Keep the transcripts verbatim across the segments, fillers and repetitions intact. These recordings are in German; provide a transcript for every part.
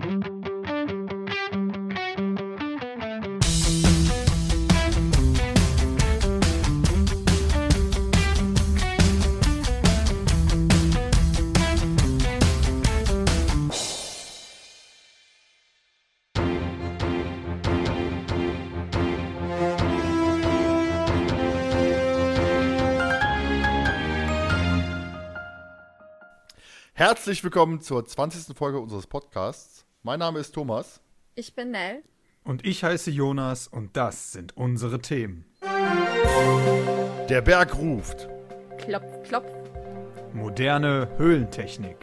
Herzlich willkommen zur zwanzigsten Folge unseres Podcasts. Mein Name ist Thomas. Ich bin Nell. Und ich heiße Jonas und das sind unsere Themen. Der Berg ruft. Klopf, klopf. Moderne Höhlentechnik.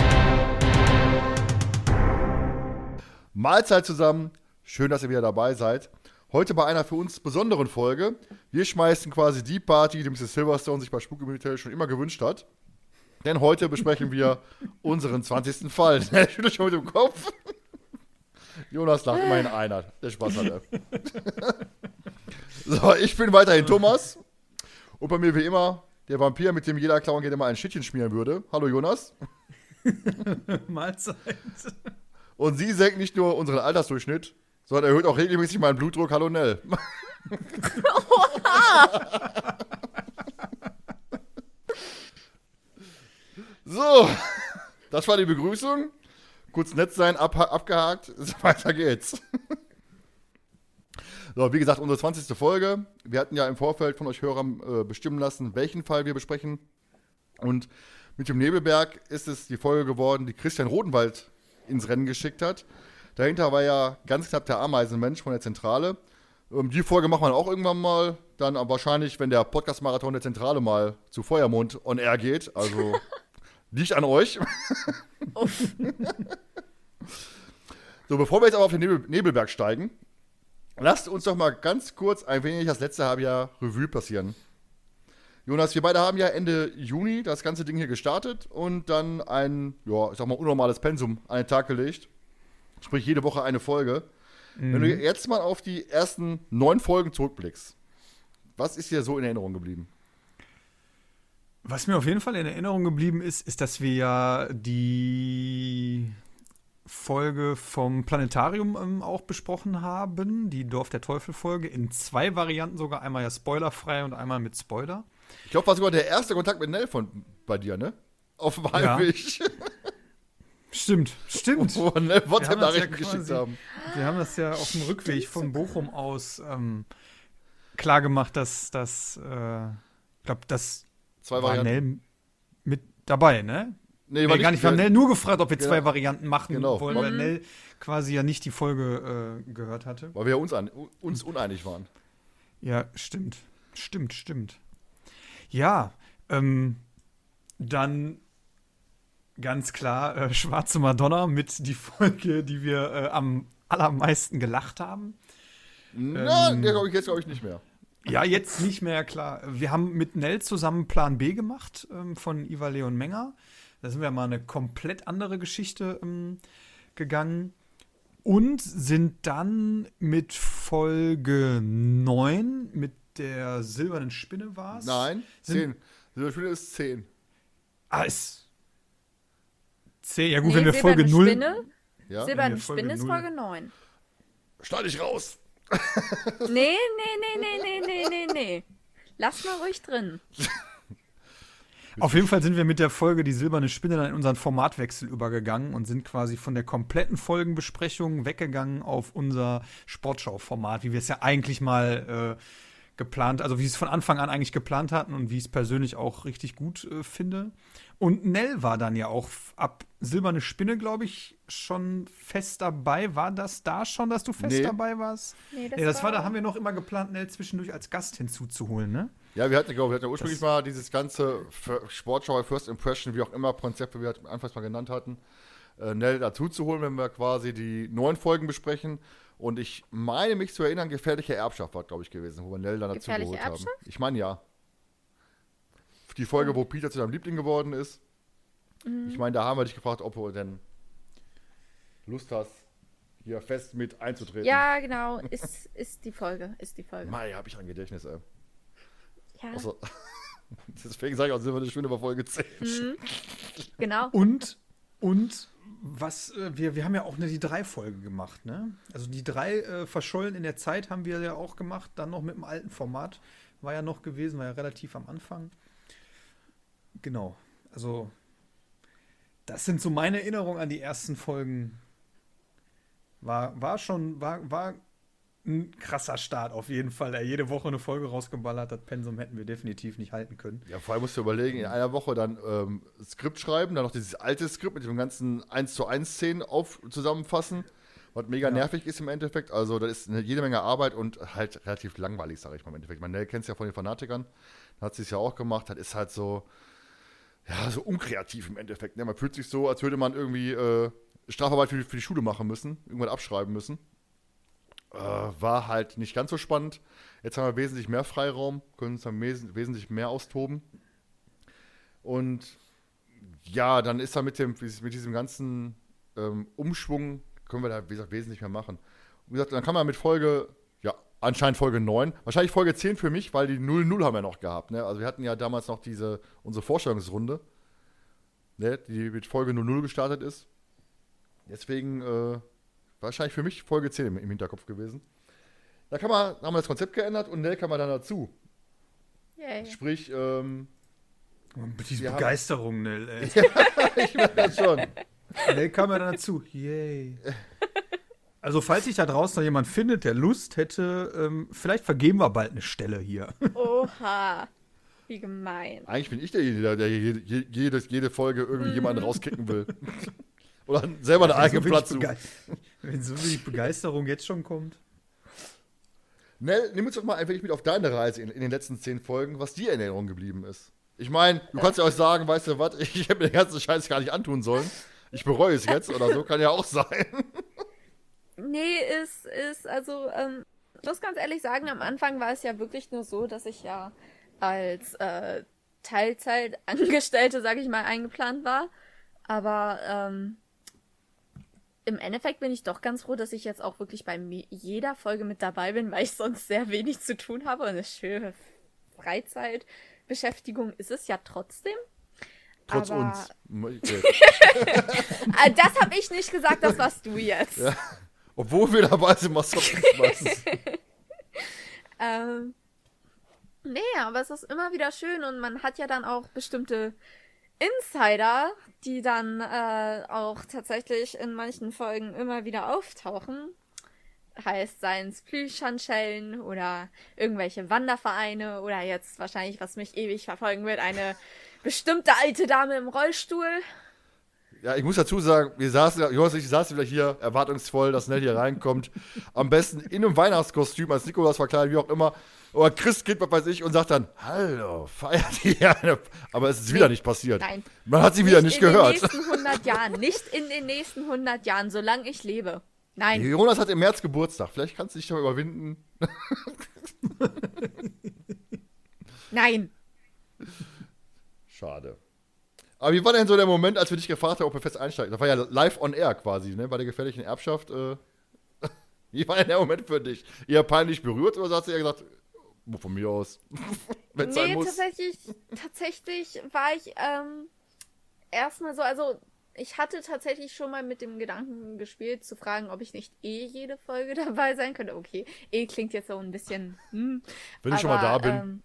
Mahlzeit zusammen. Schön, dass ihr wieder dabei seid. Heute bei einer für uns besonderen Folge. Wir schmeißen quasi die Party, die Mister Silverstone sich bei Spuk im Hotel schon immer gewünscht hat. Denn heute besprechen wir unseren zwanzigsten Fall. Er schüttelt schon mit dem Kopf. Jonas lacht immerhin einer, der Spaß hatte. So, ich bin weiterhin Thomas. Und bei mir wie immer der Vampir, mit dem jeder Clown gerne mal ein Schittchen schmieren würde. Hallo Jonas. Mahlzeit. Und sie senkt nicht nur unseren Altersdurchschnitt, sondern erhöht auch regelmäßig meinen Blutdruck. Hallo Nell. Oha! So, das war die Begrüßung. Kurz nett sein, ab, abgehakt. Weiter geht's. So, wie gesagt, unsere zwanzigste Folge. Wir hatten ja im Vorfeld von euch Hörern äh, bestimmen lassen, welchen Fall wir besprechen. Und mit dem Nebelberg ist es die Folge geworden, die Christian Rodenwald ins Rennen geschickt hat. Dahinter war ja ganz knapp der Ameisenmensch von der Zentrale. Ähm, die Folge machen wir auch irgendwann mal. Dann aber wahrscheinlich, wenn der Podcast-Marathon der Zentrale mal zu Feuermond on air geht. Also liegt an euch. So, bevor wir jetzt aber auf den Nebel, Nebelberg steigen, lasst uns doch mal ganz kurz ein wenig das letzte Halbjahr Revue passieren. Jonas, wir beide haben ja Ende Juni das ganze Ding hier gestartet und dann ein, ja, ich sag mal, unnormales Pensum an den Tag gelegt. Sprich, jede Woche eine Folge. Mhm. Wenn du jetzt mal auf die ersten neun Folgen zurückblickst, was ist dir so in Erinnerung geblieben? Was mir auf jeden Fall in Erinnerung geblieben ist, ist, dass wir ja die Folge vom Planetarium ähm, auch besprochen haben, die Dorf der Teufel-Folge, in zwei Varianten sogar, einmal ja spoilerfrei und einmal mit Spoiler. Ich glaube, war sogar der erste Kontakt mit Nell von bei dir, ne? Auf dem Heimweg. Ja. Stimmt, stimmt. Wo wir Nell WhatsApp-Nachrichten ja geschickt haben. Wir haben das ja auf dem Rückweg von Bochum aus ähm, klar gemacht, dass das, äh, ich glaube, das Zwei war Varianten. Nell mit dabei, ne? Nee, war nee, gar nicht. Wir haben Nell nur gefragt, ob wir genau. zwei Varianten machen genau. wollen, weil Nell quasi ja nicht die Folge äh, gehört hatte. Weil wir uns, an, uns uneinig waren. Ja, stimmt. Stimmt, stimmt. Ja, ähm, dann ganz klar äh, Schwarze Madonna mit die Folge, die wir äh, am allermeisten gelacht haben. Na, ähm, der glaube ich jetzt glaube ich nicht mehr. Ja, jetzt nicht mehr, klar. Wir haben mit Nell zusammen Plan B gemacht ähm, von Ivar Leon Menger. Da sind wir mal eine komplett andere Geschichte ähm, gegangen. Und sind dann mit Folge neun, mit der silbernen Spinne war es. Nein, zehn. Silberne Spinne ist zehn. Ah, ist zehn. Ja gut, nee, wenn wir Folge null... Spinne, ja? Silberne Folge Spinne ist null. Folge neun. Schneid ich raus. Nee, nee, nee, nee, nee, nee, nee, nee. Lass mal ruhig drin. Auf jeden Fall sind wir mit der Folge Die silberne Spinne dann in unseren Formatwechsel übergegangen und sind quasi von der kompletten Folgenbesprechung weggegangen auf unser Sportschau-Format, wie wir es ja eigentlich mal äh, geplant, also wie wir es von Anfang an eigentlich geplant hatten und wie ich es persönlich auch richtig gut äh, finde. Und Nell war dann ja auch ab Silberne Spinne, glaube ich, schon fest dabei. War das da schon, dass du fest Nee. dabei warst? Nee, das, Nee, das war, war da haben wir noch immer geplant, Nell zwischendurch als Gast hinzuzuholen, ne? Ja, wir hatten, glaube ich, wir hatten ja ursprünglich Das- mal dieses ganze F- Sportschau, First Impression, wie auch immer, Konzept, wie wir es anfangs mal genannt hatten, äh, Nell dazu zu holen, wenn wir quasi die neuen Folgen besprechen. Und ich meine mich zu erinnern, gefährliche Erbschaft war, glaube ich, gewesen, wo wir Nell dann dazu Gefährliche geholt haben. Erbschaft? Ich meine, ja. Die Folge, wo Peter zu deinem Liebling geworden ist. Mhm. Ich meine, da haben wir dich gefragt, ob du denn Lust hast, hier fest mit einzutreten. Ja, genau. Ist, ist die Folge. Ist die Folge. Mai, hab ich ein Gedächtnis, ey. Ja, Also, deswegen sage ich auch, Silberne Spinne war Folge zehn. mhm. Genau. Und, und was, äh, wir, wir haben ja auch eine die drei Folge gemacht, ne? Also die drei äh, verschollen in der Zeit haben wir ja auch gemacht, dann noch mit dem alten Format. War ja noch gewesen, war ja relativ am Anfang. Genau. Also, das sind so meine Erinnerungen an die ersten Folgen. War, war schon, war, war ein krasser Start auf jeden Fall. Der jede Woche eine Folge rausgeballert hat. Pensum hätten wir definitiv nicht halten können. Ja, vor allem musst du überlegen, in einer Woche dann ähm, Skript schreiben, dann noch dieses alte Skript mit den ganzen eins zu eins Szenen auf, zusammenfassen, was mega Ja. nervig ist im Endeffekt. Also das ist eine jede Menge Arbeit und halt relativ langweilig, sage ich mal im Endeffekt. Man kennt es ja von den Fanatikern, da hat sie es ja auch gemacht, das ist halt so, ja, so unkreativ im Endeffekt. Ne? Man fühlt sich so, als würde man irgendwie äh, Strafarbeit für die, für die Schule machen müssen, irgendwann abschreiben müssen. Äh, war halt nicht ganz so spannend. Jetzt haben wir wesentlich mehr Freiraum, können uns dann wes wesentlich mehr austoben. Und ja, dann ist da mit, dem, mit diesem ganzen ähm, Umschwung, können wir da, wie gesagt, wesentlich mehr machen. Und wie gesagt, dann kann man mit Folge, ja, anscheinend Folge neun, wahrscheinlich Folge zehn für mich, weil die null null haben wir noch gehabt. Ne? Also wir hatten ja damals noch diese, unsere Vorstellungsrunde, ne? Die mit Folge null null gestartet ist. Deswegen, äh, wahrscheinlich für mich Folge zehn im, im Hinterkopf gewesen. Da kann man, haben wir das Konzept geändert und Nell kam man dann dazu. Yay. Sprich, ähm, Mit dieser Wir haben- Begeisterung, Nell, ey. ich merke das schon. Nell kam ja dann dazu. Yay. Also, falls sich da draußen noch jemand findet, der Lust hätte, ähm, vielleicht vergeben wir bald eine Stelle hier. Oha. Wie gemein. Eigentlich bin ich derjenige, der, der jede, jede, jede Folge irgendwie jemanden rauskicken will. Oder selber einen eigenen Wenn so Platz wenig sucht. Bege- Wenn so wenig Begeisterung jetzt schon kommt. Nell, nimm uns doch mal ein wenig mit auf deine Reise in, in den letzten zehn Folgen, was dir in Erinnerung geblieben ist. Ich meine, du kannst ja auch sagen, weißt du was, ich hätte mir den ganzen Scheiß gar nicht antun sollen. Ich bereue es jetzt oder so, kann ja auch sein. Nee, ist, ist, also, ähm, ich muss ganz ehrlich sagen, am Anfang war es ja wirklich nur so, dass ich ja als äh, Teilzeitangestellte, sag ich mal, eingeplant war. Aber ähm, im Endeffekt bin ich doch ganz froh, dass ich jetzt auch wirklich bei mi- jeder Folge mit dabei bin, weil ich sonst sehr wenig zu tun habe. Und eine schöne Freizeitbeschäftigung ist es ja trotzdem. Trotz Aber, uns. Okay. Äh, das habe ich nicht gesagt, das warst du jetzt. Ja. Obwohl wir dabei sind, machst du nichts meistens. Ähm, nee, aber es ist immer wieder schön und man hat ja dann auch bestimmte Insider, die dann äh, auch tatsächlich in manchen Folgen immer wieder auftauchen. Heißt, seien es Plüschhandschellen oder irgendwelche Wandervereine oder jetzt wahrscheinlich, was mich ewig verfolgen wird, eine bestimmte alte Dame im Rollstuhl. Ja, ich muss dazu sagen, wir saßen, Jonas und ich saßen wieder hier erwartungsvoll, dass Nell hier reinkommt. Am besten in einem Weihnachtskostüm, als Nikolaus verkleidet, wie auch immer. Oder Christkind, was weiß ich, und sagt dann, hallo, feiert ihr eine... Aber es ist wieder nicht passiert. Nein. Man hat sie wieder nicht, in gehört. In den nächsten hundert Jahren. Nicht in den nächsten hundert Jahren, solange ich lebe. Nein. Jonas hat im März Geburtstag. Vielleicht kannst du dich doch überwinden. Nein. Schade. Aber wie war denn so der Moment, als wir dich gefragt haben, ob wir fest einsteigen? Das war ja live on air quasi, ne? Bei der gefährlichen Erbschaft. Äh, wie war denn der Moment für dich? Eher peinlich berührt oder hast du eher gesagt, oh, von mir aus, wenn es sein Nee, muss? tatsächlich, tatsächlich war ich ähm, erstmal so, also ich hatte tatsächlich schon mal mit dem Gedanken gespielt, zu fragen, ob ich nicht eh jede Folge dabei sein könnte. Okay, eh klingt jetzt so ein bisschen, hm, Wenn ich schon mal da bin. Ähm,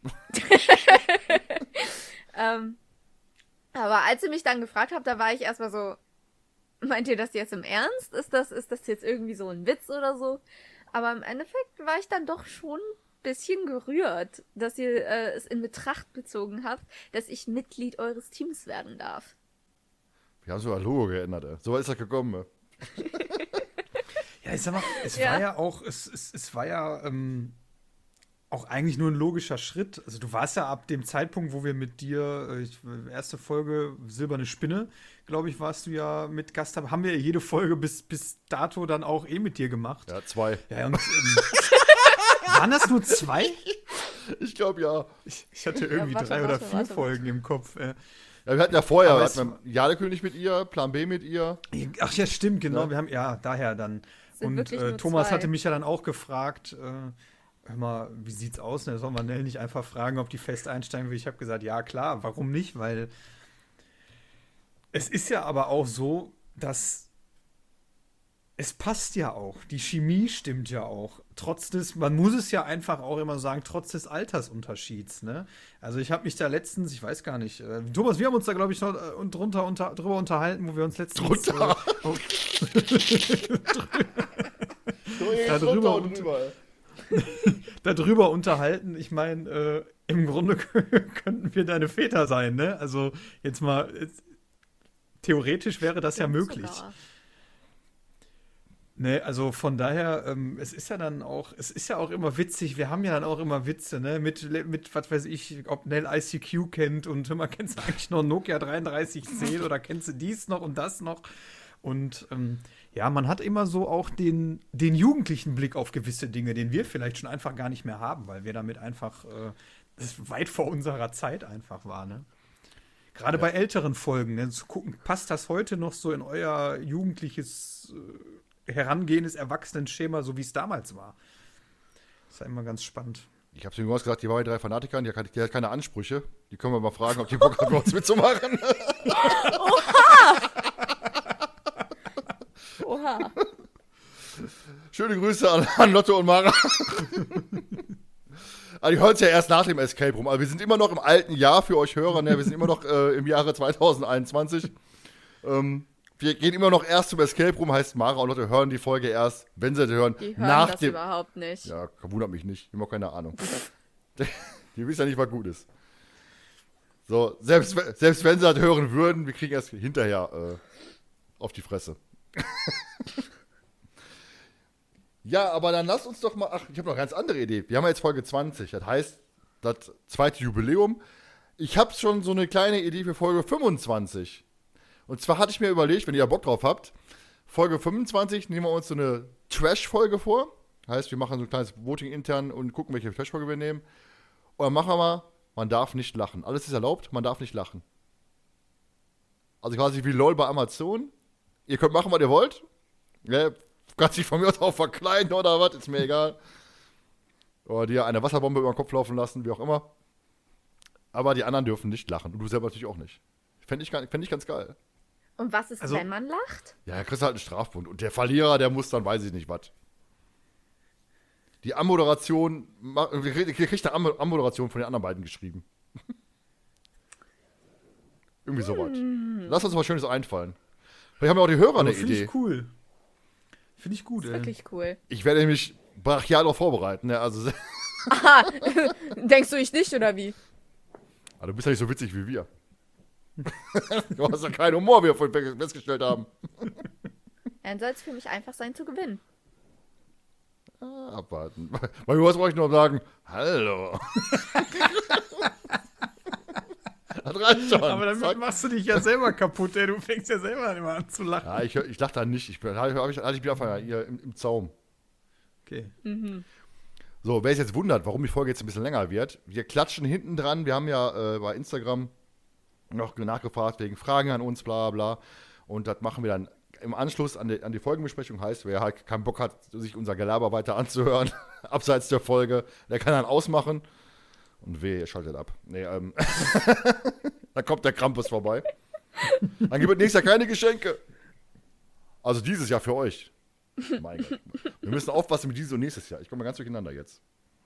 ähm, aber als ihr mich dann gefragt habt, da war ich erstmal so, meint ihr das jetzt im Ernst? Ist das, ist das jetzt irgendwie so ein Witz oder so? Aber im Endeffekt war ich dann doch schon ein bisschen gerührt, dass ihr äh, es in Betracht gezogen habt, dass ich Mitglied eures Teams werden darf. Wir haben sogar Logo geändert, ey. So weit ist das gekommen, ey. Ja, ich sag mal, es Ja. war ja auch, es, es, es war ja ähm, auch eigentlich nur ein logischer Schritt. Also du warst ja ab dem Zeitpunkt, wo wir mit dir, äh, ich, erste Folge Silberne Spinne, glaube ich, warst du ja mit Gast, haben haben wir ja jede Folge bis, bis dato dann auch eh mit dir gemacht. Ja, zwei. Ja, und ähm, waren das nur zwei? Ich glaube, ja. Ich, ich hatte irgendwie warte, drei oder warte, vier warte. Folgen im Kopf. Äh. Ja, wir hatten ja vorher, Aber wir es- hatten wir Jadekönig mit ihr, Plan B mit ihr. Ach ja, stimmt, genau. Ja. Wir haben, ja, daher dann. Sind Und wirklich äh, nur Thomas zwei. hatte mich ja dann auch gefragt, äh, hör mal, wie sieht's aus? Da soll man Nell nicht einfach fragen, ob die fest einsteigen will. Ich habe gesagt, ja, klar, warum nicht? Weil es ist ja aber auch so, dass Es passt ja auch. Die Chemie stimmt ja auch. Trotz des, man muss es ja einfach auch immer sagen, trotz des Altersunterschieds, ne? Also ich habe mich da letztens, ich weiß gar nicht, äh, Thomas, wir haben uns da, glaube ich, noch äh, und drunter, unter, drüber unterhalten, wo wir uns letztens Drunter? Äh, oh, Da drüber und darüber unterhalten. Ich meine, äh, im Grunde könnten wir deine Väter sein, ne? Also jetzt mal, jetzt, theoretisch wäre das ja möglich. Sogar. Ne, also von daher, ähm, es ist ja dann auch, es ist ja auch immer witzig, wir haben ja dann auch immer Witze, ne, mit, mit was weiß ich, ob Nell I C Q kennt und immer kennst du eigentlich noch Nokia dreiunddreißig zehn oder kennst du dies noch und das noch und ähm, ja, man hat immer so auch den, den jugendlichen Blick auf gewisse Dinge, den wir vielleicht schon einfach gar nicht mehr haben, weil wir damit einfach, äh, das weit vor unserer Zeit einfach war, ne. Gerade ja. Bei älteren Folgen, ne, zu gucken, passt das heute noch so in euer jugendliches äh, herangehendes Erwachsenenschema, so wie es damals war. Das ist ja immer ganz spannend. Ich habe es mir gesagt, die war bei drei Fanatikern, die hat, die hat keine Ansprüche. Die können wir mal fragen, ob die Bock hat, bei uns mitzumachen. Oha! Oha. Schöne Grüße an, an Lotto und Mara. Aber die hören es ja erst nach dem Escape Room. Aber wir sind immer noch im alten Jahr für euch Hörer. Ne? Wir sind immer noch äh, im Jahre zwanzig einundzwanzig. Ähm, Wir gehen immer noch erst zum Escape Room, heißt Mara und Leute hören die Folge erst, wenn sie sie hören. Die hören nach das dem überhaupt nicht. Ja, wundert mich nicht. Ich habe keine Ahnung. Die wissen ja nicht, was gut ist. So, selbst, selbst wenn sie das hören würden, wir kriegen erst hinterher äh, auf die Fresse. Ja, aber dann lasst uns doch mal, ach, ich habe noch eine ganz andere Idee. Wir haben ja jetzt Folge zwanzig, das heißt, das zweite Jubiläum. Ich habe schon so eine kleine Idee für Folge fünfundzwanzig. Und zwar hatte ich mir überlegt, wenn ihr Bock drauf habt, Folge fünfundzwanzig nehmen wir uns so eine Trash-Folge vor. Heißt, wir machen so ein kleines Voting intern und gucken, welche Trash-Folge wir nehmen. Und dann machen wir mal, man darf nicht lachen. Alles ist erlaubt, man darf nicht lachen. Also quasi wie LOL bei Amazon. Ihr könnt machen, was ihr wollt. Ja, kannst dich von mir aus auch verkleiden oder was, ist mir egal. Oder dir eine Wasserbombe über den Kopf laufen lassen, wie auch immer. Aber die anderen dürfen nicht lachen. Und du selber natürlich auch nicht. Fände ich, fänd ich ganz geil. Und was ist, Also, wenn man lacht? Ja, da kriegst du halt einen Strafbund. Und der Verlierer, der muss dann, weiß ich nicht, was. Die Anmoderation, wir kriegt eine Am- Anmoderation von den anderen beiden geschrieben. Irgendwie sowas. Hm. Lass uns was Schönes einfallen. Vielleicht haben ja auch die Hörer eine Finde Idee. ich cool. Finde ich gut, Das ist ey. wirklich cool. Ich werde mich brachial darauf vorbereiten. Ne? Also, Aha, denkst du ich nicht, oder wie? aber du bist ja nicht so witzig wie wir. Du hast ja keinen Humor, wie wir vorhin festgestellt haben. Dann soll es für mich einfach sein zu gewinnen. Ah, abwarten. Bei mir brauche ich nur sagen, hallo. Das reicht schon. Aber damit Zack. machst du dich ja selber kaputt, ey. Du fängst ja selber immer an zu lachen. Ja, ich, ich lach da nicht. Ich bin, ich, ich bin einfach hier im, im Zaum. Okay. Mhm. So, wer sich jetzt wundert, warum die Folge jetzt ein bisschen länger wird, wir klatschen hinten dran. Wir haben ja äh, bei Instagram noch nachgefragt wegen Fragen an uns, bla bla. Und das machen wir dann im Anschluss an die, an die Folgenbesprechung. Heißt, wer halt keinen Bock hat, sich unser Gelaber weiter anzuhören, abseits der Folge, der kann dann ausmachen. Und weh, ihr schaltet ab. Nee, ähm. Dann kommt der Krampus vorbei. Dann gibt es nächstes Jahr keine Geschenke. Also dieses Jahr für euch. Mein Gott. Wir müssen aufpassen mit dieses und nächstes Jahr. Ich komme mal ganz durcheinander jetzt.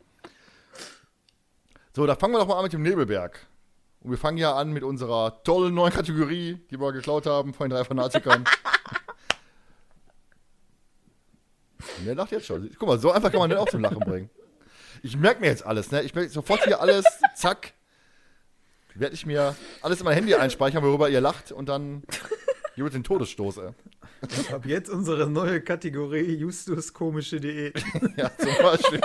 So, da fangen wir doch mal an mit dem Nebelberg. Und wir fangen ja an mit unserer tollen neuen Kategorie, die wir geklaut haben von den drei Fanatikern. Der lacht jetzt schon. Guck mal, so einfach kann man den auch zum Lachen bringen. Ich merke mir jetzt alles, ne? Ich merke sofort hier alles, zack. Werde ich mir alles in mein Handy einspeichern, worüber ihr lacht und dann gibt es den Todesstoß, ey. Ich habe jetzt unsere neue Kategorie Justus komische Diät. Ja, zum Beispiel.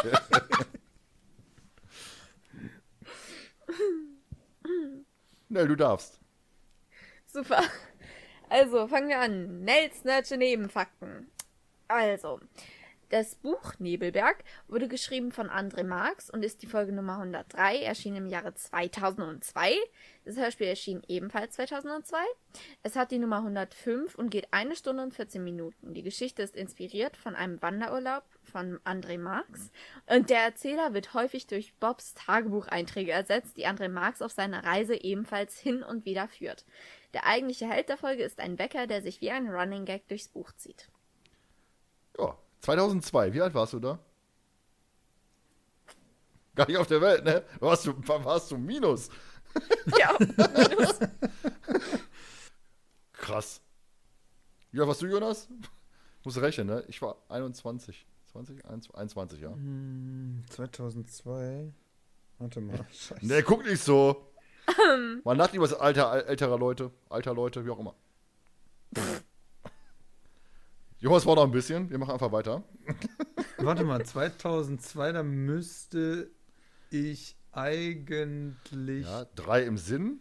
Nell, du darfst. Super. Also, fangen wir an. Nels Nerdsche Nebenfakten. Also, das Buch Nebelberg wurde geschrieben von André Marx und ist die Folge Nummer hundertdrei, erschien im Jahre zweitausendzwei. Das Hörspiel erschien ebenfalls zweitausendzwei. Es hat die Nummer hundertfünf und geht eine Stunde und vierzehn Minuten. Die Geschichte ist inspiriert von einem Wanderurlaub von André Marx und der Erzähler wird häufig durch Bobs Tagebucheinträge ersetzt, die André Marx auf seiner Reise ebenfalls hin und wieder führt. Der eigentliche Held der Folge ist ein Wecker, der sich wie ein Running Gag durchs Buch zieht. Ja, zweitausendzwei. Wie alt warst du da? Gar nicht auf der Welt, ne? Warst du, warst du Minus? Ja, minus. Krass. Wie alt warst du, Jonas? Musst du rechnen, ne? Ich war einundzwanzig. zwanzig? einundzwanzig, ja. zweitausendzwei. Warte mal. Scheiße. Ne, guck nicht so. Man lacht über das Alter älterer Leute, alter Leute, wie auch immer. Jonas war noch ein bisschen. Wir machen einfach weiter. Warte mal, zweitausendzwei, da müsste ich eigentlich Ja, drei im Sinn.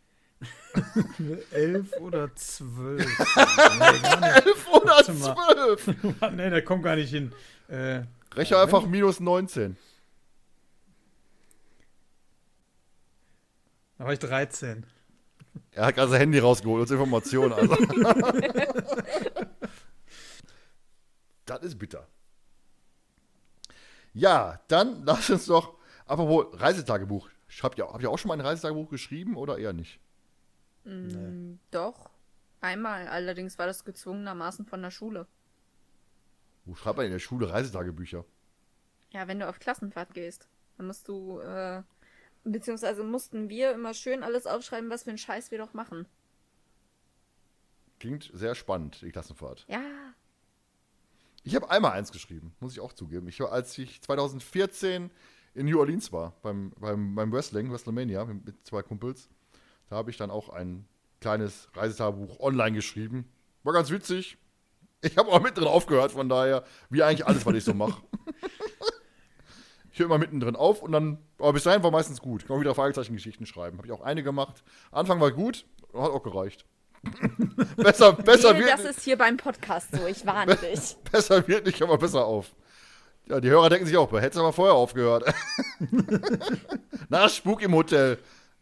elf oder zwölf. Nee, gar nicht. elf oder Warte mal. zwölf. Nee, der kommt gar nicht hin. Äh, Rechne einfach minus neunzehn. Da war ich dreizehn. Er hat gerade sein Handy rausgeholt, als Information. Also. Das ist bitter. Ja, dann lass uns doch, apropos Reisetagebuch. Habt ihr, habt ihr auch schon mal ein Reisetagebuch geschrieben oder eher nicht? Mm, Nee. Doch. Einmal. Allerdings war das gezwungenermaßen von der Schule. Wo schreibt man in der Schule Reisetagebücher? Ja, wenn du auf Klassenfahrt gehst, dann musst du, äh, beziehungsweise mussten wir immer schön alles aufschreiben, was für einen Scheiß wir doch machen. Klingt sehr spannend, die Klassenfahrt. Ja. Ich habe einmal eins geschrieben, muss ich auch zugeben. Ich war, als ich zweitausendvierzehn in New Orleans war, beim, beim, beim Wrestling, WrestleMania, mit, mit zwei Kumpels, da habe ich dann auch ein kleines Reisetagebuch online geschrieben. War ganz witzig. Ich habe auch mittendrin aufgehört, von daher, wie eigentlich alles, was ich so mache. Ich höre immer mittendrin auf und dann, aber bis dahin war meistens gut. Kann auch wieder Fragezeichen-Geschichten schreiben. Habe ich auch einige gemacht. Anfang war gut, hat auch gereicht. besser, besser Nee, wird das ist hier beim Podcast so, ich warne dich. Besser wird nicht, aber besser auf. Ja, die Hörer denken sich auch, hättest du aber vorher aufgehört. Na, Spuk im Hotel.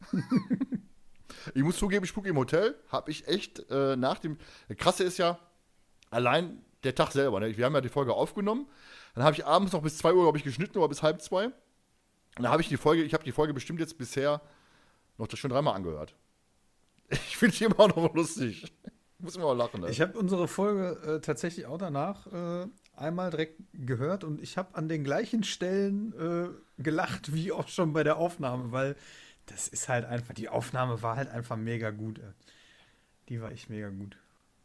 Ich muss zugeben, Spuk im Hotel habe ich echt äh, nach dem. Das Krasse ist ja, allein der Tag selber. Ne? Wir haben ja die Folge aufgenommen. Dann habe ich abends noch bis zwei Uhr, glaube ich, geschnitten oder bis halb zwei. Und dann habe ich die Folge, ich habe die Folge bestimmt jetzt bisher noch schon dreimal angehört. Ich finde die immer noch lustig. Muss immer auch lachen. Ne? Ich habe unsere Folge äh, tatsächlich auch danach äh, einmal direkt gehört und ich habe an den gleichen Stellen äh, gelacht wie auch schon bei der Aufnahme, weil das ist halt einfach, die Aufnahme war halt einfach mega gut. Ey. Die war echt mega gut.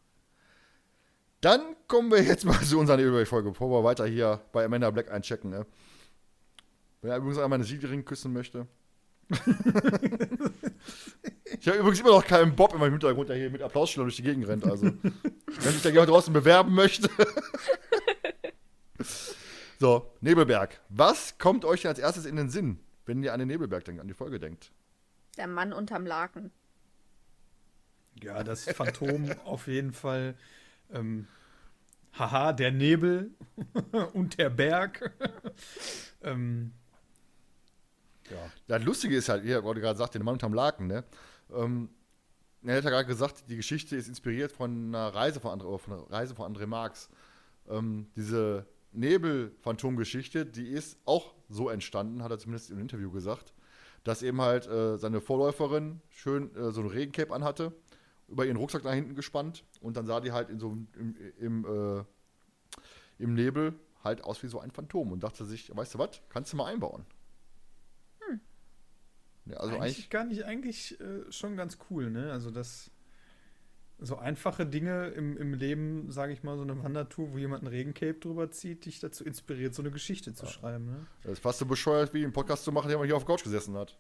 Dann kommen wir jetzt mal zu unserer Nebelberg-Folge, bevor wir weiter hier bei Amanda Black einchecken. Ne? Wenn er übrigens einmal eine Siegerin küssen möchte. Ich habe übrigens immer noch keinen Bob in meinem Hintergrund, der hier mit Applausschilder durch die Gegend rennt. Also, wenn sich da jemand draußen bewerben möchte. So, Nebelberg. Was kommt euch denn als erstes in den Sinn, wenn ihr an den Nebelberg denkt, an die Folge denkt? Der Mann unterm Laken. Ja, das Phantom auf jeden Fall. Ähm, haha, der Nebel und der Berg. ähm, Ja. Das Lustige ist halt, wie er gerade sagt, den Mann unterm Laken, ne? Ähm, er hat ja gerade gesagt, die Geschichte ist inspiriert von einer Reise von, André, von einer Reise von André Marx. Ähm, diese Nebel-Phantom-Geschichte, die ist auch so entstanden, hat er zumindest im Interview gesagt, dass eben halt äh, seine Vorläuferin schön äh, so ein Regencape anhatte, über ihren Rucksack nach hinten gespannt und dann sah die halt in so im, im, äh, im Nebel halt aus wie so ein Phantom und dachte sich, weißt du was, kannst du mal einbauen. Ja, also eigentlich, eigentlich gar nicht, eigentlich äh, schon ganz cool, ne? Also das so einfache Dinge im, im Leben, sage ich mal, so eine Wandertour, wo jemand ein Regencape drüber zieht, dich dazu inspiriert, so eine Geschichte zu ja. schreiben, ne? Das ist fast so bescheuert, wie einen Podcast zu machen, der man hier auf der Couch gesessen hat.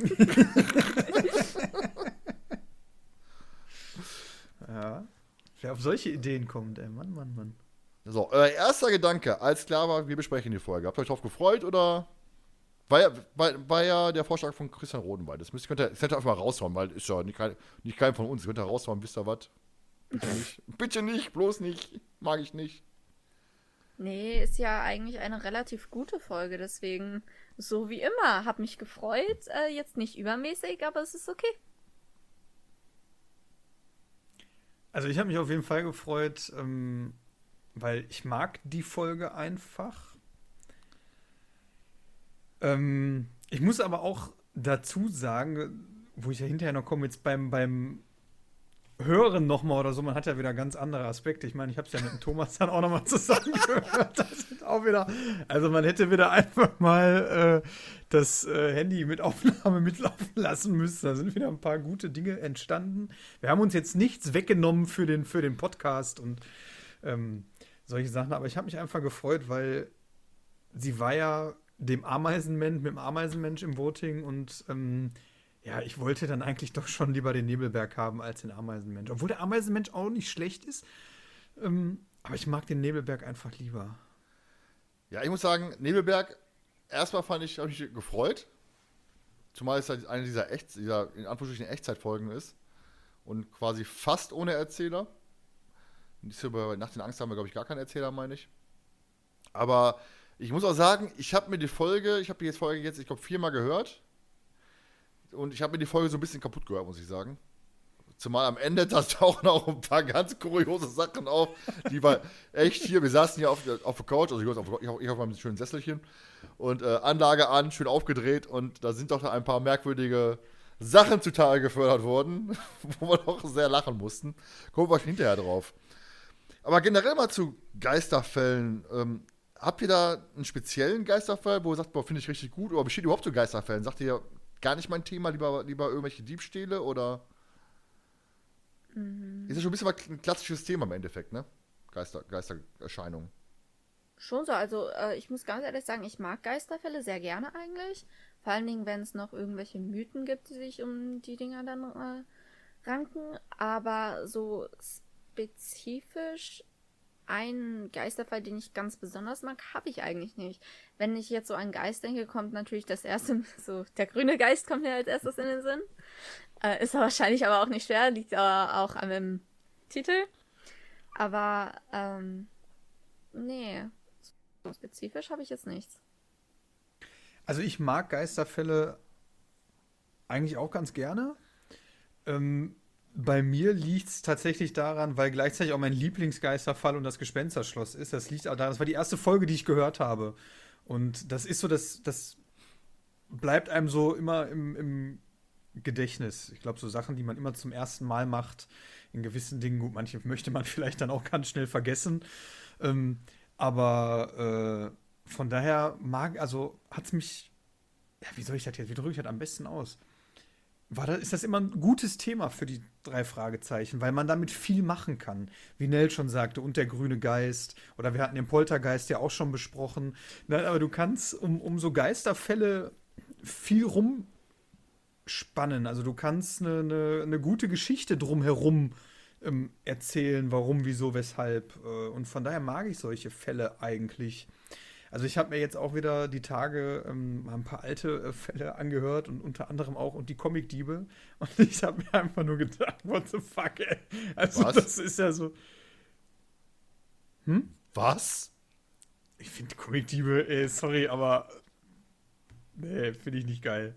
Ja. Wer auf solche Ideen kommt, ey, Mann, Mann, Mann. So, euer erster Gedanke, als klar war, wir besprechen die Folge. Habt ihr euch drauf gefreut oder? War ja, war, war ja der Vorschlag von Christian Rodenwald. Das, müsst, könnt ihr, das könnt ihr einfach mal raushauen, weil ist ja nicht kein, nicht kein von uns. Könnt ihr raushauen, wisst ihr was? Bitte nicht. Bitte nicht, bloß nicht. Mag ich nicht. Nee, ist ja eigentlich eine relativ gute Folge, deswegen so wie immer. Hab mich gefreut, äh, jetzt nicht übermäßig, aber es ist okay. Also ich habe mich auf jeden Fall gefreut, ähm, weil ich mag die Folge einfach. Ähm, ich muss aber auch dazu sagen, wo ich ja hinterher noch komme, jetzt beim, beim Hören nochmal oder so, man hat ja wieder ganz andere Aspekte. Ich meine, ich habe es ja mit dem Thomas dann auch nochmal zusammen gehört. Das ist auch wieder, also man hätte wieder einfach mal äh, das äh, Handy mit Aufnahme mitlaufen lassen müssen. Da sind wieder ein paar gute Dinge entstanden. Wir haben uns jetzt nichts weggenommen für den, für den Podcast und ähm, solche Sachen, aber ich habe mich einfach gefreut, weil sie war ja dem Ameisenmensch, mit dem Ameisenmensch im Voting und ähm, ja, ich wollte dann eigentlich doch schon lieber den Nebelberg haben als den Ameisenmensch. Obwohl der Ameisenmensch auch nicht schlecht ist. Ähm, aber ich mag den Nebelberg einfach lieber. Ja, ich muss sagen, Nebelberg, erstmal fand ich, habe ich mich gefreut. Zumal es halt eine dieser, Echt, dieser in Anführungsstrichen Echtzeitfolgen ist. Und quasi fast ohne Erzähler. Nicht so bei Nacht in Angst haben wir, glaube ich, gar keinen Erzähler, meine ich. Aber ich muss auch sagen, ich habe mir die Folge, ich habe die jetzt Folge jetzt, ich glaube, viermal gehört. Und ich habe mir die Folge so ein bisschen kaputt gehört, muss ich sagen. Zumal am Ende, da tauchen auch ein paar ganz kuriose Sachen auf, die war echt hier, wir saßen hier auf, auf der Couch, also ich auf, ich auf meinem schönen Sesselchen und äh, Anlage an, schön aufgedreht und da sind doch ein paar merkwürdige Sachen zutage gefördert worden, wo wir doch sehr lachen mussten. Kommen wir hinterher drauf. Aber generell mal zu Geisterfällen. Ähm, habt ihr da einen speziellen Geisterfall, wo ihr sagt, boah, finde ich richtig gut, oder besteht überhaupt so Geisterfällen? Sagt ihr, gar nicht mein Thema, lieber, lieber irgendwelche Diebstähle oder? Mhm. Ist ja schon ein bisschen ein klassisches Thema im Endeffekt, ne? Geister, Geistererscheinungen. Schon so, also äh, ich muss ganz ehrlich sagen, ich mag Geisterfälle sehr gerne eigentlich. Vor allen Dingen, wenn es noch irgendwelche Mythen gibt, die sich um die Dinger dann äh, ranken. Aber so spezifisch einen Geisterfall, den ich ganz besonders mag, habe ich eigentlich nicht. Wenn ich jetzt so an Geist denke, kommt natürlich das erste, so der grüne Geist kommt mir als erstes in den Sinn. Äh, ist wahrscheinlich aber auch nicht schwer, liegt aber auch an dem Titel. Aber, ähm, nee, so spezifisch habe ich jetzt nichts. Also ich mag Geisterfälle eigentlich auch ganz gerne. Ähm, Bei mir liegt es tatsächlich daran, weil gleichzeitig auch mein Lieblingsgeisterfall und das Gespensterschloss ist. Das liegt auch daran, das war die erste Folge, die ich gehört habe. Und das ist so, das, das bleibt einem so immer im, im Gedächtnis. Ich glaube, so Sachen, die man immer zum ersten Mal macht, in gewissen Dingen, gut, manche möchte man vielleicht dann auch ganz schnell vergessen. Ähm, aber äh, von daher mag, also hat es mich, ja, wie soll ich das jetzt, wie drücke ich das am besten aus? War das, ist das immer ein gutes Thema für die drei Fragezeichen, weil man damit viel machen kann. Wie Nell schon sagte, und der grüne Geist. Oder wir hatten den Poltergeist ja auch schon besprochen. Nein, aber du kannst um, um so Geisterfälle viel rumspannen. Also du kannst eine, eine, eine gute Geschichte drumherum ähm, erzählen, warum, wieso, weshalb. Äh, und von daher mag ich solche Fälle eigentlich. Also ich habe mir jetzt auch wieder die Tage ähm, ein paar alte äh, Fälle angehört und unter anderem auch und die Comicdiebe. Und ich habe mir einfach nur gedacht, what the fuck, ey. Also Was? Das ist ja so. Hm? Was? Ich finde Comicdiebe, ey, sorry, aber nee, finde ich nicht geil.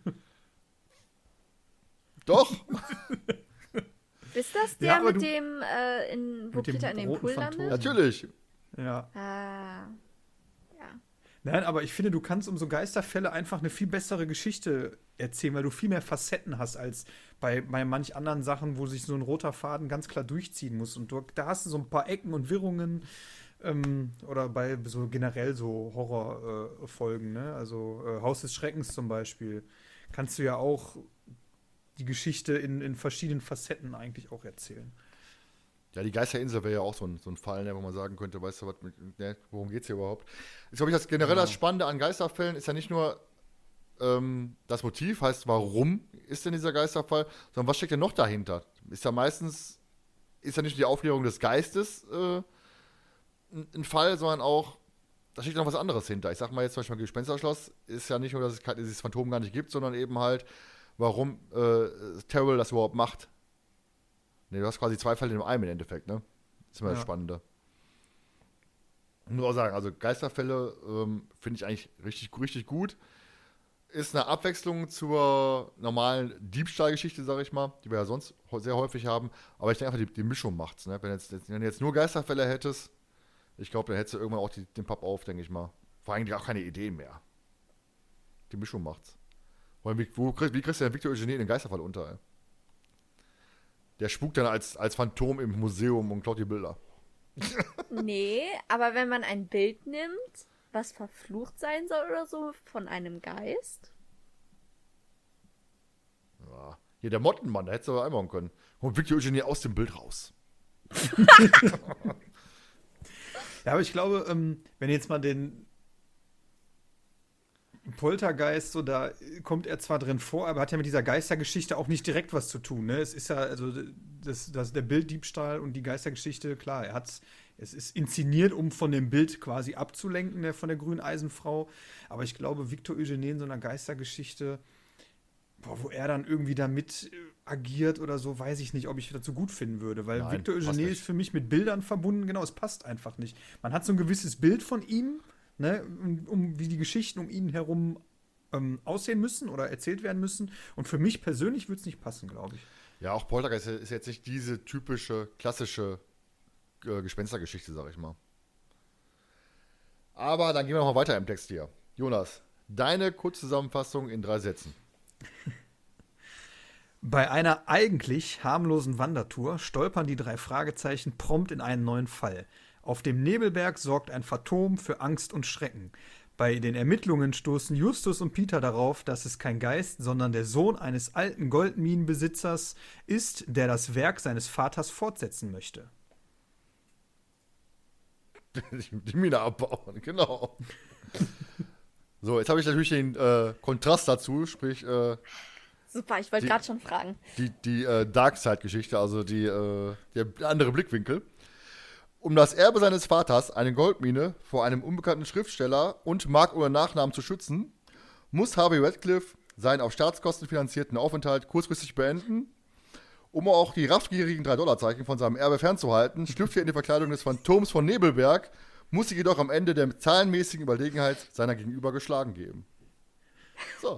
Doch. Ist das der Ja, aber mit du- dem, äh, in, wo mit dem Peter in dem roten Pool Phantom. landet? Natürlich. Ja. Ah, ja. Nein, aber ich finde, du kannst um so Geisterfälle einfach eine viel bessere Geschichte erzählen, weil du viel mehr Facetten hast als bei, bei manch anderen Sachen, wo sich so ein roter Faden ganz klar durchziehen muss. Und du, da hast du so ein paar Ecken und Wirrungen ähm, oder bei so generell so Horrorfolgen, äh, ne? Also äh, Haus des Schreckens zum Beispiel. Kannst du ja auch die Geschichte in, in verschiedenen Facetten eigentlich auch erzählen. Ja, die Geisterinsel wäre ja auch so ein, so ein Fall, ne, wo man sagen könnte, weißt du, was mit, ne, worum geht's hier überhaupt? Jetzt glaube ich, das generell Ja. das Spannende an Geisterfällen ist ja nicht nur ähm, das Motiv, heißt, warum ist denn dieser Geisterfall, sondern was steckt denn noch dahinter? Ist ja meistens, ist ja nicht nur die Aufklärung des Geistes äh, ein, ein Fall, sondern auch, da steckt noch was anderes hinter. Ich sag mal jetzt zum Beispiel Gespensterschloss, ist ja nicht nur, dass es kein- dieses Phantom gar nicht gibt, sondern eben halt, warum äh, Terrell das überhaupt macht. Ne, du hast quasi zwei Fälle in einem im Endeffekt, ne? Das ist immer das Ja. Spannende. Ich muss auch sagen, also Geisterfälle ähm, finde ich eigentlich richtig, richtig gut. Ist eine Abwechslung zur normalen Diebstahlgeschichte, sag ich mal, die wir ja sonst ho- sehr häufig haben. Aber ich denke einfach, die, die Mischung macht's, ne? Wenn, jetzt, jetzt, wenn du jetzt nur Geisterfälle hättest, ich glaube, dann hättest du irgendwann auch die, den Papp auf, denke ich mal. Vor allem auch keine Ideen mehr. Die Mischung macht's. Weil, wie, wo, krieg- wie kriegst du denn Victor Eugenie in den Geisterfall unter, ey? Der spukt dann als, als Phantom im Museum und klaut die Bilder. Nee, aber wenn man ein Bild nimmt, was verflucht sein soll oder so, von einem Geist. Ja. Hier, der Mottenmann, der hätte es aber einbauen können. Und Victor Eugenie aus dem Bild raus. Ja, aber ich glaube, ähm, wenn jetzt mal den Poltergeist, so da kommt er zwar drin vor, aber hat ja mit dieser Geistergeschichte auch nicht direkt was zu tun. Ne? Es ist ja, also das, das, der Bilddiebstahl und die Geistergeschichte, klar, er hat es ist inszeniert, um von dem Bild quasi abzulenken, der, von der grünen Eisenfrau. Aber ich glaube, Victor Eugenie in so einer Geistergeschichte, boah, wo er dann irgendwie damit äh, agiert oder so, weiß ich nicht, ob ich dazu gut finden würde. Weil Nein, Victor passt Eugenie nicht. ist für mich mit Bildern verbunden, genau, es passt einfach nicht. Man hat so ein gewisses Bild von ihm, ne, um, um wie die Geschichten um ihn herum ähm, aussehen müssen oder erzählt werden müssen. Und für mich persönlich würde es nicht passen, glaube ich. Ja, auch Poltergeist ist jetzt nicht diese typische, klassische äh, Gespenstergeschichte, sag ich mal. Aber dann gehen wir noch mal weiter im Text hier. Jonas, deine Kurzzusammenfassung in drei Sätzen. Bei einer eigentlich harmlosen Wandertour stolpern die drei Fragezeichen prompt in einen neuen Fall. Auf dem Nebelberg sorgt ein Phantom für Angst und Schrecken. Bei den Ermittlungen stoßen Justus und Peter darauf, dass es kein Geist, sondern der Sohn eines alten Goldminenbesitzers ist, der das Werk seines Vaters fortsetzen möchte. Die Mine abbauen, genau. So, jetzt habe ich natürlich den äh, Kontrast dazu, sprich äh, Super, ich wollte Die- gerade schon fragen. die, die äh, Darkside-Geschichte, also die, äh, der andere Blickwinkel. Um das Erbe seines Vaters, eine Goldmine, vor einem unbekannten Schriftsteller und Mark- oder Nachnamen zu schützen, muss Harvey Radcliffe seinen auf Staatskosten finanzierten Aufenthalt kurzfristig beenden. Um auch die raffgierigen drei Dollar-Zeichen von seinem Erbe fernzuhalten, schlüpft er in die Verkleidung des Phantoms von Nebelberg, muss sich jedoch am Ende der zahlenmäßigen Überlegenheit seiner Gegenüber geschlagen geben. So.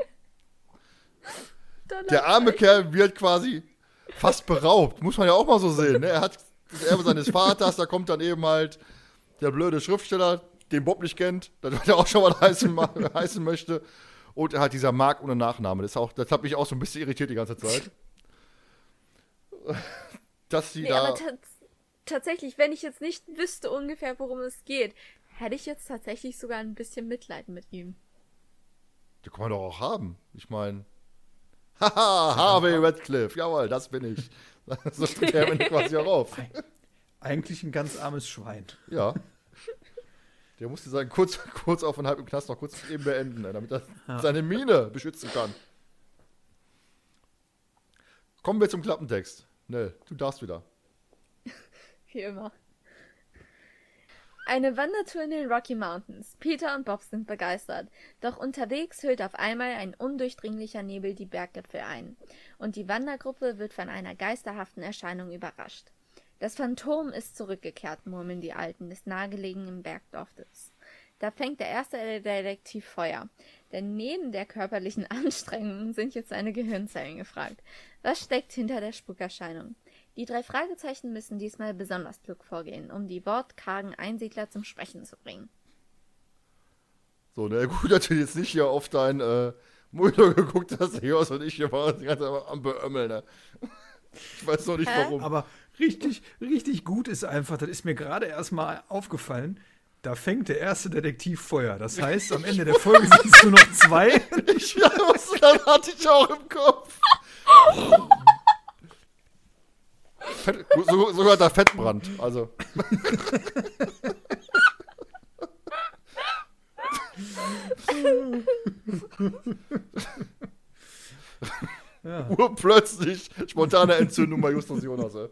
Der arme Kerl wird quasi fast beraubt. Muss man ja auch mal so sehen. Ne? Er hat das Erbe seines Vaters, da kommt dann eben halt der blöde Schriftsteller, den Bob nicht kennt, der auch schon mal heißen, ma- heißen möchte. Und er hat dieser Mark ohne Nachname. Das, ist auch- das hat mich auch so ein bisschen irritiert die ganze Zeit. Dass die Nee, da. aber tats tatsächlich, wenn ich jetzt nicht wüsste ungefähr, worum es geht, hätte ich jetzt tatsächlich sogar ein bisschen Mitleid mit ihm. Die kann man doch auch haben. Ich meine. Haha, Harvey Radcliffe. Jawohl, das bin ich. So steht er am Ende quasi auch auf. Eigentlich ein ganz armes Schwein. Ja. Der musste seinen kurz, kurz auf und halb im Knast noch kurz eben beenden, ne, damit er Ja. seine Mine beschützen kann. Kommen wir zum Klappentext. Ne, du darfst wieder. Wie immer. Eine Wandertour in den Rocky Mountains. Peter und Bob sind begeistert. Doch unterwegs hüllt auf einmal ein undurchdringlicher Nebel die Berggipfel ein. Und die Wandergruppe wird von einer geisterhaften Erscheinung überrascht. Das Phantom ist zurückgekehrt, murmeln die Alten des nahegelegenen Bergdorfes. Da fängt der erste Detektiv Feuer. Denn neben der körperlichen Anstrengung sind jetzt seine Gehirnzellen gefragt. Was steckt hinter der Spukerscheinung? Die drei Fragezeichen müssen diesmal besonders klug vorgehen, um die wortkargen Einsiedler zum Sprechen zu bringen. So, ne, gut, dass du jetzt nicht hier auf dein äh, Monitor geguckt hast, Jos und ich hier waren die ganze Zeit am Beömmeln, ne? Ich weiß noch nicht Hä? warum. Aber richtig, richtig gut ist einfach, das ist mir gerade erst mal aufgefallen, da fängt der erste Detektiv Feuer. Das heißt, am Ende der Folge sind es nur noch zwei. Ich ja, was dann hatte ich auch im Kopf. Fett, so, sogar der Fettbrand, also. Ja. Urplötzlich spontane Entzündung bei Justus Jonas. Ey.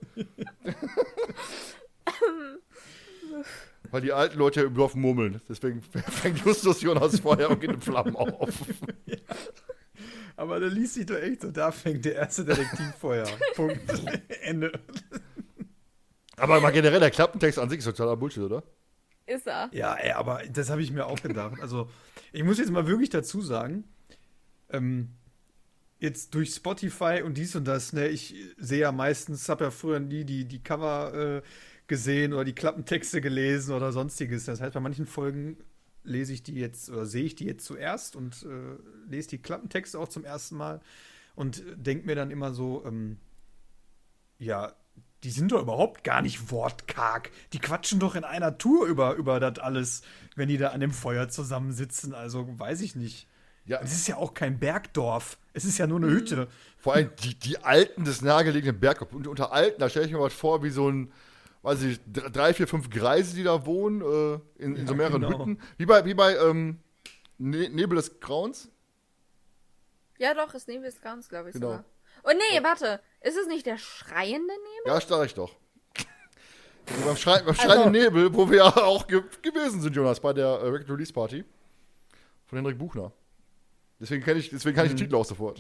Weil die alten Leute ja im Dorf murmeln. Deswegen fängt Justus Jonas Feuer und geht in Flammen auf. Ja. Aber da liest sich doch echt so, da fängt der erste Detektiv Feuer. Punkt. Ende. Aber mal generell, der Klappentext an sich ist totaler Bullshit, oder? Ist er. Ja, ey, aber das habe ich mir auch gedacht. Also, ich muss jetzt mal wirklich dazu sagen, ähm, jetzt durch Spotify und dies und das, ne, ich sehe ja meistens, habe ja früher nie die, die Cover äh, gesehen oder die Klappentexte gelesen oder sonstiges. Das heißt, bei manchen Folgen lese ich die jetzt oder sehe ich die jetzt zuerst und äh, lese die Klappentexte auch zum ersten Mal und denke mir dann immer so, ähm, Ja, die sind doch überhaupt gar nicht wortkarg. Die quatschen doch in einer Tour über, über das alles, wenn die da an dem Feuer zusammensitzen. Also, weiß ich nicht. Ja. Es ist ja auch kein Bergdorf. Es ist ja nur eine Hütte. Vor allem die, die Alten des nahegelegenen Bergkopf. Und unter Alten, da stelle ich mir was vor, wie so ein, weiß ich, drei, vier, fünf Greise, die da wohnen, äh, in, in Ja, so mehreren genau. Hütten. Wie bei, wie bei ähm, ne Nebel des Grauens. Ja, doch, ist Nebel des Grauens, glaube ich Genau. sogar. Oh nee, warte. Ist es nicht der schreiende Nebel? Ja, sag ich doch. Und beim, Schrei beim Also- schreienden Nebel, wo wir ja auch ge gewesen sind, Jonas, bei der äh, Record Release Party von Hendrik Buchner. Deswegen, kenn ich, deswegen kann ich den Titel auch sofort.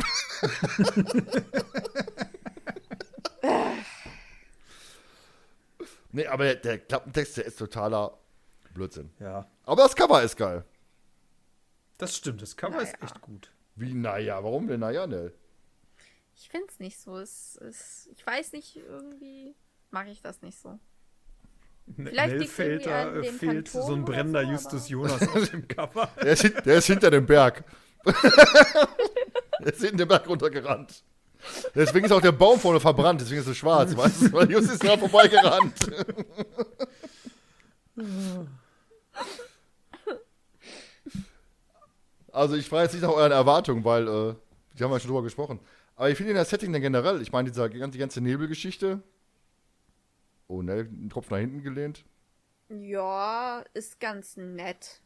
Nee, aber der, der Klappentext, der ist totaler Blödsinn. Ja, Aber das Cover ist geil. das stimmt. Das Cover ist Naja. echt gut. Wie, naja, warum denn? Naja, ne? Ich find's nicht so. Es, es, ich weiß nicht, irgendwie mache ich das nicht so. Vielleicht Nell liegt's fällt, irgendwie da, an äh, dem fehlt Phantom so ein oder brennender so, Justus aber- Jonas auf dem Cover. Der ist, hin- der ist hinter dem Berg. Der ist hinten den Berg runtergerannt. Deswegen ist auch der Baum vorne verbrannt, deswegen ist es schwarz, weißt du? Weil Justus ist da vorbeigerannt. Also ich war jetzt nicht nach euren Erwartungen, weil, äh, die haben wir schon drüber gesprochen. Aber ich finde in das Setting dann generell, ich meine, dieser, die ganze Nebelgeschichte. Oh, ne, ein Tropfen nach hinten gelehnt. Ja, ist ganz nett.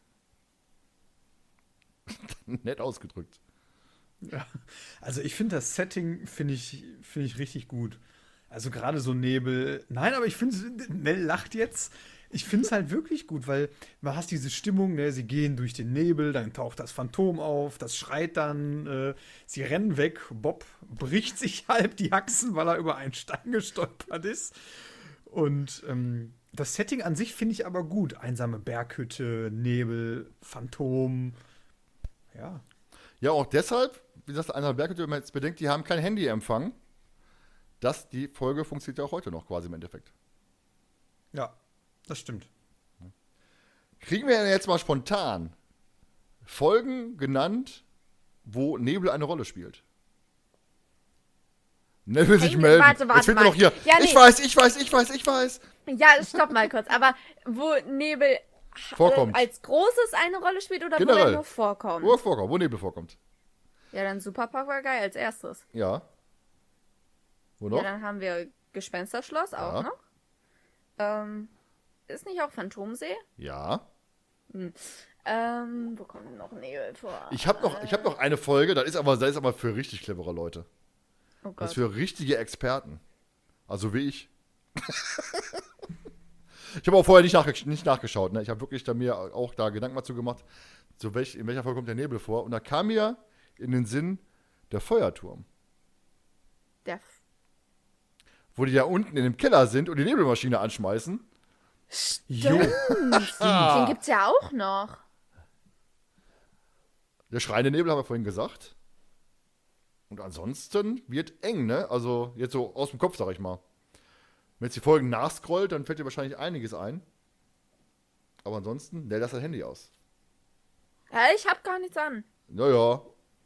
Nett ausgedrückt. Ja. Also ich finde das Setting finde ich, finde ich richtig gut. Also gerade so Nebel. Nein, aber ich finde, Nell lacht jetzt. Ich finde es halt wirklich gut, weil man hast diese Stimmung, ne, sie gehen durch den Nebel, dann taucht das Phantom auf, das schreit dann, äh, sie rennen weg, Bob bricht sich halb die Haxen, weil er über einen Stein gestolpert ist. Und ähm, das Setting an sich finde ich aber gut. Einsame Berghütte, Nebel, Phantom. Ja. Ja, auch deshalb, wie gesagt, einer Berghütte, wenn man jetzt bedenkt, die haben kein Handyempfang, dass die Folge funktioniert ja auch heute noch quasi im Endeffekt. Ja, das stimmt. Kriegen wir denn jetzt mal spontan Folgen genannt, wo Nebel eine Rolle spielt? Ne, will sich Hey, melden. warte, warte Jetzt sind wir mal. noch hier. Ja, Ich nee. weiß, ich weiß, ich weiß, ich weiß. Ja, stopp mal kurz. Aber wo Nebel äh, Vorkommt. als Großes eine Rolle spielt oder wo Generell. er nur vorkommt? Wo er vorkommt, wo Nebel vorkommt. Ja, dann Superpapagei als erstes. Ja. Wo Ja, noch? dann haben wir Gespensterschloss auch Ja. noch. Ähm, ist nicht auch Phantomsee? Ja. Ähm, wo kommt denn noch Nebel vor? Ich habe noch, ich hab noch eine Folge, das ist, aber, das ist aber für richtig clevere Leute. Oh Das ist Gott. für richtige Experten. Also wie ich. Ich habe auch vorher nicht, nachge nicht nachgeschaut. Ne? Ich habe wirklich da mir auch da Gedanken dazu gemacht, so welch, in welcher Folge kommt der Nebel vor. Und da kam mir in den Sinn der Feuerturm. Der F- Wo die ja unten in dem Keller sind und die Nebelmaschine anschmeißen. Jo. Den gibt's ja auch noch. Der schreiende Nebel haben wir vorhin gesagt. Und ansonsten wird eng, ne? Also jetzt so aus dem Kopf, sag ich mal. Wenn jetzt die Folgen nachscrollt, dann fällt dir wahrscheinlich einiges ein. Aber ansonsten, ne, lass das Handy aus. Ja, ich hab gar nichts an. Naja.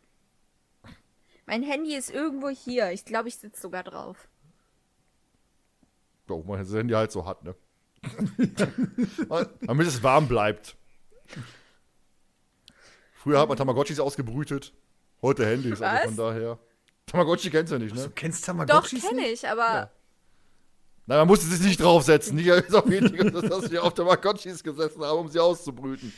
Mein Handy ist irgendwo hier. Ich glaube, ich sitze sogar drauf. Doch, man das Handy halt so hat, ne? Damit es warm bleibt. Früher hat man Tamagotchis ausgebrütet. Heute Handys, also Was? von daher. Tamagotchi kennst du ja nicht, Du ne? kennst Doch, Tamagotchis kenne nicht? ich, aber Ja. Nein, man musste sich nicht draufsetzen. Nicht ist auch weniger, dass wir auf Tamagotchis gesessen haben, um sie auszubrüten.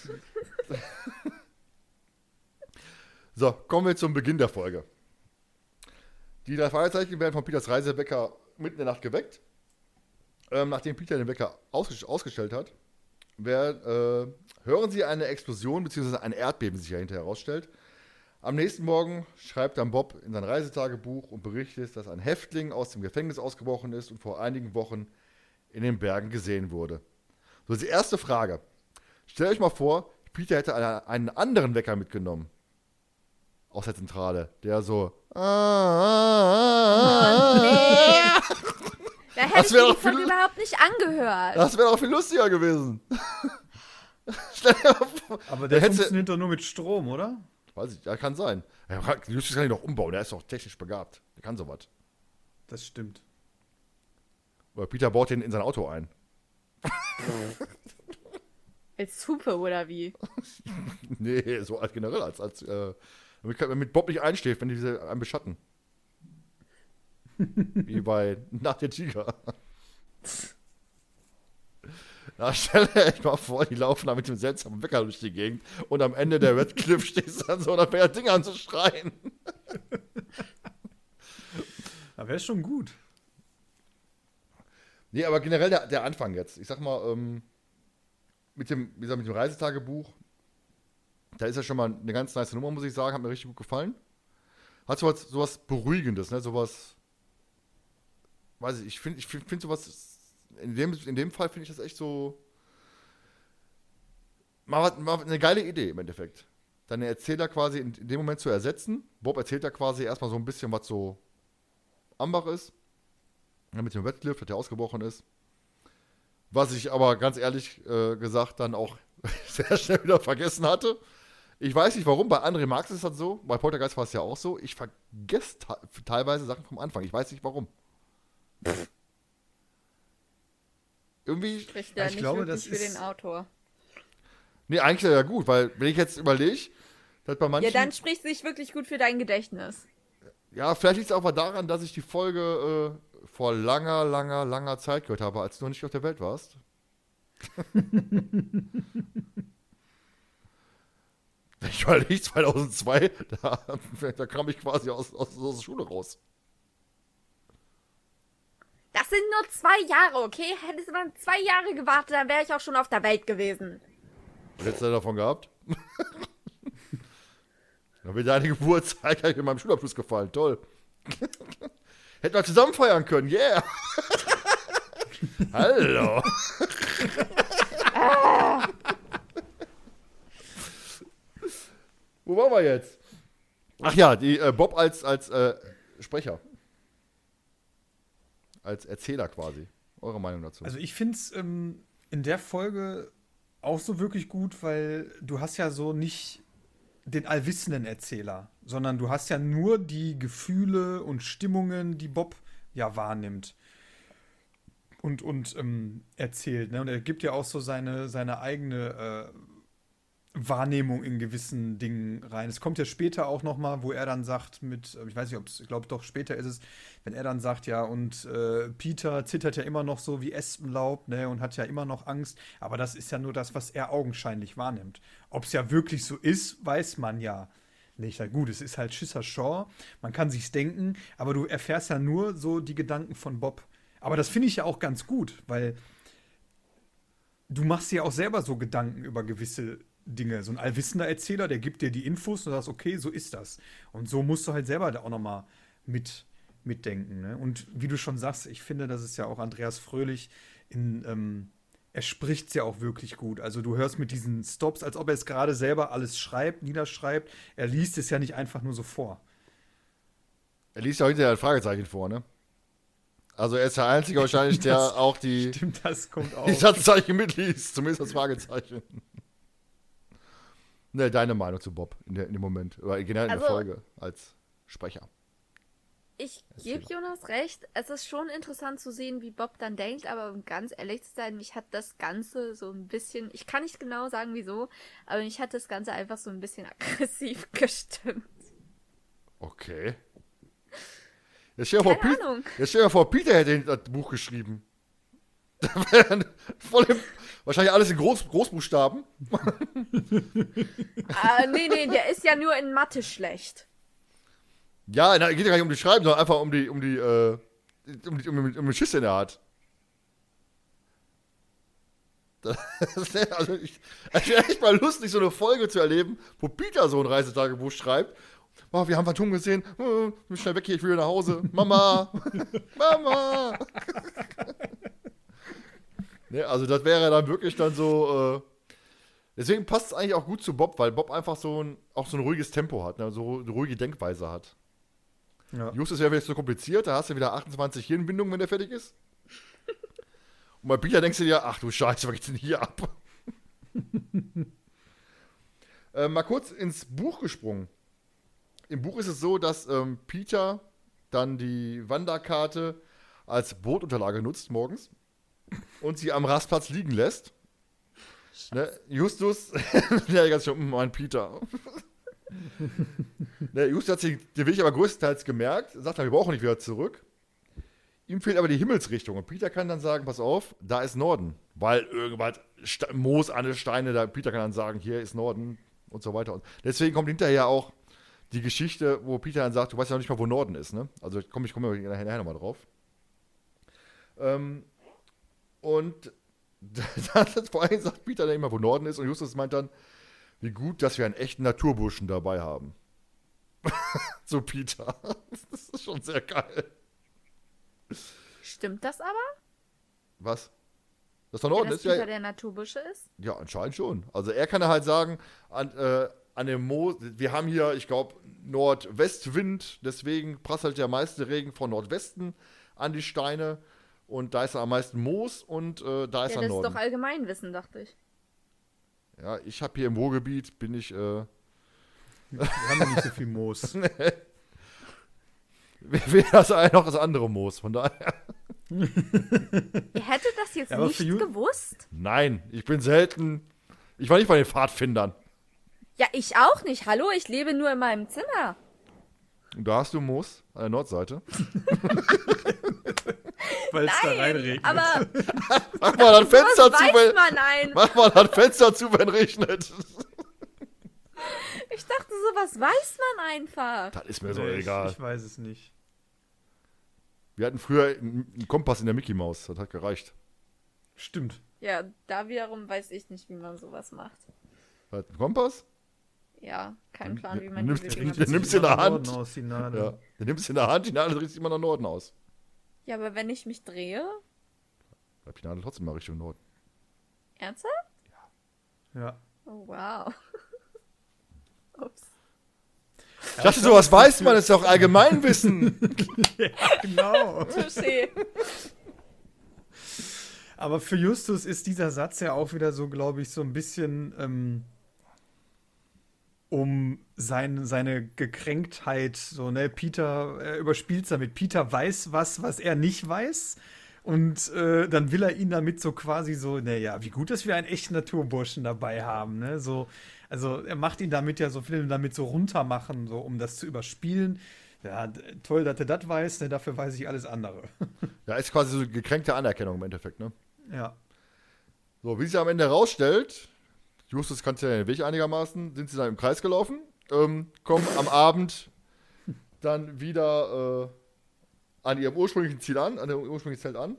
So, kommen wir zum Beginn der Folge. Die drei Fragezeichen werden von Peters Reisewecker mitten in der Nacht geweckt. Ähm, nachdem Peter den Wecker ausges ausgestellt hat, wer, äh, hören sie eine Explosion bzw. ein Erdbeben, sich ja hinterher herausstellt. Am nächsten Morgen schreibt dann Bob in sein Reisetagebuch und berichtet, dass ein Häftling aus dem Gefängnis ausgebrochen ist und vor einigen Wochen in den Bergen gesehen wurde. So, die erste Frage. Stellt euch mal vor, Peter hätte eine, einen anderen Wecker mitgenommen. Aus der Zentrale, der so. nee. Da hätte Das ich wär mir doch die Folge viel- überhaupt nicht angehört. Das wäre doch viel lustiger gewesen. Stell dir mal vor. Aber der hätte- funktioniert doch nur mit Strom, oder? Weiß ich, ja, kann sein. Ja, Justus kann ihn doch umbauen, der ist doch technisch begabt. Der kann sowas. das stimmt. Weil Peter baut den in sein Auto ein. Als Hupe oder wie? Nee, so als generell, als, als äh, damit, damit Bob nicht einschläft, wenn die diese einen beschatten. Wie bei Nacht der Tiger. Da stell dir echt mal vor, die laufen da mit dem seltsamen Wecker durch die Gegend und am Ende der Red Cliff stehst du dann so und dann fängt das Ding an zu schreien. Da wäre schon gut. Nee, aber generell der, der Anfang jetzt. Ich sag mal, ähm, mit dem, wie gesagt, mit dem Reisetagebuch, da ist ja schon mal eine ganz nice Nummer, muss ich sagen. Hat mir richtig gut gefallen. Hat sowas, sowas Beruhigendes, ne? Sowas, weiß ich, ich finde ich find, find sowas, in dem, in dem Fall finde ich das echt so, mal, mal eine geile Idee im Endeffekt. Deine Erzähler quasi in, in dem Moment zu ersetzen. Bob erzählt da quasi erstmal so ein bisschen, was so Ambach ist. Ja, mit dem Red Cliff, dass der ausgebrochen ist. Was ich aber ganz ehrlich äh, gesagt dann auch sehr schnell wieder vergessen hatte. Ich weiß nicht warum, bei André Marx ist das so, bei Poltergeist war es ja auch so. Ich vergesse ta- teilweise Sachen vom Anfang. Ich weiß nicht warum. Irgendwie. Spricht ja ich nicht glaube, wirklich das für ist- den Autor. Nee, eigentlich ja gut, weil wenn ich jetzt überlege, dass bei manchen. Ja, dann spricht sich wirklich gut für dein Gedächtnis. Ja, vielleicht liegt es auch mal daran, dass ich die Folge äh, vor langer, langer, langer Zeit gehört habe, als du noch nicht auf der Welt warst. Ich war nicht zweitausendzwei, da, da kam ich quasi aus, aus, aus der Schule raus. Das sind nur zwei Jahre, okay? Hättest du mal zwei Jahre gewartet, dann wäre ich auch schon auf der Welt gewesen. Was hättest du davon gehabt? Dann wird deine Geburtstag in meinem Schulabschluss gefallen. Toll. Hätten wir zusammen feiern können. Yeah. Hallo. Wo waren wir jetzt? Ach ja, die äh, Bob als, als äh, Sprecher. Als Erzähler quasi. Eure Meinung dazu? Also ich finde es ähm, in der Folge auch so wirklich gut, weil du hast ja so nicht den allwissenden Erzähler, sondern du hast ja nur die Gefühle und Stimmungen, die Bob ja wahrnimmt und, und ähm, erzählt. Ne? Und er gibt ja auch so seine, seine eigene äh, Wahrnehmung in gewissen Dingen rein. Es kommt ja später auch noch mal, wo er dann sagt mit, ich weiß nicht, ob es, ich glaube doch später ist es, wenn er dann sagt, ja, und äh, Peter zittert ja immer noch so wie Espenlaub, ne, und hat ja immer noch Angst, aber das ist ja nur das, was er augenscheinlich wahrnimmt. Ob es ja wirklich so ist, weiß man ja nicht. Na gut, es ist halt Schisser Shaw, man kann sich's denken, aber du erfährst ja nur so die Gedanken von Bob. Aber das finde ich ja auch ganz gut, weil du machst dir auch selber so Gedanken über gewisse Dinge. So ein allwissender Erzähler, der gibt dir die Infos und du sagst, okay, so ist das. Und so musst du halt selber da auch nochmal mit, mitdenken. Ne? Und wie du schon sagst, ich finde, das ist ja auch Andreas Fröhlich in, ähm, er spricht es ja auch wirklich gut. Also du hörst mit diesen Stops, als ob er es gerade selber alles schreibt, niederschreibt. Er liest es ja nicht einfach nur so vor. Er liest ja hinterher ein Fragezeichen vor, ne? Also er ist der Einzige wahrscheinlich, der Das auch die, Stimmt, das kommt auch. die Satzzeichen mitliest. Zumindest das Fragezeichen. Ne, deine Meinung zu Bob in, der, in dem Moment. Oder generell in Also- der Folge als Sprecher. Ich gebe Jonas recht, es ist schon interessant zu sehen, wie Bob dann denkt, aber um ganz ehrlich zu sein, mich hat das Ganze so ein bisschen, ich kann nicht genau sagen wieso, aber mich hat das Ganze einfach so ein bisschen aggressiv gestimmt. Okay. Jetzt stell dir vor, Keine Pete, Ahnung. jetzt stell dir vor, Peter hätte das Buch geschrieben. Da wäre voll im, wahrscheinlich alles in Groß, Großbuchstaben. Ah, nee, nee, der ist ja nur in Mathe schlecht. Ja, na, geht ja gar nicht um die Schreiben, sondern einfach um die, um die, äh, um die, um, die- um den Schiss, den er hat. Das wär, also ich, es wäre echt mal lustig, so eine Folge zu erleben, wo Peter so ein Reisetagebuch schreibt. Oh, wir haben Phantom gesehen. Oh, schnell weg hier, ich will nach Hause. Mama! Mama! Ne, also das wäre dann wirklich dann so, äh, deswegen passt es eigentlich auch gut zu Bob, weil Bob einfach so ein, auch so ein ruhiges Tempo hat, ne, so eine ruhige Denkweise hat. Ja. Justus wäre vielleicht so kompliziert, da hast du wieder achtundzwanzig Hirnbindungen, wenn der fertig ist. Und bei Peter denkst du dir, ach du Scheiße, was geht denn hier ab? äh, mal kurz ins Buch gesprungen. Im Buch ist es so, dass ähm, Peter dann die Wanderkarte als Bootunterlage nutzt morgens und sie am Rastplatz liegen lässt. Ne, Justus, ja, ganz schön, mein Peter. ne, Justus hat sich den Weg aber größtenteils gemerkt, sagt dann, wir brauchen nicht wieder zurück. Ihm fehlt aber die Himmelsrichtung und Peter kann dann sagen, pass auf, da ist Norden. Weil irgendwas, St- Moos an den Steine, da Peter kann dann sagen, hier ist Norden und so weiter. Und deswegen kommt hinterher auch die Geschichte, wo Peter dann sagt, du weißt ja noch nicht mal, wo Norden ist, ne? Also komm, ich komme nachher nochmal drauf. Ähm, und dann vor allem sagt Peter dann immer, wo Norden ist und Justus meint dann, wie gut, dass wir einen echten Naturburschen dabei haben. so Peter. Das ist schon sehr geil. Stimmt das aber? Was? Dass da Ja, Norden dass ist? Peter Ja, der Naturbursche ist? ja, anscheinend schon. Also er kann halt sagen, an, äh, an dem Moos, wir haben hier, ich glaube, Nordwestwind, deswegen prasselt der meiste Regen von Nordwesten an die Steine und da ist am meisten Moos und äh, da ist Ja, am das ist Norden. doch Allgemeinwissen, dachte ich. Ja, ich habe hier im Ruhrgebiet, bin ich, äh, Wir haben ja nicht so viel Moos. weder das eine noch das andere Moos, von daher. Ihr hättet das jetzt Ja, aber nicht für Ju- gewusst? Nein, ich bin selten, ich war nicht bei den Pfadfindern. Ja, ich auch nicht. Hallo, ich lebe nur in meinem Zimmer. Und da hast du Moos an der Nordseite. Weil es da reinregnet. Aber Mach mal das Fenster was zu, weiß wenn, man ein. mach mal das Fenster zu, wenn regnet. Ich dachte, sowas weiß man einfach. Das ist mir so Nee, ich, egal. ich weiß es nicht. Wir hatten früher einen Kompass in der Mickey Maus, das hat gereicht. Stimmt. Ja, da wiederum weiß ich nicht, wie man sowas macht. Was, ein Kompass? Ja, kein Plan, wie Du man nimmst- diese du Dinger nimmst- nimmst in der Hand. Aus, die Nadel. Ja. Du nimmst in der Hand, die Nadel richtet immer nach Norden aus. Ja, aber wenn ich mich drehe? Bleibt die Nadel trotzdem mal Richtung Norden. Ernsthaft? Ja. Oh, wow. Ups. Ich dachte, sowas weiß man, das ist doch Allgemeinwissen. Genau. Touché. Aber für Justus ist dieser Satz ja auch wieder so, glaube ich, so ein bisschen ähm, um sein, seine Gekränktheit, so, ne, Peter, er überspielt damit. Peter weiß was, was er nicht weiß. Und äh, dann will er ihn damit so quasi so, naja, wie gut, dass wir einen echten Naturburschen dabei haben, ne, so. Also er macht ihn damit ja so, will ihn damit so runter machen, so, um das zu überspielen. Ja, d- toll, dass er das weiß, ne, dafür weiß ich alles andere. Ja, ist quasi so gekränkte Anerkennung im Endeffekt, ne? Ja. So, wie sich am Ende herausstellt, Justus kannte ja den Weg einigermaßen, sind sie dann im Kreis gelaufen, ähm, kommen am Abend dann wieder äh, an ihrem ursprünglichen Ziel an, an ihrem ursprünglichen Zelt an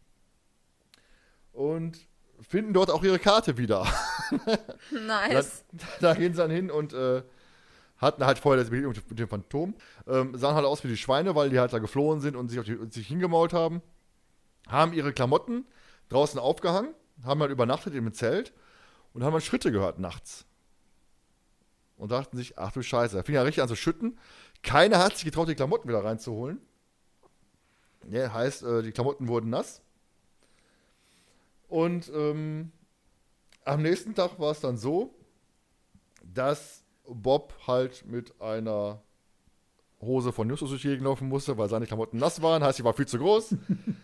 und finden dort auch ihre Karte wieder. Nice. Da, da gehen sie dann hin und äh, hatten halt vorher das Begegnung mit dem Phantom. Ähm, sahen halt aus wie die Schweine, weil die halt da geflohen sind und sich, auf die, und sich hingemault haben. Haben ihre Klamotten draußen aufgehangen, haben halt übernachtet im Zelt und haben dann Schritte gehört nachts. Und dachten sich, ach du Scheiße, da fing ja richtig an zu schütten. Keiner hat sich getraut, die Klamotten wieder reinzuholen. Ja, heißt, äh, die Klamotten wurden nass. Und ähm, am nächsten Tag war es dann so, dass Bob halt mit einer Hose von Justus durch die Gegend laufen musste, weil seine Klamotten nass waren, heißt, sie war viel zu groß.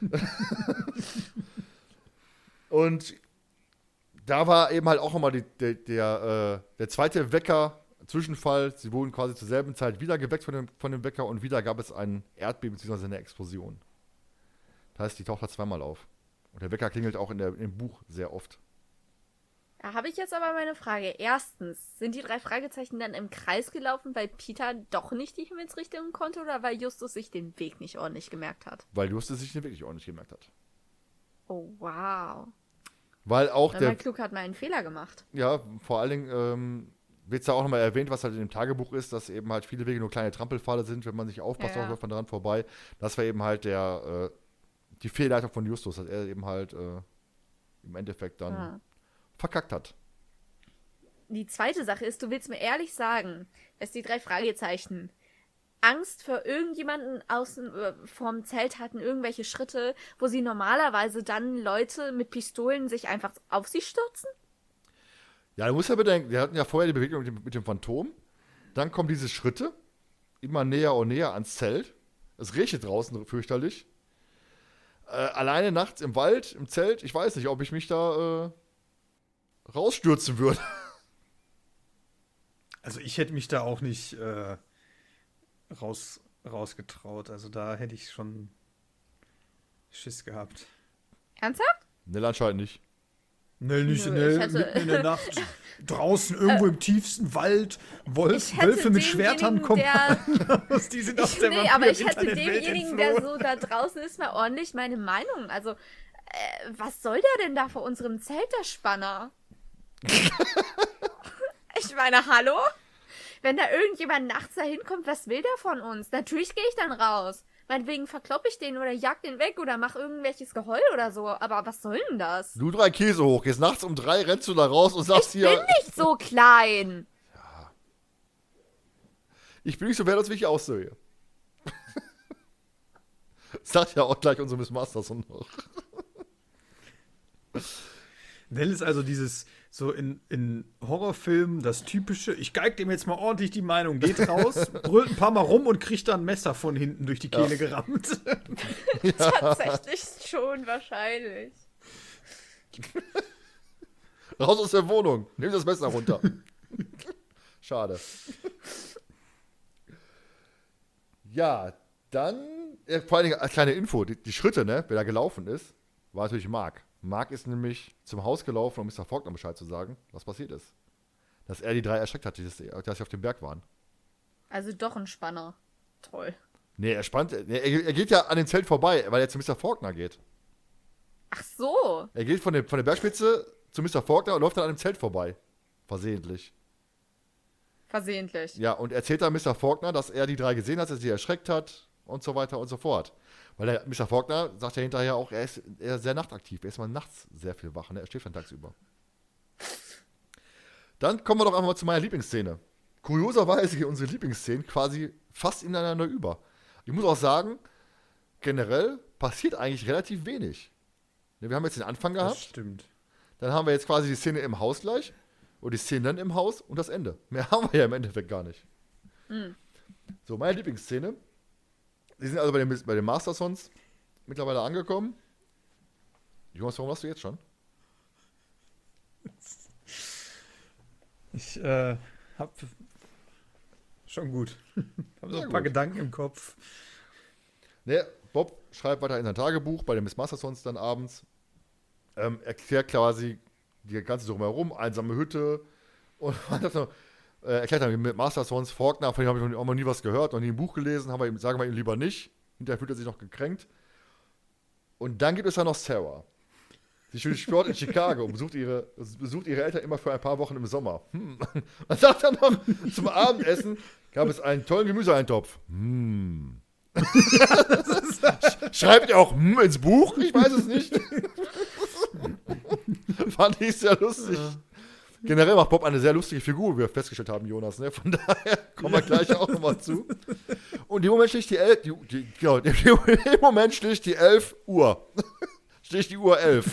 Und da war eben halt auch nochmal die, der, der, äh, der zweite Wecker, Zwischenfall. Sie wurden quasi zur selben Zeit wieder geweckt von dem, von dem Wecker und wieder gab es ein Erdbeben bzw. eine Explosion. Das heißt, die taucht halt zweimal auf. Und der Wecker klingelt auch in der, im Buch sehr oft. Da habe ich jetzt aber meine Frage. Erstens, sind die drei Fragezeichen dann im Kreis gelaufen, weil Peter doch nicht die Himmelsrichtung konnte oder weil Justus sich den Weg nicht ordentlich gemerkt hat? Weil Justus sich den wirklich ordentlich gemerkt hat. Oh, wow. Weil auch Weil der, mal klug hat mal einen Fehler gemacht. ja, vor allen Dingen ähm, wird es ja auch nochmal erwähnt, was halt in dem Tagebuch ist, dass eben halt viele Wege nur kleine Trampelpfade sind, wenn man sich aufpasst, Ja, ja. läuft man daran vorbei. Das war eben halt der, äh, die Fehlleitung von Justus, dass er eben halt äh, im Endeffekt dann Ah. verkackt hat. Die zweite Sache ist, du willst mir ehrlich sagen, dass die drei Fragezeichen Angst vor irgendjemanden außen äh, vorm Zelt hatten, irgendwelche Schritte, wo sie normalerweise dann Leute mit Pistolen sich einfach auf sie stürzen? Ja, du musst ja bedenken, wir hatten ja vorher die Begegnung mit dem, mit dem Phantom, dann kommen diese Schritte, immer näher und näher ans Zelt, Es regnet draußen fürchterlich. Äh, alleine nachts im Wald, im Zelt, ich weiß nicht, ob ich mich da äh, rausstürzen würde. Also ich hätte mich da auch nicht äh, raus, rausgetraut. Also da hätte ich schon Schiss gehabt. Ernsthaft? Ne, anscheinend nicht. Ne, nicht Nö, ne, ich hätte- mitten in der Nacht. Draußen irgendwo im tiefsten Wald. Wolf, Ich hätte Wölfe mit Schwertern kommen. der, raus. Die sind aus der nee, aber ich hätte Vampir-Internetwelt demjenigen, der entflohen. so da draußen ist, mal ordentlich meine Meinung. Also, äh, was soll der denn da vor unserem Zelt, der Spanner? Ich meine, hallo? Wenn da irgendjemand nachts da hinkommt, was will der von uns? Natürlich gehe ich dann raus. Meinetwegen verkloppe ich den oder jag den weg oder mach irgendwelches Geheul oder so. Aber was soll denn das? Du drei Käse hoch, gehst nachts um drei, rennst du da raus und sagst Ich hier, bin nicht so klein. ich bin nicht so wertlos, wie ich aussehe. Sagt ja auch gleich unsere Miss Masterson noch. Nell ist also dieses, so in, in Horrorfilmen, das typische, ich geig dem jetzt mal ordentlich die Meinung, geht raus, brüllt ein paar Mal rum und kriegt dann ein Messer von hinten durch die Kehle Ja. gerammt. Tatsächlich schon, wahrscheinlich. Raus aus der Wohnung, nimm das Messer runter. Schade. Ja, dann, ja, vor allen Dingen als kleine Info, die, die Schritte, ne, wer da gelaufen ist, war natürlich Mark. Mark ist nämlich zum Haus gelaufen, um Mister Faulkner Bescheid zu sagen, was passiert ist. Dass er die drei erschreckt hat, die, dass sie auf dem Berg waren. Also doch ein Spanner. Toll. Nee, er spannt, nee, er, er geht ja an dem Zelt vorbei, weil er zu Mister Faulkner geht. Ach so. Er geht von, dem, von der Bergspitze zu Mister Faulkner und läuft dann an dem Zelt vorbei. Versehentlich. Versehentlich. Ja, und erzählt dann Mister Faulkner, dass er die drei gesehen hat, dass er sie erschreckt hat und so weiter und so fort. Weil der Mister Faulkner sagt ja hinterher auch, er ist, er ist sehr nachtaktiv. Er ist mal nachts sehr viel wach, ne? Er schläft dann tagsüber. Dann kommen wir doch einfach mal zu meiner Lieblingsszene. Kurioserweise gehen unsere Lieblingsszenen quasi fast ineinander über. Ich muss auch sagen, generell passiert eigentlich relativ wenig. Ne, wir haben jetzt den Anfang Das gehabt, stimmt. dann haben wir jetzt quasi die Szene im Haus gleich und die Szene dann im Haus und das Ende. Mehr haben wir ja im Endeffekt gar nicht. Mhm. So, meine Lieblingsszene. Die sind also bei den, bei den Mastersons mittlerweile angekommen. Jonas, warum hast du jetzt schon? Ich äh, hab schon gut. hab so Sehr ein paar gut. Gedanken im Kopf. Ne, Bob schreibt weiter in sein Tagebuch bei den Miss Mastersons dann abends. Ähm, erklärt quasi die ganze drumherum, einsame Hütte und äh, erklärt dann mit Mastersons, Faulkner, von dem habe ich noch, noch nie was gehört, noch nie ein Buch gelesen, haben wir ihm, sagen wir ihm lieber nicht. Hinterher fühlt er sich noch gekränkt. Und dann gibt es ja noch Sarah. Sie studiert Sport in Chicago und besucht ihre, besucht ihre Eltern immer für ein paar Wochen im Sommer. Hm. Dann sagt er noch, zum Abendessen gab es einen tollen Gemüseeintopf. Hm. Schreibt ihr auch hm ins Buch? Ich weiß es nicht. Fand ich sehr lustig. Generell macht Bob eine sehr lustige Figur, wie wir festgestellt haben, Jonas. Ne? Von daher kommen wir gleich auch nochmal zu. Und im Moment schlicht die elf, die, die, genau, im Moment schlicht die elf Uhr. Schlicht die Uhr elf.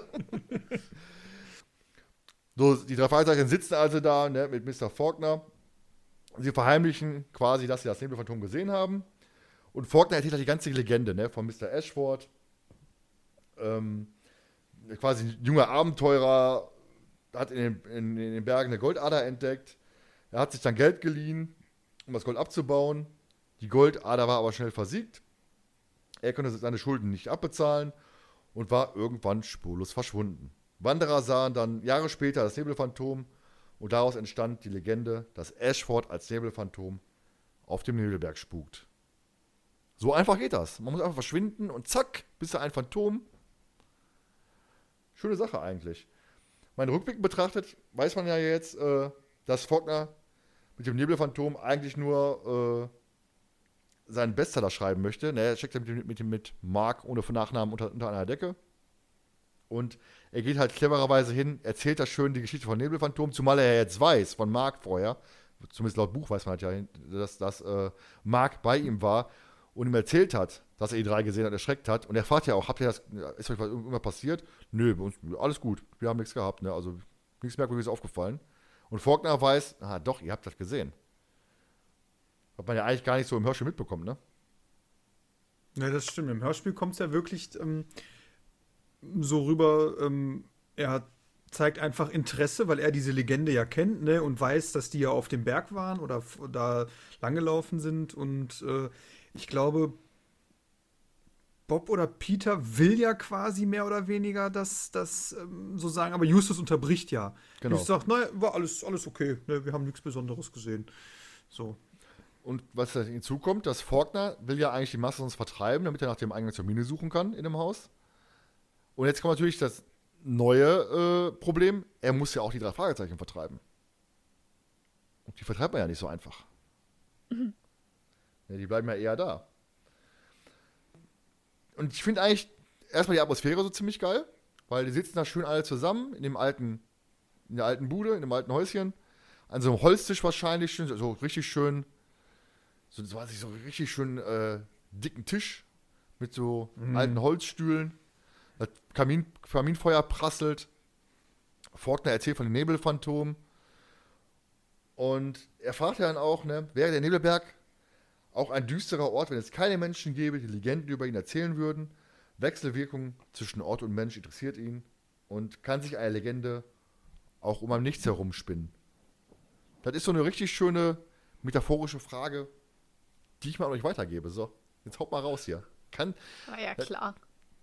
So, die drei Fragezeichen sitzen also da, ne, mit Mister Faulkner. Sie verheimlichen quasi, dass sie das Nebelphantom gesehen haben. Und Faulkner erzählt halt die ganze Legende, ne, von Mister Ashford. Ähm, quasi ein junger Abenteurer, hat in den, in, in den Bergen eine Goldader entdeckt. Er hat sich dann Geld geliehen, um das Gold abzubauen. Die Goldader war aber schnell versiegt. Er konnte seine Schulden nicht abbezahlen und war irgendwann spurlos verschwunden. Wanderer sahen dann Jahre später das Nebelphantom und daraus entstand die Legende, dass Ashford als Nebelphantom auf dem Nebelberg spukt. So einfach geht das. Man muss einfach verschwinden und zack, bist du ein Phantom. Schöne Sache eigentlich. Mein Rückblick betrachtet, weiß man ja jetzt, äh, dass Faulkner mit dem Nebelphantom eigentlich nur äh, seinen Bestseller schreiben möchte. Ne, er steckt ja mit, dem- mit, dem- mit Mark ohne Nachnamen unter, unter einer Decke. Und er geht halt clevererweise hin, erzählt das schön die Geschichte von Nebelphantom, zumal er ja jetzt weiß, von Mark vorher, zumindest laut Buch weiß man halt ja, dass, dass äh, Mark bei ihm war und ihm erzählt hat, dass er die drei gesehen hat, erschreckt hat. Und er fragt ja auch, habt ihr das, ist euch was irgendwas passiert? Nö, bei uns, alles gut, wir haben nichts gehabt, ne? Also nichts Merkwürdiges aufgefallen. Und Faulkner weiß, ah doch, ihr habt das gesehen. Hat man ja eigentlich gar nicht so im Hörspiel mitbekommen, ne? Ja, das stimmt. Im Hörspiel kommt es ja wirklich ähm, so rüber, ähm, er hat, zeigt einfach Interesse, weil er diese Legende ja kennt, ne, und weiß, dass die ja auf dem Berg waren oder f- da langgelaufen sind. Und äh, ich glaube, Bob oder Peter will ja quasi mehr oder weniger das, das ähm, so sagen, aber Justus unterbricht ja. Genau. Justus sagt, naja, war alles, alles okay, ne, wir haben nichts Besonderes gesehen. So. Und was da hinzukommt, dass Faulkner will ja eigentlich die Masse sonst vertreiben, damit er nach dem Eingang zur Mine suchen kann in dem Haus. Und jetzt kommt natürlich das neue äh, Problem, er muss ja auch die drei Fragezeichen vertreiben. Und die vertreibt man ja nicht so einfach. Mhm. Ja, die bleiben ja eher da. Und ich finde eigentlich erstmal die Atmosphäre so ziemlich geil, weil die sitzen da schön alle zusammen in dem alten, in der alten Bude, in dem alten Häuschen, an so einem Holztisch wahrscheinlich, schön, so richtig schön, so, so, weiß ich, so richtig schön äh, dicken Tisch mit so Mhm. alten Holzstühlen. Das Kamin, Kaminfeuer prasselt. Faulkner erzählt von den Nebelphantomen. Und er fragt ja dann auch, ne, wäre der Nebelberg auch ein düsterer Ort, wenn es keine Menschen gäbe, die Legenden über ihn erzählen würden? Wechselwirkung zwischen Ort und Mensch interessiert ihn. Und kann sich eine Legende auch um ein Nichts herumspinnen? Das ist so eine richtig schöne metaphorische Frage, die ich mal an euch weitergebe. So, jetzt haut mal raus hier. Kann, War ja klar.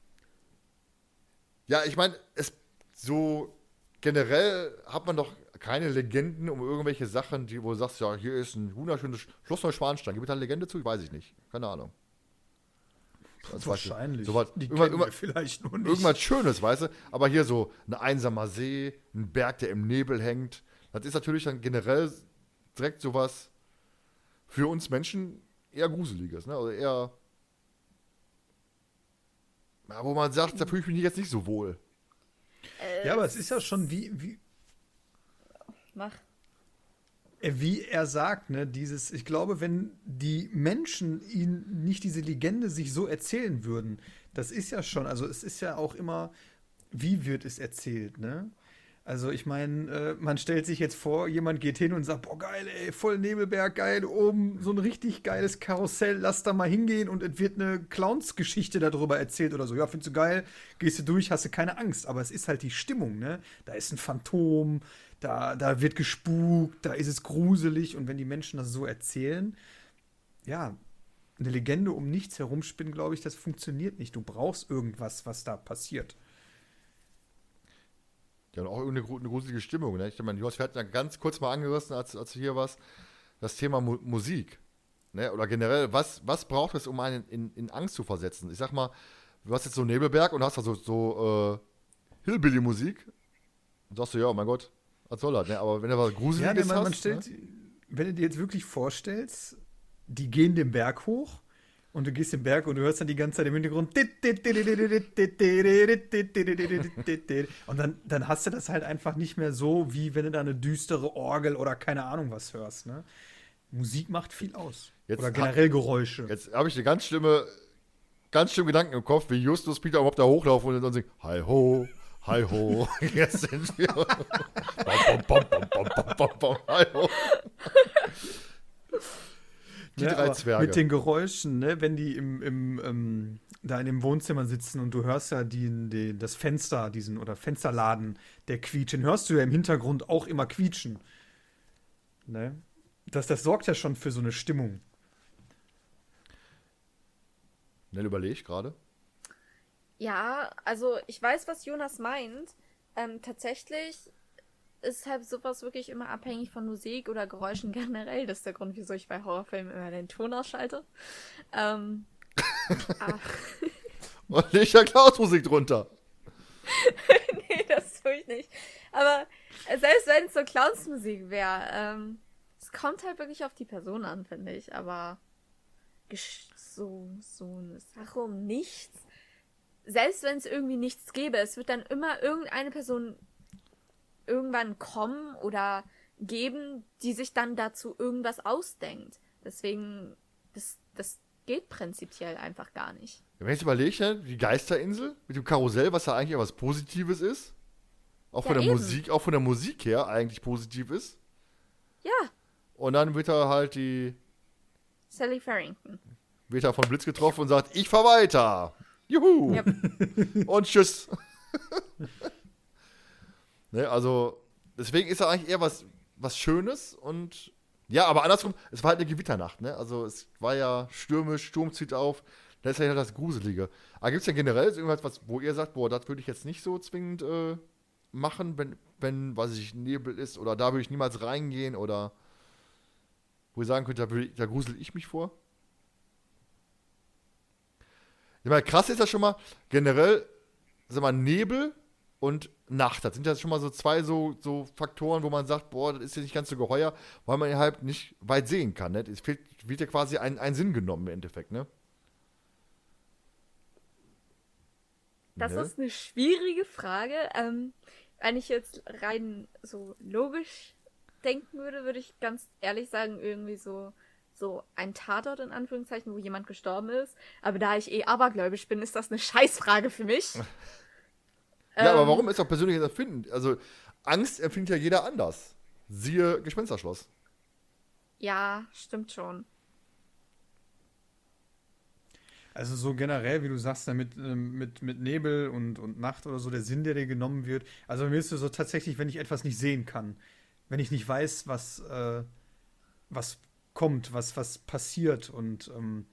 ja, ich meine, es so generell hat man doch keine Legenden um irgendwelche Sachen, die wo du sagst, ja, hier ist ein wunderschönes Schloss Neuschwanstein. Gibt es da eine Legende zu? Ich weiß ich nicht. Keine Ahnung. Das Wahrscheinlich. So was, die irgendwas, kennen wir vielleicht nur nicht. irgendwas Schönes, weißt du? Aber hier so ein einsamer See, ein Berg, der im Nebel hängt. Das ist natürlich dann generell direkt sowas für uns Menschen eher Gruseliges, ne? Also eher, ja, wo man sagt, da fühle ich mich jetzt nicht so wohl. Ja, aber es ist ja schon wie, wie, Mach. äh, wie er sagt, ne, dieses, ich glaube, wenn die Menschen ihn nicht diese Legende sich so erzählen würden, das ist ja schon, also es ist ja auch immer, wie wird es erzählt, ne? Also ich meine, äh, man stellt sich jetzt vor, jemand geht hin und sagt, boah geil, ey, voll Nebelberg, geil, oben so ein richtig geiles Karussell, lass da mal hingehen und es wird eine Clowns-Geschichte darüber erzählt oder so. Ja, findest du geil, gehst du durch, hast du keine Angst. Aber es ist halt die Stimmung, ne? Da ist ein Phantom, da, da wird gespukt, da ist es gruselig. Und wenn die Menschen das so erzählen, ja, eine Legende um nichts herumspinnen, glaube ich, das funktioniert nicht. Du brauchst irgendwas, was da passiert. Ja, und auch eine, gru- eine gruselige Stimmung. Ne? Ich meine, du hast ja ganz kurz mal angerissen, als, als du hier warst, das Thema Mu- Musik. Ne? Oder generell, was, was braucht es, um einen in, in Angst zu versetzen? Ich sag mal, du hast jetzt so Nebelberg und hast da so, so äh, Hillbilly-Musik. Und sagst du, ja, mein Gott, was soll das? Ne? Aber wenn du was Ja, Gruseliges denn man, hast, man stellt, ne? wenn du dir jetzt wirklich vorstellst, die gehen den Berg hoch und du gehst den Berg und du hörst dann die ganze Zeit im Hintergrund und dann, dann hast du das halt einfach nicht mehr so, wie wenn du da eine düstere Orgel oder keine Ahnung was hörst. Ne? Musik macht viel aus. Jetzt oder ha- generell Geräusche. Jetzt habe ich eine ganz schlimme, ganz schlimme Gedanken im Kopf, wie Justus Peter überhaupt da hochlaufen und dann singen, hi ho, hi ho, jetzt sind wir. bom, bom, bom, bom, bom, bom, bom, hi ho. Die Ne, drei aber Zwerge. mit den Geräuschen, ne, wenn die im, im ähm, da in dem Wohnzimmer sitzen und du hörst ja die, die, das Fenster, diesen oder Fensterladen, der quietschen, hörst du ja im Hintergrund auch immer quietschen. Ne? Das, das sorgt ja schon für so eine Stimmung. Schnell überlegt gerade. Ja, also ich weiß, was Jonas meint. Ähm, tatsächlich ist halt sowas wirklich immer abhängig von Musik oder Geräuschen generell. Das ist der Grund, wieso ich bei Horrorfilmen immer den Ton ausschalte. Ähm, ah, Und leg da Klaus-Musik drunter. nee, das tue ich nicht. Aber äh, selbst wenn es so Clowns-Musik wäre, ähm, es kommt halt wirklich auf die Person an, finde ich. Aber gesch- so, so eine Sache um nichts. Selbst wenn es irgendwie nichts gäbe, es wird dann immer irgendeine Person irgendwann kommen oder geben, die sich dann dazu irgendwas ausdenkt. Deswegen, das, das geht prinzipiell einfach gar nicht. Wenn ich jetzt überlege, ne, die Geisterinsel mit dem Karussell, was ja eigentlich etwas Positives ist, auch Ja, von der eben. Musik, auch von der Musik her eigentlich positiv ist. Ja, Und dann wird da halt die, Sally Farrington. wird er von Blitz getroffen und sagt, ich fahr weiter. Juhu. Ja. Und tschüss. Ne, also, deswegen ist er eigentlich eher was, was Schönes und ja, aber andersrum, es war halt eine Gewitternacht, ne? Also es war ja stürmisch, Sturm zieht auf, das ist ja halt das Gruselige. Aber gibt es ja generell irgendwas, was, wo ihr sagt, boah, das würde ich jetzt nicht so zwingend äh, machen, wenn, wenn, weiß ich, Nebel ist oder da würde ich niemals reingehen oder wo ihr sagen könnt, da, würde ich, da grusel ich mich vor? Ich meine, krass ist ja schon mal, generell, sag mal, Nebel und Nacht. Das sind ja schon mal so zwei so, so Faktoren, wo man sagt, boah, das ist ja nicht ganz so geheuer, weil man ja halt nicht weit sehen kann. Ne? Es fehlt, wird ja quasi ein, ein Sinn genommen im Endeffekt, ne? Das Ne? ist eine schwierige Frage. Ähm, wenn ich jetzt rein so logisch denken würde, würde ich ganz ehrlich sagen, irgendwie so, so ein Tatort in Anführungszeichen, wo jemand gestorben ist. Aber da ich eh abergläubisch bin, ist das eine Scheißfrage für mich. Ja, aber Ähm, warum ist auch persönliches Empfinden? Also, Angst empfindet ja jeder anders. Siehe Gespensterschloss. Ja, stimmt schon. Also so generell, wie du sagst, damit, ähm, mit, mit Nebel und, und Nacht oder so, der Sinn, der dir genommen wird. Also mir ist es so tatsächlich, wenn ich etwas nicht sehen kann, wenn ich nicht weiß, was, äh, was kommt, was, was passiert und ähm,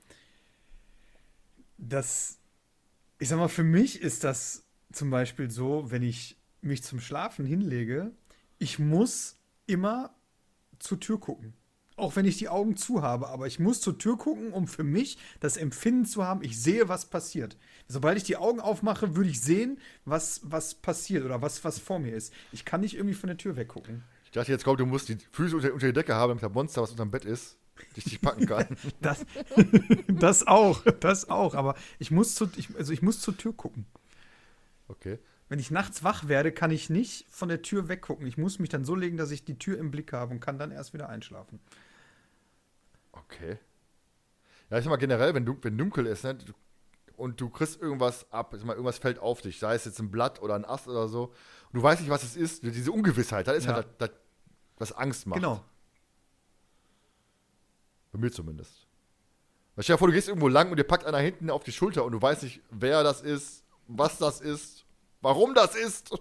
das, ich sag mal, für mich ist das zum Beispiel so, wenn ich mich zum Schlafen hinlege, ich muss immer zur Tür gucken. Auch wenn ich die Augen zu habe, aber ich muss zur Tür gucken, um für mich das Empfinden zu haben, ich sehe, was passiert. Sobald ich die Augen aufmache, würde ich sehen, was, was passiert oder was, was vor mir ist. Ich kann nicht irgendwie von der Tür weggucken. Ich dachte jetzt, komm, du musst die Füße unter, unter die Decke haben, damit der Monster, was unterm Bett ist, dich nicht packen kann. Das, das auch, das auch. Aber ich muss, zu, ich, also ich muss zur Tür gucken. Okay. Wenn ich nachts wach werde, kann ich nicht von der Tür weggucken. Ich muss mich dann so legen, dass ich die Tür im Blick habe und kann dann erst wieder einschlafen. Okay. Ja, ich sag mal generell, wenn, du, wenn dunkel ist, ne, du, und du kriegst irgendwas ab, ich sag mal, irgendwas fällt auf dich, sei es jetzt ein Blatt oder ein Ast oder so, und du weißt nicht, was es ist, diese Ungewissheit, das ist Ja. halt das, das, was Angst macht. Genau. Bei mir zumindest. Weil stell dir vor, du gehst irgendwo lang und dir packt einer hinten auf die Schulter und du weißt nicht, wer das ist, was das ist, warum das ist.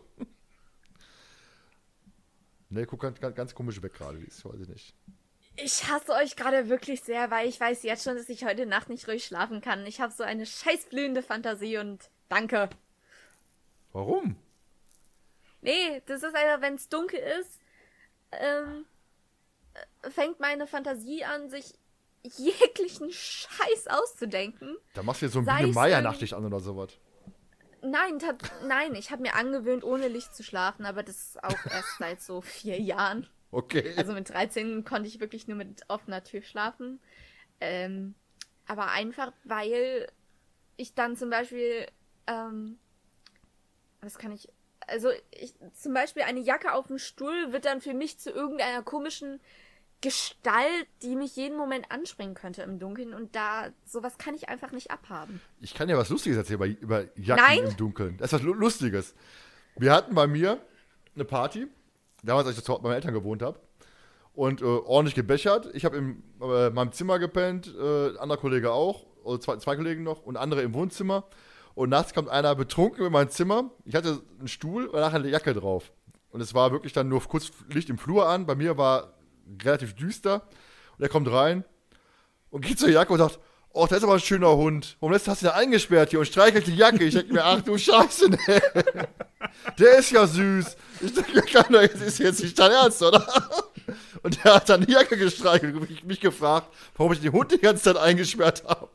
Ne, guck ganz, ganz, ganz komisch weg gerade, wie ist, weiß ich nicht. Ich hasse euch gerade wirklich sehr, weil ich weiß jetzt schon, dass ich heute Nacht nicht ruhig schlafen kann. Ich habe so eine scheißblühende Fantasie und danke. Warum? Nee, das ist einfach, wenn es dunkel ist, ähm, äh, fängt meine Fantasie an, sich jeglichen Scheiß auszudenken. Da machst du jetzt so ein Sei Biene es Meier dann- Nachtisch an oder sowas. Nein, tat, nein, ich habe mir angewöhnt, ohne Licht zu schlafen, aber das ist auch erst seit so vier Jahren. Okay. Also mit dreizehn konnte ich wirklich nur mit offener Tür schlafen. Ähm, aber einfach, weil ich dann zum Beispiel, ähm, was kann ich, also ich, zum Beispiel eine Jacke auf dem Stuhl wird dann für mich zu irgendeiner komischen Gestalt, die mich jeden Moment anspringen könnte im Dunkeln und da, sowas kann ich einfach nicht abhaben. Ich kann ja was Lustiges erzählen über, über Jacken Nein? im Dunkeln. Das ist was Lu- Lustiges. Wir hatten bei mir eine Party, damals, als ich zu meinen Eltern gewohnt habe, und äh, ordentlich gebechert. Ich habe in äh, meinem Zimmer gepennt, äh, ein anderer Kollege auch, oder zwei, zwei Kollegen noch, und andere im Wohnzimmer. Und nachts kommt einer betrunken in mein Zimmer. Ich hatte einen Stuhl und nachher eine Jacke drauf. Und es war wirklich dann nur kurz Licht im Flur an. Bei mir war relativ düster. Und er kommt rein und geht zur Jacke und sagt, oh, das ist aber ein schöner Hund. Warum lässt, hast du den eingesperrt hier und streichelt die Jacke? Ich denke mir, ach du Scheiße, ne. Der ist ja süß. Ich denke, das ist jetzt nicht dein Ernst, oder? Und der hat dann die Jacke gestreichelt und mich, mich gefragt, warum ich den Hund die ganze Zeit eingesperrt habe.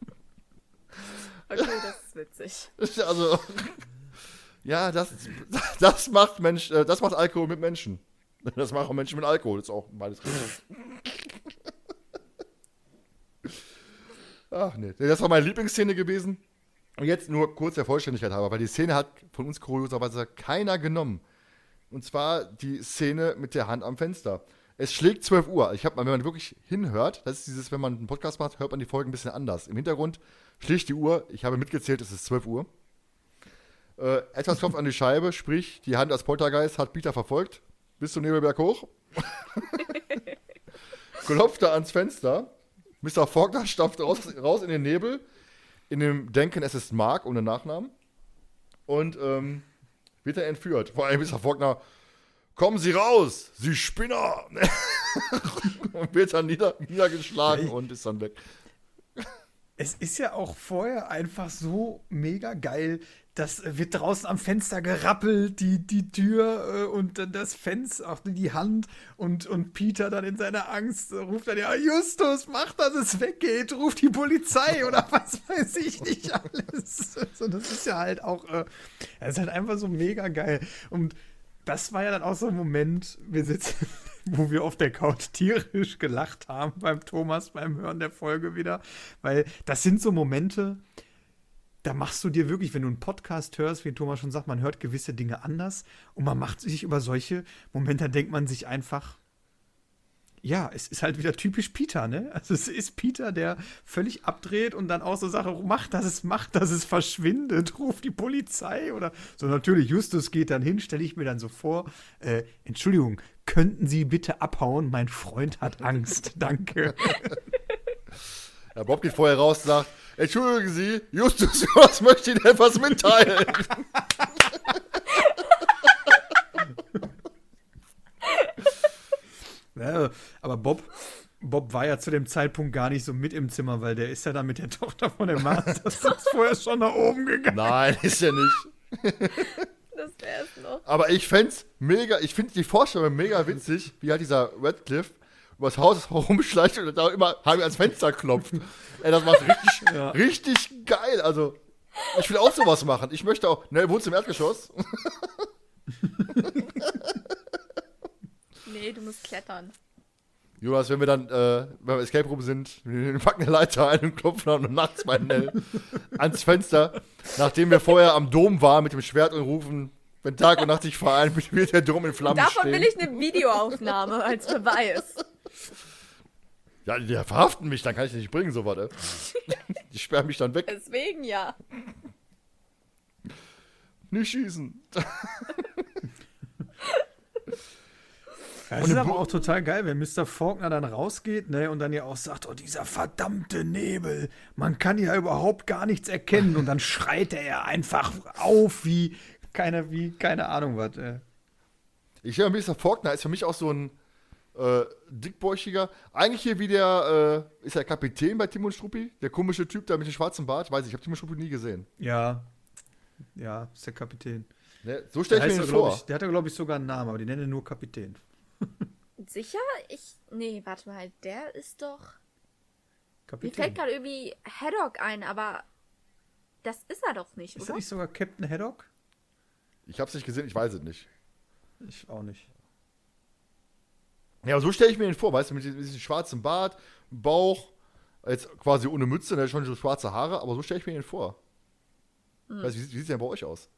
Okay, das ist witzig. Also, ja, das, das macht Mensch, äh, das macht Alkohol mit Menschen. Das machen auch Menschen mit Alkohol, das ist auch beides richtig. Ach nee, das war meine Lieblingsszene gewesen. Und jetzt nur kurz der Vollständigkeit halber, weil die Szene hat von uns kurioserweise keiner genommen. Und zwar die Szene mit der Hand am Fenster. Es schlägt zwölf Uhr. Ich habe mal, wenn man wirklich hinhört, das ist dieses, wenn man einen Podcast macht, hört man die Folgen ein bisschen anders. Im Hintergrund schlägt die Uhr. Ich habe mitgezählt, es ist zwölf Uhr. Äh, etwas klopft an die Scheibe, sprich, die Hand als Poltergeist hat Peter verfolgt. Bis zum Nebelberg hoch. Klopft er ans Fenster. Mister Faulkner stapft raus, raus in den Nebel, in dem Denken, es ist Mark, ohne Nachnamen. Und ähm, wird er entführt. Vor allem Mister Faulkner, kommen Sie raus, Sie Spinner! Und wird dann nieder, niedergeschlagen und ist dann weg. Es ist ja auch vorher einfach so mega geil. Das wird draußen am Fenster gerappelt, die, die Tür äh, und dann das Fenster, auch die Hand und, und Peter dann in seiner Angst äh, ruft dann, ja, Justus, mach, dass es weggeht, ruft die Polizei oder was weiß ich nicht alles. So, das ist ja halt auch, äh, das ist halt einfach so mega geil. Und das war ja dann auch so ein Moment, wir sitzen, wo wir auf der Couch tierisch gelacht haben beim Thomas, beim Hören der Folge wieder, weil das sind so Momente, da machst du dir wirklich, wenn du einen Podcast hörst, wie Thomas schon sagt, man hört gewisse Dinge anders und man macht sich über solche Momente, da denkt man sich einfach, ja, es ist halt wieder typisch Peter, ne? Also es ist Peter, der völlig abdreht und dann auch so Sache, macht, dass es macht, dass es verschwindet, ruft die Polizei oder so. Natürlich, Justus geht dann hin, stelle ich mir dann so vor, äh, Entschuldigung, könnten Sie bitte abhauen? Mein Freund hat Angst, danke. Ja, Bob geht vorher raus und sagt, entschuldigen Sie, Justus, was möchte Ihnen etwas mitteilen? Ja, aber Bob, Bob war ja zu dem Zeitpunkt gar nicht so mit im Zimmer, weil der ist ja dann mit der Tochter von dem Masters vorher schon nach oben gegangen. Nein, ist ja nicht. Das wär's noch. Aber ich fänd's mega, ich finde die Vorstellung mega witzig, wie halt dieser Radcliffe übers Haus herumschleicht und da immer halb ans Fenster klopft. Ey, das macht richtig, Ja. richtig geil. Also, ich will auch sowas machen. Ich möchte auch, ne, wohnst du im Erdgeschoss? Nee, du musst klettern. Jonas, wenn wir dann, äh, wenn wir Escape Room sind, wir packen eine Leiter ein und klopfen dann nachts bei Nell ans Fenster, nachdem wir vorher am Dom waren mit dem Schwert und rufen, wenn Tag und Nacht sich vereinen, wird der Dom in Flammen Davon stehen. will ich eine Videoaufnahme als Beweis. Ja, die verhaften mich, dann kann ich nicht bringen, sowas, ey. Die sperren mich dann weg. Deswegen ja. Nicht schießen. Ja, das ist aber auch total geil, wenn Mister Faulkner dann rausgeht, ne, und dann ja auch sagt, oh, dieser verdammte Nebel, man kann ja überhaupt gar nichts erkennen und dann schreit er ja einfach auf wie keine, wie, keine Ahnung was. Äh. Ich höre, Mister Faulkner ist für mich auch so ein äh, dickbäuchiger, eigentlich hier wie der, äh, ist der Kapitän bei Tim und Struppi? Der komische Typ da mit dem schwarzen Bart? Weiß ich, ich habe Tim und Struppi nie gesehen. Ja, ja, ist der Kapitän. Ne? So stelle ich mir heißt den er, glaub vor. Ich, der hat ja, glaube ich, sogar einen Namen, aber die nennen ihn nur Kapitän. Sicher? Ich. Nee, warte mal, der ist doch. Mir Kapitän. fällt gerade irgendwie Haddock ein, aber das ist er doch nicht, Ist oder? er nicht sogar Captain Haddock? Ich habe es nicht gesehen, ich weiß es nicht. Ich auch nicht. Ja, aber so stelle ich mir den vor, weißt du, mit diesem, mit diesem schwarzen Bart, Bauch, jetzt quasi ohne Mütze, der hat schon so schwarze Haare, aber so stelle ich mir den vor. Hm. Weißt, wie, wie sieht es denn bei euch aus?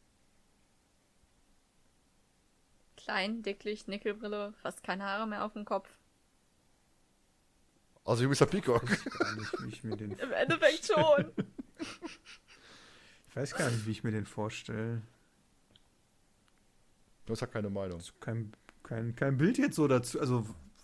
Klein, dicklich, Nickelbrille, fast keine Haare mehr auf dem Kopf. Also wie Mister Peacock. Ich weiß gar nicht, wie ich mir den, Im Endeffekt schon. ich weiß gar nicht, wie ich mir den vorstelle. Du hast ja keine Meinung. Kein, kein, kein Bild jetzt so dazu. Also,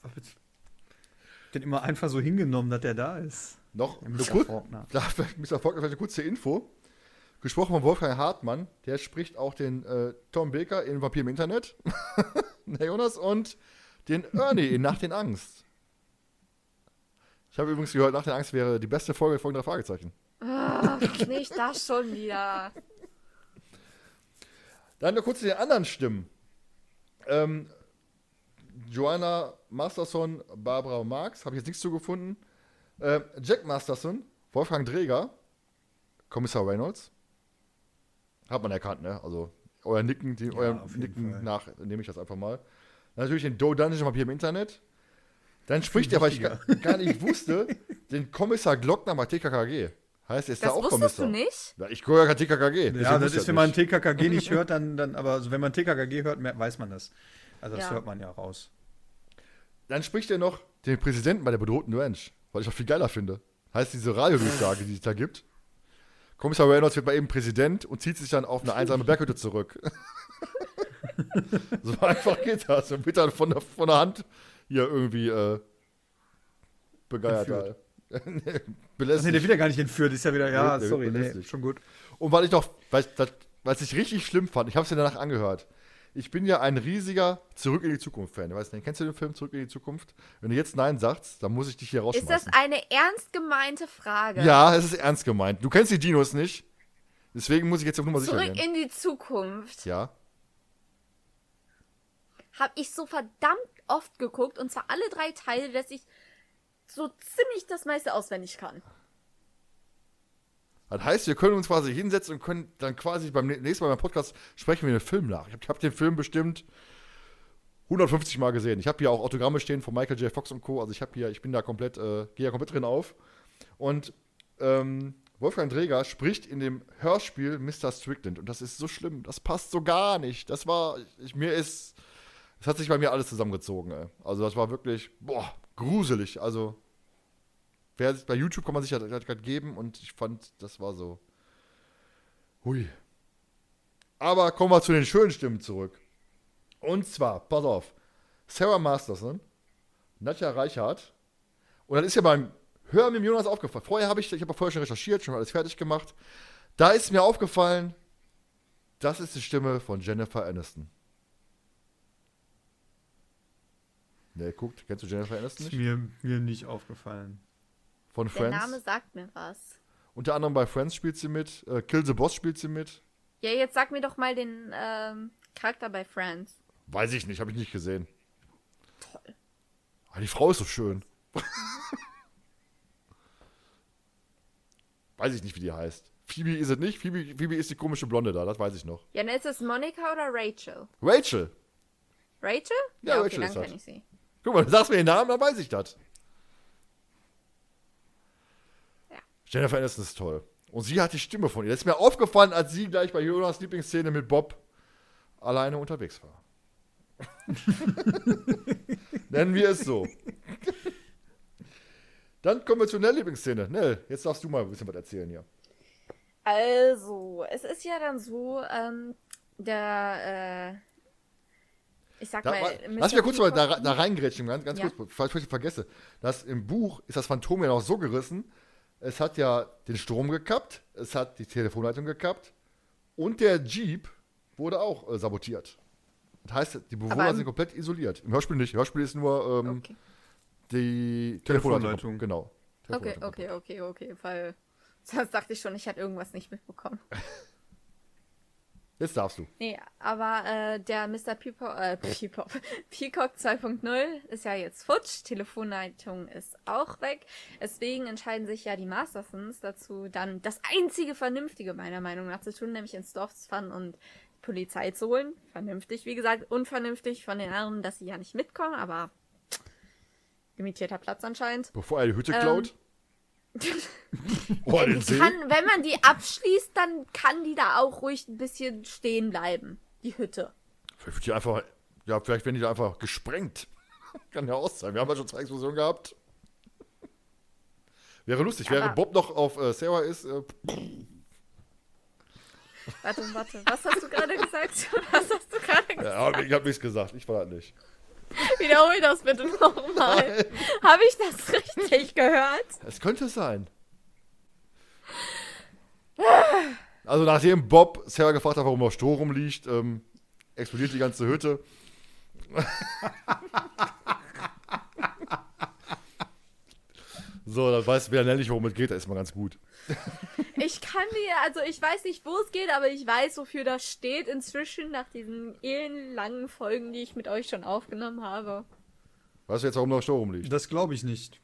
den immer einfach so hingenommen, dass der da ist. Noch Ja, eine Mister kur- Faulkner. Da, Mister Faulkner, vielleicht eine kurze Info. Gesprochen von Wolfgang Hartmann, der spricht auch den äh, Tom Baker in Vampir im Internet, der Jonas, und den Ernie in Nacht in Angst. Ich habe übrigens gehört, Nacht in Angst wäre die beste Folge von drei Fragezeichen. Ach, nicht das schon wieder. Dann noch kurz zu den anderen Stimmen. Ähm, Joanna Masterson, Barbara Marx, habe ich jetzt nichts zu gefunden. Äh, Jack Masterson, Wolfgang Dreger, Kommissar Reynolds. Hat man erkannt, ne? Also, euer Nicken, die, Ja, eurem auf jeden Nicken Fall. nach nehme ich das einfach mal. Dann natürlich den Doe Dungeon Vampir im Internet. Dann spricht er, weil ich gar, gar nicht wusste, den Kommissar Glockner bei T K K G. Heißt, er ist Das da auch wusstest Kommissar. du nicht? Ja, ich höre ja kein T K K G. Ja, deswegen das wusste ist, ich wenn man nicht. T K K G nicht hört, dann, dann aber also wenn man T K K G hört, mer- weiß man das. Also das Ja. hört man ja raus. Dann spricht er noch den Präsidenten bei der bedrohten Ranch, weil ich auch viel geiler finde. Heißt diese Radiodurchsage, die es da gibt. Kommissar Reynolds wird bei eben Präsident und zieht sich dann auf eine einsame Berghütte zurück. So einfach geht das. Und wird dann von der, von der Hand hier irgendwie äh, begeiert. Entführt. belästigt. Nee, der wird ja gar nicht entführt, ist ja wieder, ja, Nee, der sorry, wird nee, belästigt. schon gut. Und weil ich noch, weil ich, das, was ich richtig schlimm fand, ich habe es mir danach angehört. Ich bin ja ein riesiger Zurück in die Zukunft-Fan. Weißt du, kennst du den Film Zurück in die Zukunft? Wenn du jetzt Nein sagst, dann muss ich dich hier Ist rausschmeißen. das eine ernst gemeinte Frage? Ja, es ist ernst gemeint. Du kennst die Dinos nicht. Deswegen muss ich jetzt auf Nummer sicher Zurück gehen. in die Zukunft. Ja. Habe ich so verdammt oft geguckt. Und zwar alle drei Teile, dass ich so ziemlich das meiste auswendig kann. Das heißt, wir können uns quasi hinsetzen und können dann quasi beim nächsten Mal beim Podcast sprechen wir den Film nach. Ich habe hab den Film bestimmt hundertfünfzig Mal gesehen. Ich habe hier auch Autogramme stehen von Michael J. Fox und Co. Also ich habe hier, ich bin da komplett, äh, gehe ja komplett drin auf. Und ähm, Wolfgang Dreger spricht in dem Hörspiel Mister Strickland. Und das ist so schlimm. Das passt so gar nicht. Das war, ich, mir ist, das hat sich bei mir alles zusammengezogen. Ey. Also das war wirklich, boah, gruselig. Also wer, bei YouTube kann man sich ja gerade geben und ich fand, das war so. Hui. Aber kommen wir zu den schönen Stimmen zurück. Und zwar, pass auf, Sarah Masterson, Nadja Reichhardt. Und dann ist ja beim Hören mit dem Jonas aufgefallen. Vorher habe ich, ich habe vorher schon recherchiert, schon alles fertig gemacht. Da ist mir aufgefallen, das ist die Stimme von Jennifer Aniston. Ne, guckt, kennst du Jennifer Aniston Ist nicht? mir, mir nicht aufgefallen. Von Der Friends. Name sagt mir was. Unter anderem bei Friends spielt sie mit, äh, Kill the Boss spielt sie mit. Ja, jetzt sag mir doch mal den ähm, Charakter bei Friends. Weiß ich nicht, habe ich nicht gesehen. Toll. Aber die Frau ist so schön. Weiß ich nicht, wie die heißt. Phoebe ist es nicht. Phoebe, Phoebe ist die komische Blonde da, das weiß ich noch. Ja, dann ist es Monica oder Rachel? Rachel. Rachel? Ja, okay, Rachel dann ist kenn das. ich sie. Guck mal, du sagst mir den Namen, dann weiß ich das. Ja. Jennifer Aniston ist toll. Und sie hat die Stimme von ihr. Das ist mir aufgefallen, als sie gleich bei Jonas Lieblingsszene mit Bob alleine unterwegs war. Nennen wir es so. Dann kommen wir zu der Lieblingsszene. Nell, jetzt darfst du mal ein bisschen was erzählen hier. Also, es ist ja dann so, ähm, der, äh, ich sag Da, mal, mal, Mister lass mich kurz mal da, Peacock- da reingrätschen, ganz, ganz Ja. kurz, falls ich vergesse. Das im Buch ist das Phantom ja noch so gerissen, es hat ja den Strom gekappt, es hat die Telefonleitung gekappt und der Jeep wurde auch äh, sabotiert. Das heißt, die Bewohner im- sind komplett isoliert. Im Hörspiel nicht. Im Hörspiel ist nur ähm, Okay. die Telefonleitung. Telefonleitung. Genau. Okay, Telefonleitung okay, okay, okay, weil sonst dachte ich schon, ich hätte irgendwas nicht mitbekommen. Jetzt darfst du. Nee, aber äh, der Mister Peacock, äh, Peacock, Peacock zwei Punkt null ist ja jetzt futsch, Telefonleitung ist auch weg. Deswegen entscheiden sich ja die Mastersons dazu, dann das einzige Vernünftige meiner Meinung nach zu tun, nämlich ins Dorf zu fahren und die Polizei zu holen. Vernünftig, wie gesagt, unvernünftig von den anderen, dass sie ja nicht mitkommen, aber limitierter Platz anscheinend. Bevor er die Hütte Ähm, klaut. Oh, den Die See. kann, wenn man die abschließt, dann kann die da auch ruhig ein bisschen stehen bleiben, die Hütte. Vielleicht wird die einfach, ja, vielleicht werden die da einfach gesprengt. Kann ja auch sein. Wir haben ja schon zwei Explosionen gehabt. Wäre lustig, Aber- während Bob noch auf äh, Sarah ist. Äh, Warte, warte, was hast du gerade gesagt? Was hast du gerade gesagt? ja, aber ich hab nichts gesagt. Ich war das nicht. Wiederhol das bitte nochmal. Habe ich das richtig gehört? Es könnte sein. Also nachdem Bob Sarah gefragt hat, warum noch Stroh rumliegt, ähm, explodiert die ganze Hütte. So, dann weiß wer nicht, worum es geht, das ist mal ganz gut. Ich kann dir, also ich weiß nicht, wo es geht, aber ich weiß, wofür das steht inzwischen nach diesen ellenlangen Folgen, die ich mit euch schon aufgenommen habe. Weißt du jetzt, warum noch Stroh rumliegt? Das glaube ich nicht.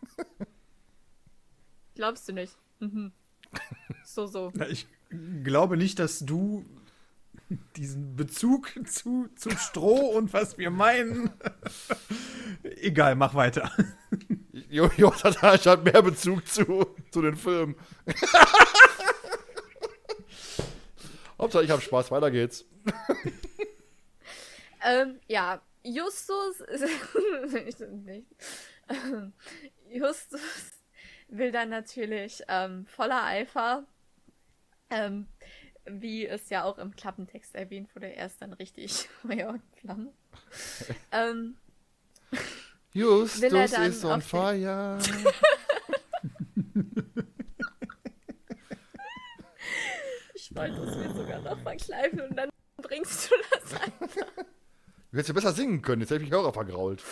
Glaubst du nicht? Mhm. So, so. Na, ich glaube nicht, dass du diesen Bezug zu, zu Stroh und was wir meinen. Egal, mach weiter. Jo- Jonathan hat mehr Bezug zu, zu den Filmen. Hauptsache, ich habe Spaß. Weiter geht's. Ähm, ja, Justus ist nicht, nicht. Ähm, Justus will dann natürlich ähm, voller Eifer, ähm, wie es ja auch im Klappentext erwähnt wurde, erst dann richtig Feuer und Flamme. ähm, Justus Will er dann ist on auf den- fire. Ich wollte es mir sogar noch verkneifen und dann bringst du das einfach. Du hättest ja besser singen können, jetzt hätte ich mich Hörer vergrault.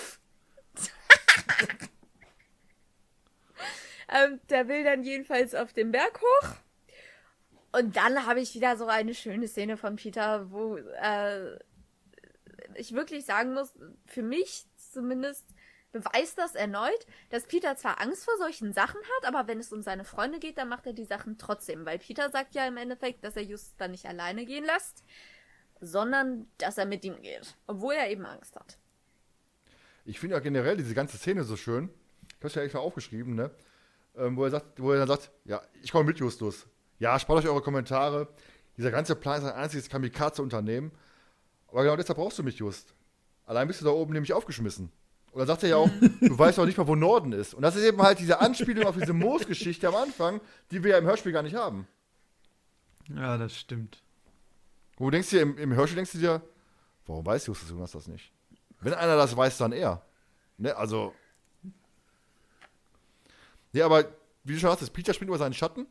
ähm, der will dann jedenfalls auf den Berg hoch. Und dann habe ich wieder so eine schöne Szene von Peter, wo äh, ich wirklich sagen muss, für mich zumindest beweist das erneut, dass Peter zwar Angst vor solchen Sachen hat, aber wenn es um seine Freunde geht, dann macht er die Sachen trotzdem. Weil Peter sagt ja im Endeffekt, dass er Justus dann nicht alleine gehen lässt, sondern dass er mit ihm geht, obwohl er eben Angst hat. Ich finde ja generell diese ganze Szene so schön. Ich habe es ja extra aufgeschrieben, ne? Ähm, wo er sagt, wo er dann sagt, ja, ich komme mit, Justus. Ja, spart euch eure Kommentare. Dieser ganze Plan ist ein einziges Kamikaze-Unternehmen. Aber genau deshalb brauchst du mich, Just. Allein bist du da oben nämlich aufgeschmissen. Und dann sagt er ja auch, du weißt auch nicht mal, wo Norden ist. Und das ist eben halt diese Anspielung auf diese Moosgeschichte am Anfang, die wir ja im Hörspiel gar nicht haben. Ja, das stimmt. Wo du denkst dir, im, im Hörspiel denkst du dir, warum weiß Justus Jonas das nicht? Wenn einer das weiß, dann er. Ne, also. Ja, aber wie du schon hast, Peter springt über seinen Schatten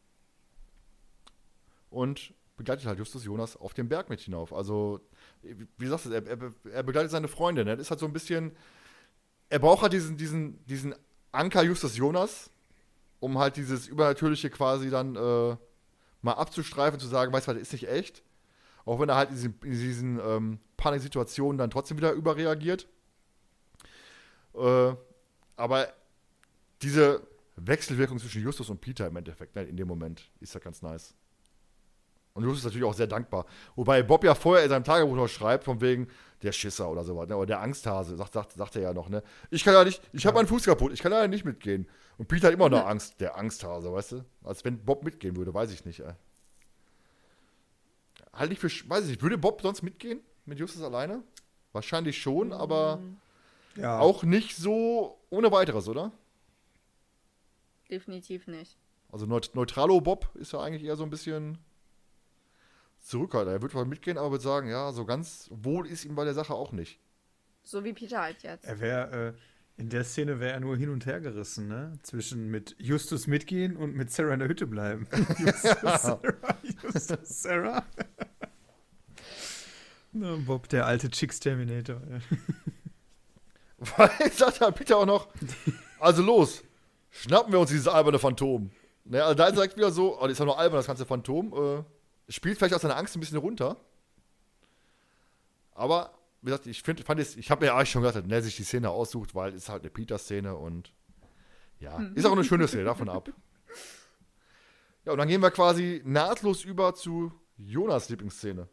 und begleitet halt Justus Jonas auf den Berg mit hinauf. Also, wie sagst du, er, er, er begleitet seine Freunde. Ne? Das ist halt so ein bisschen. Er braucht halt diesen, diesen, diesen Anker Justus Jonas, um halt dieses Übernatürliche quasi dann äh, mal abzustreifen, zu sagen, weißt du was, das ist nicht echt. Auch wenn er halt in diesen, in diesen ähm, Paniksituationen dann trotzdem wieder überreagiert. Äh, aber diese Wechselwirkung zwischen Justus und Peter im Endeffekt, ne, in dem Moment, ist ja ganz nice. Und Justus ist natürlich auch sehr dankbar. Wobei Bob ja vorher in seinem Tagebuch noch schreibt, von wegen der Schisser oder sowas, ne? Oder der Angsthase, sagt, sagt, sagt er ja noch, ne? Ich kann ja nicht, ich habe meinen Fuß kaputt, ich kann leider nicht mitgehen. Und Peter hat immer noch Angst, der Angsthase, weißt du? Als wenn Bob mitgehen würde, weiß ich nicht, ey. Halt nicht für, weiß ich nicht, würde Bob sonst mitgehen mit Justus alleine? Wahrscheinlich schon, aber ja. Auch nicht so ohne weiteres, oder? Definitiv nicht. Also Neut- Neutralo Bob ist ja eigentlich eher so ein bisschen zurückhaltend. Er würde mal mitgehen, aber würde sagen, ja, so ganz wohl ist ihm bei der Sache auch nicht. So wie Peter halt jetzt. Er wäre, äh, in der Szene wäre er nur hin und her gerissen, ne? Zwischen mit Justus mitgehen und mit Sarah in der Hütte bleiben. Justus, Sarah, Justus, Sarah. Na, Bob, der alte Chicks-Terminator. Ja. Weil, sagt ja Peter auch noch, also los, schnappen wir uns dieses alberne Phantom. Ne, also da ist er direkt wieder so, oh, das ist ja nur albern, das ganze Phantom, äh, spielt vielleicht aus seiner Angst ein bisschen runter. Aber, wie gesagt, ich find, fand es, ich habe mir ja eigentlich schon gedacht, dass er sich die Szene aussucht, weil es halt eine Peter-Szene und ja, hm. ist auch eine schöne Szene, davon ab. Ja, und dann gehen wir quasi nahtlos über zu Jonas' Lieblingsszene.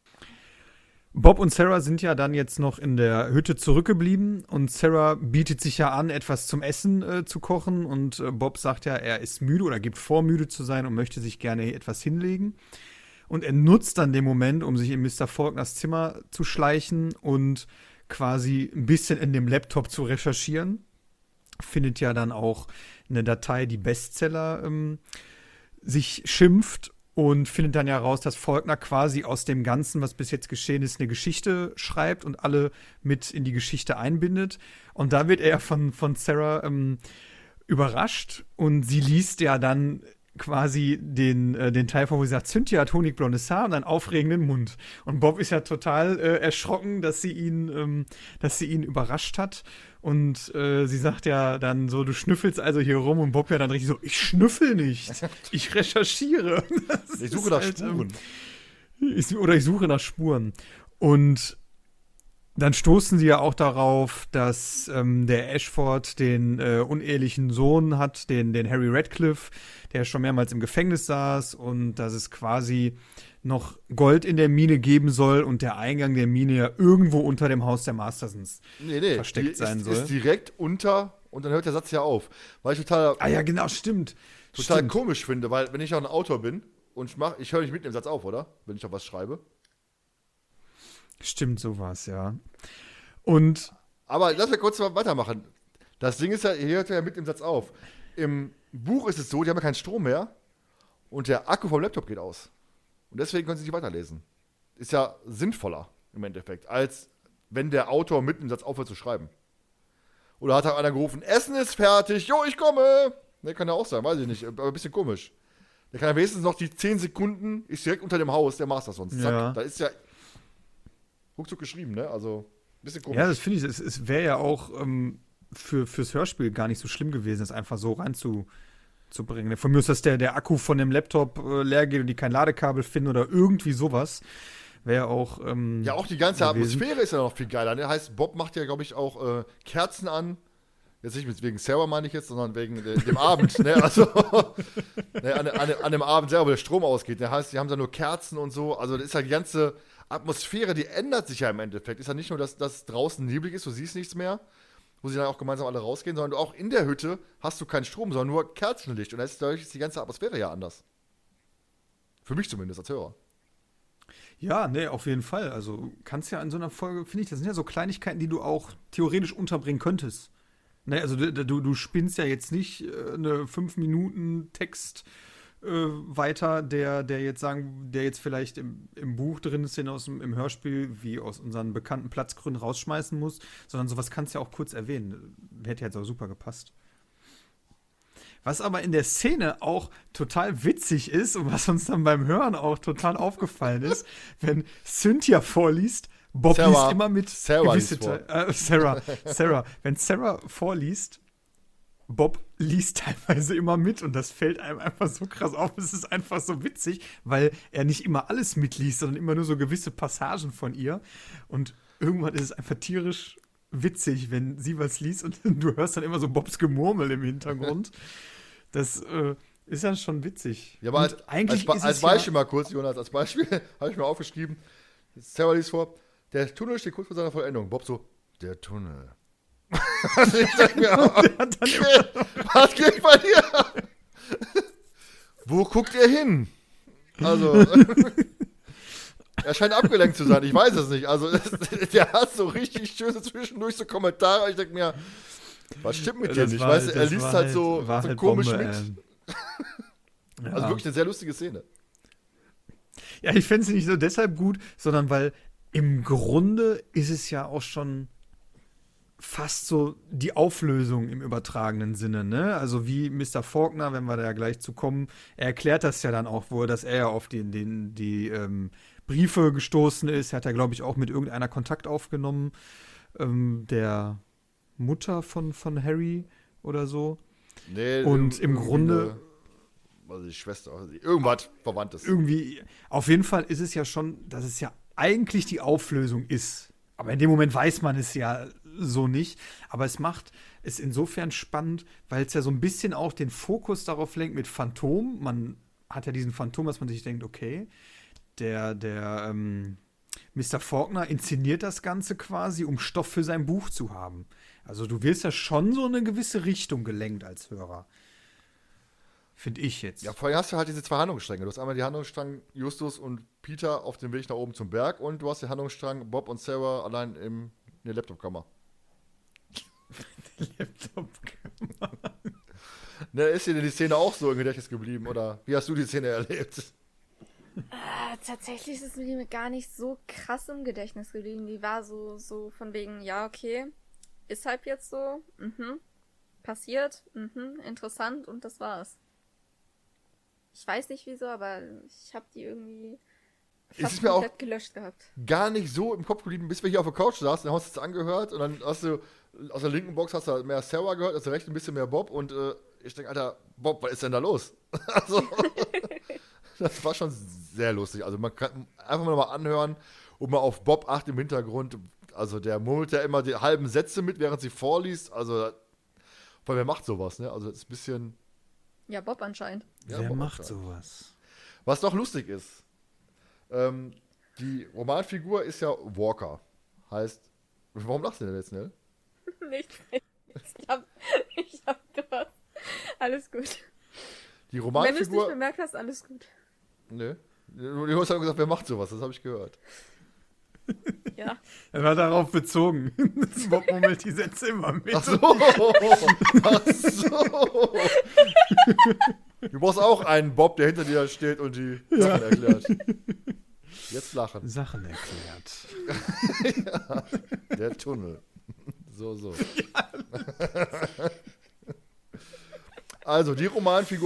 Bob und Sarah sind ja dann jetzt noch in der Hütte zurückgeblieben und Sarah bietet sich ja an, etwas zum Essen äh, zu kochen und äh, Bob sagt ja, er ist müde oder gibt vor, müde zu sein und möchte sich gerne etwas hinlegen. Und er nutzt dann den Moment, um sich in Mister Faulkners Zimmer zu schleichen und quasi ein bisschen in dem Laptop zu recherchieren. Findet ja dann auch eine Datei, die Bestseller ähm, sich schimpft. Und findet dann ja raus, dass Faulkner quasi aus dem Ganzen, was bis jetzt geschehen ist, eine Geschichte schreibt und alle mit in die Geschichte einbindet. Und da wird er von, von Sarah ähm, überrascht und sie liest ja dann quasi den, äh, den Teil vor, wo sie sagt, Cynthia hat honigblondes Haar und einen aufregenden Mund. Und Bob ist ja total äh, erschrocken, dass sie ihn, ähm, dass sie ihn überrascht hat. Und äh, sie sagt ja dann so, du schnüffelst also hier rum und Bob ja dann richtig so, ich schnüffel nicht, ich recherchiere. Ich suche nach halt, Spuren. Ähm, ich, oder ich suche nach Spuren. Und dann stoßen sie ja auch darauf, dass ähm, der Ashford den äh, unehelichen Sohn hat, den, den Harry Radcliffe, der schon mehrmals im Gefängnis saß und dass es quasi noch Gold in der Mine geben soll und der Eingang der Mine ja irgendwo unter dem Haus der Mastersons nee, nee, versteckt sein ist, soll. Ist direkt unter und dann hört der Satz ja auf. Weil ich total, ah ja, genau, stimmt. total stimmt. komisch finde, weil wenn ich auch ein Autor bin und ich mach, ich höre nicht mit dem Satz auf, oder? Wenn ich da was schreibe. Stimmt, sowas, ja. Und aber lass mich kurz mal weitermachen. Das Ding ist ja, hier hört er ja mit dem Satz auf. Im Buch ist es so, die haben ja keinen Strom mehr und der Akku vom Laptop geht aus. Und deswegen können sie nicht weiterlesen. Ist ja sinnvoller im Endeffekt, als wenn der Autor mitten im Satz aufhört zu schreiben. Oder hat halt einer gerufen, Essen ist fertig, jo, ich komme. Ne, kann ja auch sein, weiß ich nicht, aber ein bisschen komisch. Der kann ja wenigstens noch die zehn Sekunden, ist direkt unter dem Haus, der macht das sonst. Zack, Ja. da ist ja ruckzuck geschrieben, ne? Also, ein bisschen komisch. Ja, das finde ich, es, es wäre ja auch ähm, für, fürs Hörspiel gar nicht so schlimm gewesen, das einfach so reinzubringen. Zu bringen. Von mir ist, dass der, der Akku von dem Laptop äh, leer geht und die kein Ladekabel finden oder irgendwie sowas. Wäre auch. Ähm, Ja, auch die ganze gewesen. Atmosphäre ist ja noch viel geiler. Ne? Heißt, Bob macht ja, glaube ich, auch äh, Kerzen an. Jetzt nicht wegen Sarah, meine ich jetzt, sondern wegen äh, dem Abend. Ne? Also, ne, an, an, an dem Abend selber, wo der Strom ausgeht. Ne? Heißt, die haben da nur Kerzen und so. Also, das ist ja die ganze Atmosphäre, die ändert sich ja im Endeffekt. Ist ja nicht nur, dass, dass draußen neblig ist, du siehst nichts mehr, wo sie dann auch gemeinsam alle rausgehen, sondern auch in der Hütte hast du keinen Strom, sondern nur Kerzenlicht. Und dadurch ist die ganze Atmosphäre ja anders. Für mich zumindest als Hörer. Ja, nee, auf jeden Fall. Also kannst ja in so einer Folge, finde ich, das sind ja so Kleinigkeiten, die du auch theoretisch unterbringen könntest. Ne, also du, du, du spinnst ja jetzt nicht äh, eine fünf Minuten Text äh, weiter, der, der jetzt sagen, der jetzt vielleicht im, im Buch drin ist, den aus dem im Hörspiel, wie aus unseren bekannten Platzgründen rausschmeißen muss, sondern sowas kannst du ja auch kurz erwähnen. Hätte jetzt auch super gepasst. Was aber in der Szene auch total witzig ist und was uns dann beim Hören auch total aufgefallen ist, wenn Cynthia vorliest, Bob Sarah. liest immer mit. Sarah gewisse liest vor. Te- äh, Sarah, Sarah. Wenn Sarah vorliest, Bob liest teilweise immer mit und das fällt einem einfach so krass auf. Es ist einfach so witzig, weil er nicht immer alles mitliest, sondern immer nur so gewisse Passagen von ihr. Und irgendwann ist es einfach tierisch witzig, wenn sie was liest und du hörst dann immer so Bobs Gemurmel im Hintergrund. Das äh, ist dann schon witzig. Ja, aber Und als, eigentlich als, Ba- ist als es Beispiel ja, mal kurz, Jonas, als Beispiel habe ich mir aufgeschrieben, Sarah liest vor, der Tunnel steht kurz vor seiner Vollendung. Bob so, der Tunnel. Also ich sag mir, okay, was geht bei dir? Wo guckt ihr hin? Also, er scheint abgelenkt zu sein, ich weiß es nicht. Also, der hat so richtig schöne zwischendurch so Kommentare. Ich denke mir, was stimmt mit dir das nicht? war Weißt du, halt- er das liest war halt so, war so halt komisch Bombe, mit. ähm. Ja. Also wirklich eine sehr lustige Szene. Ja, ich fände es nicht so deshalb gut, sondern weil im Grunde ist es ja auch schon fast so die Auflösung im übertragenen Sinne, ne? Also wie Mister Faulkner, wenn wir da ja gleich zu kommen, er erklärt das ja dann auch wohl, dass er ja auf die, die, die ähm, Briefe gestoßen ist. Er hat ja, glaube ich, auch mit irgendeiner Kontakt aufgenommen, ähm, der Mutter von, von Harry oder so. Nee, Und im irgendwie Grunde- eine- Also die Schwester, also irgendwas Verwandtes. Irgendwie, auf jeden Fall ist es ja schon, dass es ja eigentlich die Auflösung ist. Aber in dem Moment weiß man es ja so nicht. Aber es macht es insofern spannend, weil es ja so ein bisschen auch den Fokus darauf lenkt mit Phantom. Man hat ja diesen Phantom, dass man sich denkt, okay, der, der ähm, Mister Faulkner inszeniert das Ganze quasi, um Stoff für sein Buch zu haben. Also du wirst ja schon so eine gewisse Richtung gelenkt als Hörer. Finde ich jetzt. Ja, vorher hast du halt diese zwei Handlungsstränge. Du hast einmal die Handlungsstrang Justus und Peter auf dem Weg nach oben zum Berg und du hast den Handlungsstrang Bob und Sarah allein im, in der Laptopkammer. Laptop. Ne, ist dir denn die Szene auch so im Gedächtnis geblieben oder wie hast du die Szene erlebt? Äh, tatsächlich ist es mir gar nicht so krass im Gedächtnis geblieben. Die war so, so von wegen, ja, okay, ist halt jetzt so, mhm, passiert, mhm, interessant und das war's. Ich weiß nicht wieso, aber ich habe die irgendwie Ist fast es mir auch- komplett gelöscht gehabt. Gar nicht so im Kopf geblieben, bis wir hier auf der Couch saßen, dann hast du es angehört und dann hast du aus der linken Box hast du mehr Sarah gehört, aus der rechten ein bisschen mehr Bob und äh, ich denke, Alter, Bob, was ist denn da los? Also, das war schon sehr lustig. Also man kann einfach mal anhören und mal auf Bob achten im Hintergrund. Also der murmelt ja immer die halben Sätze mit, während sie vorliest. Also, weil wer macht sowas, ne? Also das ist ein bisschen... Ja, Bob anscheinend. Ja, Wer Bob macht anscheinend. sowas? Was doch lustig ist, ähm, die Romanfigur ist ja Walker. Heißt, warum lachst du denn jetzt, ne? Nicht. Ich hab, ich hab gehört. Alles gut. Die Wenn du es nicht Romanfigur... bemerkt hast, alles gut. Nö. Du hast ja gesagt, wer macht sowas? Das habe ich gehört. Ja. Er war darauf bezogen. Bob murmelt die Sätze immer mit. Ach so. Ach so. Du brauchst auch einen Bob, der hinter dir steht und die Sachen erklärt. Jetzt lachen. Sachen erklärt. Ja, der Tunnel. So, so. Also, die Romanfigur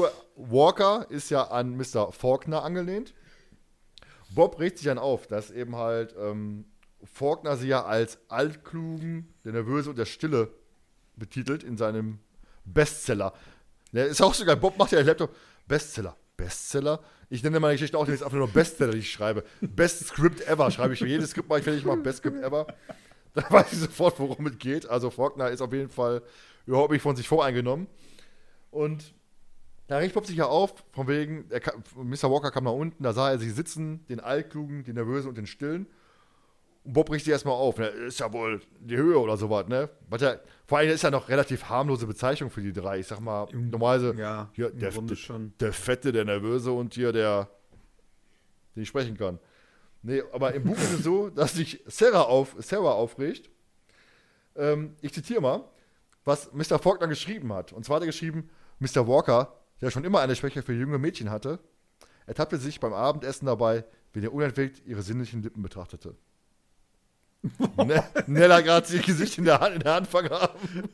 Walker ist ja an Mister Faulkner angelehnt. Bob regt sich dann auf, dass eben halt ähm, Faulkner sie ja als altklugen, der Nervöse und der Stille betitelt in seinem Bestseller. Der ist auch so geil. Bob macht ja den Laptop. Bestseller. Bestseller? Ich nenne meine Geschichte auch jetzt einfach nur Bestseller, die ich schreibe. Best Script ever schreibe ich für jedes Skript, mache ich fertig, ich mache Best Script ever. Da weiß ich sofort, worum es geht. Also Faulkner ist auf jeden Fall überhaupt nicht von sich voreingenommen. Und da regt Bob sich ja auf, von wegen, er kam, Mister Walker kam nach unten, da sah er sie sitzen, den Altklugen, den Nervösen und den Stillen. Und Bob regt sich erstmal auf, ne? Ist ja wohl die Höhe oder sowas, ne? Was ja, vor allem ist ja noch relativ harmlose Bezeichnung für die drei. Ich sag mal, normalerweise, ja, hier, der, der, schon. der Fette, der Nervöse und hier der, der nicht sprechen kann. Nee, aber im Buch ist es so, dass sich Sarah, auf, Sarah aufregt. Ähm, ich zitiere mal, was Mister Faulkner geschrieben hat. Und zwar hat er geschrieben, Mister Walker, der schon immer eine Schwäche für junge Mädchen hatte, ertappte sich beim Abendessen dabei, wenn er unentwegt ihre sinnlichen Lippen betrachtete. Ne, Nella gerade ihr Gesicht in der Hand, in der Hand vergraben.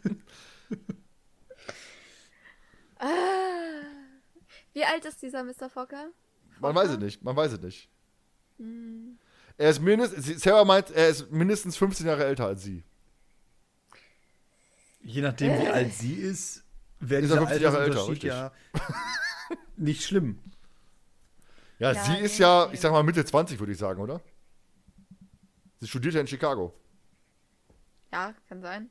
Ah. Wie alt ist dieser Mister Fokker? Man weiß es nicht, man weiß es nicht. Hm. Er ist mindestens, Sarah meint, er ist mindestens fünfzehn Jahre älter als sie. Je nachdem, wie alt sie ist, wäre Ist er dieser fünfzig Jahre älter, Altersunterschied ja nicht schlimm. Ja, Ja, sie nee, ist ja, nee. ich sag mal Mitte zwanzig, würde ich sagen, oder? Sie studiert ja in Chicago. Ja, kann sein.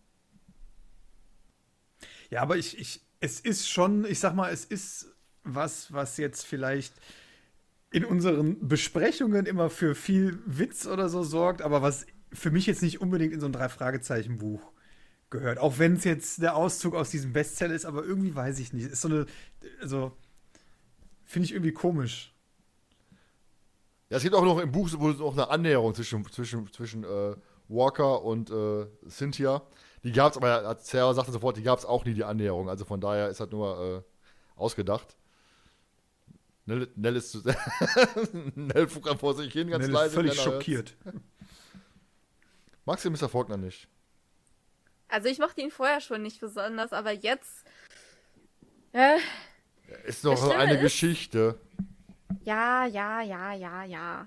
Ja, aber ich, ich, es ist schon, ich sag mal, es ist was, was jetzt vielleicht in unseren Besprechungen immer für viel Witz oder so sorgt, aber was für mich jetzt nicht unbedingt in so ein Drei-Fragezeichen-Buch gehört. Auch wenn es jetzt der Auszug aus diesem Bestseller ist, aber irgendwie weiß ich nicht. Ist so eine, also, finde ich irgendwie komisch. Ja, es gibt auch noch im Buch wohl noch eine Annäherung zwischen, zwischen, zwischen äh, Walker und äh, Cynthia. Die gab es, aber Sarah sagte sofort, die gab es auch nie, die Annäherung. Also von daher ist das nur äh, ausgedacht. Nell, Nell ist zu Nell fuckert vor sich hin, ganz Nell leise. ist völlig keiner schockiert. hört's. Magst du Mister Faulkner nicht? Also ich mochte ihn vorher schon nicht besonders, aber jetzt. Äh, Ist doch Das Schlimme eine ist- Geschichte. ja, ja, ja, ja, ja.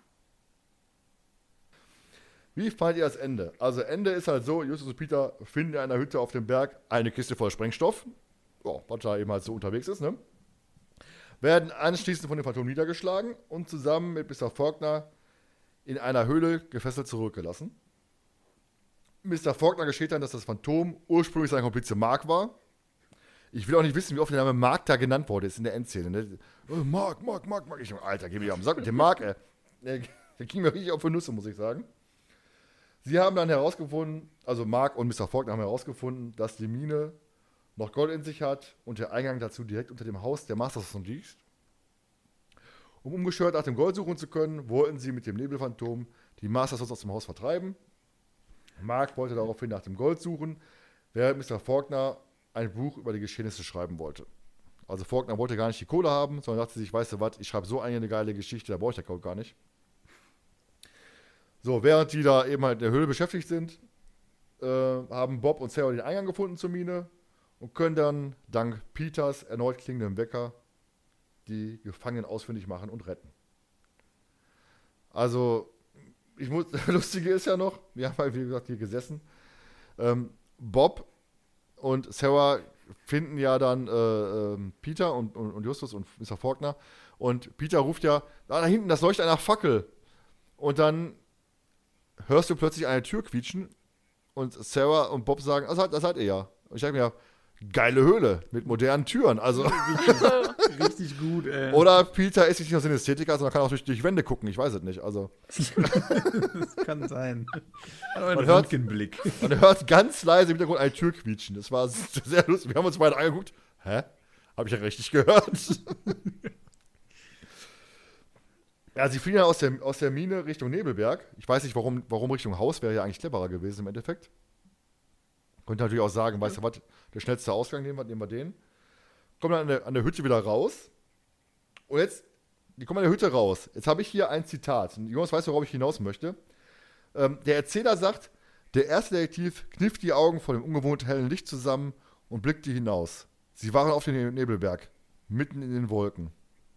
Wie fand ihr das Ende? Also Ende ist halt so, Justus und Peter finden in einer Hütte auf dem Berg eine Kiste voll Sprengstoff. Ja, was da eben halt so unterwegs ist, ne? Werden anschließend von dem Phantom niedergeschlagen und zusammen mit Mister Faulkner in einer Höhle gefesselt zurückgelassen. Mister Faulkner gesteht dann, dass das Phantom ursprünglich sein Komplize Mark war. Ich will auch nicht wissen, wie oft der Name Mark da genannt wurde, ist in der Endszene. Ne? Oh, Mark, Mark, Mark, Mark. Ich, Alter, geh mir am Sack mit dem Mark, ey. Der, der ging mir richtig auf die Nüsse, muss ich sagen. Sie haben dann herausgefunden, also Mark und Mister Faulkner haben herausgefunden, dass die Mine noch Gold in sich hat und der Eingang dazu direkt unter dem Haus der Masterson liegt. Um ungestört nach dem Gold suchen zu können, wollten sie mit dem Nebelphantom die Mastersons aus dem Haus vertreiben. Mark wollte daraufhin nach dem Gold suchen, während Mister Faulkner ein Buch über die Geschehnisse schreiben wollte. Also Faulkner wollte gar nicht die Kohle haben, sondern dachte sich, weißt du was, ich schreibe so eine geile Geschichte, da brauche ich der Gold gar nicht. So, während die da eben halt in der Höhle beschäftigt sind, äh, haben Bob und Sarah den Eingang gefunden zur Mine und können dann dank Peters erneut klingendem Wecker die Gefangenen ausfindig machen und retten. Also, ich muss, das Lustige ist ja noch, wir haben halt, wie gesagt, hier gesessen. Ähm, Bob und Sarah finden ja dann äh, ähm, Peter und, und, und Justus und Mister Faulkner. Und Peter ruft ja, ah, da hinten, das leuchtet einer Fackel. Und dann hörst du plötzlich eine Tür quietschen und Sarah und Bob sagen, das seid, das seid ihr ja. Und ich denke mir, geile Höhle mit modernen Türen. Also Richtig gut, ey. oder Peter ist nicht nur Synästhetiker, sondern kann auch durch, durch Wände gucken. Ich weiß es nicht. Also Das kann sein. Hat auch einen Man hört- Röntgenblick. man hört ganz leise im Hintergrund eine Tür quietschen. Das war sehr lustig. Wir haben uns beide angeguckt. Hä? Habe ich ja richtig gehört? Ja, sie fliegen ja aus der, aus der Mine Richtung Nebelberg. Ich weiß nicht, warum, warum Richtung Haus wäre ja eigentlich cleverer gewesen im Endeffekt. Könnte natürlich auch sagen, weißt du was, der schnellste Ausgang, nehmen wir, nehmen wir den. Kommen dann an der, an der Hütte wieder raus. Und jetzt, die kommen an der Hütte raus. Jetzt habe ich hier ein Zitat. Und Jonas weiß, worauf ich hinaus möchte. Ähm, der Erzähler sagt, der erste Detektiv kniff die Augen vor dem ungewohnt hellen Licht zusammen und blickte hinaus. Sie waren auf dem Nebelberg. mitten in den Wolken.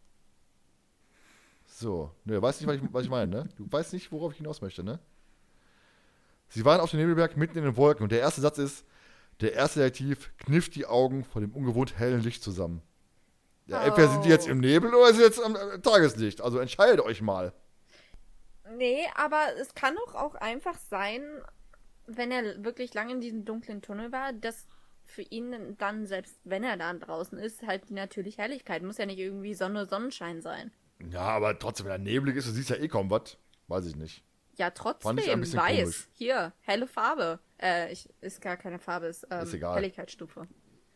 So, ne, weißt nicht, was ich, was ich meine, ne? Du weißt nicht, worauf ich hinaus möchte, ne? Sie waren auf dem Nebelberg mitten in den Wolken und der erste Satz ist, der erste Detektiv knifft die Augen vor dem ungewohnt hellen Licht zusammen. Ja, Oh. entweder sind die jetzt im Nebel oder sind jetzt am äh, Tageslicht. Also entscheidet euch mal. Nee, aber es kann doch auch einfach sein, wenn er wirklich lange in diesem dunklen Tunnel war, dass für ihn dann, selbst wenn er da draußen ist, halt die natürliche Helligkeit. Muss ja nicht irgendwie Sonne, Sonnenschein sein. Ja, aber trotzdem, wenn er neblig ist, du siehst ja eh kaum was. Weiß ich nicht. Ja, Fand ich ein trotzdem, bisschen weiß. komisch. Hier, helle Farbe. Äh, ich, ist gar keine Farbe, ist, ähm, Ist egal. Helligkeitsstufe.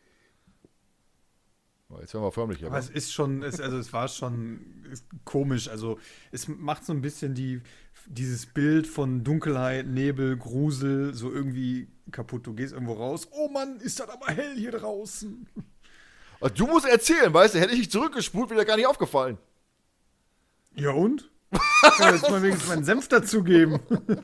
Oh, jetzt werden wir förmlich hier. Aber was? es ist schon, es, also es war schon ist komisch. Also es macht so ein bisschen die, dieses Bild von Dunkelheit, Nebel, Grusel so irgendwie kaputt. Du gehst irgendwo raus. Oh Mann, ist das aber hell hier draußen. Also, du musst erzählen, weißt du, hätte ich dich zurückgespult, wäre dir gar nicht aufgefallen. Ja und? Ich kann jetzt mal wenigstens meinen Senf dazugeben.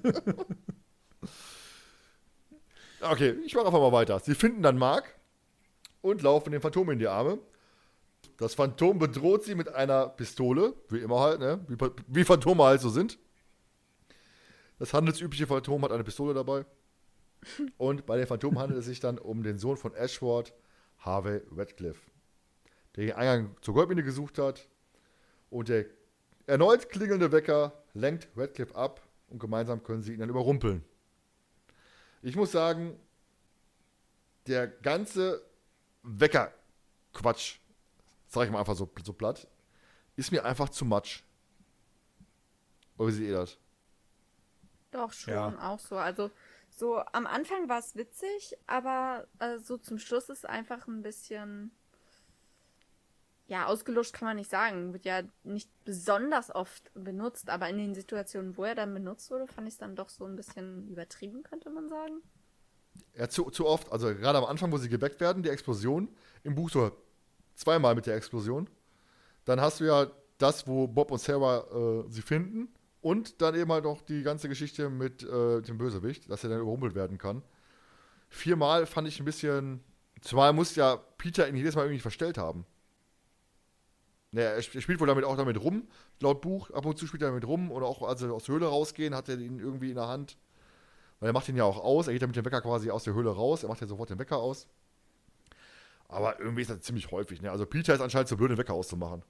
Okay, ich mache einfach mal weiter. Sie finden dann Mark und laufen dem Phantom in die Arme. Das Phantom bedroht sie mit einer Pistole, wie immer halt, ne? Wie, wie Phantome halt so sind. Das handelsübliche Phantom hat eine Pistole dabei. Und bei dem Phantom handelt es sich dann um den Sohn von Ashworth, Harvey Radcliffe, der den Eingang zur Goldmine gesucht hat. Und der erneut klingelnde Wecker lenkt Radcliffe ab und gemeinsam können sie ihn dann überrumpeln. Ich muss sagen, der ganze Wecker-Quatsch, sag ich mal einfach so, so platt, ist mir einfach zu much. Oder wie seht ihr das? Doch, schon Ja. auch so. Also, so am Anfang war es witzig, aber äh, so zum Schluss ist einfach ein bisschen. Ja, ausgelutscht kann man nicht sagen. Wird ja nicht besonders oft benutzt, aber in den Situationen, wo er dann benutzt wurde, fand ich es dann doch so ein bisschen übertrieben, könnte man sagen. Ja, zu, zu oft. Also gerade am Anfang, wo sie geweckt werden, die Explosion. Im Buch so zweimal mit der Explosion. Dann hast du ja das, wo Bob und Sarah äh, sie finden. Und dann eben halt noch die ganze Geschichte mit äh, dem Bösewicht, dass er dann überrumpelt werden kann. Viermal fand ich ein bisschen. Zumal muss ja Peter ihn jedes Mal irgendwie verstellt haben. Naja, er sp- er spielt wohl damit auch damit rum, laut Buch. Ab und zu spielt er damit rum. Oder auch als sie aus der Höhle rausgehen, hat er ihn irgendwie in der Hand. Weil er macht ihn ja auch aus. Er geht ja mit dem Wecker quasi aus der Höhle raus. Er macht ja sofort den Wecker aus. Aber irgendwie ist das ziemlich häufig. Ne? Also Peter ist anscheinend zu blöd, den Wecker auszumachen.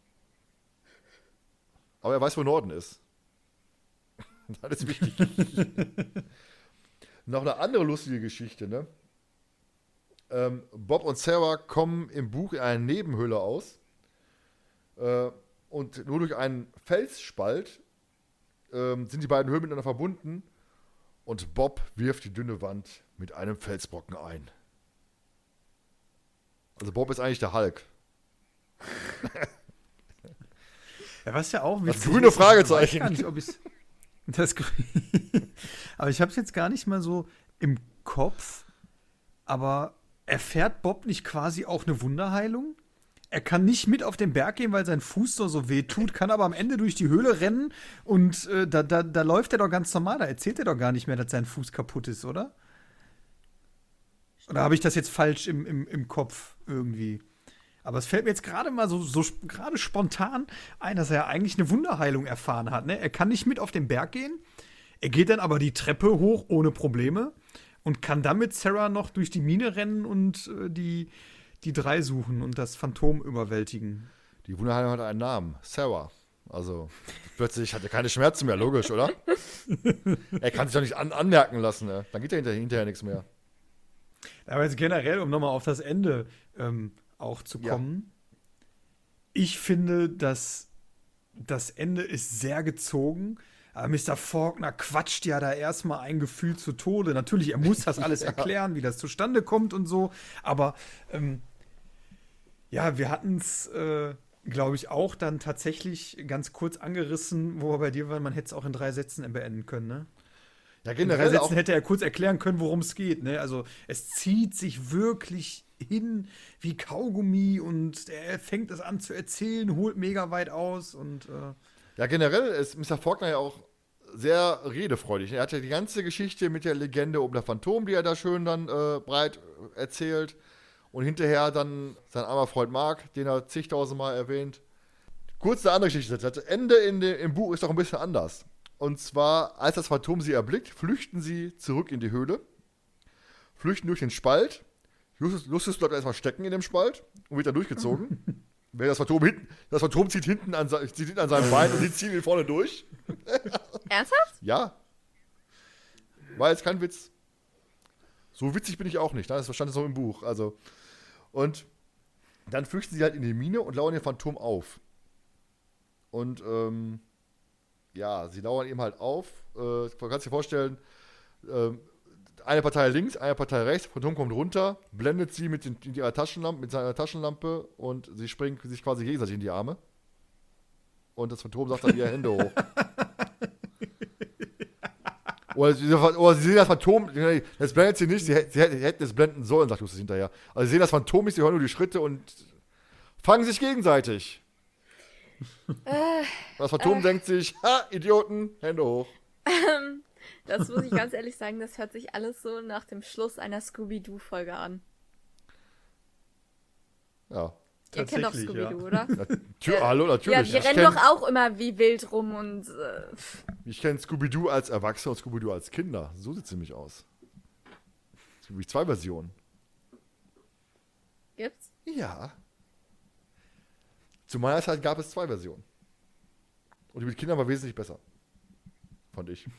Aber er weiß, wo Norden ist. Das ist wichtig. Noch eine andere lustige Geschichte, ne? Ähm, Bob und Sarah kommen im Buch in einer Nebenhöhle aus. Äh, und nur durch einen Felsspalt ähm, sind die beiden Höhlen miteinander verbunden. Und Bob wirft die dünne Wand mit einem Felsbrocken ein. Also Bob ist eigentlich der Hulk. Ja, was ja auch Das witzig grüne ist, Fragezeichen. Ich weiß gar nicht, ob ich's, das grü- aber ich habe es jetzt gar nicht mal so im Kopf. Aber erfährt Bob nicht quasi auch eine Wunderheilung? Er kann nicht mit auf den Berg gehen, weil sein Fuß so, so weh tut, kann aber am Ende durch die Höhle rennen und äh, da, da, da läuft er doch ganz normal. Da erzählt er doch gar nicht mehr, dass sein Fuß kaputt ist, oder? Oder habe ich das jetzt falsch im, im, im Kopf irgendwie? Aber es fällt mir jetzt gerade mal so, so sp- gerade spontan ein, dass er ja eigentlich eine Wunderheilung erfahren hat. Ne? Er kann nicht mit auf den Berg gehen. Er geht dann aber die Treppe hoch ohne Probleme und kann dann mit Sarah noch durch die Mine rennen und äh, die, die drei suchen und das Phantom überwältigen. Die Wunderheilung hat einen Namen. Sarah. Also, plötzlich hat er keine Schmerzen mehr, logisch, oder? Er kann sich doch nicht an anmerken lassen, ne? Dann geht ja hinterher, hinterher nichts mehr. Aber jetzt generell, um nochmal auf das Ende ähm, auch zu Ja. kommen. Ich finde, dass das Ende ist sehr gezogen. Aber Mister Faulkner quatscht ja da erstmal ein Gefühl zu Tode. Natürlich, er muss das alles Ja. erklären, wie das zustande kommt und so. Aber ähm, ja, wir hatten es, äh, glaube ich, auch dann tatsächlich ganz kurz angerissen, wo wir bei dir waren, man hätte es auch in drei Sätzen beenden können, ne? Ja, In drei generell Sätzen auch. hätte er kurz erklären können, worum es geht. Ne? Also es zieht sich wirklich hin wie Kaugummi und er fängt es an zu erzählen, holt mega weit aus und äh, Ja, generell ist Mister Faulkner ja auch sehr redefreudig. Er hat ja die ganze Geschichte mit der Legende um das Phantom, die er da schön dann äh, breit erzählt. und hinterher dann sein armer Freund Mark, den er zigtausendmal erwähnt. Kurz eine andere Geschichte. Das Ende in de, im Buch ist doch ein bisschen anders. Und zwar, als das Phantom sie erblickt, flüchten sie zurück in die Höhle, flüchten durch den Spalt. Justus, Justus bleibt erstmal stecken in dem Spalt und wird dann durchgezogen. Während das Phantom hinten, das Phantom zieht hinten an, zieht hinten an seinem Bein und die ziehen ihn vorne durch. Ernsthaft? Ja. War jetzt kein Witz. So witzig bin ich auch nicht. Ne? Das stand so im Buch. Also. Und dann flüchten sie halt in die Mine und lauern den Phantom auf. Und ähm, ja, sie lauern ihm halt auf. Äh, man kann sich vorstellen, äh, eine Partei links, eine Partei rechts, Phantom kommt runter, blendet sie mit, den, mit ihrer Taschenlampe, mit seiner Taschenlampe und sie springen sich quasi gegenseitig in die Arme. Und das Phantom sagt dann ihre Hände hoch. Oder sie, oder sie sehen das Phantom, das blendet sie nicht, sie, sie hätten es blenden sollen, sagt Justus hinterher. Also sie sehen das Phantom nicht, sie hören nur die Schritte und fangen sich gegenseitig. Äh, das Phantom äh. denkt sich, ha, Idioten, Hände hoch. Ähm, das muss ich ganz ehrlich sagen, das hört sich alles so nach dem Schluss einer Scooby-Doo-Folge an. Ja. Ihr kennt doch Scooby-Doo, ja. oder? Natür- Hallo, natürlich. Ja, die rennen doch auch immer wie wild rum und... Äh, ich kenne Scooby-Doo als Erwachsene und Scooby-Doo als Kinder. So sieht es nämlich aus. Es gibt zwei Versionen. Gibt's? Ja. Zu meiner Zeit gab es zwei Versionen. Und die mit Kindern war wesentlich besser. Fand ich.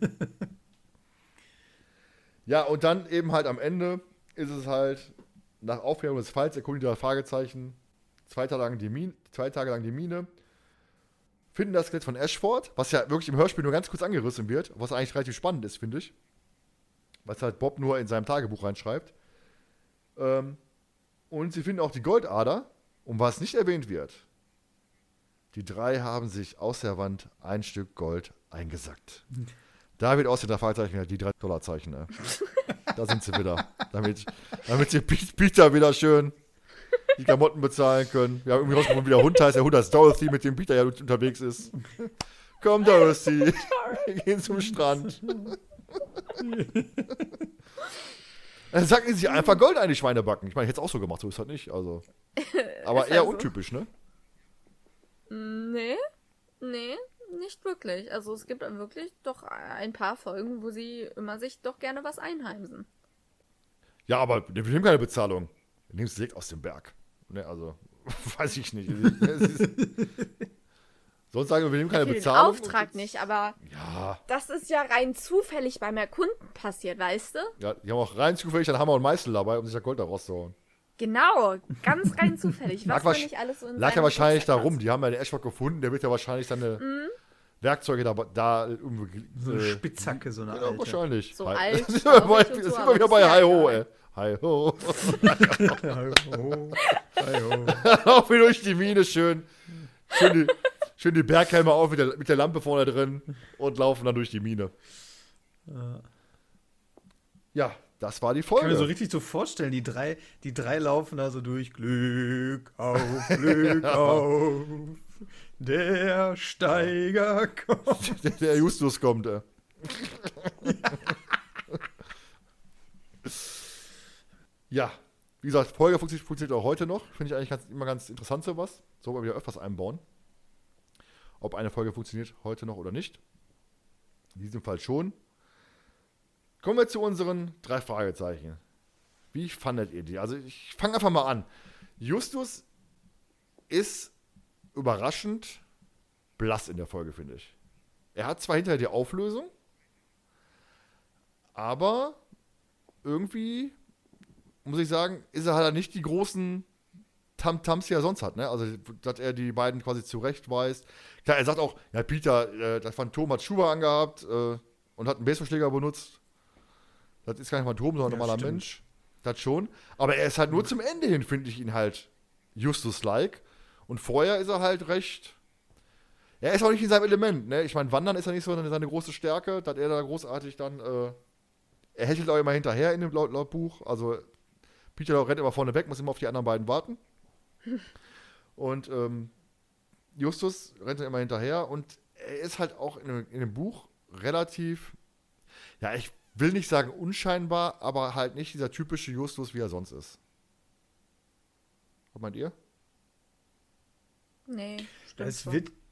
Ja, und dann eben halt am Ende ist es halt, nach Aufklärung des Falls erkundigt das Fragezeichen, zwei Tage lang die Mine, zwei Tage lang die Mine, finden das Skelett von Ashford, was ja wirklich im Hörspiel nur ganz kurz angerissen wird, was eigentlich relativ spannend ist, finde ich. Was halt Bob nur in seinem Tagebuch reinschreibt. Ähm, und sie finden auch die Goldader, um was nicht erwähnt wird. Die drei haben sich aus der Wand ein Stück Gold eingesackt. Da wird aus den drei Fragezeichen die drei Dollarzeichen. Ne? Da sind sie wieder. Damit, damit sie Peter wieder schön die Klamotten bezahlen können. Wir haben irgendwie rausgefunden, wie der Hund heißt. Der Hund heißt Dorothy, mit dem Peter ja unterwegs ist. Komm, Dorothy. Wir gehen zum Strand. Dann sacken sie einfach Gold ein, die Schweinebacken. Ich meine, ich hätte es auch so gemacht, so ist das nicht. Also. Aber eher also untypisch, ne? Nee, nee, nicht wirklich. Also es gibt wirklich doch ein paar Folgen, wo sie immer sich doch gerne was einheimsen. Ja, aber wir nehmen keine Bezahlung. Wir nehmen es direkt aus dem Berg. Ne, also, weiß ich nicht. Sonst sagen wir, wir nehmen keine für Bezahlung. Den Auftrag nicht, aber ja. Das ist ja rein zufällig bei mehr Kunden passiert, weißt du? Ja, die haben auch rein zufällig einen Hammer und Meißel dabei, um sich das Gold da rauszuhauen. Genau, ganz rein zufällig. Was lag man nicht alles so in lag ja wahrscheinlich Rucksack darum, hat. die haben ja den Ashford gefunden, der wird ja wahrscheinlich seine Mhm. Werkzeuge da, da irgendwie. So eine äh, Spitzhacke, so eine Ja, alte. wahrscheinlich. So Hi- alt, Sind wir bei- traurig und sind so, wir aber wieder ist bei ja Hi Ho, egal. ey. Hi Ho. Hallo. Hallo. Auch wieder durch die Mine schön. Schön die, schön die Berghelme auf mit der, mit der Lampe vorne drin und laufen dann durch die Mine. Ja, das war die Ich kann mir so Folge. richtig so vorstellen, die drei, die drei laufen da so durch. Glück auf, Glück auf. Der Steiger kommt. Der, der Justus kommt, ey. Ja, wie gesagt, Folge funktioniert, funktioniert auch heute noch. Finde ich eigentlich ganz, immer ganz interessant sowas. So wollen wir wieder öfters einbauen. Ob eine Folge funktioniert heute noch oder nicht. In diesem Fall schon. Kommen wir zu unseren drei Fragezeichen. Wie fandet ihr die? Also ich fange einfach mal an. Justus ist überraschend blass in der Folge, finde ich. Er hat zwar hinterher die Auflösung, aber irgendwie, muss ich sagen, ist er halt nicht die großen Tamtams, die er sonst hat. Ne? Also, dass er die beiden quasi zurechtweist. Klar, er sagt auch, ja, Peter, äh, das Phantom hat Schuhe angehabt äh, und hat einen Baseballschläger benutzt. Das ist kein Phantom, sondern ein Ja, normaler stimmt. Mensch. Das schon. Aber er ist halt nur zum Ende hin, finde ich ihn halt Justus-like. Und vorher ist er halt recht. Er ist auch nicht in seinem Element, ne? Ich meine, Wandern ist ja nicht so seine große Stärke, dass er da großartig dann. Äh, er hechelt auch immer hinterher in dem laut, laut Buch. Also, Peter rennt immer vorne weg, muss immer auf die anderen beiden warten. Und ähm, Justus rennt dann immer hinterher und er ist halt auch in, dem- in dem Buch relativ. Ja, ich will nicht sagen unscheinbar, aber halt nicht dieser typische Justus, wie er sonst ist. Was meint ihr? Nee, stimmt Es schon. wird,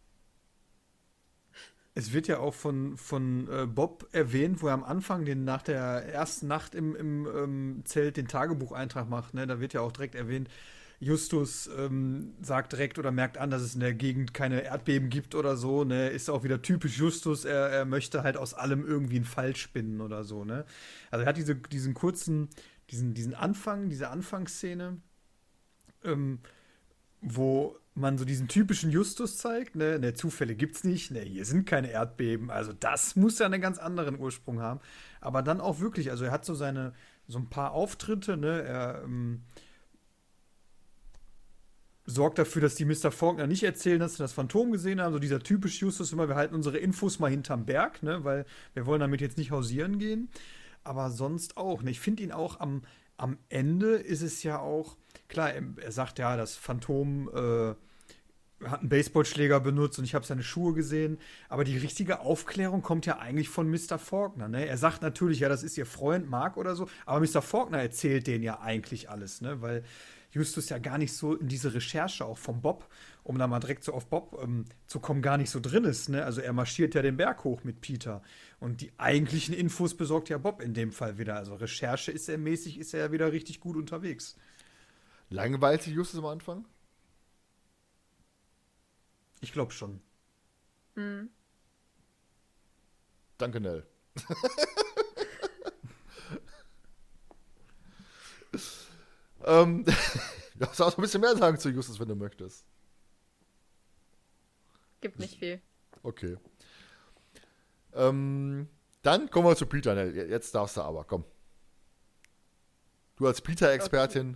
es wird ja auch von, von äh, Bob erwähnt, wo er am Anfang den, nach der ersten Nacht im, im ähm, Zelt den Tagebucheintrag macht. Ne? Da wird ja auch direkt erwähnt, Justus ähm, sagt direkt oder merkt an, dass es in der Gegend keine Erdbeben gibt oder so. Ne? Ist auch wieder typisch Justus. Er, er möchte halt aus allem irgendwie einen Fall spinnen oder so. Ne? Also er hat diese, diesen kurzen, diesen, diesen Anfang, diese Anfangsszene, ähm, wo man so diesen typischen Justus zeigt, ne, ne, Zufälle gibt's nicht, ne, hier sind keine Erdbeben, also das muss ja einen ganz anderen Ursprung haben, aber dann auch wirklich, also er hat so seine, so ein paar Auftritte, ne, er ähm, sorgt dafür, dass die Mister Faulkner nicht erzählen, dass sie das Phantom gesehen haben, so dieser typische Justus immer, wir halten unsere Infos mal hinterm Berg, ne, weil wir wollen damit jetzt nicht hausieren gehen, aber sonst auch, ne, ich finde ihn auch am, am Ende ist es ja auch, klar, er, er sagt ja, das Phantom äh, hat einen Baseballschläger benutzt und ich habe seine Schuhe gesehen. Aber die richtige Aufklärung kommt ja eigentlich von Mister Faulkner. Ne? Er sagt natürlich, ja, das ist ihr Freund Mark oder so. Aber Mister Faulkner erzählt denen ja eigentlich alles, ne? Weil Justus ja gar nicht so in diese Recherche auch vom Bob, um da mal direkt so auf Bob ähm, zu kommen, gar nicht so drin ist. Ne? Also er marschiert ja den Berg hoch mit Peter. Und die eigentlichen Infos besorgt ja Bob in dem Fall wieder. Also Recherche ist er mäßig, ist er ja wieder richtig gut unterwegs. Langweilt sich Justus am Anfang? Ich glaube schon. Hm. Danke, Nell. ähm, du darfst auch ein bisschen mehr sagen zu Justus, wenn du möchtest. Gibt nicht viel. Okay. Ähm, dann kommen wir zu Peter, Nell. Jetzt darfst du aber, komm. Du als Peter-Expertin.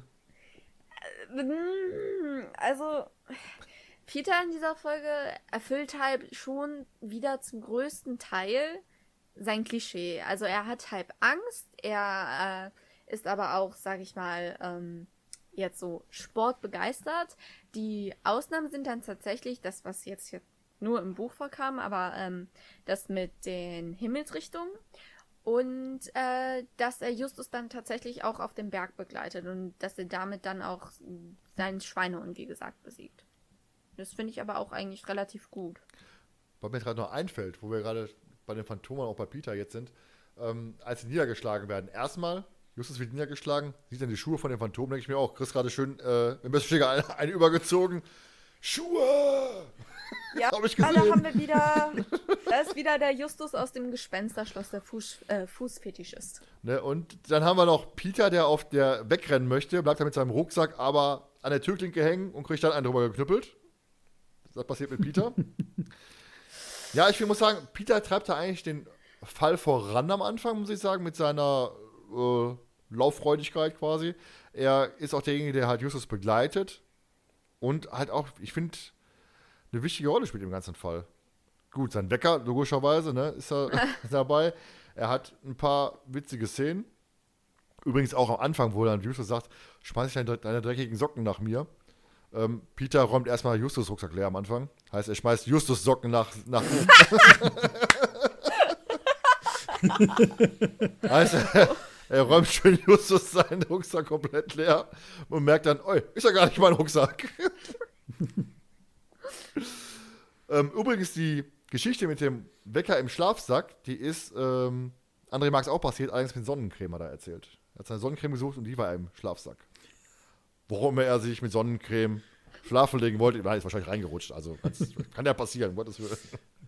Also, Peter in dieser Folge erfüllt halt schon wieder zum größten Teil sein Klischee. Also er hat halb Angst, er äh, ist aber auch, sag ich mal, ähm, jetzt so sportbegeistert. Die Ausnahmen sind dann tatsächlich das, was jetzt hier nur im Buch vorkam, aber ähm, das mit den Himmelsrichtungen. Und äh, dass er Justus dann tatsächlich auch auf den Berg begleitet und dass er damit dann auch seinen Schweinehund, wie gesagt, besiegt. Das finde ich aber auch eigentlich relativ gut. Was mir gerade noch einfällt, wo wir gerade bei den Phantomen auch bei Peter jetzt sind, ähm, als sie niedergeschlagen werden. Erstmal, Justus wird niedergeschlagen, sieht dann die Schuhe von den Phantomen, denke ich mir auch, Chris gerade schön äh, im Messerschläger einen, einen übergezogen. Schuhe! Ja, hab ich da gesehen. haben wir wieder, da ist wieder der Justus aus dem Gespensterschloss, der Fuß, äh, Fußfetischist. Ne, und dann haben wir noch Peter, der auf der wegrennen möchte, bleibt da mit seinem Rucksack aber an der Türklinke hängen und kriegt dann einen drüber geknüppelt. Das passiert mit Peter. Ja, ich muss sagen, Peter treibt da eigentlich den Fall voran am Anfang, muss ich sagen, mit seiner äh, Lauffreudigkeit quasi. Er ist auch derjenige, der halt Justus begleitet und halt auch, ich finde, eine wichtige Rolle spielt im ganzen Fall. Gut, sein Wecker, logischerweise, ne, ist er dabei. Er hat ein paar witzige Szenen. Übrigens auch am Anfang, wo dann Justus sagt, schmeiß ich deine, deine dreckigen Socken nach mir. Ähm, Peter räumt erstmal Justus Rucksack leer am Anfang. Heißt, er schmeißt Justus Socken nach, nach ihm. heißt, er, er räumt schön Justus seinen Rucksack komplett leer und merkt dann, oi, ist ja gar nicht mein Rucksack. ähm, übrigens, die Geschichte mit dem Wecker im Schlafsack, die ist, ähm, André mag es auch passiert, allerdings mit Sonnencreme hat er erzählt. Er hat seine Sonnencreme gesucht und die war im Schlafsack. Warum er sich mit Sonnencreme schlafen legen wollte, nein, ist wahrscheinlich reingerutscht. Also, das kann ja passieren, um Gottes Willen.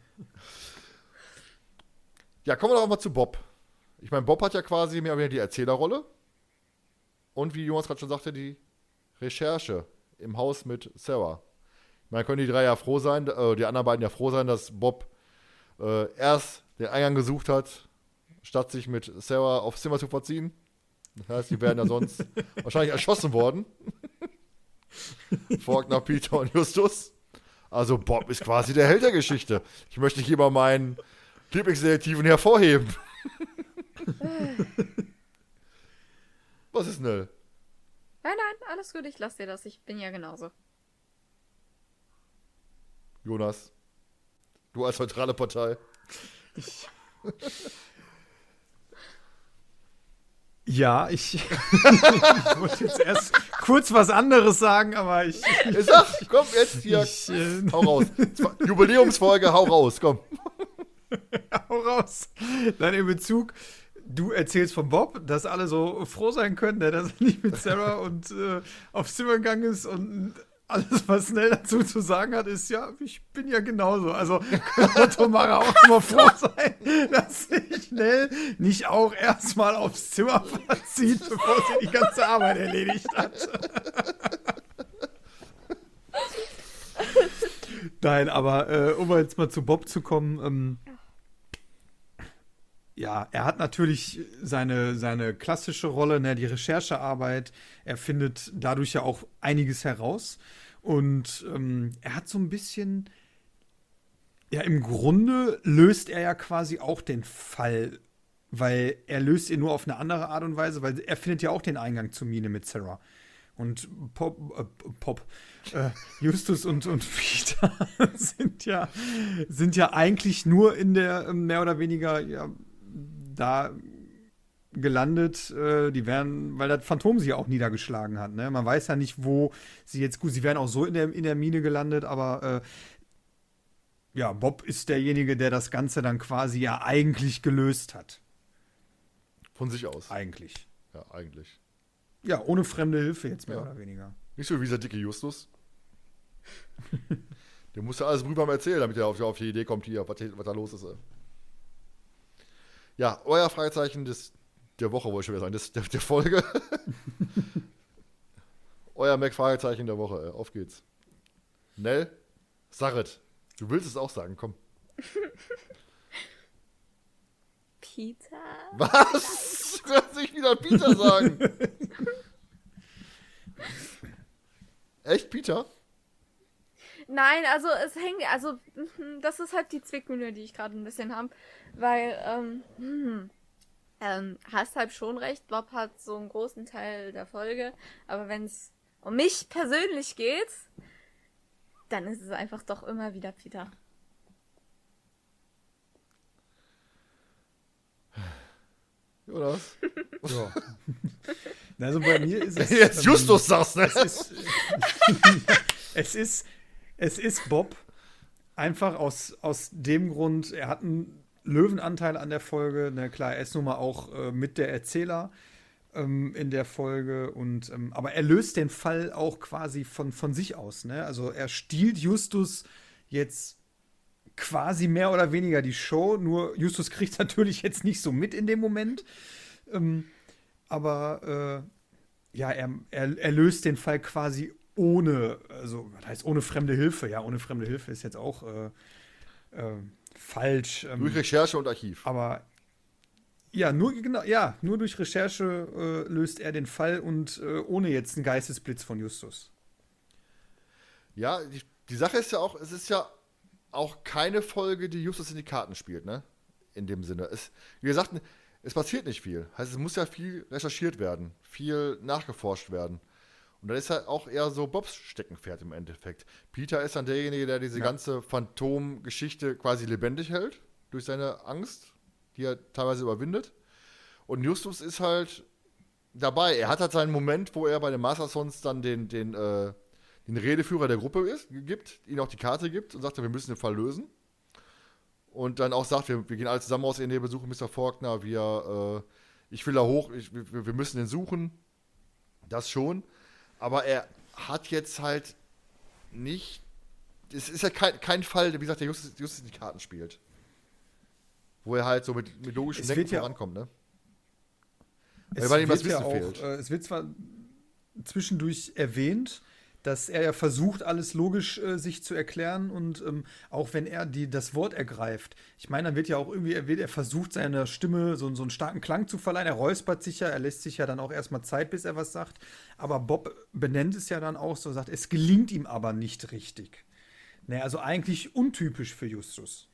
Ja, kommen wir doch mal zu Bob. Ich meine, Bob hat ja quasi mehr oder weniger die Erzählerrolle. Und wie Jonas gerade schon sagte, die Recherche im Haus mit Sarah. Ich meine, können die drei ja froh sein, äh, die anderen beiden ja froh sein, dass Bob äh, erst den Eingang gesucht hat, statt sich mit Sarah aufs Zimmer zu verziehen. Das heißt, die wären ja sonst wahrscheinlich erschossen worden. Faulkner, Peter und Justus. Also Bob ist quasi der Held der Geschichte. Ich möchte hier mal meinen Lieblingsdetektiven hervorheben. Was ist Nell? Nein, nein, alles gut, ich lasse dir das. Ich bin ja genauso. Jonas, du als neutrale Partei. Ich Ja, ich, ich wollte jetzt erst kurz was anderes sagen, aber ich. Ich sag, komm, jetzt hier. Ich, äh, hau raus. Jubiläumsfolge, hau raus, komm. Hau raus. Dann in Bezug, du erzählst von Bob, dass alle so froh sein können, ne, dass er nicht mit Sarah und äh, aufs Zimmer gegangen ist und alles, was Nell dazu zu sagen hat, ist, ja, ich bin ja genauso. Also kann Otto Mara auch immer froh sein, dass sich Nell nicht auch erstmal aufs Zimmer verzieht, bevor sie die ganze Arbeit erledigt hat. Nein, aber äh, um jetzt mal zu Bob zu kommen, ähm, ja, er hat natürlich seine, seine klassische Rolle, ne, die Recherchearbeit. Er findet dadurch ja auch einiges heraus. Und ähm, er hat so ein bisschen, ja, im Grunde löst er ja quasi auch den Fall, weil er löst ihn nur auf eine andere Art und Weise, weil er findet ja auch den Eingang zur Mine mit Sarah. Und Pop, äh, Pop, äh, Justus und, und Peter sind ja, sind ja eigentlich nur in der, mehr oder weniger, ja, da gelandet, äh, die werden, weil das Phantom sie auch niedergeschlagen hat, ne? Man weiß ja nicht, wo sie jetzt, gut, sie wären auch so in der, in der Mine gelandet, aber äh, ja, Bob ist derjenige, der das Ganze dann quasi ja eigentlich gelöst hat. Von sich aus. Eigentlich. Ja, eigentlich. Ja, ohne fremde Hilfe jetzt mehr Ja. oder weniger. Nicht so wie dieser dicke Justus. Der muss ja alles rüber erzählen, damit er auf, auf die Idee kommt, hier, was, was da los ist. Ey. Ja, euer Fragezeichen des, der Woche, wollte ich schon wieder sagen, des, der, der Folge. Euer Mac-Fragezeichen der Woche. Ey. Auf geht's. Nell, sag es. Du willst es auch sagen, komm. Peter? Was? Du kannst nicht wieder Peter sagen. Echt, Peter? Nein, also es hängt, also mhm, das ist halt die Zwickmühle, die ich gerade ein bisschen habe, weil, ähm, hm, ähm, hast halt schon recht, Bob hat so einen großen Teil der Folge, aber wenn es um mich persönlich geht, dann ist es einfach doch immer wieder Peter. Jonas? Ja. Also bei mir ist es. Jetzt ähm, Justus sagst, ne? Es ist, es ist, es ist Bob. Einfach aus, aus dem Grund, er hat einen Löwenanteil an der Folge. Na klar, er ist nun mal auch äh, mit der Erzähler ähm, in der Folge. Und, ähm, aber er löst den Fall auch quasi von, von sich aus. Ne? Also er stiehlt Justus jetzt quasi mehr oder weniger die Show. Nur Justus kriegt natürlich jetzt nicht so mit in dem Moment. Ähm, aber äh, ja, er, er, er löst den Fall quasi ohne, also was heißt ohne fremde Hilfe? Ja, ohne fremde Hilfe ist jetzt auch äh, äh, falsch. Ähm, Durch Recherche und Archiv. aber ja, nur genau, ja, nur durch Recherche äh, löst er den Fall und äh, ohne jetzt einen Geistesblitz von Justus. Ja, die, die Sache ist ja auch, es ist ja auch keine Folge, die Justus in die Karten spielt, ne? In dem Sinne. Es, wie gesagt, es passiert nicht viel. Heißt, es muss ja viel recherchiert werden, viel nachgeforscht werden. Und dann ist halt auch eher so Bobs Steckenpferd im Endeffekt. Peter ist dann derjenige, der diese Ja. ganze Phantom-Geschichte quasi lebendig hält, durch seine Angst, die er teilweise überwindet. Und Justus ist halt dabei. Er hat halt seinen Moment, wo er bei den Master Sons dann den, den, äh, den Redeführer der Gruppe ist, gibt, ihnen auch die Karte gibt und sagt, wir müssen den Fall lösen. Und dann auch sagt, wir, wir gehen alle zusammen aus in den Besuch, Mister Faulkner, wir, äh, ich will da hoch, ich, wir, wir müssen den suchen. Das schon. Aber er hat jetzt halt nicht, es ist ja kein, kein Fall, wie gesagt, der Justus, Justus die Karten spielt. Wo er halt so mit, mit logischem Es Denken wird ja- vorankommt, ne? Es Weil ihm das wird ja Wissen auch, fehlt. äh, es wird zwar zwischendurch erwähnt, dass er ja versucht, alles logisch äh, sich zu erklären und ähm, auch wenn er die, das Wort ergreift. Ich meine, dann wird ja auch irgendwie erwähnt, er versucht seiner Stimme so, so einen starken Klang zu verleihen. Er räuspert sich ja, er lässt sich ja dann auch erstmal Zeit, bis er was sagt. Aber Bob benennt es ja dann auch so, sagt, es gelingt ihm aber nicht richtig. Ne, also eigentlich untypisch für Justus.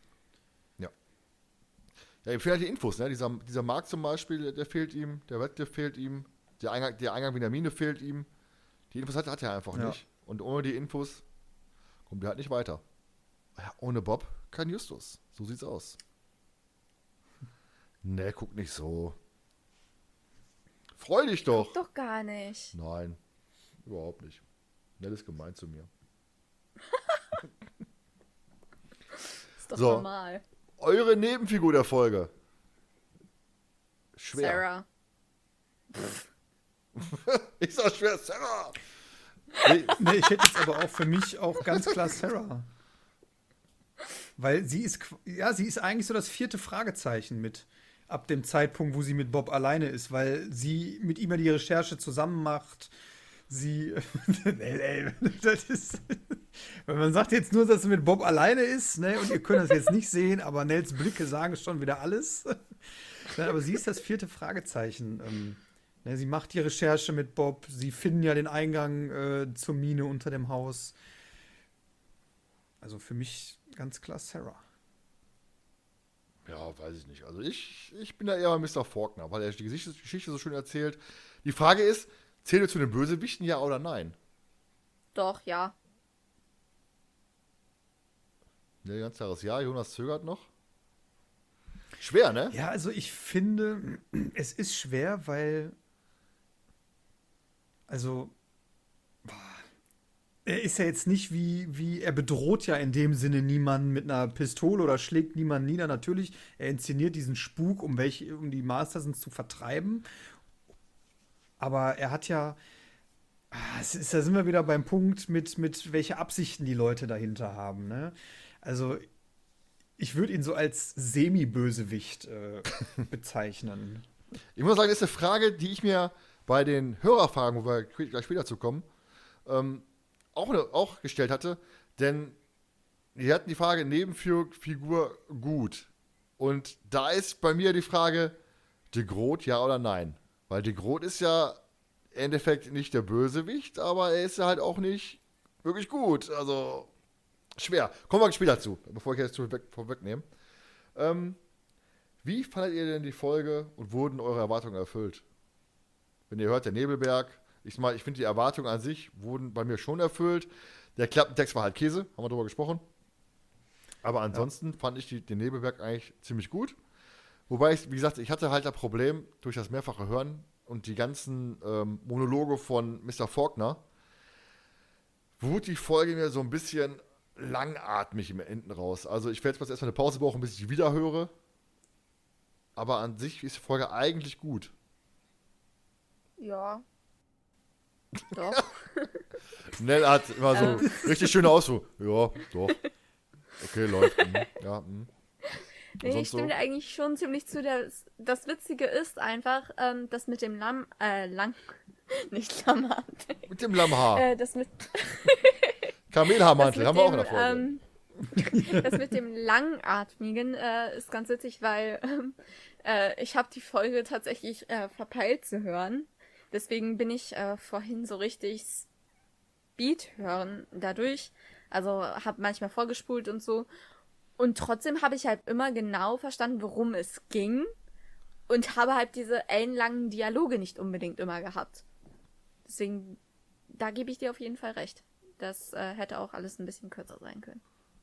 Ja, ihm fehlen halt die Infos, ne? Dieser, dieser Markt zum Beispiel, der, der fehlt ihm, der Wettbewerb fehlt ihm, der Eingang, der Eingang wie in der Mine fehlt ihm. Die Infos hat, hat er einfach Ja. nicht. Und ohne die Infos kommt er halt nicht weiter. Ja, ohne Bob kein Justus. So sieht's aus. Ne, guck nicht so. Freu dich doch. Doch gar nicht. Nein. überhaupt nicht. Nell ist gemein zu mir. Ist doch So. normal. Eure Nebenfigur der Folge. Schwer. Sarah. Ich sag schwer, Sarah. Nee, nee, ich hätte jetzt aber auch für mich auch ganz klar Sarah. Weil sie ist, qu- ja, sie ist eigentlich so das vierte Fragezeichen mit, ab dem Zeitpunkt, wo sie mit Bob alleine ist, weil sie mit ihm ja die Recherche zusammen macht. Sie, nee, nee, das ist, wenn man sagt jetzt nur, dass sie mit Bob alleine ist, ne, und ihr könnt das jetzt nicht sehen, aber Nels Blicke sagen schon wieder alles. Ja, aber sie ist das vierte Fragezeichen. Ähm, ne, sie macht die Recherche mit Bob, sie finden ja den Eingang äh, zur Mine unter dem Haus. Also für mich ganz klar Sarah. Ja, weiß ich nicht. Also ich, ich bin da eher Mister Faulkner, weil er die Geschichte, Geschichte so schön erzählt. Die Frage ist, zählt er zu den Bösewichten, ja oder nein? Doch, ja. Ne, ganz klares Ja. Jonas zögert noch. Schwer, ne? Ja, also ich finde, es ist schwer, weil also boah, er ist ja jetzt nicht wie, wie, er bedroht ja in dem Sinne niemanden mit einer Pistole oder schlägt niemanden nieder. Natürlich, er inszeniert diesen Spuk, um, welche, um die Mastersons zu vertreiben. Aber er hat ja, ah, es ist, da sind wir wieder beim Punkt mit, mit welche Absichten die Leute dahinter haben. Ne? Also ich würde ihn so als Semi-Bösewicht äh, bezeichnen. Ich muss sagen, das ist eine Frage, die ich mir bei den Hörerfragen, wo wir gleich später zu kommen, ähm, auch, ne, auch gestellt hatte. Denn die hatten die Frage Nebenfigur gut. Und da ist bei mir die Frage, de Groot ja oder nein? Weil de Groot ist ja im Endeffekt nicht der Bösewicht, aber er ist ja halt auch nicht wirklich gut. Also schwer. Kommen wir später zu, bevor ich jetzt zu vorweg, vorwegnehme. Ähm, wie fandet ihr denn die Folge und wurden eure Erwartungen erfüllt? Wenn ihr hört, der Nebelberg, ich, mal, ich finde, die Erwartungen an sich wurden bei mir schon erfüllt. Der Klappentext war halt Käse, haben wir darüber gesprochen. Aber ansonsten ja. fand ich die, den Nebelberg eigentlich ziemlich gut. Wobei, ich, wie gesagt, ich hatte halt ein Problem durch das mehrfache Hören und die ganzen ähm, Monologe von Mister Faulkner, wurde die Folge mir so ein bisschen langatmig im Enden raus. Also ich werde jetzt erstmal eine Pause brauchen, bis ich die wieder höre. Aber an sich ist die Folge eigentlich gut. Ja. Doch. Nell hat immer so Ähm. richtig schöne Ausrufe. Ja, doch. Okay, läuft. Mhm. Ja, mhm. Nee, sonst ich stimme so? dir eigentlich schon ziemlich zu. Der, das Witzige ist einfach, ähm, das mit dem Lamm, äh, lang, nicht Lammart. Mit dem Lammhaar. Äh, das mit, Kamelhaarmantel, das haben mit wir auch in dem, der Folge. ähm, das mit dem Langatmigen äh, ist ganz witzig, weil ähm, äh, ich habe die Folge tatsächlich äh, verpeilt zu hören. Deswegen bin ich äh, vorhin so richtig Speed hören dadurch. Also habe manchmal vorgespult und so. Und trotzdem habe ich halt immer genau verstanden, worum es ging. Und habe halt diese ellenlangen Dialoge nicht unbedingt immer gehabt. Deswegen, da gebe ich dir auf jeden Fall recht. Das äh, hätte auch alles ein bisschen kürzer sein können.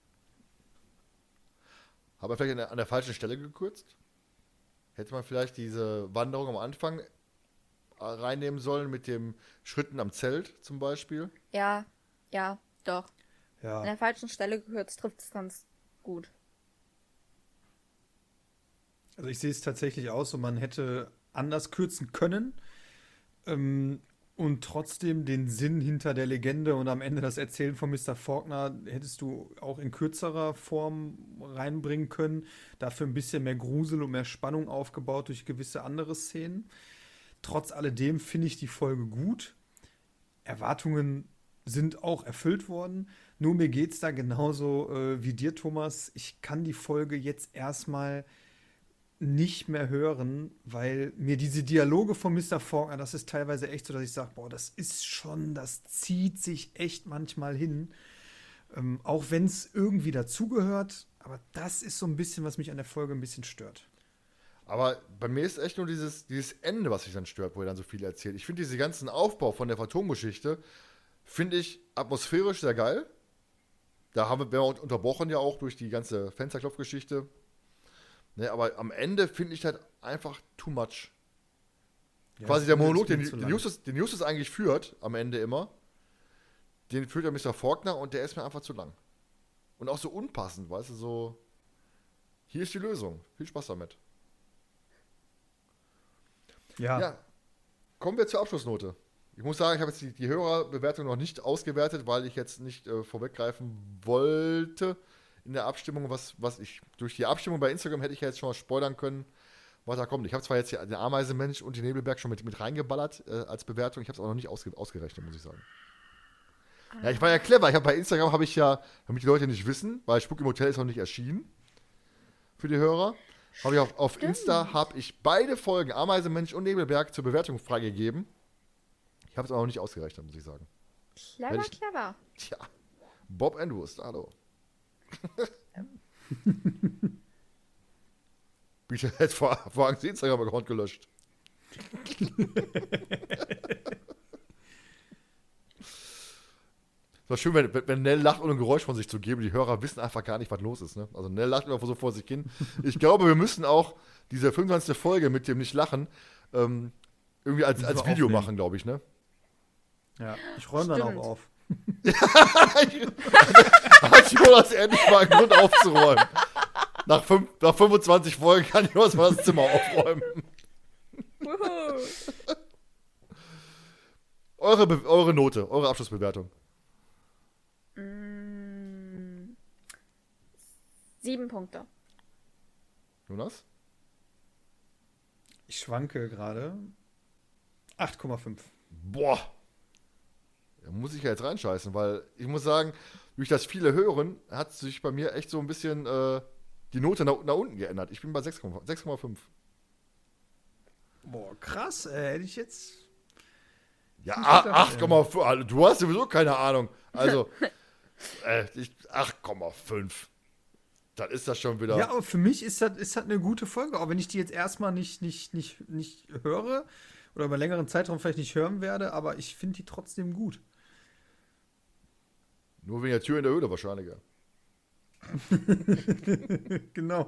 Haben wir vielleicht an der, an der falschen Stelle gekürzt? Hätte man vielleicht diese Wanderung am Anfang reinnehmen sollen mit dem Schritten am Zelt zum Beispiel? Ja, ja, doch. Ja. An der falschen Stelle gekürzt trifft es ganz gut. Also ich sehe es tatsächlich aus, so man hätte anders kürzen können ähm, und trotzdem den Sinn hinter der Legende und am Ende das Erzählen von Mister Faulkner hättest du auch in kürzerer Form reinbringen können. Dafür ein bisschen mehr Grusel und mehr Spannung aufgebaut durch gewisse andere Szenen. Trotz alledem finde ich die Folge gut. Erwartungen sind auch erfüllt worden. Nur mir geht es da genauso äh, wie dir, Thomas. Ich kann die Folge jetzt erstmal nicht mehr hören, weil mir diese Dialoge von Mister Faulkner, das ist teilweise echt so, dass ich sage, boah, das ist schon, das zieht sich echt manchmal hin. Ähm, auch wenn es irgendwie dazugehört, aber das ist so ein bisschen, was mich an der Folge ein bisschen stört. Aber bei mir ist echt nur dieses, dieses Ende, was mich dann stört, wo er dann so viel erzählt. Ich finde diese ganzen Aufbau von der Phantomgeschichte, finde ich atmosphärisch sehr geil. Da haben wir, werden wir unterbrochen ja auch durch die ganze Fensterklopfgeschichte. Ne, aber am Ende finde ich halt einfach too much. Ja, quasi der das ist Monolog, mir den, zu den, lang. Justus, den Justus eigentlich führt, am Ende immer, den führt der Mister Faulkner und der ist mir einfach zu lang. Und auch so unpassend, weißt du, so, hier ist die Lösung. Viel Spaß damit. Ja. Ja, kommen wir zur Abschlussnote. Ich muss sagen, ich habe jetzt die, die Hörerbewertung noch nicht ausgewertet, weil ich jetzt nicht äh, vorweggreifen wollte in der Abstimmung, was, was ich, durch die Abstimmung bei Instagram hätte ich ja jetzt schon mal spoilern können, was da kommt. Ich habe zwar jetzt hier den Ameisenmensch und die Nebelberg schon mit, mit reingeballert äh, als Bewertung, ich habe es aber noch nicht ausge, ausgerechnet, muss ich sagen. Ja, ich war ja clever. Ich habe bei Instagram habe ich ja, damit die Leute nicht wissen, weil Spuk im Hotel ist noch nicht erschienen für die Hörer, habe ich auf, auf Insta habe ich beide Folgen Ameisenmensch und Nebelberg zur Bewertung freigegeben. Ich habe es aber noch nicht ausgerechnet, muss ich sagen. Clever, ich- clever. Tja, Bob Andrews, hallo. Bitte hat vor, vor Angst den Instagram-Account gelöscht. Es war schön, wenn, wenn wenn Nell lacht, ohne ein Geräusch von sich zu geben. Die Hörer wissen einfach gar nicht, was los ist. Ne? Also Nell lacht immer so vor sich hin. Ich glaube, wir müssen auch diese fünfundzwanzigste Folge mit dem Nicht-Lachen ähm, irgendwie als, Müssen als wir Video aufnehmen. machen, glaube ich. Ne? Ja, ich räume dann Stimmt. auch auf. Hat Jonas endlich mal einen Grund aufzuräumen. Nach, fünf, nach fünfundzwanzig Folgen kann Jonas mal das Zimmer aufräumen. Wuhu. Eure, Be eure Note, eure Abschlussbewertung. Mm, sieben Punkte. Jonas? Ich schwanke gerade. acht Komma fünf. Boah. Da muss ich ja jetzt reinscheißen, weil ich muss sagen, durch das viele Hören hat sich bei mir echt so ein bisschen äh, die Note nach, nach unten geändert. Ich bin bei sechs Komma fünf. Boah, krass, ey. Hätte ich jetzt. Ja, Nicht gedacht, acht Komma fünf. Also, du hast sowieso keine Ahnung. Also, äh, ich- acht Komma fünf. Dann ist das schon wieder. Ja, aber für mich ist das, ist das eine gute Folge, auch wenn ich die jetzt erstmal nicht, nicht, nicht, nicht höre oder über einen längeren Zeitraum vielleicht nicht hören werde, aber ich finde die trotzdem gut. Nur wegen der Tür in der Höhle wahrscheinlich. Ja. Genau.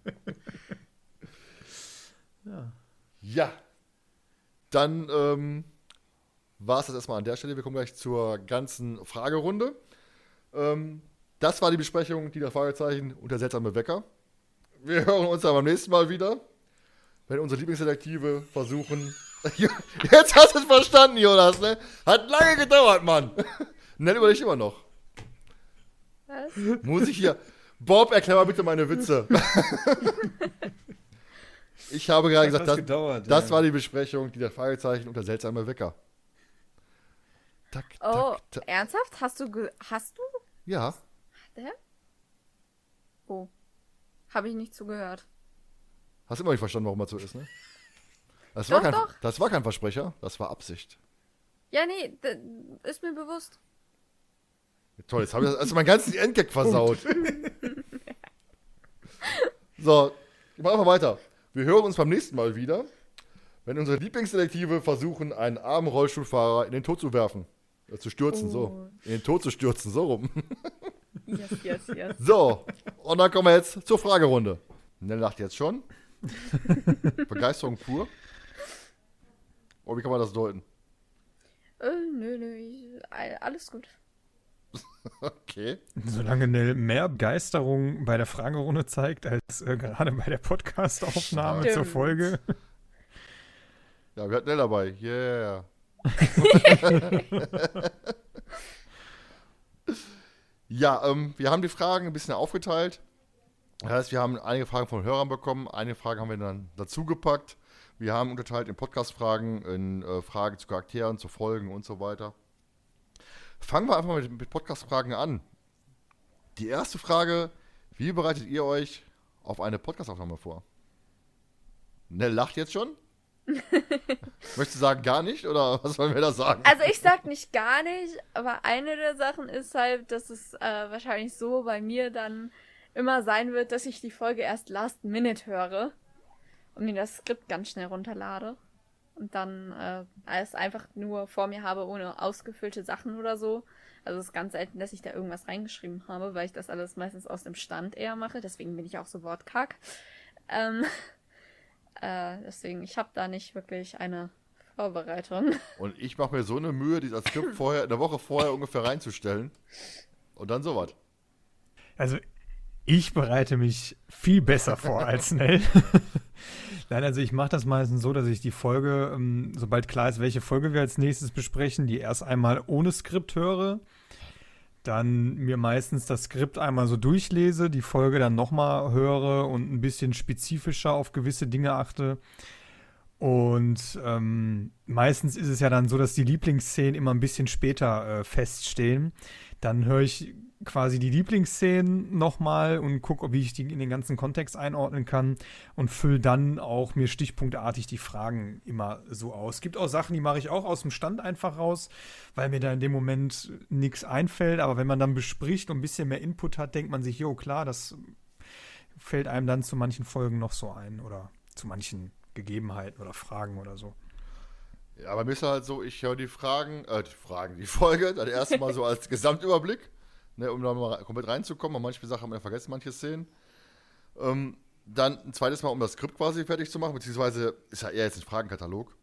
Ja. Ja. Dann ähm, war es das erstmal an der Stelle. Wir kommen gleich zur ganzen Fragerunde. Ähm, das war die Besprechung, die der Fragezeichen und der seltsame Wecker. Wir hören uns dann beim nächsten Mal wieder, wenn unsere Lieblingsdetektive versuchen. Jetzt hast du es verstanden, Jonas, ne? Hat lange gedauert, Mann. Nenn über dich immer noch. Was? Muss ich hier. Bob, erklär mal bitte meine Witze. Ich habe gerade gesagt, das, gedauert, das war die Besprechung, die der Fragezeichen und der seltsame Wecker. Tak, Oh, tak, tak. ernsthaft? Hast du ge hast du? Ja, Hä? Oh. Habe ich nicht zugehört. hast immer nicht verstanden, warum er so ist, ne? Das war, Doch, kein, doch. das war kein Versprecher, das war Absicht. Ja, nee, d- ist mir bewusst. Toll, jetzt habe ich das, also meinen ganzen Endgag versaut. So, ich mache einfach weiter. Wir hören uns beim nächsten Mal wieder, wenn unsere Lieblingsdetektive versuchen, einen armen Rollstuhlfahrer in den Tod zu werfen. Äh, zu stürzen, Oh. so. In den Tod zu stürzen, so rum. Yes, yes, yes. So, und dann kommen wir jetzt zur Fragerunde. Nell lacht jetzt schon. Begeisterung pur. Oh, wie kann man das deuten? Äh, nö, nö, ich, all- alles gut. Okay. Solange Nell mehr Begeisterung bei der Fragerunde zeigt, als äh, gerade bei der Podcast-Aufnahme Stimmt. zur Folge. Ja, wir hatten Nell dabei. Yeah. Ja, ähm, wir haben die Fragen ein bisschen aufgeteilt. Das heißt, wir haben einige Fragen von Hörern bekommen, einige Fragen haben wir dann dazugepackt. Wir haben unterteilt in Podcast-Fragen, in äh, Fragen zu Charakteren, zu Folgen und so weiter. Fangen wir einfach mal mit, mit Podcast-Fragen an. Die erste Frage: Wie bereitet ihr euch auf eine Podcast-Aufnahme vor? Nell lacht jetzt schon. Möchtest du sagen, gar nicht? Oder was sollen wir da sagen? Also ich sag nicht gar nicht, aber eine der Sachen ist halt, dass es äh, wahrscheinlich so bei mir dann immer sein wird, dass ich die Folge erst last minute höre und mir das Skript ganz schnell runterlade und dann äh, alles einfach nur vor mir habe, ohne ausgefüllte Sachen oder so. Also es ist ganz selten, dass ich da irgendwas reingeschrieben habe, weil ich das alles meistens aus dem Stand eher mache. Deswegen bin ich auch so wortkarg. Ähm, äh, deswegen, ich habe da nicht wirklich eine Vorbereitung. Und ich mache mir so eine Mühe, das Skript vorher, eine Woche vorher ungefähr reinzustellen. Und dann sowas. Also, ich bereite mich viel besser vor als Nell. Nein, also ich mache das meistens so, dass ich die Folge, ähm, sobald klar ist, welche Folge wir als nächstes besprechen, die erst einmal ohne Skript höre, dann mir meistens das Skript einmal so durchlese, die Folge dann nochmal höre und ein bisschen spezifischer auf gewisse Dinge achte. Und ähm, meistens ist es ja dann so, dass die Lieblingsszenen immer ein bisschen später äh, feststehen. Dann höre ich quasi die Lieblingsszenen nochmal und gucke, wie ich die in den ganzen Kontext einordnen kann und fülle dann auch mir stichpunktartig die Fragen immer so aus. Es gibt auch Sachen, die mache ich auch aus dem Stand einfach raus, weil mir da in dem Moment nichts einfällt. Aber wenn man dann bespricht und ein bisschen mehr Input hat, denkt man sich, jo, klar, das fällt einem dann zu manchen Folgen noch so ein oder zu manchen Gegebenheiten oder Fragen oder so. Ja, aber mir ist halt so, ich höre die Fragen, äh, die Fragen, die Folge, dann erst mal so als Gesamtüberblick, ne, um da mal komplett reinzukommen. Und manche Sachen haben wir vergessen, manche Szenen. Ähm, dann ein zweites Mal, um das Skript quasi fertig zu machen, beziehungsweise ist ja eher jetzt ein Fragenkatalog.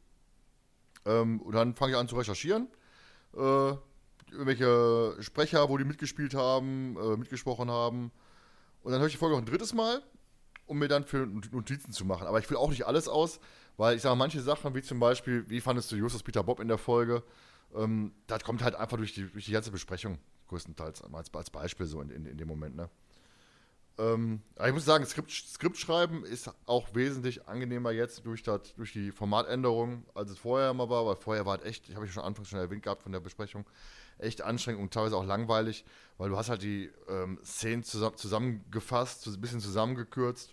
Ähm, und dann fange ich an zu recherchieren. Äh, irgendwelche Sprecher, wo die mitgespielt haben, äh, mitgesprochen haben. Und dann höre ich die Folge noch ein drittes Mal, um mir dann für Notizen zu machen. Aber ich will auch nicht alles aus, weil ich sage, manche Sachen, wie zum Beispiel, wie fandest du Justus Peter Bob in der Folge, ähm, das kommt halt einfach durch die, durch die ganze Besprechung, größtenteils, als, als Beispiel so in, in, in dem Moment, ne? Ähm, aber ich muss sagen, Skript, Skript schreiben ist auch wesentlich angenehmer jetzt durch, das, durch die Formatänderung, als es vorher immer war, weil vorher war es echt, ich habe ich schon anfangs schon erwähnt gehabt von der Besprechung, echt anstrengend und teilweise auch langweilig, weil du hast halt die ähm, Szenen zusammen, zusammengefasst, ein bisschen zusammengekürzt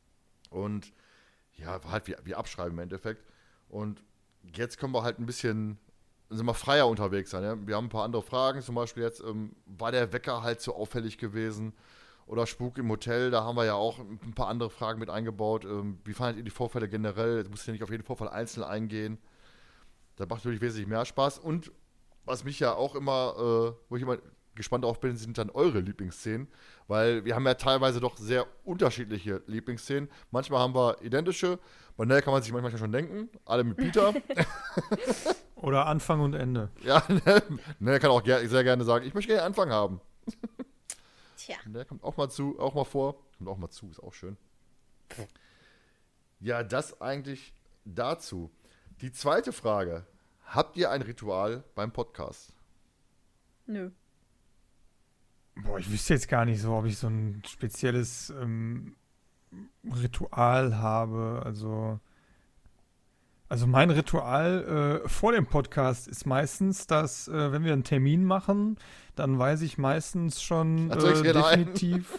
und ja, war halt wie, wie Abschreiben im Endeffekt. Und jetzt können wir halt ein bisschen, sind wir freier unterwegs sein. Ja? Wir haben ein paar andere Fragen, zum Beispiel jetzt, ähm, war der Wecker halt so auffällig gewesen? Oder Spuk im Hotel, da haben wir ja auch ein paar andere Fragen mit eingebaut. Ähm, wie fandet ihr die Vorfälle generell? Jetzt musst du ja nicht auf jeden Vorfall einzeln eingehen. Das macht natürlich wesentlich mehr Spaß. Und was mich ja auch immer, äh, wo ich immer gespannt drauf bin, sind dann eure Lieblingsszenen. Weil wir haben ja teilweise doch sehr unterschiedliche Lieblingsszenen. Manchmal haben wir identische. Bei Nell kann man sich manchmal schon denken. Alle mit Peter. Oder Anfang und Ende. Ja, Nell kann auch ger- sehr gerne sagen, ich möchte gerne Anfang haben. Tja. Der kommt auch mal zu, auch mal vor. Kommt auch mal zu, ist auch schön. Ja, das eigentlich dazu. Die zweite Frage. Habt ihr ein Ritual beim Podcast? Nö. Boah, ich wüsste jetzt gar nicht so, ob ich so ein spezielles ähm, Ritual habe. Also, also mein Ritual äh, vor dem Podcast ist meistens, dass, äh, wenn wir einen Termin machen, dann weiß ich meistens schon äh, definitiv.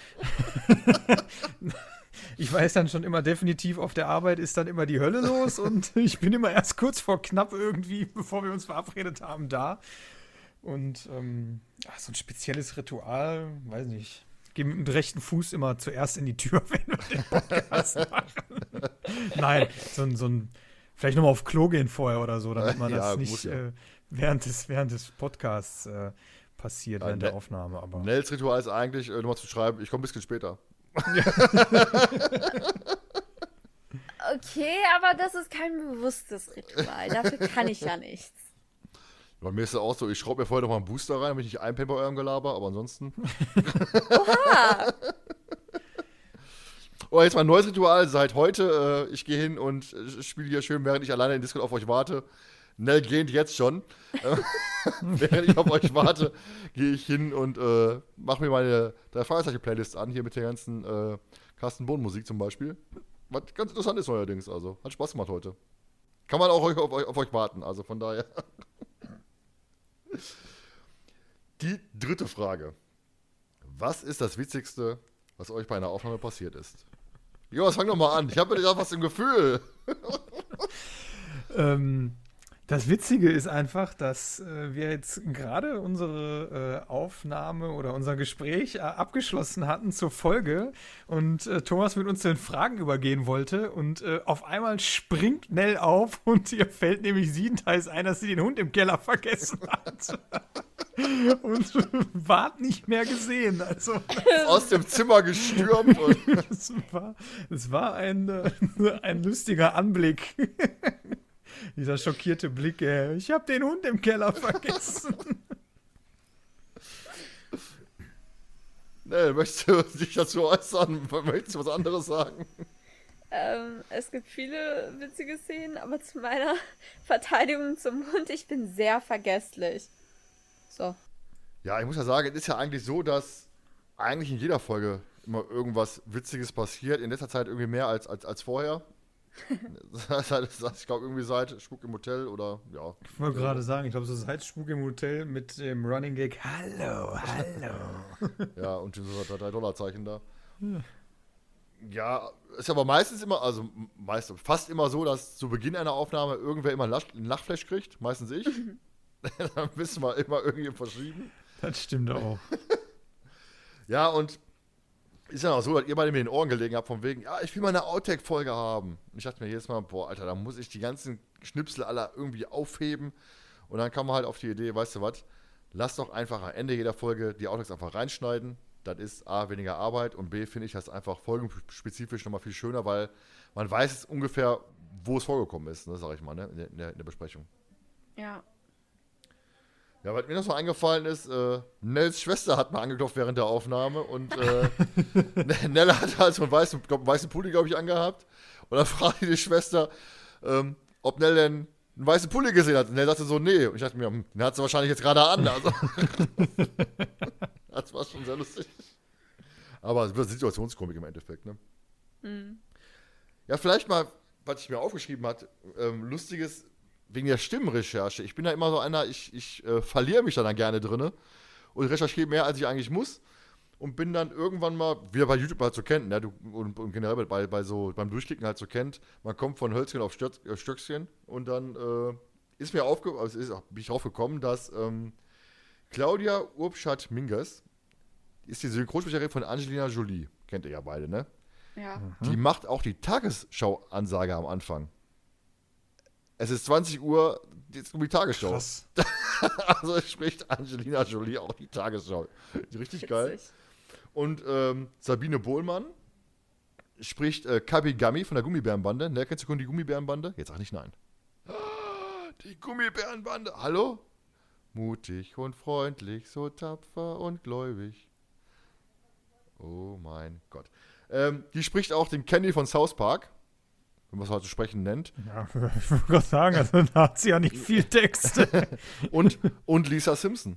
Ich weiß dann schon immer definitiv, auf der Arbeit ist dann immer die Hölle los und ich bin immer erst kurz vor knapp irgendwie, bevor wir uns verabredet haben, da. Und ähm, ach, so ein spezielles Ritual, weiß nicht. Ich gehe mit dem rechten Fuß immer zuerst in die Tür, wenn wir den Podcast machen. Nein, so ein, so ein vielleicht nochmal auf Klo gehen vorher oder so, damit man ja, das nicht ja. äh, während, des, während des Podcasts äh, passiert, Ja, während ne- der Aufnahme. Aber Nells Ritual ist eigentlich, äh, nochmal zu schreiben, ich komme ein bisschen später. Okay, aber das ist kein bewusstes Ritual. Dafür kann ich ja nichts. Bei mir ist es auch so, ich schraube mir vorher nochmal einen Booster rein, damit ich nicht einpenne bei eurem Gelaber, aber ansonsten. Oha! Oh, jetzt mein neues Ritual seit heute. Äh, ich gehe hin und äh, spiele hier schön, während ich alleine in Discord auf euch warte. Nell gähnt jetzt schon. Äh, während ich auf euch warte, gehe ich hin und äh, mache mir meine drei Fragezeichen-Playlist an, hier mit der ganzen äh, Carsten Bohn-Musik zum Beispiel. Was ganz interessant ist neuerdings, also. Hat Spaß gemacht heute. Kann man auch auf, auf, auf euch warten, also von daher. Die dritte Frage. Was ist das Witzigste, was euch bei einer Aufnahme passiert ist? Jonas, fang doch mal an. Ich habe da was im Gefühl. ähm, das Witzige ist einfach, dass äh, wir jetzt gerade unsere äh, Aufnahme oder unser Gespräch äh, abgeschlossen hatten zur Folge und äh, Thomas mit uns den Fragen übergehen wollte und äh, auf einmal springt Nell auf und ihr fällt nämlich siebenteils ein, dass sie den Hund im Keller vergessen hat. Und ward nicht mehr gesehen. Also Aus dem Zimmer gestürmt. Und es war, es war ein, äh, ein lustiger Anblick. Dieser schockierte Blick, ey. Ich hab den Hund im Keller vergessen. Nee, möchtest du dich dazu äußern? Möchtest du was anderes sagen? Ähm, es gibt viele witzige Szenen, aber zu meiner Verteidigung zum Hund, ich bin sehr vergesslich. So. Ja, ich muss ja sagen, es ist ja eigentlich so, dass eigentlich in jeder Folge immer irgendwas Witziges passiert. In letzter Zeit irgendwie mehr als, als, als vorher. Das heißt, ich glaube, irgendwie seit Spuk im Hotel oder ja. Ich wollte gerade sagen, ich glaube, so seit Spuk im Hotel mit dem Running Gag, hallo, hallo. Ja, und so drei Dollarzeichen da. Ja. Ja, ist aber meistens immer, also meist, fast immer so, dass zu Beginn einer Aufnahme irgendwer immer einen Lachflash kriegt, meistens ich. Dann müssen wir immer irgendwie verschieben. Das stimmt auch. Ja, und ist ja auch so, dass ihr beide mir in den Ohren gelegen habt, von wegen, ja, ich will mal eine Outtake-Folge haben. Und ich dachte mir jedes Mal, boah, Alter, da muss ich die ganzen Schnipsel alle irgendwie aufheben. Und dann kam man halt auf die Idee, weißt du was, lass doch einfach am Ende jeder Folge die Outtakes einfach reinschneiden. Das ist A, weniger Arbeit und B, finde ich das einfach folgenspezifisch nochmal viel schöner, weil man weiß ungefähr, wo es vorgekommen ist, ne, sag ich mal, ne, in der, in der Besprechung. Ja. Ja, was mir noch so eingefallen ist, äh, Nels Schwester hat mal angeklopft während der Aufnahme und äh, Nell hat halt so einen weißen, glaub, einen weißen Pulli, glaube ich, angehabt. Und dann fragte die Schwester, ähm, ob Nell denn einen weißen Pulli gesehen hat. Und Nell sagte so, nee. Und ich dachte mir, hm, den hat sie wahrscheinlich jetzt gerade an. Also das war schon sehr lustig. Aber es wird Situationskomik im Endeffekt, ne? Mhm. Ja, vielleicht mal, was ich mir aufgeschrieben habe, ähm, lustiges wegen der Stimmenrecherche. Ich bin da immer so einer, ich, ich äh, verliere mich da dann gerne drin und recherchiere mehr, als ich eigentlich muss. Und bin dann irgendwann mal, wieder bei YouTube halt so kennt, ne? Du, und, und generell bei, bei so, beim Durchklicken halt so kennt, man kommt von Hölzchen auf Stö äh, Stöckchen und dann äh, ist mir aufge also ist, bin ich drauf gekommen, dass ähm, Claudia Urbschat-Minges ist die Synchronsprecherin von Angelina Jolie. Kennt ihr ja beide, ne? Ja. Mhm. Die macht auch die Tagesschau-Ansage am Anfang. Es ist zwanzig Uhr, jetzt kommt die Tagesschau. Krass. Also spricht Angelina Jolie auch die Tagesschau. Richtig geil. Und ähm, Sabine Bohlmann spricht äh, Kabi Gummi von der Gummibärenbande. Ne, kennst du die Gummibärenbande? Jetzt sag nicht nein. Die Gummibärenbande. Hallo? Mutig und freundlich, so tapfer und gläubig. Oh mein Gott. Ähm, die spricht auch den Kenny von South Park. Wenn man es halt so sprechen nennt. Ja, ich würde gerade sagen, also da hat sie ja nicht viel Text. und, und Lisa Simpson.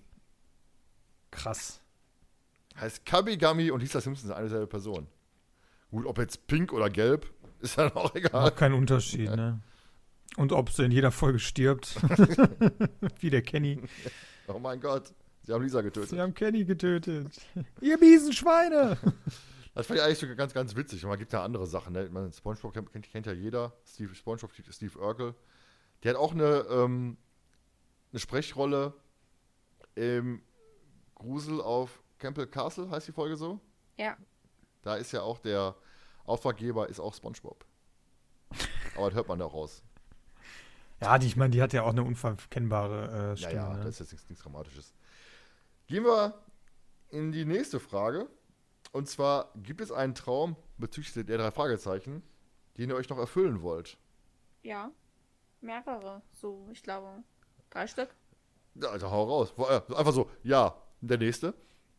Krass. Heißt Kabi Gummi und Lisa Simpson sind eine selbe Person. Gut, ob jetzt pink oder gelb, ist dann auch egal. Macht keinen Unterschied, ja. Ne? Und ob sie in jeder Folge stirbt. Wie der Kenny. Oh mein Gott, sie haben Lisa getötet. Sie haben Kenny getötet. Ihr miesen Schweine! Das fand ich eigentlich sogar ganz, ganz witzig. Und man gibt ja andere Sachen. Ne? Man, SpongeBob kennt, kennt ja jeder. Steve, SpongeBob, Steve Urkel. Der hat auch eine, ähm, eine Sprechrolle im Grusel auf Campbell Castle, heißt die Folge so? Ja. Da ist ja auch der Auftraggeber, ist auch SpongeBob. Aber das hört man da auch raus. Ja, die, ich meine, die hat ja auch eine unverkennbare äh, Stimme. Ja, ja, ne? das ist jetzt nichts, nichts Dramatisches. Gehen wir in die nächste Frage. Und zwar, gibt es einen Traum bezüglich der drei Fragezeichen, den ihr euch noch erfüllen wollt? Ja, mehrere. So, ich glaube, drei Stück. Ja, also hau raus. Einfach so, ja, der nächste.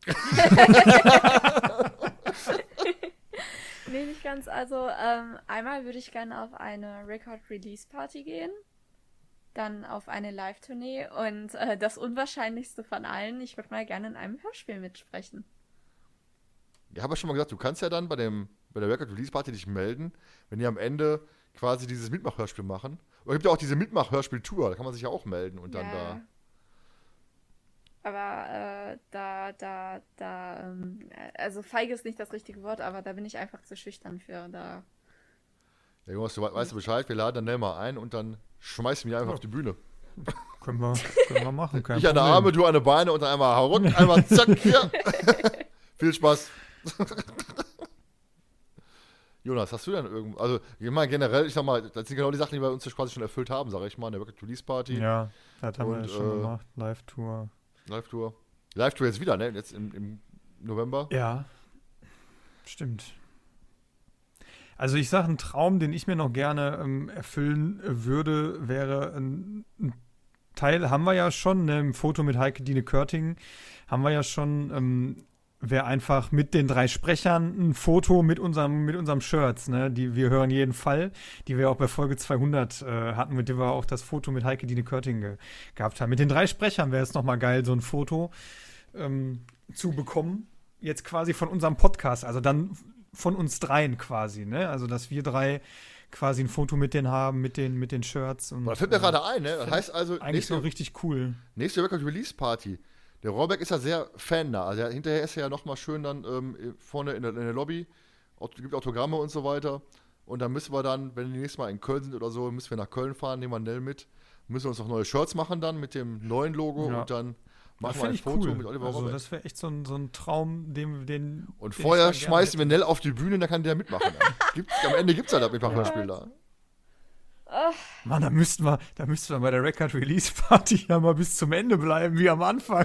Nee, nicht ganz. Also, ähm, einmal würde ich gerne auf eine Record-Release-Party gehen. Dann auf eine Live-Tournee. Und äh, das Unwahrscheinlichste von allen, ich würde mal gerne in einem Hörspiel mitsprechen. Ich habe ja schon mal gesagt, du kannst ja dann bei, dem, bei der Record-Release-Party dich melden, wenn die am Ende quasi dieses Mitmach-Hörspiel machen. Oder es gibt ja auch diese Mitmach-Hörspiel-Tour, da kann man sich ja auch melden und dann ja. da... Aber äh, da, da, da, ähm, also feige ist nicht das richtige Wort, aber da bin ich einfach zu schüchtern für. Da. Ja, Jonas, du weißt du Bescheid, wir laden dann Nell mal ein und dann schmeißen wir einfach ja. auf die Bühne. Können wir, können wir machen, kein Ich an der Arme, du an der Beine und dann einmal hauruck, einmal zack, hier. Viel Spaß. Jonas, hast du denn irgendwo, also ich meine generell, ich sag mal, das sind genau die Sachen, die wir uns quasi schon erfüllt haben, sag ich mal, in der Record Release Party. Ja, das haben und, wir ja schon äh, gemacht, Live-Tour. Live-Tour. Live-Tour jetzt wieder, ne? Jetzt im, im November. Ja, stimmt. Also ich sage, ein Traum, den ich mir noch gerne ähm, erfüllen äh, würde, wäre ein, ein Teil, haben wir ja schon, ne, im Foto mit Heike Dine Körting, haben wir ja schon, ähm, wäre einfach mit den drei Sprechern ein Foto mit unserem, mit unserem Shirts, ne, die wir hören jeden Fall, die wir auch bei Folge zweihundert äh, hatten, mit dem wir auch das Foto mit Heike Dine Körting ge- gehabt haben. Mit den drei Sprechern wäre es nochmal geil, so ein Foto ähm, zu bekommen, jetzt quasi von unserem Podcast, also dann von uns dreien quasi, ne? Also, dass wir drei quasi ein Foto mit denen haben, mit den, mit den Shirts. Und, das fällt mir äh, gerade ein, ne? Das heißt also, eigentlich nächste, noch richtig cool. Nächste Record Release Party. Der Rohrbeck ist ja sehr Fan da. Also, hinterher ist er ja nochmal schön dann ähm, vorne in der, in der Lobby, gibt Autogramme und so weiter. Und dann müssen wir dann, wenn wir nächstes Mal in Köln sind oder so, müssen wir nach Köln fahren, nehmen wir Nell mit, müssen wir uns noch neue Shirts machen dann mit dem neuen Logo ja. und dann machen wir ein Foto cool. mit Oliver also Rohrbeck. Das wäre echt so ein, so ein Traum, den, den Und den vorher schmeißen wir Nell auf die Bühne, dann kann der mitmachen. Gibt, am Ende gibt es halt ein Mitmachhörspiel da. Mann, da müssten wir, da müssten wir bei der Record Release Party ja mal bis zum Ende bleiben, wie am Anfang.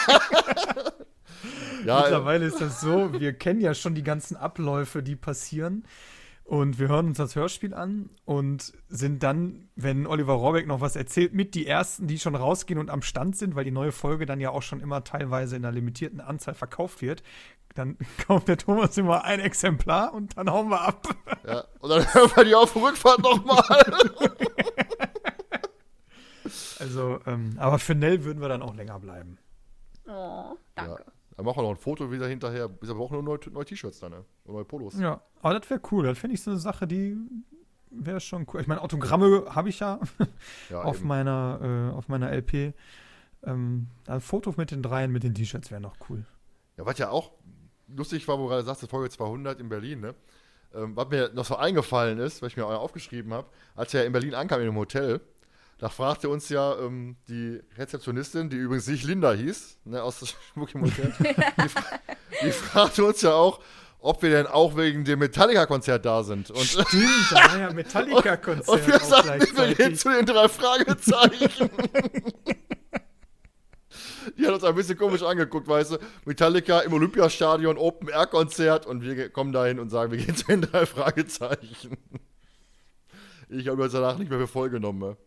ja, Mittlerweile ja. ist das so, wir kennen ja schon die ganzen Abläufe, die passieren. Und wir hören uns das Hörspiel an und sind dann, wenn Oliver Rohrbeck noch was erzählt, mit die Ersten, die schon rausgehen und am Stand sind, weil die neue Folge dann ja auch schon immer teilweise in einer limitierten Anzahl verkauft wird. Dann kauft der Thomas immer ein Exemplar und dann hauen wir ab. Ja, und dann hören wir die auf der Rückfahrt nochmal. Also, ähm, aber für Nell würden wir dann auch länger bleiben. Oh, danke. Ja. Dann machen wir noch ein Foto wieder hinterher. Ist aber auch nur neue, neue T-Shirts dann, ne? Und neue Polos. Ja, aber das wäre cool. Das finde ich so eine Sache, die wäre schon cool. Ich meine, Autogramme habe ich ja, ja auf, meiner, äh, auf meiner L P. Ähm, ein Foto mit den dreien, mit den T-Shirts wäre noch cool. Ja, was ja auch lustig war, wo du gerade sagst, Folge zweihundert in Berlin, ne? Ähm, was mir noch so eingefallen ist, weil ich mir auch aufgeschrieben habe, als er in Berlin ankam in dem Hotel, da fragte uns ja ähm, die Rezeptionistin, die übrigens nicht Linda hieß, ne, aus dem Schmuck im Hotel, die, fra- die fragte uns ja auch, ob wir denn auch wegen dem Metallica-Konzert da sind. Und Stimmt, da war ja Metallica-Konzert. Und, und wir sagten, wir gehen zu den drei Fragezeichen. Die hat uns ein bisschen komisch angeguckt, weißt du, Metallica im Olympiastadion, Open-Air-Konzert und wir kommen dahin und sagen, wir gehen zu den drei Fragezeichen. Ich habe uns danach nicht mehr für voll genommen. Ne?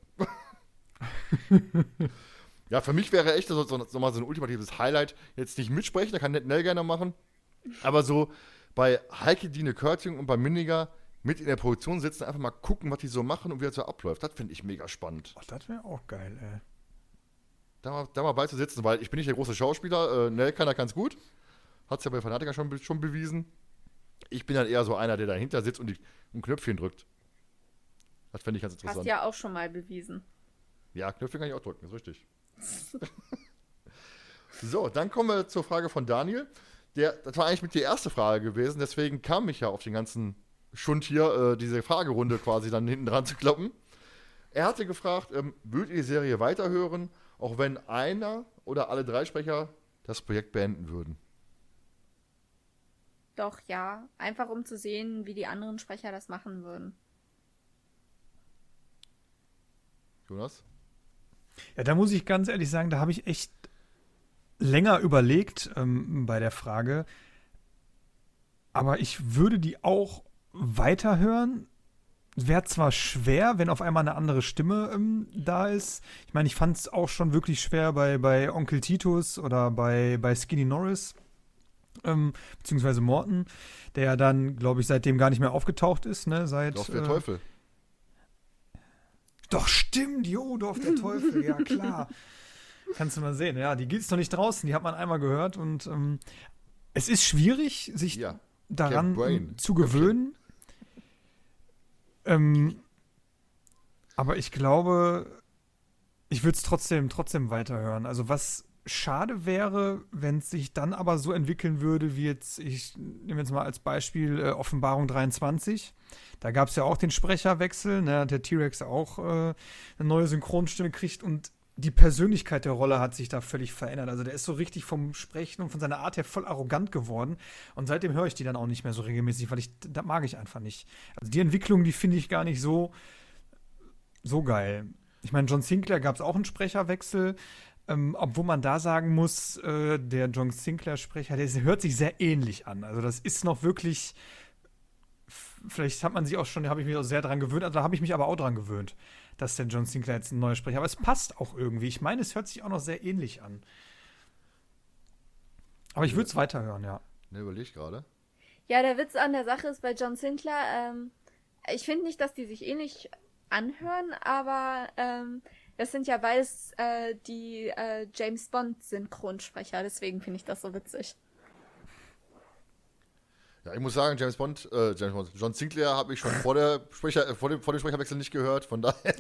Ja, für mich wäre echt so, so, so mal so ein ultimatives Highlight, jetzt nicht mitsprechen, da kann Nell gerne machen, aber so bei Heike Dine Körting und bei Minniger mit in der Produktion sitzen, einfach mal gucken, was die so machen und wie das so abläuft. Das finde ich mega spannend. Ach, das wäre auch geil, ey. Da mal, da mal bei zu sitzen, weil ich bin nicht der große Schauspieler, äh, Nell kann er ganz gut, hat es ja bei Fanatiker schon, schon bewiesen. Ich bin dann eher so einer, der dahinter sitzt und die, ein Knöpfchen drückt. Das fände ich ganz interessant. Hast ja auch schon mal bewiesen. Ja, Knöpfchen kann ich auch drücken, ist richtig. So, dann kommen wir zur Frage von Daniel. Der, das war eigentlich mit die erste Frage gewesen, deswegen kam ich ja auf den ganzen Schund hier, äh, diese Fragerunde quasi dann hinten dran zu kloppen. Er hatte gefragt, ähm, würdet ihr die Serie weiterhören, auch wenn einer oder alle drei Sprecher das Projekt beenden würden? Doch, ja. Einfach um zu sehen, wie die anderen Sprecher das machen würden. Jonas? Ja, da muss ich ganz ehrlich sagen, da habe ich echt länger überlegt ähm, bei der Frage. Aber ich würde die auch weiterhören. Wäre zwar schwer, wenn auf einmal eine andere Stimme ähm, da ist. Ich meine, ich fand es auch schon wirklich schwer bei, bei Onkel Titus oder bei, bei Skinny Norris, ähm, beziehungsweise Morton, der ja dann, glaube ich, seitdem gar nicht mehr aufgetaucht ist. Ne? Seit, Dorf der äh, Teufel. Doch, stimmt, jo, Dorf der Teufel, ja klar. Kannst du mal sehen, ja, die gibt es noch nicht draußen, die hat man einmal gehört und ähm, es ist schwierig, sich Ja. daran Brain. ähm, zu gewöhnen. Ähm, aber ich glaube, ich würde es trotzdem, trotzdem weiterhören. Also was schade wäre, wenn es sich dann aber so entwickeln würde, wie jetzt, ich nehme jetzt mal als Beispiel äh, Offenbarung dreiundzwanzig. Da gab es ja auch den Sprecherwechsel, ne, hat der T-Rex auch äh, eine neue Synchronstimme gekriegt und die Persönlichkeit der Rolle hat sich da völlig verändert. Also der ist so richtig vom Sprechen und von seiner Art her voll arrogant geworden. Und seitdem höre ich die dann auch nicht mehr so regelmäßig, weil ich, das mag ich einfach nicht. Also die Entwicklung, die finde ich gar nicht so, so geil. Ich meine, John Sinclair gab es auch einen Sprecherwechsel, ähm, obwohl man da sagen muss, äh, der John Sinclair-Sprecher, der hört sich sehr ähnlich an. Also das ist noch wirklich vielleicht hat man sich auch schon, da habe ich mich auch sehr dran gewöhnt, also da habe ich mich aber auch dran gewöhnt, dass der John Sinclair jetzt ein neuer Sprecher, aber es passt auch irgendwie. Ich meine, es hört sich auch noch sehr ähnlich an. Aber ich würde es weiterhören, ja. Ne, überleg ich gerade. Ja, der Witz an der Sache ist bei John Sinclair, ähm, ich finde nicht, dass die sich ähnlich anhören, aber ähm, das sind ja beides äh, die äh, James Bond Synchronsprecher, deswegen finde ich das so witzig. Ja, ich muss sagen, James Bond, äh, James Bond, John Sinclair habe ich schon vor der Sprecher, äh, vor dem, vor dem Sprecherwechsel nicht gehört, von daher.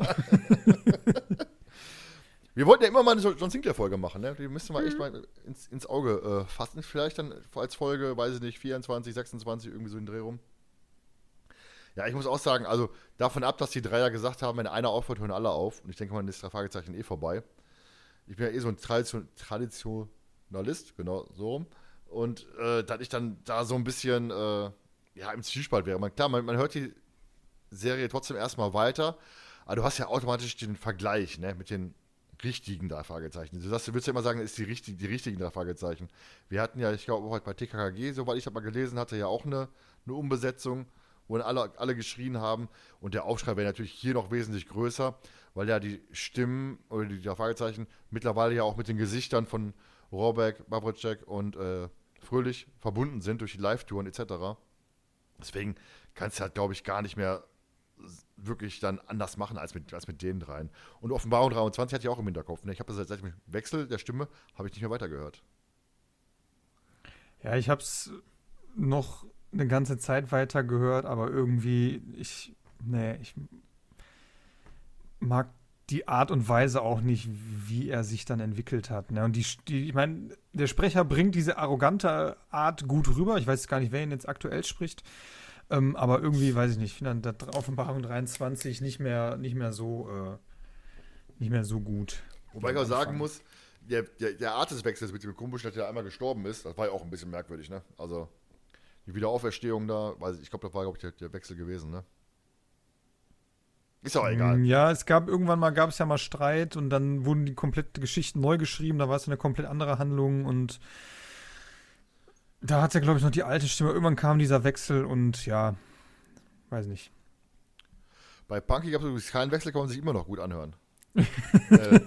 Wir wollten ja immer mal eine John Sinclair-Folge machen, ne? Die müssten wir mhm. echt mal ins, ins Auge äh, fassen. Vielleicht dann als Folge, weiß ich nicht, vierundzwanzig, sechsundzwanzig, irgendwie so in den Dreh rum. Ja, ich muss auch sagen, also davon ab, dass die drei ja gesagt haben, wenn einer aufhört, hören alle auf. Und ich denke mal, dann ist das Fragezeichen eh vorbei. Ich bin ja eh so ein Tradition- Traditionalist, genau, so rum. Und äh, dass ich dann da so ein bisschen äh, ja, im Zwiespalt wäre. Man, klar, man, man hört die Serie trotzdem erstmal weiter, aber du hast ja automatisch den Vergleich, ne, mit den richtigen drei Fragezeichen. Du, sagst, du willst ja immer sagen, das ist die, richtig, die richtigen drei Fragezeichen. Wir hatten ja, ich glaube, heute bei T K K G, soweit ich das mal gelesen hatte, ja auch eine, eine Umbesetzung, wo dann alle, alle geschrien haben. Und der Aufschrei wäre natürlich hier noch wesentlich größer, weil ja die Stimmen oder die drei Fragezeichen mittlerweile ja auch mit den Gesichtern von Rohrbeck, Babrecek und äh, Fröhlich verbunden sind durch die Live-Touren et cetera. Deswegen kannst du halt, glaube ich, gar nicht mehr wirklich dann anders machen als mit, als mit denen dreien. Und Offenbarung dreiundzwanzig hatte ich auch im Hinterkopf. Ne? Ich habe das seit dem Wechsel der Stimme, habe ich nicht mehr weitergehört. Ja, ich habe es noch eine ganze Zeit weitergehört, aber irgendwie, ich, nee, ich mag die Art und Weise auch nicht, wie er sich dann entwickelt hat. Ne? Und die, die ich meine, der Sprecher bringt diese arrogante Art gut rüber. Ich weiß gar nicht, wer ihn jetzt aktuell spricht. Ähm, aber irgendwie, weiß ich nicht, ich finde dann Offenbarung dreiundzwanzig nicht mehr, nicht mehr so äh, nicht mehr so gut. Wobei ich auch sagen muss, der, der, der Art des Wechsels mit dem Kumbusch, der einmal gestorben ist, das war ja auch ein bisschen merkwürdig, ne? Also die Wiederauferstehung da, weiß ich, ich glaube, das war, glaube ich, der, der Wechsel gewesen, ne? Ist auch egal. Ja, es gab irgendwann mal, gab es ja mal Streit und dann wurden die komplette Geschichten neu geschrieben, da war es eine komplett andere Handlung und da hat er, glaube ich, noch die alte Stimme. Irgendwann kam dieser Wechsel und ja, weiß nicht. Bei Punky gab es übrigens keinen Wechsel, kann man sich immer noch gut anhören. äh.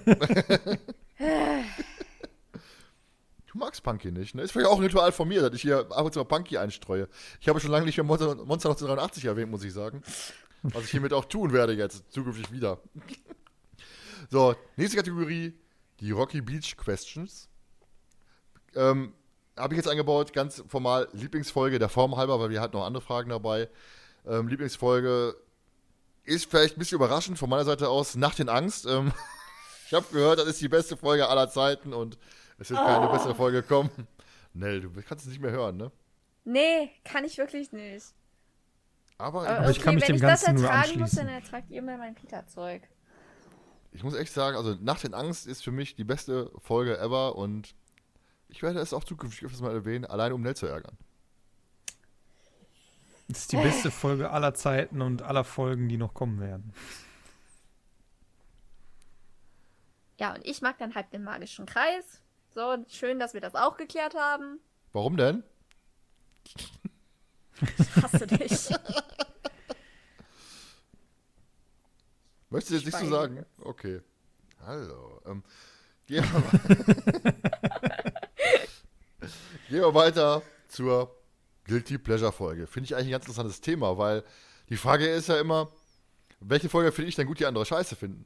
Du magst Punky nicht, ne? Ist vielleicht auch ein Ritual von mir, dass ich hier ab und zu mal Punky einstreue. Ich habe schon lange nicht mehr Monster, Monster neunzehnhundertdreiundachtzig erwähnt, muss ich sagen. Was ich hiermit auch tun werde jetzt, zukünftig wieder. So, nächste Kategorie, die Rocky Beach Questions. Ähm, habe ich jetzt eingebaut, ganz formal Lieblingsfolge der Form halber, weil wir hatten noch andere Fragen dabei. Ähm, Lieblingsfolge ist vielleicht ein bisschen überraschend von meiner Seite aus, Nacht in Angst. Ähm, ich habe gehört, das ist die beste Folge aller Zeiten und es wird keine oh. bessere Folge kommen. Nell, du kannst es nicht mehr hören, ne? Nee, kann ich wirklich nicht. Aber, Aber okay, ich kann mich dem Ganzen nur anschließen. Wenn ich das ertragen muss, dann ertragt ihr mir mein Peter-Zeug. Ich muss echt sagen, also Nacht in Angst ist für mich die beste Folge ever und ich werde es auch zukünftig öfters mal erwähnen, allein um Nell zu ärgern. Das ist die beste Folge aller Zeiten und aller Folgen, die noch kommen werden. Ja, und ich mag dann halt den magischen Kreis. So, schön, dass wir das auch geklärt haben. Warum denn? Ich hasse dich. Möchtest du jetzt nicht so sagen? Okay. Hallo. Ähm, gehen, wir gehen wir weiter zur Guilty Pleasure Folge. Finde ich eigentlich ein ganz interessantes Thema, weil die Frage ist ja immer, welche Folge finde ich denn gut, die andere scheiße finden?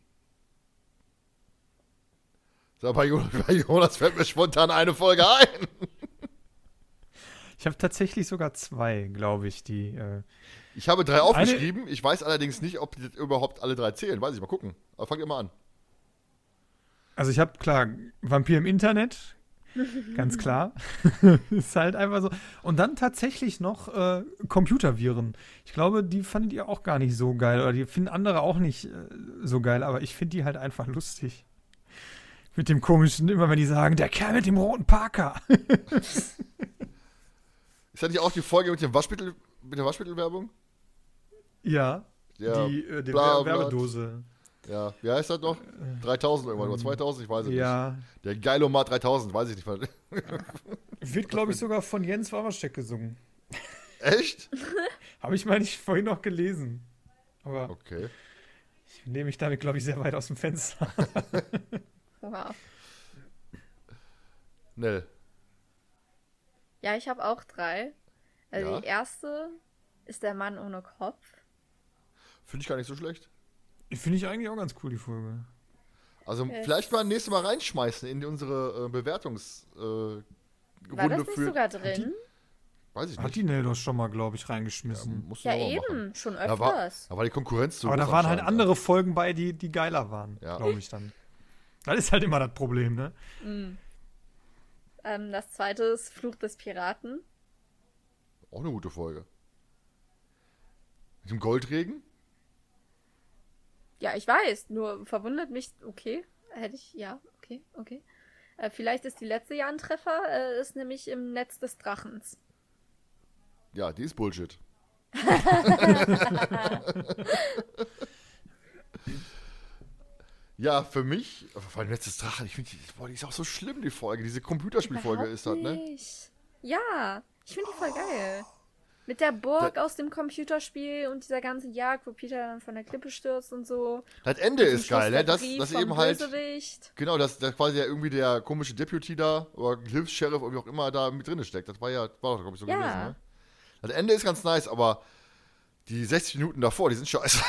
So, bei Jonas fällt mir spontan eine Folge ein. Ich habe tatsächlich sogar zwei, glaube ich, die. Äh, ich habe drei aufgeschrieben. Eine, ich weiß allerdings nicht, ob die überhaupt alle drei zählen. Weiß ich, mal gucken. Aber fangt ihr mal an. Also ich habe, klar, Vampir im Internet. Ganz klar. Ist halt einfach so. Und dann tatsächlich noch äh, Computerviren. Ich glaube, die fandet ihr auch gar nicht so geil. Oder die finden andere auch nicht äh, so geil. Aber ich finde die halt einfach lustig. Mit dem komischen, immer wenn die sagen, der Kerl mit dem roten Parker. Ist das nicht auch die Folge mit dem Waschmittel, mit der Waschmittelwerbung? Ja. Ja. Die, äh, die bla, Werbedose. Ja, wie heißt das noch? dreitausend irgendwann, oder zweitausend, ich weiß es ja. nicht. Der Geilomat dreitausend, weiß ich nicht. Wird, glaube ich, sogar von Jens Wawrschek gesungen. Echt? Habe ich mal nicht vorhin noch gelesen. Aber Okay. ich nehme mich damit, glaube ich, sehr weit aus dem Fenster. Wow. Nell. Ja, ich habe auch drei. Also Ja. die erste ist der Mann ohne Kopf. Finde ich gar nicht so schlecht. Finde ich eigentlich auch ganz cool, die Folge. Also Es- vielleicht mal nächstes Mal reinschmeißen in unsere äh, Bewertungsrunde äh, War das Runde nicht für. sogar drin? Weiß ich Hat nicht. die Neldos schon mal, glaube ich, reingeschmissen. Musst du Ja, noch mal eben. machen. Schon Da war, öfters. da war die Konkurrenz zu Aber da groß waren halt anscheinend, andere Folgen bei, die, die geiler waren, Ja. glaube ich dann. Das ist halt immer das Problem, ne? Mhm. Ähm, das zweite ist Fluch des Piraten. Auch eine gute Folge. Mit dem Goldregen? Ja, ich weiß, nur verwundert mich, okay, hätte ich, ja, okay, okay. Äh, vielleicht ist die letzte ja ein Treffer, äh, ist nämlich im Netz des Drachens. Ja, die ist Bullshit. Ja, für mich, vor allem letztes Drachen, ich finde, die, boah, die ist auch so schlimm, die Folge. Diese Computerspielfolge Überhaupt ist das, ne? nicht. Ja, ich finde die voll geil. Mit der Burg Da- aus dem Computerspiel und dieser ganzen Jagd, wo Peter dann von der Klippe stürzt und so. Das Ende Zum ist Schluss geil, der ne? Das, Brief das vom eben halt, Bösewicht. genau, dass, dass quasi ja irgendwie der komische Deputy da, oder Hilfs-Sheriff, oder wie auch immer, da mit drin steckt. Das war ja, war doch, glaube ich, so Ja. gewesen, ne? Das Ende ist ganz nice, aber die sechzig Minuten davor, die sind scheiße.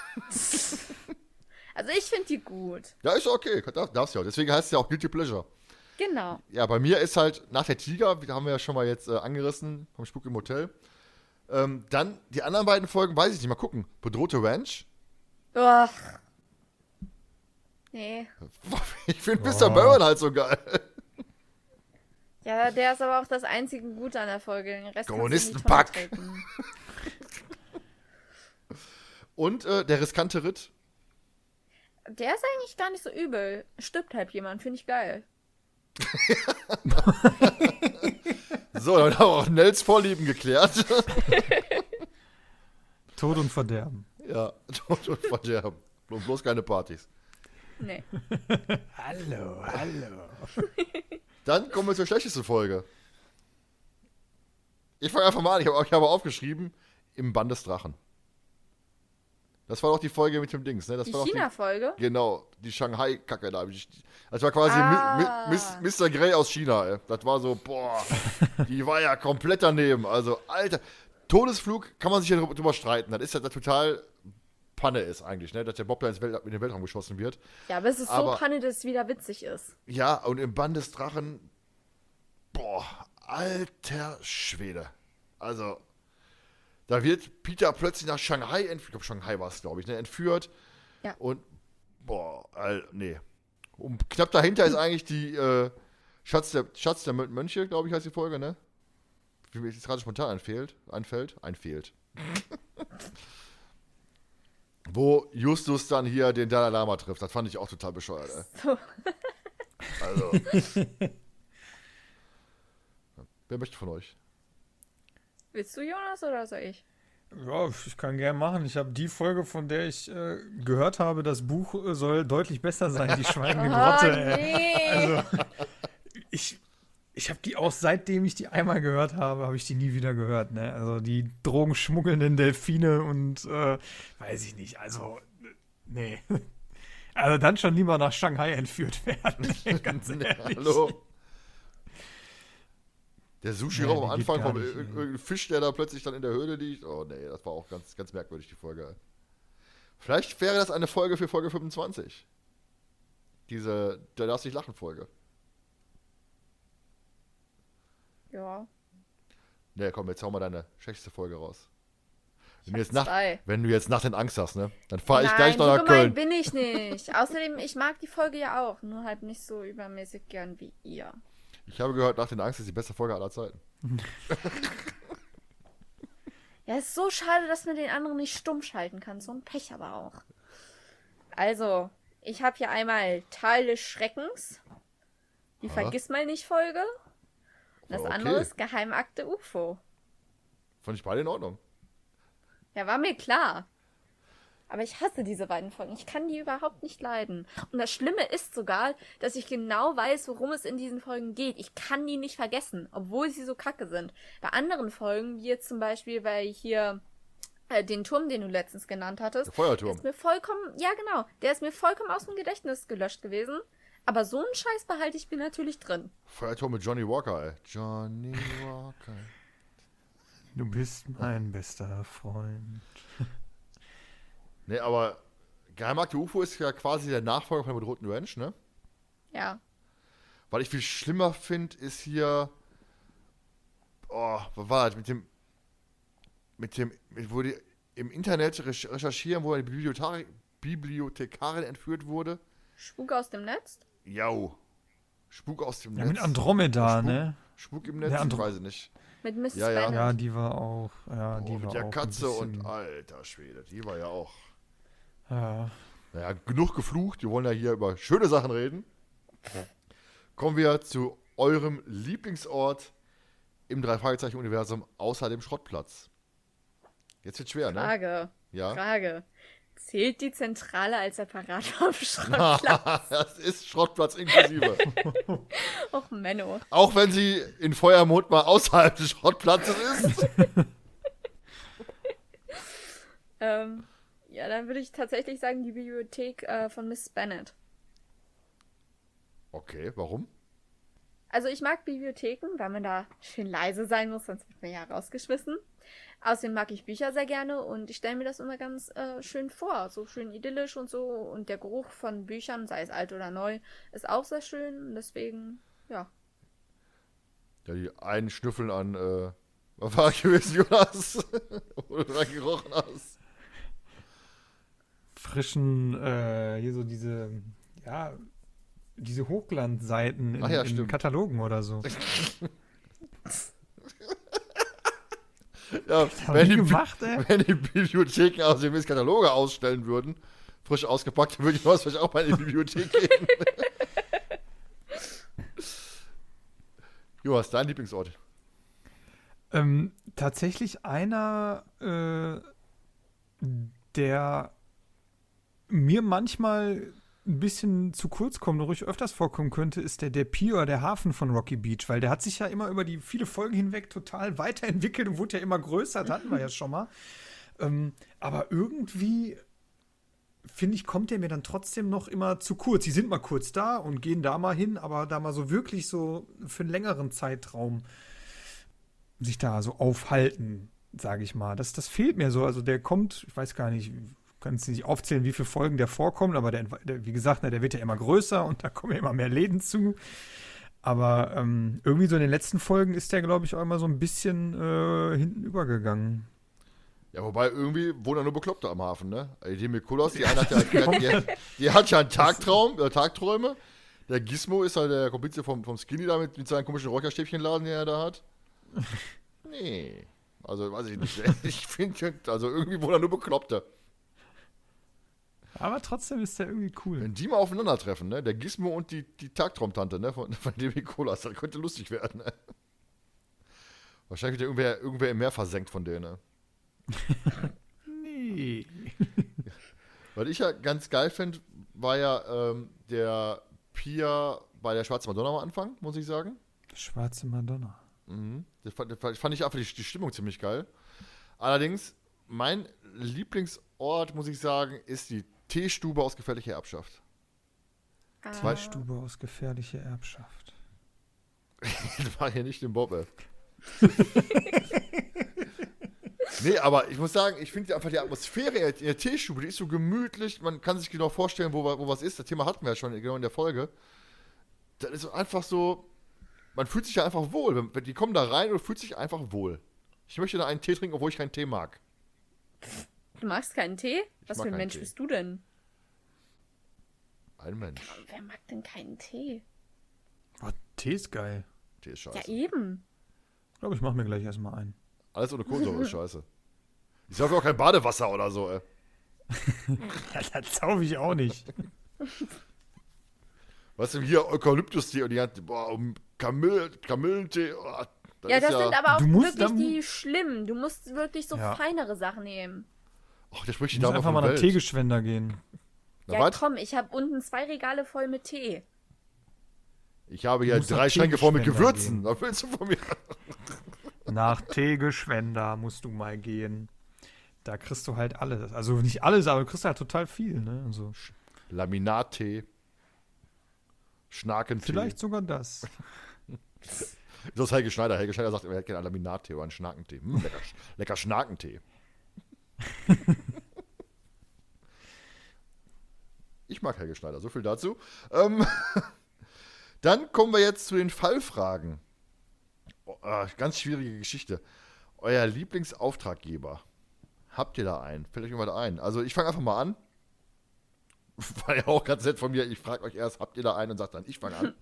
Also ich finde die gut. Ja, ist okay, darf, darfst ja auch. Deswegen heißt es ja auch Guilty Pleasure. Genau. Ja, bei mir ist halt nach der Tiger, da haben wir ja schon mal jetzt äh, angerissen, vom Spuk im Hotel. Ähm, dann die anderen beiden Folgen, weiß ich nicht, mal gucken. Bedrohte Ranch. Ugh. Nee. Ich finde Oh. Mister Barron halt so geil. Ja, der ist aber auch das einzige Gute an der Folge. Den Rest kannst du in die Kommunistenpack. Tonne treten. Und äh, der riskante Ritt. Der ist eigentlich gar nicht so übel. Stirbt halt jemand, finde ich geil. So, dann haben wir auch Nels Vorlieben geklärt. Tod und Verderben. Ja, Tod und Verderben. Und bloß keine Partys. Nee. Hallo, hallo. Dann kommen wir zur schlechtesten Folge. Ich fange einfach mal an. Ich habe ich habe aufgeschrieben, im Bann des Drachen. Das war doch die Folge mit dem Dings, ne? Das Die war doch China-Folge? Genau, die Shanghai-Kacke da. Das war quasi Ah. Mi- Mi- Mister Grey aus China, ey. Das war so, boah, die war ja komplett daneben. Also, Alter, Todesflug kann man sich ja drüber drüber streiten. Das ist ja total Panne ist eigentlich, ne? Dass der Bob da ins Welt, in den Weltraum geschossen wird. Ja, aber es ist Aber- so Panne, dass es wieder witzig ist. Ja, und im Bann des Drachen, boah, alter Schwede. Also, da wird Peter plötzlich nach Shanghai entführt. Ich glaube, Shanghai war es, glaube ich, ne? Entführt. Ja. Und, boah, all, nee. Und knapp dahinter ist eigentlich die äh, Schatz, der, Schatz der Mön- Mönche, glaube ich, heißt die Folge, ne? Wie mir jetzt gerade spontan einfällt. Einfällt? Einfehlt. Wo Justus dann hier den Dalai Lama trifft. Das fand ich auch total bescheuert, ey. So. Also. Wer möchte von euch? Willst du, Jonas, oder soll ich? Ja, ich kann gern machen. Ich habe die Folge, von der ich äh, gehört habe, das Buch äh, soll deutlich besser sein, die Schweigende Grotte. Oh, ey. nee. Also, ich, ich habe die auch, seitdem ich die einmal gehört habe, habe ich die nie wieder gehört. Ne? Also die drogenschmuggelnden Delfine und äh, weiß ich nicht. Also, nee. Also dann schon lieber nach Shanghai entführt werden. Ganz ehrlich. Hallo? Der Sushi-Raum Nee, am die geht Anfang gar vom nicht, ir- nee. irgendein Fisch, der da plötzlich dann in der Höhle liegt. Oh nee, das war auch ganz, ganz merkwürdig, die Folge. Vielleicht wäre das eine Folge für Folge fünfundzwanzig. Diese Der darfst nicht lachen Folge. Ja. Nee, komm, jetzt hau mal deine schlechteste Folge raus. Wenn du, hab jetzt nach, zwei. wenn du jetzt Nacht in Angst hast, ne? Dann fahre ich Nein, gleich noch so nach gemein Köln. bin ich nicht. Außerdem, ich mag die Folge ja auch, nur halt nicht so übermäßig gern wie ihr. Ich habe gehört, Nacht in Angst ist die beste Folge aller Zeiten. Ja, ist so schade, dass man den anderen nicht stumm schalten kann. So ein Pech aber auch. Also, ich habe hier einmal Tal des Schreckens. Die Aha. Vergissmal-nicht-Folge. Und das Okay. andere ist Geheimakte U F O. Fand ich beide in Ordnung. Ja, war mir klar. Aber ich hasse diese beiden Folgen. Ich kann die überhaupt nicht leiden. Und das Schlimme ist sogar, dass ich genau weiß, worum es in diesen Folgen geht. Ich kann die nicht vergessen, obwohl sie so kacke sind. Bei anderen Folgen, wie jetzt zum Beispiel bei hier äh, den Turm, den du letztens genannt hattest. Der Feuerturm. Der ist mir vollkommen, ja genau, der ist mir vollkommen aus dem Gedächtnis gelöscht gewesen. Aber so einen Scheiß behalte ich mir natürlich drin. Feuerturm mit Johnny Walker, ey. Johnny Walker. Du bist mein bester Freund. Nee, aber Geheimagent U F O ist ja quasi der Nachfolger von dem Roten Ranch, ne? Ja. Was ich viel schlimmer finde, ist hier. Oh, was war das? Mit dem. Mit dem. Mit, wo die im Internet recherchieren, wo die Bibliothek, Bibliothekarin entführt wurde. Spuk aus dem Netz? Jau. Spuk aus dem Ja, Netz. mit Andromeda, Spuk, ne? Spuk im Netz, Ja, Andro- ich weiß es nicht. Mit Missus Ja, ja. Bennet. Ja, die war auch. Ja, die Oh, war mit der auch Katze ein und bisschen, alter Schwede, die war ja auch. Ja. Naja, genug geflucht, wir wollen ja hier über schöne Sachen reden. Kommen wir zu eurem Lieblingsort im Drei-Fragezeichen-Universum außer dem Schrottplatz. Jetzt wird schwer, ne? Frage. Ja. Frage. Zählt die Zentrale als separat vom Schrottplatz? Das ist Schrottplatz inklusive. Och, Menno. Auch wenn sie in Feuermond mal außerhalb des Schrottplatzes ist. ähm, ja, dann würde ich tatsächlich sagen, die Bibliothek äh, von Miss Bennet. Okay, warum? Also ich mag Bibliotheken, weil man da schön leise sein muss, sonst wird man ja rausgeschmissen. Außerdem mag ich Bücher sehr gerne und ich stelle mir das immer ganz äh, schön vor, so schön idyllisch und so. Und der Geruch von Büchern, sei es alt oder neu, ist auch sehr schön. Und deswegen, ja. Ja, die einen schnüffeln an, äh, was war gewesen, Jonas? Wo du dran gerochen hast. Frischen, äh, hier so diese, ja, diese Hochglanzseiten in, Ach ja, in stimmt. Katalogen oder so. Ja, Haben wenn die die, gemacht, ey? wenn die Bibliotheken aus dem Kataloge ausstellen würden, frisch ausgepackt, dann würde ich Jonas vielleicht auch mal in die Bibliothek gehen. Jonas, dein Lieblingsort? Ähm, tatsächlich einer, äh, der mir manchmal ein bisschen zu kurz kommt, ruhig öfters vorkommen könnte, ist der, der Pier, der Hafen von Rocky Beach, weil der hat sich ja immer über die viele Folgen hinweg total weiterentwickelt und wurde ja immer größer, das hatten wir ja schon mal. Ähm, aber irgendwie, finde ich, kommt der mir dann trotzdem noch immer zu kurz. Die sind mal kurz da und gehen da mal hin, aber da mal so wirklich so für einen längeren Zeitraum sich da so aufhalten, sage ich mal. Das, das fehlt mir so. Also der kommt, ich weiß gar nicht, kannst nicht aufzählen, wie viele Folgen der vorkommt, aber der, der, wie gesagt, ne, der wird ja immer größer und da kommen ja immer mehr Läden zu. Aber ähm, irgendwie so in den letzten Folgen ist der, glaube ich, auch immer so ein bisschen äh, hinten übergegangen. Ja, wobei irgendwie wohnen ja nur Bekloppte am Hafen, ne? Die Mikolas, die, eine hat ja, die, die, die hat ja einen Tagtraum, äh, Tagträume. Der Gizmo ist halt der Komplize vom, vom Skinny da mit, mit seinen komischen Räucherstäbchenladen, den er da hat. Nee. Also, weiß ich nicht. Ich finde, also irgendwie wohnen ja nur Bekloppte. Aber trotzdem ist der irgendwie cool. Wenn die mal aufeinandertreffen, ne? Der Gizmo und die, die Tagtraumtante, ne? Von, von dem Nikolas, das könnte lustig werden, ne? Wahrscheinlich wird ja irgendwer, irgendwer im Meer versenkt von denen, ne? Nee. Was ich ja ganz geil finde, war ja ähm, der Pier bei der Schwarzen Madonna am Anfang, muss ich sagen. Schwarze Madonna. Mhm. Das fand, das fand ich einfach die, die Stimmung ziemlich geil. Allerdings, mein Lieblingsort, muss ich sagen, ist die Teestube aus gefährlicher Erbschaft. Ah. Stube aus gefährlicher Erbschaft. Das war hier nicht im Bob, ey. Nee, aber ich muss sagen, ich finde einfach die Atmosphäre in der Teestube, die ist so gemütlich, man kann sich genau vorstellen, wo, wo was ist. Das Thema hatten wir ja schon genau in der Folge. Das ist einfach so, man fühlt sich ja einfach wohl. Wenn, die kommen da rein und fühlt sich einfach wohl. Ich möchte da einen Tee trinken, obwohl ich keinen Tee mag. Du magst keinen Tee? Was mag für ein keinen Mensch Tee. bist du denn? Ein Mensch. Wer mag denn keinen Tee? Oh, Tee ist geil. Tee ist Ja, scheiße. eben. Ich glaube, ich mache mir gleich erstmal einen. Alles ohne Kohlensäure ist scheiße. Ich saufe auch kein Badewasser oder so, ey. Ja, das saufe ich auch nicht. Weißt du, hier Eukalyptus-Tee und die hat, boah, um Kamille, Kamillentee. Oh, das Ja, ist das sind aber auch Du musst wirklich dann- die schlimmen. Du musst wirklich so Ja. feinere Sachen nehmen. Ach, der spricht die Ich muss Dame einfach von mal nach Welt. Teegeschwender gehen. Na, Ja, was? komm, ich habe unten zwei Regale voll mit Tee. Ich habe Du hier musst nach drei Schränke voll mit Teegeschwender Gewürzen. gehen. Was willst du von mir? Nach Teegeschwender musst du mal gehen. Da kriegst du halt alles. Also nicht alles, aber du kriegst halt total viel. Ne? Also Laminattee. Schnarkentee. vielleicht sogar das. Das ist Helge Schneider. Helge Schneider sagt immer, er hätte gerne einen Laminattee oder einen Schnarkentee. Hm, lecker, lecker Schnarkentee. Ich mag Helge Schneider, so viel dazu. Ähm, dann kommen wir jetzt zu den Fallfragen. Oh, ah, ganz schwierige Geschichte. Euer Lieblingsauftraggeber. Habt ihr da einen? Fällt euch jemand ein? Also ich fange einfach mal an. War ja auch ganz nett von mir. Ich frage euch erst, habt ihr da einen? Und sagt dann, ich fange an.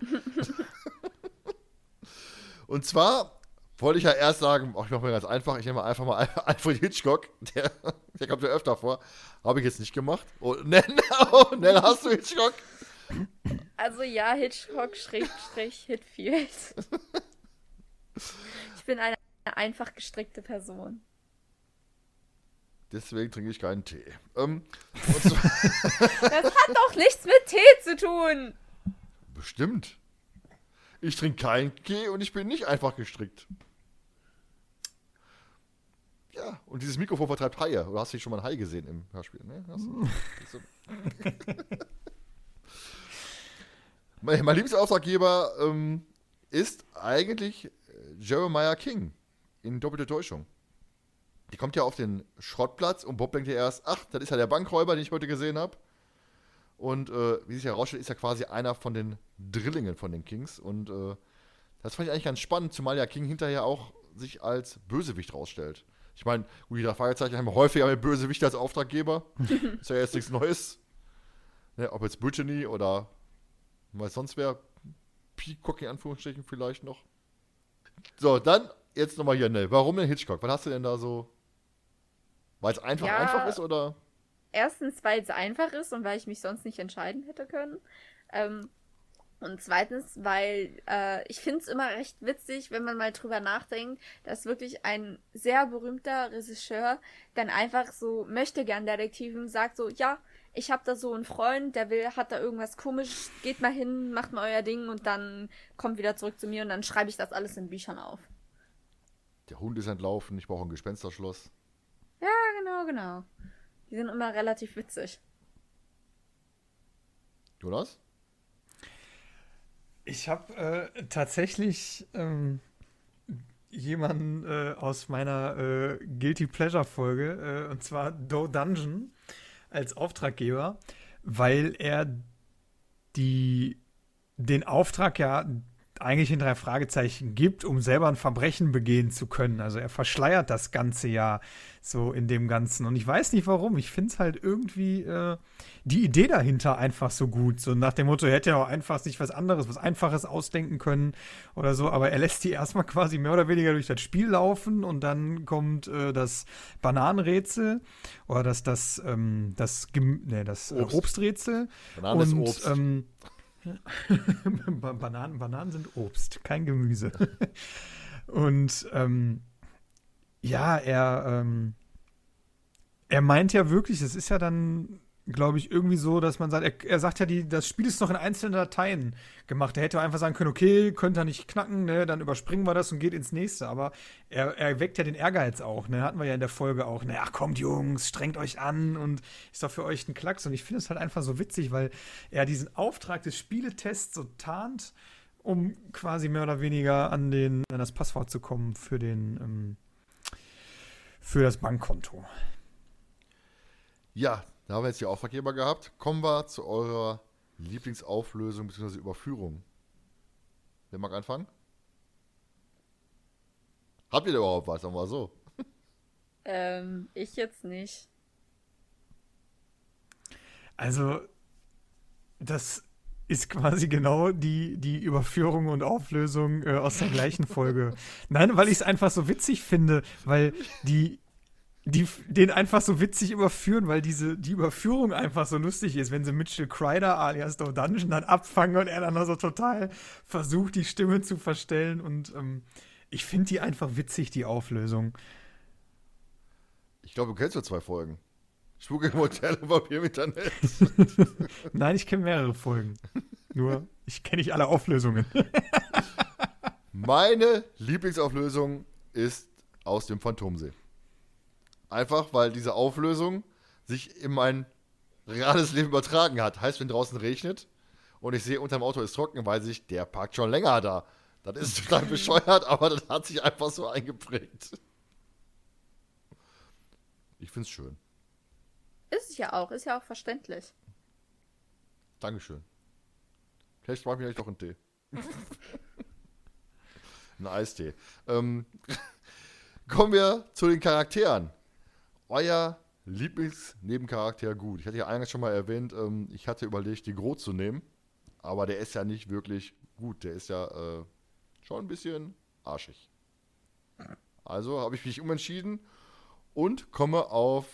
Und zwar wollte ich ja erst sagen, oh, ich mache mir ganz einfach, ich nehme einfach mal Alfred Hitchcock, der, der kommt ja öfter vor. Habe ich jetzt nicht gemacht. Oh, Nell, oh, Nell, hast du Hitchcock? Also ja, Hitchcock, Schrägstrich, Hitfield. Ich bin eine einfach gestrickte Person. Deswegen trinke ich keinen Tee. Ähm, und so, Das hat doch nichts mit Tee zu tun. bestimmt. Ich trinke keinen Tee und ich bin nicht einfach gestrickt. Ja, und dieses Mikrofon vertreibt Haie. Oder hast du schon mal ein Hai gesehen im Hörspiel? Ne? Hast du? So. mein, mein Lieblingsauftraggeber ähm, ist eigentlich Jeremiah King in Doppelte Täuschung. Die kommt ja auf den Schrottplatz und Bob denkt ja erst, ach, das ist ja der Bankräuber, den ich heute gesehen habe. Und äh, wie sich herausstellt, ist er quasi einer von den Drillingen von den Kings. Und äh, das fand ich eigentlich ganz spannend, zumal ja King hinterher auch sich als Bösewicht rausstellt. Ich meine, gut, die drei Fragezeichen haben wir häufiger mit Bösewicht als Auftraggeber. Ist ja jetzt nichts Neues. Ne, ob jetzt Brittany oder was sonst wer. Peacock in Anführungsstrichen vielleicht noch. So, dann jetzt nochmal hier, ne, warum denn Hitchcock? Was hast du denn da so? Weil es einfach Ja. einfach ist, oder? Erstens, weil es einfach ist und weil ich mich sonst nicht entscheiden hätte können. Ähm, und zweitens, weil äh, ich finde es immer recht witzig, wenn man mal drüber nachdenkt, dass wirklich ein sehr berühmter Regisseur dann einfach so Möchtegern-Detektiven sagt so, ja, ich habe da so einen Freund, der will, hat da irgendwas komisch, geht mal hin, macht mal euer Ding und dann kommt wieder zurück zu mir und dann schreibe ich das alles in Büchern auf. Der Hund ist entlaufen, ich brauche ein Gespensterschloss. Ja, genau, genau. Die sind immer relativ witzig. Jonas? Ich habe äh, tatsächlich ähm, jemanden äh, aus meiner äh, Guilty Pleasure Folge, äh, und zwar Doe Dungeon als Auftraggeber, weil er die, den Auftrag ja eigentlich in drei Fragezeichen gibt, um selber ein Verbrechen begehen zu können. Also er verschleiert das Ganze ja so in dem Ganzen. Und ich weiß nicht warum. Ich finde es halt irgendwie äh, die Idee dahinter einfach so gut. So nach dem Motto, er hätte ja auch einfach sich was anderes, was Einfaches ausdenken können oder so. Aber er lässt die erstmal quasi mehr oder weniger durch das Spiel laufen und dann kommt äh, das Bananenrätsel oder das, das, ähm, das, Gem- nee, das äh, Obst. Obsträtsel. Banane ist und Obst. Ähm, Ba- Bananen, Bananen sind Obst, kein Gemüse. Und ähm, ja, er, ähm, er meint ja wirklich, es ist ja dann, glaube ich, irgendwie so, dass man sagt, er, er sagt ja, die, das Spiel ist noch in einzelnen Dateien gemacht. Er hätte auch einfach sagen können, okay, könnt ihr nicht knacken, ne, dann überspringen wir das und geht ins nächste. Aber er, er weckt ja den Ehrgeiz auch, ne, hatten wir ja in der Folge auch, ne, ach kommt Jungs, strengt euch an und ist doch für euch ein Klacks. Und ich finde es halt einfach so witzig, weil er diesen Auftrag des Spieletests so tarnt, um quasi mehr oder weniger an, den, an das Passwort zu kommen für den, ähm, für das Bankkonto. Ja, da haben wir jetzt die Auftraggeber gehabt. Kommen wir zu eurer Lieblingsauflösung bzw. Überführung. Wer mag anfangen? Habt ihr da überhaupt was? Sagen wir so. Ähm, ich jetzt nicht. Also, das ist quasi genau die, die Überführung und Auflösung äh, aus der gleichen Folge. Nein, weil ich es einfach so witzig finde, weil die, die den einfach so witzig überführen, weil diese, die Überführung einfach so lustig ist, wenn sie Mitchell Kreider alias Doe Dungeon dann abfangen und er dann noch so total versucht, die Stimme zu verstellen und ähm, ich finde die einfach witzig, die Auflösung. Ich glaube, du kennst nur zwei Folgen. Spuk im Hotel und Vampir im Internet. Nein, ich kenne mehrere Folgen. Nur, ich kenne nicht alle Auflösungen. Meine Lieblingsauflösung ist aus dem Phantomsee. Einfach, weil diese Auflösung sich in mein reales Leben übertragen hat. Heißt, wenn draußen regnet und ich sehe, unterm Auto ist trocken, weiß ich, der parkt schon länger da. Das ist total bescheuert, aber das hat sich einfach so eingeprägt. Ich find's schön. Ist es ja auch, ist ja auch verständlich. Dankeschön. Vielleicht mag ich vielleicht doch einen Tee. Ein Eistee. Ähm, kommen wir zu den Charakteren. Euer Lieblingsnebencharakter gut. Ich hatte ja eingangs schon mal erwähnt, ähm, ich hatte überlegt, den Groot zu nehmen. Aber der ist ja nicht wirklich gut. Der ist ja äh, schon ein bisschen arschig. Also habe ich mich umentschieden und komme auf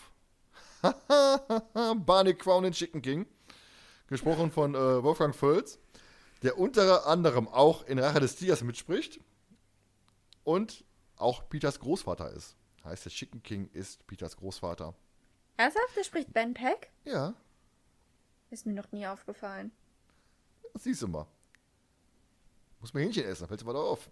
Barney Crown in Chicken King. Gesprochen von äh, Wolfgang Völz, der unter anderem auch in Rache des Tigers mitspricht und auch Peters Großvater ist. Heißt, der Chicken King ist Peters Großvater. Ernsthaft? Der spricht Ben Peck? Ja. Ist mir noch nie aufgefallen. Das siehst du mal. Muss man Hähnchen essen, dann fällt es mal da auf.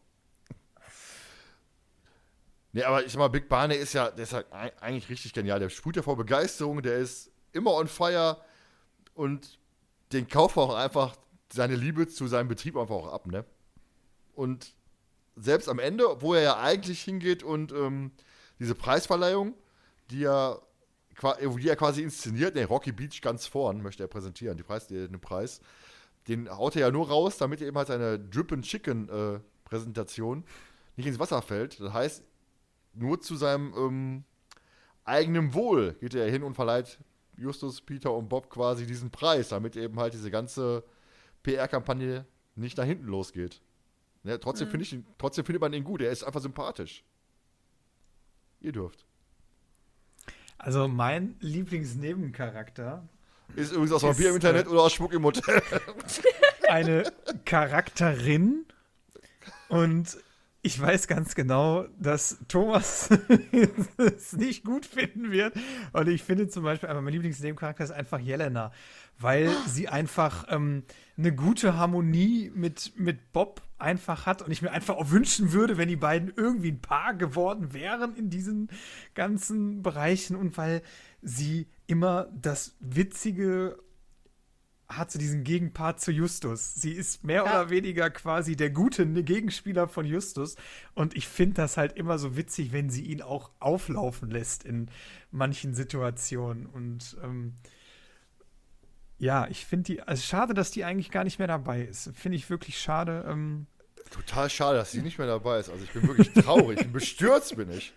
Nee, aber ich sag mal, Big Barney ist ja, der ist ja eigentlich richtig genial. Der sprüht ja vor Begeisterung, der ist immer on fire und den kauft er auch einfach seine Liebe zu seinem Betrieb einfach auch ab, ne? Und selbst am Ende, wo er ja eigentlich hingeht und ähm, diese Preisverleihung, die er, die er quasi inszeniert, ne, Rocky Beach ganz vorn möchte er präsentieren, die Preis, den Preis, den haut er ja nur raus, damit er eben halt seine Drip and Chicken äh, Präsentation nicht ins Wasser fällt. Das heißt, nur zu seinem ähm, eigenen Wohl geht er hin und verleiht Justus, Peter und Bob quasi diesen Preis, damit eben halt diese ganze P R-Kampagne nicht nach hinten losgeht. Ne, trotzdem, mhm. find ich ihn, trotzdem findet man ihn gut, er ist einfach sympathisch. Ihr dürft. Also mein Lieblingsnebencharakter ist übrigens aus Vampir im Internet äh, oder aus Schmuck im Hotel. Eine Charakterin und ich weiß ganz genau, dass Thomas es nicht gut finden wird. Und ich finde zum Beispiel, mein Lieblingsnebencharakter ist einfach Jelena, weil sie einfach ähm, eine gute Harmonie mit, mit Bob einfach hat. Und ich mir einfach auch wünschen würde, wenn die beiden irgendwie ein Paar geworden wären in diesen ganzen Bereichen. Und weil sie immer das Witzige hat sie diesen Gegenpart zu Justus. Sie ist mehr ja. oder weniger quasi der gute Gegenspieler von Justus. Und ich finde das halt immer so witzig, wenn sie ihn auch auflaufen lässt in manchen Situationen. Und ähm, ja, ich finde die, also schade, dass die eigentlich gar nicht mehr dabei ist. Finde ich wirklich schade. Ähm, Total schade, dass sie nicht mehr dabei ist. Also ich bin wirklich traurig. Bestürzt bin ich.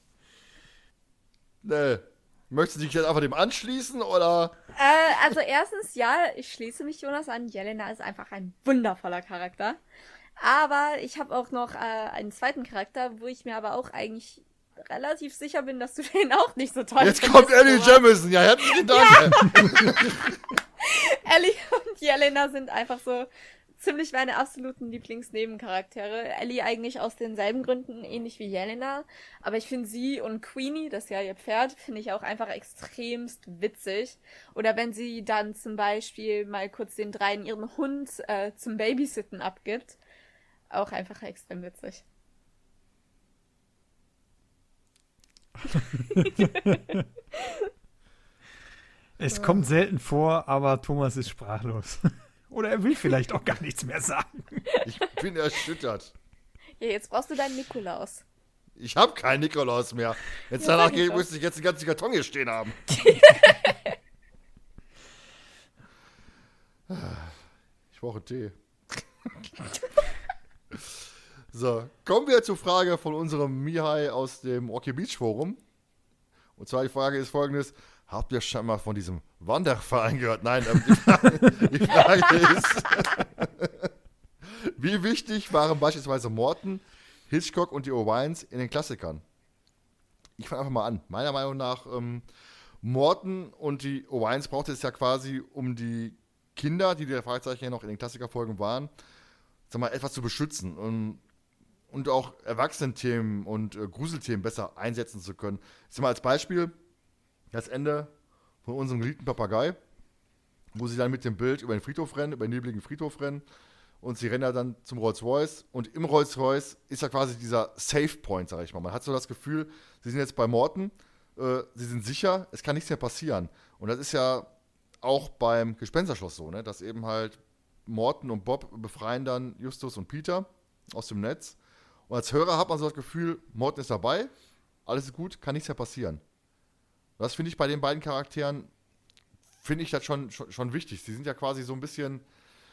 Nee. Möchtest du dich jetzt einfach dem anschließen, oder? Äh, also erstens, ja, ich schließe mich Jonas an. Jelena ist einfach ein wundervoller Charakter. Aber ich habe auch noch äh, einen zweiten Charakter, wo ich mir aber auch eigentlich relativ sicher bin, dass du den auch nicht so toll jetzt findest. Jetzt kommt Ellie Jamison, ja, herzlichen Dank. Ja. Ellie und Jelena sind einfach so ziemlich meine absoluten Lieblingsnebencharaktere. Ellie eigentlich aus denselben Gründen, ähnlich wie Jelena. Aber ich finde sie und Queenie, das ist ja ihr Pferd, finde ich auch einfach extremst witzig. Oder wenn sie dann zum Beispiel mal kurz den dreien ihren Hund äh, zum Babysitten abgibt. Auch einfach extrem witzig. Es kommt selten vor, aber Thomas ist sprachlos. Oder er will vielleicht auch gar nichts mehr sagen. Ich bin erschüttert. Ja, jetzt brauchst du deinen Nikolaus. Ich habe keinen Nikolaus mehr. Jetzt ja, danach geht, müsste ich jetzt den ganzen Karton hier stehen haben. Ich brauche Tee. So, kommen wir zur Frage von unserem Mihai aus dem Rocky Beach Forum. Und zwar die Frage ist folgendes. Habt ihr schon mal von diesem Wanderverein gehört? Nein, die Frage, die Frage ist, wie wichtig waren beispielsweise Morton, Hitchcock und die O'Wyans in den Klassikern? Ich fange einfach mal an. Meiner Meinung nach, ähm, Morton und die O'Wyans brauchte es ja quasi, um die Kinder, die der Fragezeichen ja noch in den Klassikerfolgen waren, sag mal, etwas zu beschützen und, und auch Erwachsenenthemen und äh, Gruselthemen besser einsetzen zu können. Ich sag mal als Beispiel, das Ende von unserem geliebten Papagei, wo sie dann mit dem Bild über den Friedhof rennen, über den nebligen Friedhof rennen und sie rennen ja dann zum Rolls-Royce und im Rolls-Royce ist ja quasi dieser Safe-Point, sag ich mal. Man hat so das Gefühl, sie sind jetzt bei Morton, äh, sie sind sicher, es kann nichts mehr passieren. Und das ist ja auch beim Gespensterschloss so, ne? Dass eben halt Morton und Bob befreien dann Justus und Peter aus dem Netz. Und als Hörer hat man so das Gefühl, Morton ist dabei, alles ist gut, kann nichts mehr passieren. Das finde ich bei den beiden Charakteren, finde ich das schon, schon, schon wichtig. Sie sind ja quasi so ein bisschen,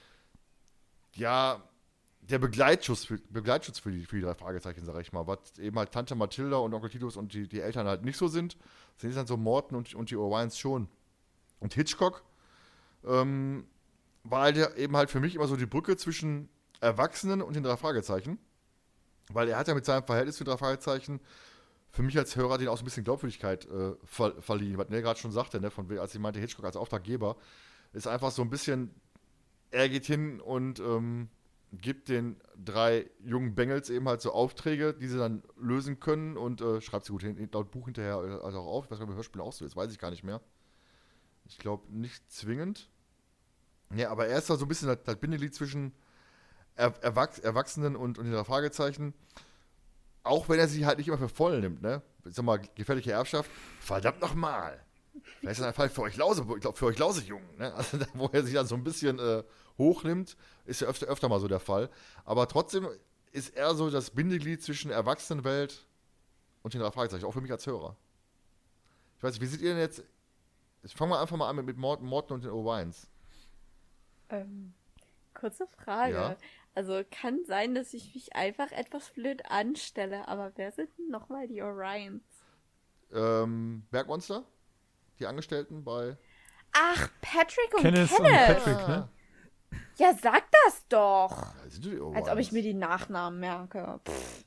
ja, der Begleitschutz für, Begleitschutz für, die, für die drei Fragezeichen, sag ich mal. Was eben halt Tante Mathilda und Onkel Titus und die, die Eltern halt nicht so sind, sind dann so Morton und, und die Orions schon. Und Hitchcock ähm, war halt eben halt für mich immer so die Brücke zwischen Erwachsenen und den drei Fragezeichen. Weil er hat ja mit seinem Verhältnis zu den drei Fragezeichen für mich als Hörer den auch so ein bisschen Glaubwürdigkeit äh, ver- verliehen. Was Nell gerade schon sagte, ne, von, als ich meinte, Hitchcock als Auftraggeber, ist einfach so ein bisschen, er geht hin und ähm, gibt den drei jungen Bengels eben halt so Aufträge, die sie dann lösen können und äh, schreibt sie gut hin, laut Buch hinterher also auch auf. Ich weiß nicht, ob im Hörspiel auch so ist, weiß ich gar nicht mehr. Ich glaube nicht zwingend. Ja, aber er ist da so ein bisschen das, das Bindeglied zwischen er, Erwachs- Erwachsenen und, und den drei Fragezeichen. Auch wenn er sie halt nicht immer für voll nimmt, ne? Ich sag mal, gefährliche Erbschaft, verdammt nochmal. Vielleicht ist das ein Fall für euch Lause, ich glaube, für euch Lausejungen, ne? Also, wo er sich dann so ein bisschen äh, hochnimmt, ist ja öfter, öfter mal so der Fall. Aber trotzdem ist er so das Bindeglied zwischen Erwachsenenwelt und den drei Fragezeichen, auch für mich als Hörer. Ich weiß nicht, wie seht ihr denn jetzt? Ich fange mal einfach mal an mit, mit Morton, Morton und den Orions. Ähm, kurze Frage. Ja? Also kann sein, dass ich mich einfach etwas blöd anstelle, aber wer sind denn nochmal die Orions? Ähm, Bergmonster? Die Angestellten bei... Ach, Patrick und Kenneth Kenneth. und Patrick, ne? Ja, sag das doch. Ja, sind die Orions. Als ob ich mir die Nachnamen merke. Pff.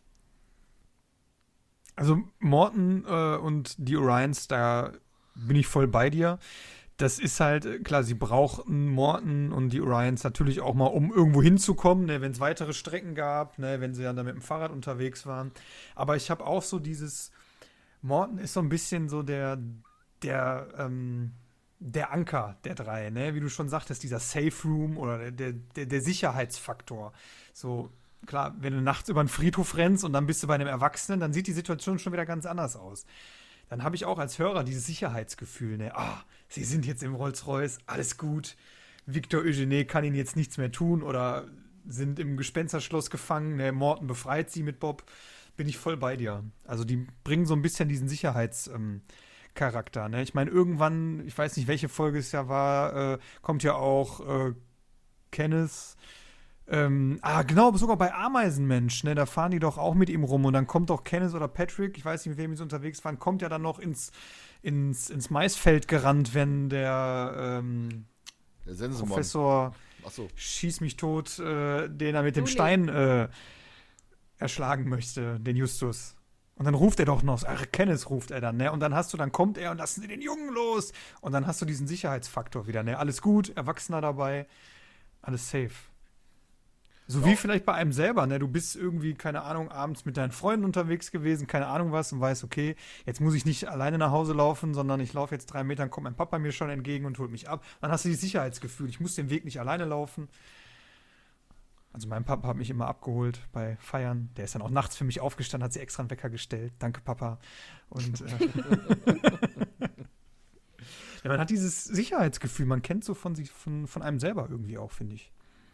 Also Morton äh, und die Orions, da bin ich voll bei dir. Das ist halt, äh, klar, sie brauchten Morton und die Orions natürlich auch mal, um irgendwo hinzukommen, ne, wenn es weitere Strecken gab, ne, wenn sie dann da mit dem Fahrrad unterwegs waren. Aber ich habe auch so dieses, Morton ist so ein bisschen so der, der, ähm, der Anker der drei, ne? Wie du schon sagtest, dieser Safe Room oder der, der, der Sicherheitsfaktor. So, klar, wenn du nachts über einen Friedhof rennst und dann bist du bei einem Erwachsenen, dann sieht die Situation schon wieder ganz anders aus. Dann habe ich auch als Hörer dieses Sicherheitsgefühl, ne? Ah, sie sind jetzt im Rolls-Royce, alles gut. Victor Eugene kann ihnen jetzt nichts mehr tun oder sind im Gespensterschloss gefangen, ne? Morton befreit sie mit Bob. Bin ich voll bei dir. Also die bringen so ein bisschen diesen Sicherheitscharakter, ähm, ne? Ich meine, irgendwann, ich weiß nicht, welche Folge es ja war, äh, kommt ja auch äh, Kenneth. Ähm, ah, genau, sogar bei Ameisenmensch, ne, da fahren die doch auch mit ihm rum und dann kommt doch Kenneth oder Patrick, ich weiß nicht, mit wem sie unterwegs waren, kommt ja dann noch ins, ins, ins Maisfeld gerannt, wenn der, ähm, Der Sensenmann. Professor Ach so. Schieß mich tot, äh, den er mit dem Juli. Stein äh, erschlagen möchte, den Justus. Und dann ruft er doch noch, ach, Kenneth ruft er dann, ne? Und dann hast du, dann kommt er und lassen sie den Jungen los. Und dann hast du diesen Sicherheitsfaktor wieder, ne? Alles gut, Erwachsener dabei, alles safe. So wie vielleicht bei einem selber, ne? Du bist irgendwie, keine Ahnung, abends mit deinen Freunden unterwegs gewesen, keine Ahnung was, und weißt, okay, jetzt muss ich nicht alleine nach Hause laufen, sondern ich laufe jetzt drei Meter, kommt mein Papa mir schon entgegen und holt mich ab. Dann hast du dieses Sicherheitsgefühl, ich muss den Weg nicht alleine laufen. Also mein Papa hat mich immer abgeholt bei Feiern. Der ist dann auch nachts für mich aufgestanden, hat sich extra einen Wecker gestellt. Danke, Papa. Und äh, ja, man hat dieses Sicherheitsgefühl, man kennt so von sich, von, von einem selber irgendwie auch, finde ich.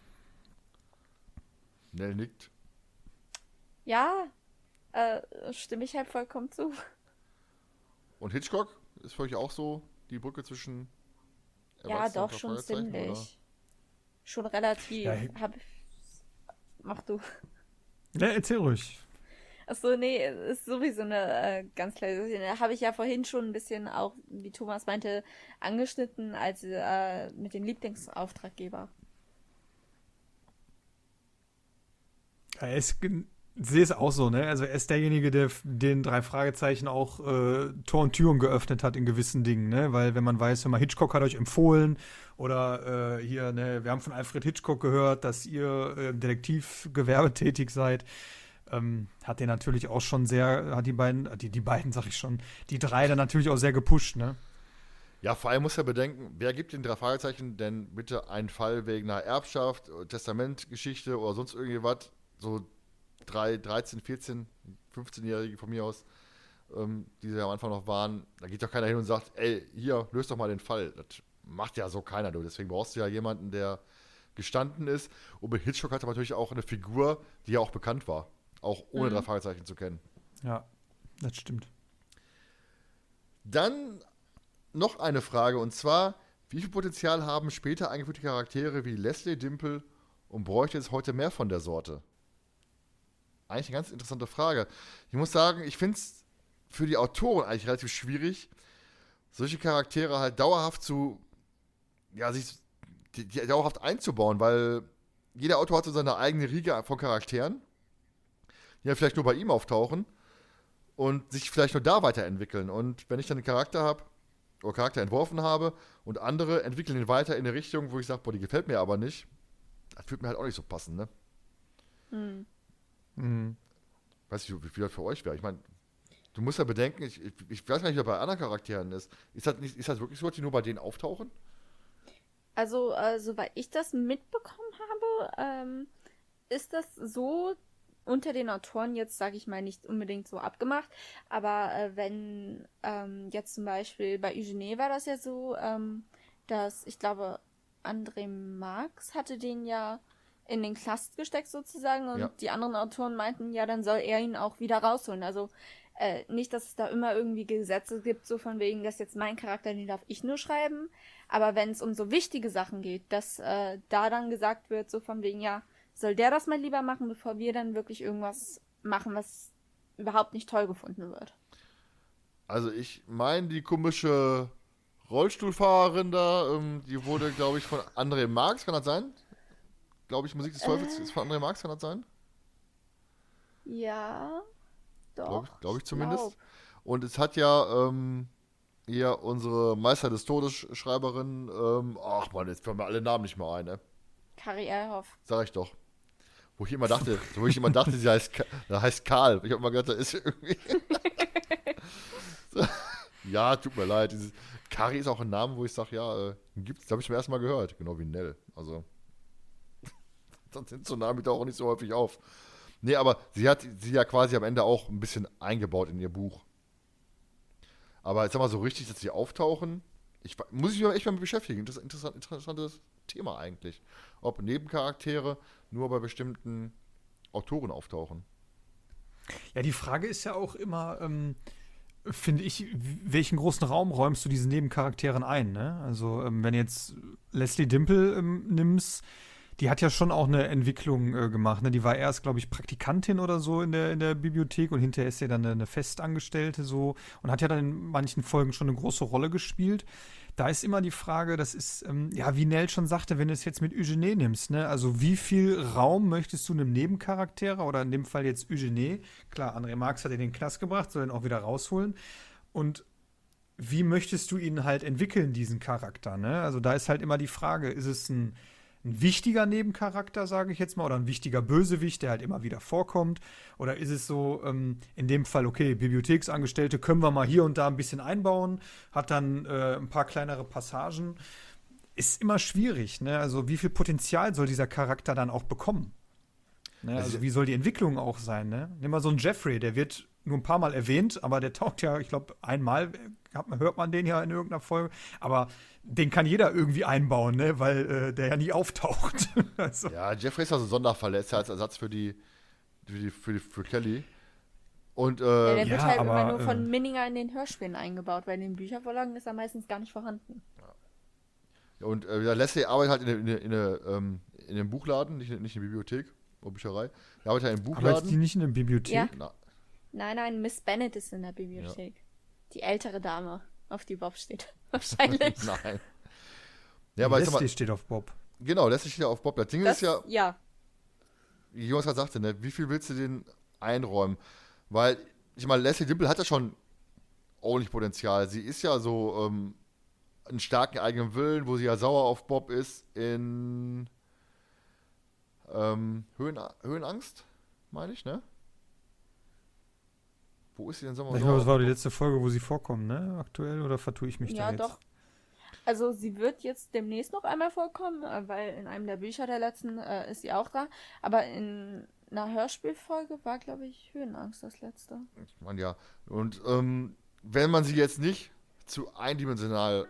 Nell nickt. Ja, äh, stimme ich halt vollkommen zu. Und Hitchcock ist für euch auch so die Brücke zwischen Ja, Erwachsenen doch, und schon Fragezeichen, ziemlich. oder? Schon relativ. Ja, ich- Hab, mach du. Ja, erzähl ruhig. Achso, nee, ist sowieso eine äh, ganz kleine Sache. Da habe ich ja vorhin schon ein bisschen auch, wie Thomas meinte, angeschnitten als äh, mit den Lieblingsauftraggeber. Ja, er ist, sehe es auch so, ne? Also er ist derjenige, der f- den drei Fragezeichen auch äh, Tor und Türen geöffnet hat in gewissen Dingen, ne? Weil wenn man weiß, hör mal, Hitchcock hat euch empfohlen oder äh, hier, ne, wir haben von Alfred Hitchcock gehört, dass ihr äh, im Detektivgewerbe tätig seid, ähm, hat den natürlich auch schon sehr, hat die beiden, die, die beiden sag ich schon, die drei dann natürlich auch sehr gepusht, ne? Ja, vor allem muss er bedenken, wer gibt den drei Fragezeichen denn bitte einen Fall wegen einer Erbschaft, Testamentgeschichte oder sonst irgendwas, so drei, dreizehn, vierzehn, fünfzehnjährige von mir aus, ähm, die ja am Anfang noch waren, da geht doch keiner hin und sagt, ey, hier, löst doch mal den Fall. Das macht ja so keiner, du. Deswegen brauchst du ja jemanden, der gestanden ist. Und bei Hitchcock hatte man natürlich auch eine Figur, die ja auch bekannt war, auch ohne Mhm. drei Fragezeichen zu kennen. Ja, das stimmt. Dann noch eine Frage, und zwar, wie viel Potenzial haben später eingeführte Charaktere wie Leslie Dimple und bräuchte es heute mehr von der Sorte? Eigentlich eine ganz interessante Frage. Ich muss sagen, ich finde es für die Autoren eigentlich relativ schwierig, solche Charaktere halt dauerhaft zu, ja, sich die, die dauerhaft einzubauen, weil jeder Autor hat so seine eigene Riege von Charakteren, die ja vielleicht nur bei ihm auftauchen und sich vielleicht nur da weiterentwickeln. Und wenn ich dann einen Charakter habe, oder Charakter entworfen habe und andere entwickeln ihn weiter in eine Richtung, wo ich sage, boah, die gefällt mir aber nicht, das würde mir halt auch nicht so passen, ne? Hm. Mhm. Weiß nicht, wie viel das für euch wäre. Ich meine, du musst ja bedenken, ich, ich, ich weiß gar nicht, wie das bei anderen Charakteren ist. Ist das, nicht, ist das wirklich so, dass die nur bei denen auftauchen? Also, äh, soweit ich das mitbekommen habe, ähm, ist das so unter den Autoren jetzt, sage ich mal, nicht unbedingt so abgemacht. Aber äh, wenn ähm, jetzt zum Beispiel bei Eugenie war das ja so, ähm, dass ich glaube, André Marx hatte den ja in den Knast gesteckt sozusagen und Ja. die anderen Autoren meinten, ja, dann soll er ihn auch wieder rausholen. Also äh, nicht, dass es da immer irgendwie Gesetze gibt, so von wegen, das ist jetzt mein Charakter, den darf ich nur schreiben. Aber wenn es um so wichtige Sachen geht, dass äh, da dann gesagt wird, so von wegen, ja, soll der das mal lieber machen, bevor wir dann wirklich irgendwas machen, was überhaupt nicht toll gefunden wird. Also ich meine, die komische Rollstuhlfahrerin da, ähm, die wurde, glaube ich, von André Marx, kann das sein? Glaube ich, Musik des Teufels Äh. ist von André Marx, kann das sein? Ja, doch. Glaube ich, glaub ich zumindest. glaub. Und es hat ja ähm, hier unsere Meister des Todes Schreiberin, ähm, ach man, jetzt fallen mir alle Namen nicht mehr ein, ne? Kari Erhoff. Sag ich doch. Wo ich immer dachte, wo ich immer dachte, sie heißt, Ka- da heißt Karl. Ich habe immer gedacht, da ist irgendwie. So. Ja, tut mir leid. Dieses Kari ist auch ein Name, wo ich sage, ja, äh, gibt's, habe ich zum ersten Mal gehört. Genau wie Nell. Also. Sonst sind so Namen die tauchen nicht so häufig auf. Nee, aber sie hat sie ja quasi am Ende auch ein bisschen eingebaut in ihr Buch. Aber jetzt sag mal so richtig, dass sie auftauchen, ich, muss ich mich echt mal mit beschäftigen. Das ist ein interessant, interessantes Thema eigentlich. Ob Nebencharaktere nur bei bestimmten Autoren auftauchen. Ja, die Frage ist ja auch immer, ähm, finde ich, w- welchen großen Raum räumst du diesen Nebencharakteren ein, ne? Also, ähm, wenn jetzt Leslie Dimple ähm, nimmst, die hat ja schon auch eine Entwicklung äh, gemacht, ne? Die war erst, glaube ich, Praktikantin oder so in der, in der Bibliothek und hinterher ist sie dann eine, eine Festangestellte so und hat ja dann in manchen Folgen schon eine große Rolle gespielt. Da ist immer die Frage, das ist, ähm, ja, wie Nell schon sagte, wenn du es jetzt mit Eugenie nimmst, ne? Also wie viel Raum möchtest du einem Nebencharakter oder in dem Fall jetzt Eugenie, klar, André Marx hat ihn in den Knast gebracht, soll ihn auch wieder rausholen und wie möchtest du ihn halt entwickeln, diesen Charakter, ne? Also da ist halt immer die Frage, ist es ein ein wichtiger Nebencharakter, sage ich jetzt mal, oder ein wichtiger Bösewicht, der halt immer wieder vorkommt? Oder ist es so, ähm, in dem Fall, okay, Bibliotheksangestellte können wir mal hier und da ein bisschen einbauen, hat dann äh, ein paar kleinere Passagen. Ist immer schwierig, ne? Also wie viel Potenzial soll dieser Charakter dann auch bekommen? Ne? Also- Also wie soll die Entwicklung auch sein, ne? Nimm mal so einen Jeffrey, der wird nur ein paar Mal erwähnt, aber der taucht ja, ich glaube, einmal hat man- hört man den ja in irgendeiner Folge, aber den kann jeder irgendwie einbauen, ne? Weil äh, der ja nie auftaucht. also, Ja, Jeffrey ist also ein Sonderfall, der ist ja als Ersatz für die, für, die, für, die, für Kelly. Und, Ja, äh, der ja, wird halt aber, immer nur von äh, Minninger in den Hörspielen eingebaut, weil in den Büchervorlagen ist er meistens gar nicht vorhanden. und äh, ja, Leslie arbeitet halt in, der- in, der- in, der, ähm, in dem Buchladen, nicht, in- nicht in der Bibliothek oder Bücherei. Er arbeitet halt im arbeitet die Buchladen. nicht in der Bibliothek? Ja. Na, Nein, nein, Miss Bennet ist in der Bibliothek. Die ältere Dame, auf die Bob steht. Wahrscheinlich. nein. Ja, aber ich sag Leslie mal, steht auf Bob. genau, Leslie steht ja auf Bob. Das Ding Das, ist ja, ja. wie Jonas gerade sagte, ne, wie viel willst du den einräumen? Weil, ich meine, Leslie Dimple hat ja schon ordentlich Potenzial. Sie ist ja so ähm, einen starken eigenen Willen, wo sie ja sauer auf Bob ist in ähm, Höhen, Höhenangst, meine ich, ne? Wo ist sie denn sauer? Ich glaube, das war die letzte Folge, wo sie vorkommen, ne? Aktuell, oder vertue ich mich Ja, da jetzt? doch. Also sie wird jetzt demnächst noch einmal vorkommen, äh, weil in einem der Bücher der letzten äh, ist sie auch da. Aber in einer Hörspielfolge war, glaube ich, Höhenangst das letzte. Ich meine, ja. Und ähm, wenn man sie jetzt nicht zu eindimensional...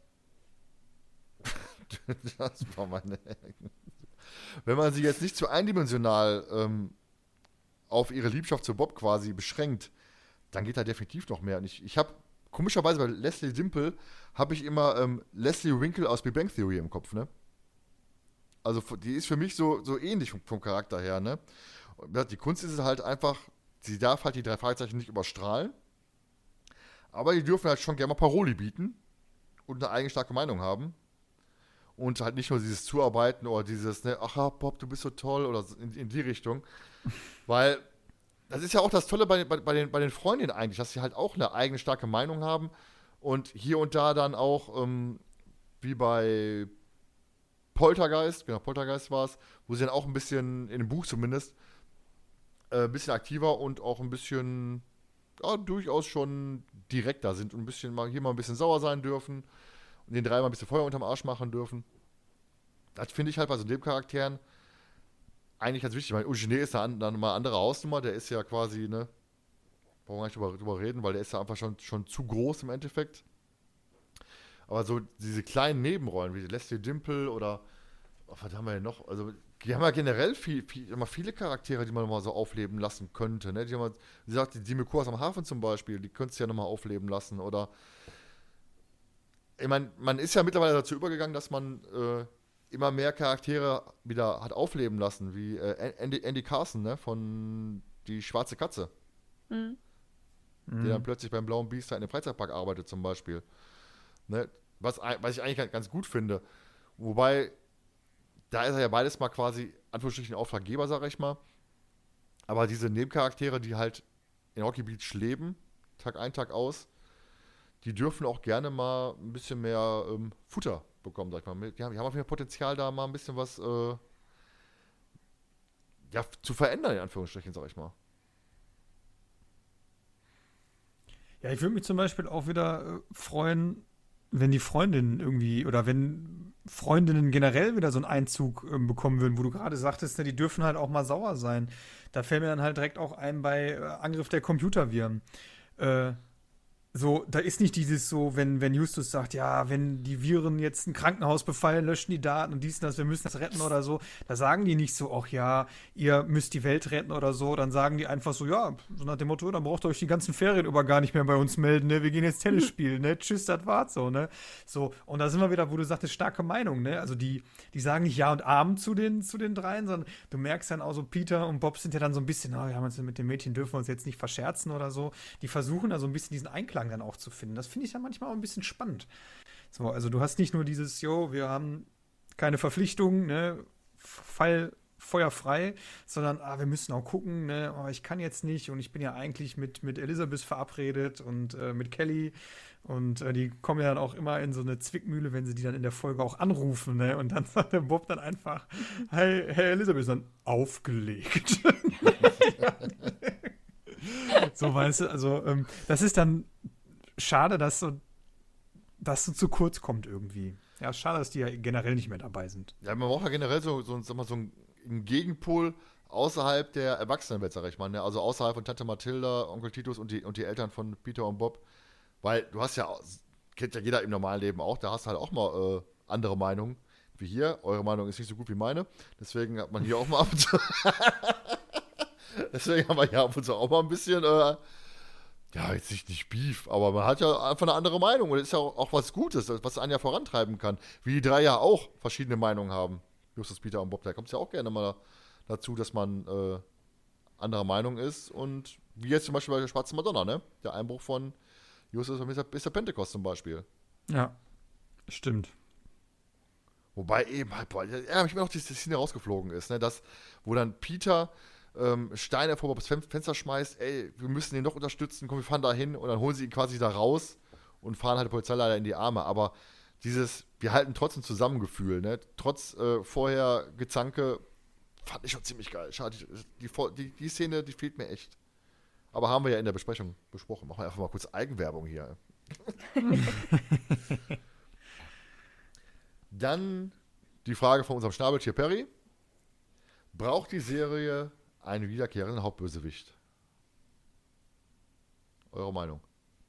das war meine... Wenn man sie jetzt nicht zu eindimensional ähm, auf ihre Liebschaft zu Bob quasi beschränkt, dann geht da definitiv noch mehr. Und ich, ich habe... Komischerweise bei Leslie Dimple habe ich immer ähm, Leslie Winkle aus Big Bang Theory im Kopf, ne? Also die ist für mich so, so ähnlich vom, vom Charakter her, ne? Und die Kunst ist es halt einfach, sie darf halt die drei Fragezeichen nicht überstrahlen, aber die dürfen halt schon gerne mal Paroli bieten und eine eigene starke Meinung haben. Und halt nicht nur dieses Zuarbeiten oder dieses, ne, ach Bob, du bist so toll oder in, in die Richtung. Weil das ist ja auch das Tolle bei, bei, bei, den, bei den Freundinnen eigentlich, dass sie halt auch eine eigene starke Meinung haben und hier und da dann auch, ähm, wie bei Poltergeist, genau, Poltergeist war es, wo sie dann auch ein bisschen, in dem Buch zumindest, äh, ein bisschen aktiver und auch ein bisschen, ja, durchaus schon direkter sind und ein bisschen mal hier mal ein bisschen sauer sein dürfen und den drei mal ein bisschen Feuer unterm Arsch machen dürfen. Das finde ich halt bei so Nebencharakteren eigentlich ganz wichtig. Ich meine, Eugene ist dann eine mal andere Hausnummer, der ist ja quasi, ne, brauchen wir gar nicht drüber, drüber reden, weil der ist ja einfach schon, schon zu groß im Endeffekt. Aber so diese kleinen Nebenrollen, wie Leslie Dimple oder, oh, was haben wir denn noch? Also, die haben ja generell viel, viel, immer viele Charaktere, die man mal so aufleben lassen könnte, ne? Die haben, wie gesagt, die Dime Kurs am Hafen zum Beispiel, die könntest du ja nochmal aufleben lassen. Oder, ich meine, man ist ja mittlerweile dazu übergegangen, dass man äh, immer mehr Charaktere wieder hat aufleben lassen, wie äh, Andy, Andy Carson, ne, von Die schwarze Katze. Mhm. Der dann plötzlich beim Blauen Biester in dem Freizeitpark arbeitet zum Beispiel. Ne, was, was ich eigentlich ganz gut finde. Wobei, da ist er ja beides mal quasi, Anführungsstrichen, Auftraggeber, sag ich mal. Aber diese Nebencharaktere, die halt in Rocky Beach leben, Tag ein, Tag aus, die dürfen auch gerne mal ein bisschen mehr ähm, Futter bekommen, sag ich mal. Die haben, die haben auf jeden Fall Potenzial, da mal ein bisschen was äh, ja, zu verändern, in Anführungsstrichen, sag ich mal. Ja, ich würde mich zum Beispiel auch wieder äh, freuen, wenn die Freundinnen irgendwie, oder wenn Freundinnen generell wieder so einen Einzug äh, bekommen würden, wo du gerade sagtest, ne, die dürfen halt auch mal sauer sein. Da fällt mir dann halt direkt auch ein bei äh, Angriff der Computerviren. Äh, So, da ist nicht dieses so, wenn, wenn Justus sagt, ja, wenn die Viren jetzt ein Krankenhaus befallen, löschen die Daten und dies und das, wir müssen das retten oder so. Da sagen die nicht so, ach ja, ihr müsst die Welt retten oder so. Dann sagen die einfach so, ja, so nach dem Motto, dann braucht ihr euch die ganzen Ferien über gar nicht mehr bei uns melden, ne? Wir gehen jetzt Tennis spielen, ne? Tschüss, das war's so, ne? So, und da sind wir wieder, wo du sagtest, starke Meinung, ne? Also die, die sagen nicht Ja und Amen zu den, zu den dreien, sondern du merkst dann auch so, Peter und Bob sind ja dann so ein bisschen, oh, wir haben uns mit dem Mädchen, dürfen wir uns jetzt nicht verscherzen oder so. Die versuchen da so ein bisschen diesen Einklang dann auch zu finden. Das finde ich ja manchmal auch ein bisschen spannend. So, also du hast nicht nur dieses, jo, wir haben keine Verpflichtungen, ne, Fall feuerfrei, sondern ah, wir müssen auch gucken, ne, oh, ich kann jetzt nicht und ich bin ja eigentlich mit, mit Elizabeth verabredet und äh, mit Kelly und äh, die kommen ja dann auch immer in so eine Zwickmühle, wenn sie die dann in der Folge auch anrufen, ne, und dann sagt der Bob dann einfach, hey, Herr Elizabeth, dann aufgelegt. So, weißt du, also ähm, das ist dann schade, dass so, dass so zu kurz kommt irgendwie. Ja, schade, dass die ja generell nicht mehr dabei sind. Ja, man braucht ja generell so, so, sag mal, so einen Gegenpol außerhalb der Erwachsenenwelt, sag ich mal. Ne? Also außerhalb von Tante Mathilda, Onkel Titus und die, und die Eltern von Peter und Bob. Weil du hast ja, kennt ja jeder im normalen Leben auch, da hast du halt auch mal äh, andere Meinungen. Wie hier, eure Meinung ist nicht so gut wie meine. Deswegen hat man hier auch mal ab und zu Deswegen haben wir ja ab und zu auch mal ein bisschen äh, ja, jetzt nicht, nicht Beef, aber man hat ja einfach eine andere Meinung und das ist ja auch, auch was Gutes, was einen ja vorantreiben kann. Wie die drei ja auch verschiedene Meinungen haben. Justus, Peter und Bob, da kommt es ja auch gerne mal dazu, dass man äh, anderer Meinung ist und wie jetzt zum Beispiel bei der Schwarzen Madonna, ne? Der Einbruch von Justus und Mister Pentecost zum Beispiel. Ja, stimmt. Wobei eben halt, boah, ja, ich mir noch die Szene rausgeflogen ist, ne? Das, wo dann Peter Ähm, Steine vor das Fenster schmeißt, ey, wir müssen ihn noch unterstützen, komm, wir fahren da hin und dann holen sie ihn quasi da raus und fahren halt die Polizei leider in die Arme. Aber dieses, wir halten trotzdem Zusammengefühl, ne? Trotz äh, vorher Gezanke, fand ich schon ziemlich geil. Schade, die, die, die Szene, die fehlt mir echt. Aber haben wir ja in der Besprechung besprochen. Machen wir einfach mal kurz Eigenwerbung hier. Dann die Frage von unserem Schnabeltier Perry. Braucht die Serie einen wiederkehrenden Hauptbösewicht? Eure Meinung?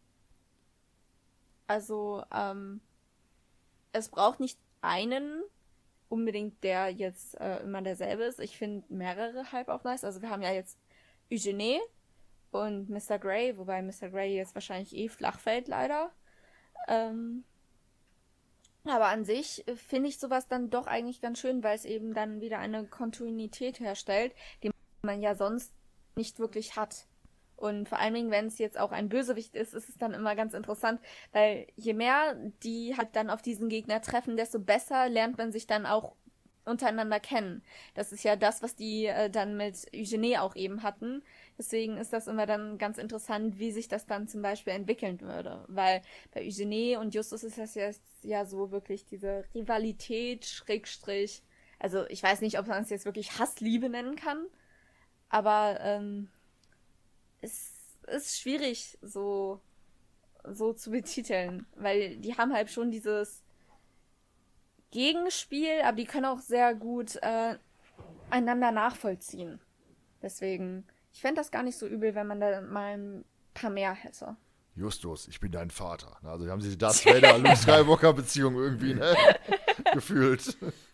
Also, ähm, es braucht nicht einen unbedingt, der jetzt äh, immer derselbe ist. Ich finde mehrere halb auch nice. Also wir haben ja jetzt Eugenie und Mister Grey, wobei Mister Grey jetzt wahrscheinlich eh flach fällt, leider. Ähm, aber an sich äh, finde ich sowas dann doch eigentlich ganz schön, weil es eben dann wieder eine Kontinuität herstellt, die man ja sonst nicht wirklich hat. Und vor allen Dingen, wenn es jetzt auch ein Bösewicht ist, ist es dann immer ganz interessant, weil je mehr die halt dann auf diesen Gegner treffen, desto besser lernt man sich dann auch untereinander kennen. Das ist ja das, was die äh, dann mit Eugenie auch eben hatten. Deswegen ist das immer dann ganz interessant, wie sich das dann zum Beispiel entwickeln würde. Weil bei Eugenie und Justus ist das ja, ja so wirklich diese Rivalität, Schrägstrich. Also ich weiß nicht, ob man es jetzt wirklich Hassliebe nennen kann, aber ähm, es ist schwierig so, so zu betiteln, weil die haben halt schon dieses Gegenspiel, aber die können auch sehr gut äh, einander nachvollziehen. Deswegen, ich fände das gar nicht so übel, wenn man da mal ein paar mehr hätte. Justus, ich bin dein Vater. Also haben sie die Darth Vader Luke Skywalker Beziehung irgendwie, ne? Gefühlt.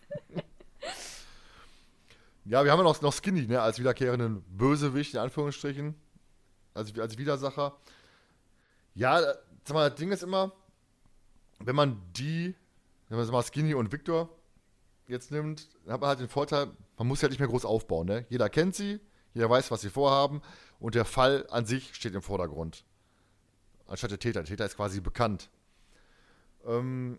Ja, wir haben ja noch, noch Skinny, ne, als wiederkehrenden Bösewicht, in Anführungsstrichen. Als, als Widersacher. Ja, sag mal, das Ding ist immer, wenn man die, wenn man mal Skinny und Victor jetzt nimmt, dann hat man halt den Vorteil, man muss ja nicht mehr groß aufbauen, ne? Jeder kennt sie, jeder weiß, was sie vorhaben und der Fall an sich steht im Vordergrund. Anstatt der Täter. Der Täter ist quasi bekannt. Ähm,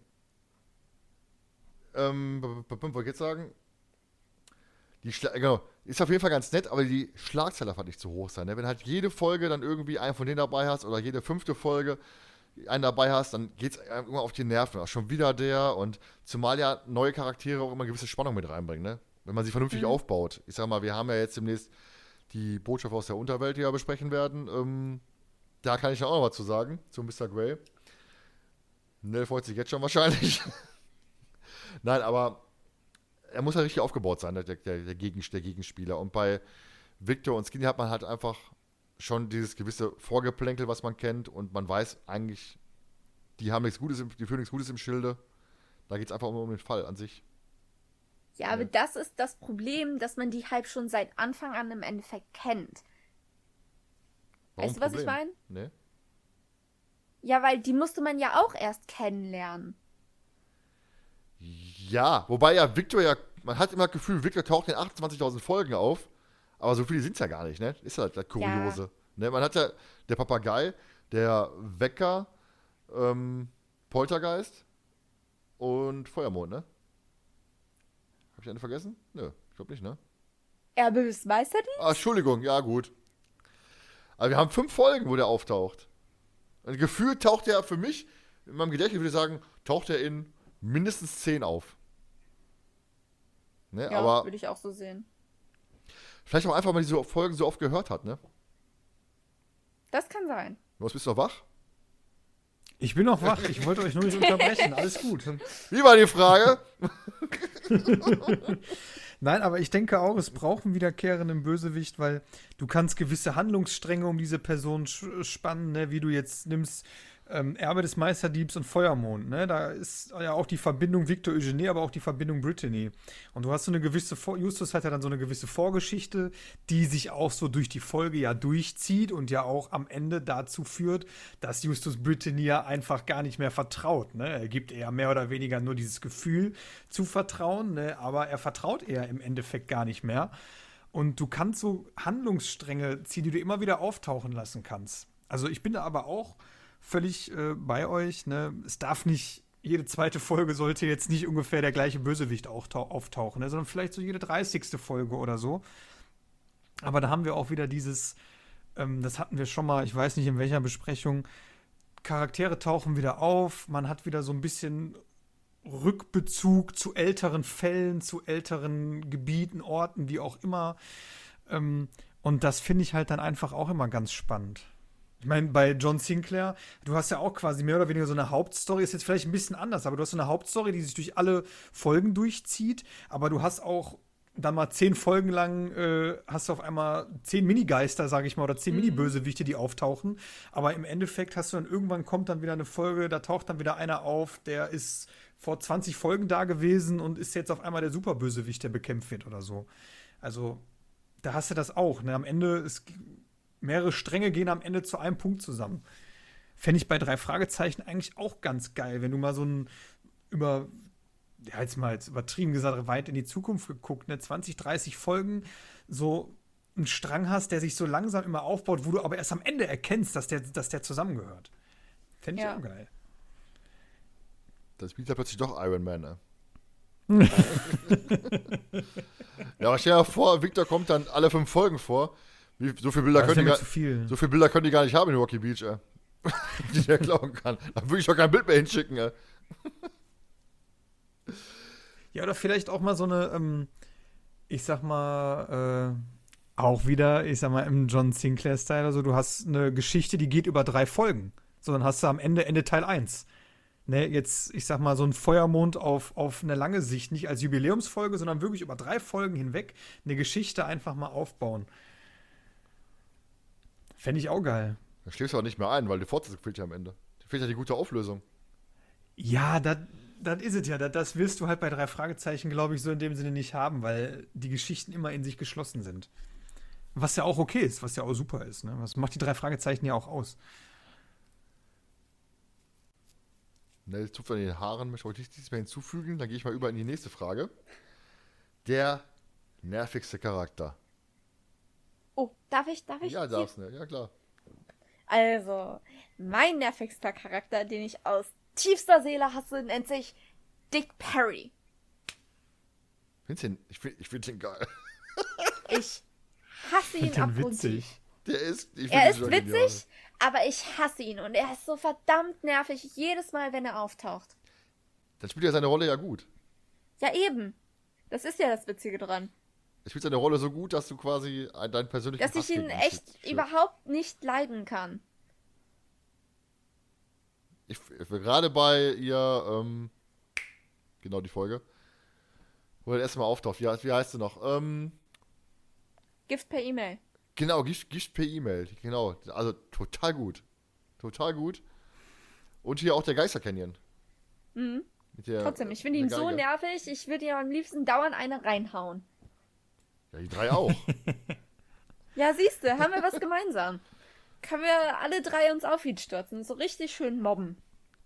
ähm, was wollte ich jetzt sagen? Die Schla- genau, ist auf jeden Fall ganz nett, aber die Schlagzeile darf halt nicht zu hoch sein. Ne? Wenn halt jede Folge dann irgendwie einen von denen dabei hast oder jede fünfte Folge einen dabei hast, dann geht es immer auf die Nerven. Ach, schon wieder der und zumal ja neue Charaktere auch immer eine gewisse Spannung mit reinbringen. Ne? Wenn man sie vernünftig mhm. aufbaut. Ich sag mal, wir haben ja jetzt demnächst die Botschaft aus der Unterwelt, die wir besprechen werden. Ähm, da kann ich ja auch noch was zu sagen, zu Mister Grey. Nell freut sich jetzt schon wahrscheinlich. Nein, aber er muss ja richtig aufgebaut sein, der, der, der, Gegen, der Gegenspieler. Und bei Victor und Skinny hat man halt einfach schon dieses gewisse Vorgeplänkel, was man kennt. Und man weiß eigentlich, die haben nichts Gutes, im, die führen nichts Gutes im Schilde. Da geht es einfach um den Fall an sich. Ja, aber ja. Das ist das Problem, dass man die halt schon seit Anfang an im Endeffekt kennt. Warum weißt du, was Problem? ich meine? Nee. Ja, weil die musste man ja auch erst kennenlernen. Ja, wobei ja Victor ja, man hat immer das Gefühl, Victor taucht in achtundzwanzigtausend Folgen auf, aber so viele sind es ja gar nicht, ne? Ist halt das Kuriose. Ja. Ne? Man hat ja der Papagei, der Wecker, ähm, Poltergeist und Feuermond, ne? Hab ich eine vergessen? Nö, ich glaube nicht, ne? Erbe des Meisterdienstes? Ah, Entschuldigung, ja gut. Aber wir haben fünf Folgen, wo der auftaucht. Und gefühlt taucht er für mich, in meinem Gedächtnis würde ich sagen, taucht er in mindestens zehn auf. Ne, ja, aber würde ich auch so sehen. Vielleicht auch einfach, weil man diese Folgen so oft gehört hat, ne? Das kann sein. Was, bist du noch wach? Ich bin noch wach, ich wollte euch nur nicht unterbrechen, alles gut. Wie war die Frage? Nein, aber ich denke auch, es braucht einen wiederkehrenden Bösewicht, weil du kannst gewisse Handlungsstränge um diese Person spannen, ne? Wie du jetzt nimmst ähm, Erbe des Meisterdiebs und Feuermond. Ne? Da ist ja auch die Verbindung Victor Eugenie, aber auch die Verbindung Brittany. Und du hast so eine gewisse, Vor- Justus hat ja dann so eine gewisse Vorgeschichte, die sich auch so durch die Folge ja durchzieht und ja auch am Ende dazu führt, dass Justus Brittany ja einfach gar nicht mehr vertraut. Ne? Er gibt eher mehr oder weniger nur dieses Gefühl zu vertrauen, ne? Aber er vertraut eher im Endeffekt gar nicht mehr. Und du kannst so Handlungsstränge ziehen, die du immer wieder auftauchen lassen kannst. Also ich bin da aber auch völlig äh, bei euch. Ne? Es darf nicht, jede zweite Folge sollte jetzt nicht ungefähr der gleiche Bösewicht auch tau- auftauchen, ne? Sondern vielleicht so jede dreißigste Folge oder so. Aber da haben wir auch wieder dieses, ähm, das hatten wir schon mal, ich weiß nicht in welcher Besprechung, Charaktere tauchen wieder auf, man hat wieder so ein bisschen Rückbezug zu älteren Fällen, zu älteren Gebieten, Orten, wie auch immer. Ähm, und das finde ich halt dann einfach auch immer ganz spannend. Ich meine, bei John Sinclair, du hast ja auch quasi mehr oder weniger so eine Hauptstory, ist jetzt vielleicht ein bisschen anders, aber du hast so eine Hauptstory, die sich durch alle Folgen durchzieht, aber du hast auch dann mal zehn Folgen lang, äh, hast du auf einmal zehn Minigeister, sage ich mal, oder zehn mhm. Mini-Bösewichte, die auftauchen, aber im Endeffekt hast du dann, irgendwann kommt dann wieder eine Folge, da taucht dann wieder einer auf, der ist vor zwanzig Folgen da gewesen und ist jetzt auf einmal der Superbösewicht, der bekämpft wird oder so. Also, da hast du das auch, ne, am Ende ist mehrere Stränge gehen am Ende zu einem Punkt zusammen. Fände ich bei drei Fragezeichen eigentlich auch ganz geil, wenn du mal so ein über, ja, jetzt mal jetzt übertrieben gesagt, weit in die Zukunft geguckt, ne, zwanzig, dreißig Folgen, so einen Strang hast, der sich so langsam immer aufbaut, wo du aber erst am Ende erkennst, dass der, dass der zusammengehört. Fände ich ja auch geil. Das spielt ja plötzlich doch Iron Man, ne? Ja, aber stell dir vor, Victor kommt dann alle fünf Folgen vor. Wie, so viele Bilder können die gar, so viele Bilder können die gar nicht haben in Rocky Beach, ey. Die der klauen kann. Da würde ich doch kein Bild mehr hinschicken, ey. Ja, oder vielleicht auch mal so eine, ähm, ich sag mal, äh, auch wieder, ich sag mal, im John Sinclair-Style, also du hast eine Geschichte, die geht über drei Folgen. So, dann hast du am Ende Ende Teil eins. Ne, jetzt, ich sag mal, so ein Feuermond auf, auf eine lange Sicht, nicht als Jubiläumsfolge, sondern wirklich über drei Folgen hinweg eine Geschichte einfach mal aufbauen. Fände ich auch geil. Da schläfst du auch nicht mehr ein, weil die Fortsetzung fehlt ja am Ende. Da fehlt ja die gute Auflösung. Ja, das ist es ja. Das wirst du halt bei drei Fragezeichen, glaube ich, so in dem Sinne nicht haben, weil die Geschichten immer in sich geschlossen sind. Was ja auch okay ist, was ja auch super ist. Ne? Was macht die drei Fragezeichen ja auch aus? Ne, Zupfer in den Haaren möchte ich nichts mehr hinzufügen. Dann gehe ich mal über in die nächste Frage. Der nervigste Charakter. Oh, darf ich, darf ich? Ja, darfst du, ja klar. Also, mein nervigster Charakter, den ich aus tiefster Seele hasse, nennt sich Dick Perry. Findest du den, ich finde ich find den geil. Ich hasse ihn ab und zu. Der ist, ich er ist witzig, genial. Aber ich hasse ihn und er ist so verdammt nervig, jedes Mal, wenn er auftaucht. Dann spielt er seine Rolle ja gut. Ja, eben. Das ist ja das Witzige dran. Er spielt seine Rolle so gut, dass du quasi deinen persönlichen Dass ich ihn echt schützt. überhaupt nicht leiden kann. Ich, ich bin gerade bei ihr, ähm, genau die Folge, wo er erstmal auftaucht. Wie, wie heißt sie noch? Ähm, Gift per E-Mail. Genau, Gift, Gift per E-Mail. Genau, also total gut. Total gut. Und hier auch der Geister Canyon. Mhm. Der, Trotzdem, ich finde ihn so nervig, ich würde ihm am liebsten dauernd eine reinhauen. Ja, die drei auch. Ja, siehst du, haben wir was gemeinsam. Können wir alle drei uns auf ihn stürzen, so richtig schön mobben.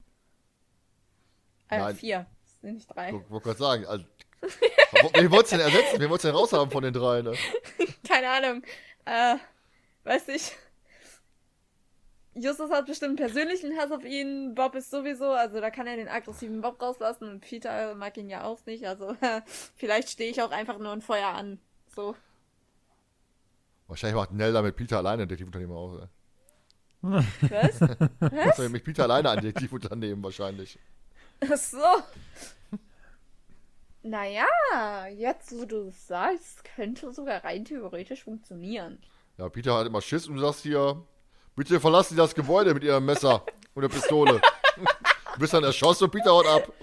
Äh, Nein. vier. Das sind nicht drei. Ich wollte gerade sagen, also, wen wolltest du denn ersetzen? Wen wolltest du denn raushaben von den drei, ne? Keine Ahnung. Äh, weiß ich. Justus hat bestimmt einen persönlichen Hass auf ihn. Bob ist sowieso, also da kann er den aggressiven Bob rauslassen und Peter mag ihn ja auch nicht. Also vielleicht stehe ich auch einfach nur ein Feuer an. So. Wahrscheinlich macht Nell da mit Peter alleine ein Detektivunternehmen aus. Ey. Was? Was? Mit Peter alleine ein Detektivunternehmen wahrscheinlich. Ach so. Naja, jetzt wo du es sagst, könnte sogar rein theoretisch funktionieren. Ja, Peter hat immer Schiss und du sagst hier, bitte verlassen Sie das Gebäude mit Ihrem Messer und der Pistole. Du bist dann erschossen und Peter haut ab.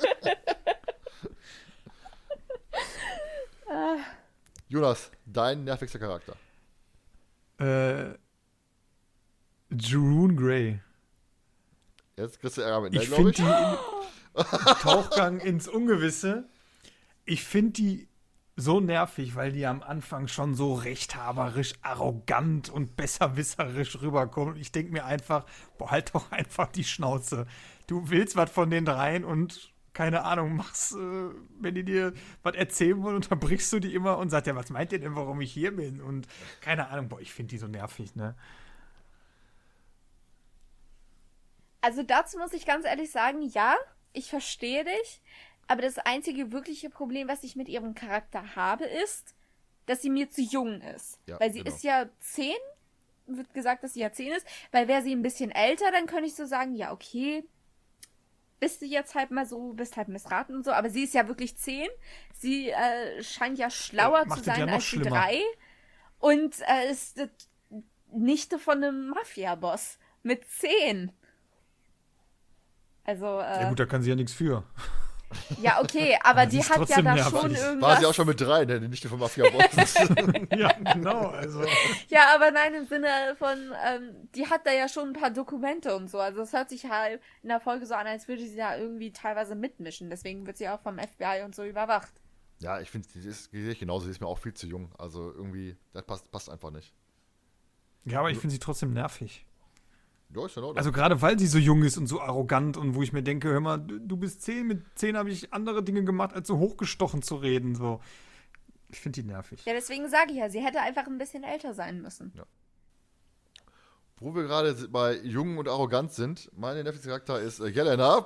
Jonas, dein nervigster Charakter. Äh, Jeroen Grey. Jetzt kriegst du Ärger mit, ne, ich glaube ich. Die in, Tauchgang ins Ungewisse. Ich finde die so nervig, weil die am Anfang schon so rechthaberisch, arrogant und besserwisserisch rüberkommen. Ich denke mir einfach, boah, halt doch einfach die Schnauze. Du willst was von den dreien und keine Ahnung, machst, äh, wenn die dir was erzählen wollen, unterbrichst du die immer und sagst, ja, was meint ihr denn, warum ich hier bin? Und keine Ahnung, boah, ich finde die so nervig, ne? Also dazu muss ich ganz ehrlich sagen, ja, ich verstehe dich, aber das einzige wirkliche Problem, was ich mit ihrem Charakter habe, ist, dass sie mir zu jung ist. Ja, weil sie genau. ist ja zehn, wird gesagt, dass sie ja zehn ist, weil wäre sie ein bisschen älter, dann könnte ich so sagen, ja, okay, bist du jetzt halt mal so, bist halt missraten und so, aber sie ist ja wirklich zehn. Sie äh, scheint ja schlauer ja, zu sein ja als schlimmer. die drei. Und äh, es, Nichte von einem Mafia-Boss. Mit zehn. Also, äh, Ja gut, da kann sie ja nichts für. ja, okay, aber Sie die ist hat ja trotzdem da nervig. schon War irgendwas. War sie auch schon mit drei, ne? Die Nichte von Mafia-Boss. Ja, genau. Also. Ja, aber nein, im Sinne von, ähm, die hat da ja schon ein paar Dokumente und so. Also es hört sich halt in der Folge so an, als würde sie da irgendwie teilweise mitmischen. Deswegen wird sie auch vom F B I und so überwacht. Ja, ich finde, die ist, die sehe ich genauso, sie ist mir auch viel zu jung. Also irgendwie, das passt, passt einfach nicht. Ja, aber ich finde sie trotzdem nervig. Ja, ist in Ordnung. Also gerade weil sie so jung ist und so arrogant und wo ich mir denke, hör mal, du du bist zehn, mit zehn habe ich andere Dinge gemacht, als so hochgestochen zu reden. So. Ich finde die nervig. Ja, deswegen sage ich ja, sie hätte einfach ein bisschen älter sein müssen. Wo wir gerade bei jung und arrogant sind, mein nervigster Charakter ist äh, Jelena.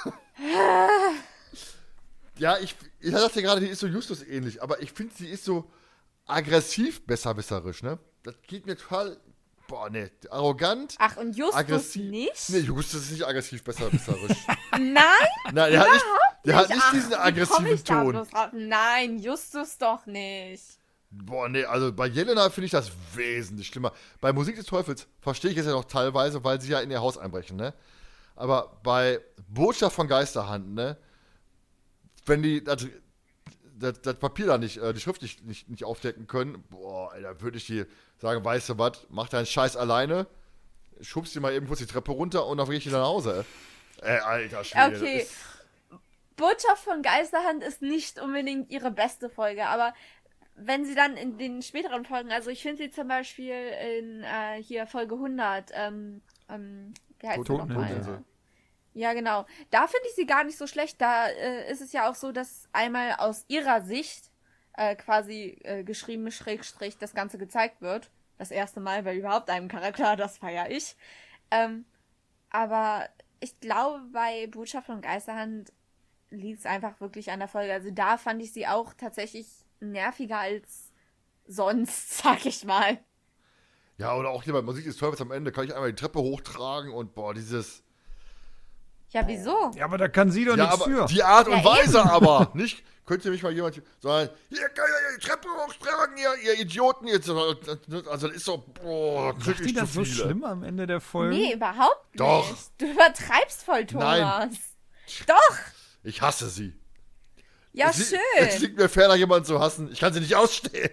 Ja, ich, ich dachte gerade, die ist so Justus ähnlich, aber ich finde, sie ist so aggressiv besserwisserisch, ne? Das geht mir total, boah, ne, arrogant, Ach, und Justus aggressiv. nicht? Nee, Justus ist nicht aggressiv besserwisserisch. Nein? Nein, der hat nicht, der hat nicht Ach, diesen wie komm aggressiven ich da Ton. bloß drauf? Nein, Justus doch nicht. Boah, nee, also bei Jelena finde ich das wesentlich schlimmer. Bei Musik des Teufels verstehe ich es ja noch teilweise, weil sie ja in ihr Haus einbrechen, ne? Aber bei Botschaft von Geisterhand, ne? Wenn die das, das, das Papier da nicht, äh, die Schrift nicht, nicht, nicht aufdecken können, boah, da würde ich die sagen, weißt du was, mach deinen Scheiß alleine, schubst die mal eben kurz die Treppe runter und dann bring ich die nach Hause. Äh, alter Schwede. Okay. ist- Botschaft von Geisterhand ist nicht unbedingt ihre beste Folge, aber wenn sie dann in den späteren Folgen, also ich finde sie zum Beispiel in äh, hier Folge hundert, ähm, ähm, wie heißt sie Toteninsel. nochmal? Ja, genau. Da finde ich sie gar nicht so schlecht. Da äh, ist es ja auch so, dass einmal aus ihrer Sicht äh, quasi äh, geschrieben, Schrägstrich, das Ganze gezeigt wird. Das erste Mal bei überhaupt einem Charakter, das feiere ich. Ähm, aber ich glaube, bei Botschaft von Geisterhand liegt es einfach wirklich an der Folge. Also da fand ich sie auch tatsächlich nerviger als sonst, sag ich mal. Ja, oder auch hier bei Musik des Teufels am Ende kann ich einmal die Treppe hochtragen und boah, dieses. Ja, wieso? Ja, aber da kann sie doch Ja, nichts aber für. die Art und Ja, Weise aber. Nicht, könnte mich mal jemand sagen, hier kann ja die Treppe hochtragen, ihr, ihr Idioten. Jetzt, also das ist so, boah, Sagt krieg die ich zu das so viele. schlimm am Ende der Folge? Nee, überhaupt Doch. nicht. Du übertreibst voll, Thomas. Nein. Doch. Ich hasse sie. Ja, es, li- schön. Es liegt mir ferner, jemanden zu hassen. Ich kann sie nicht ausstehen.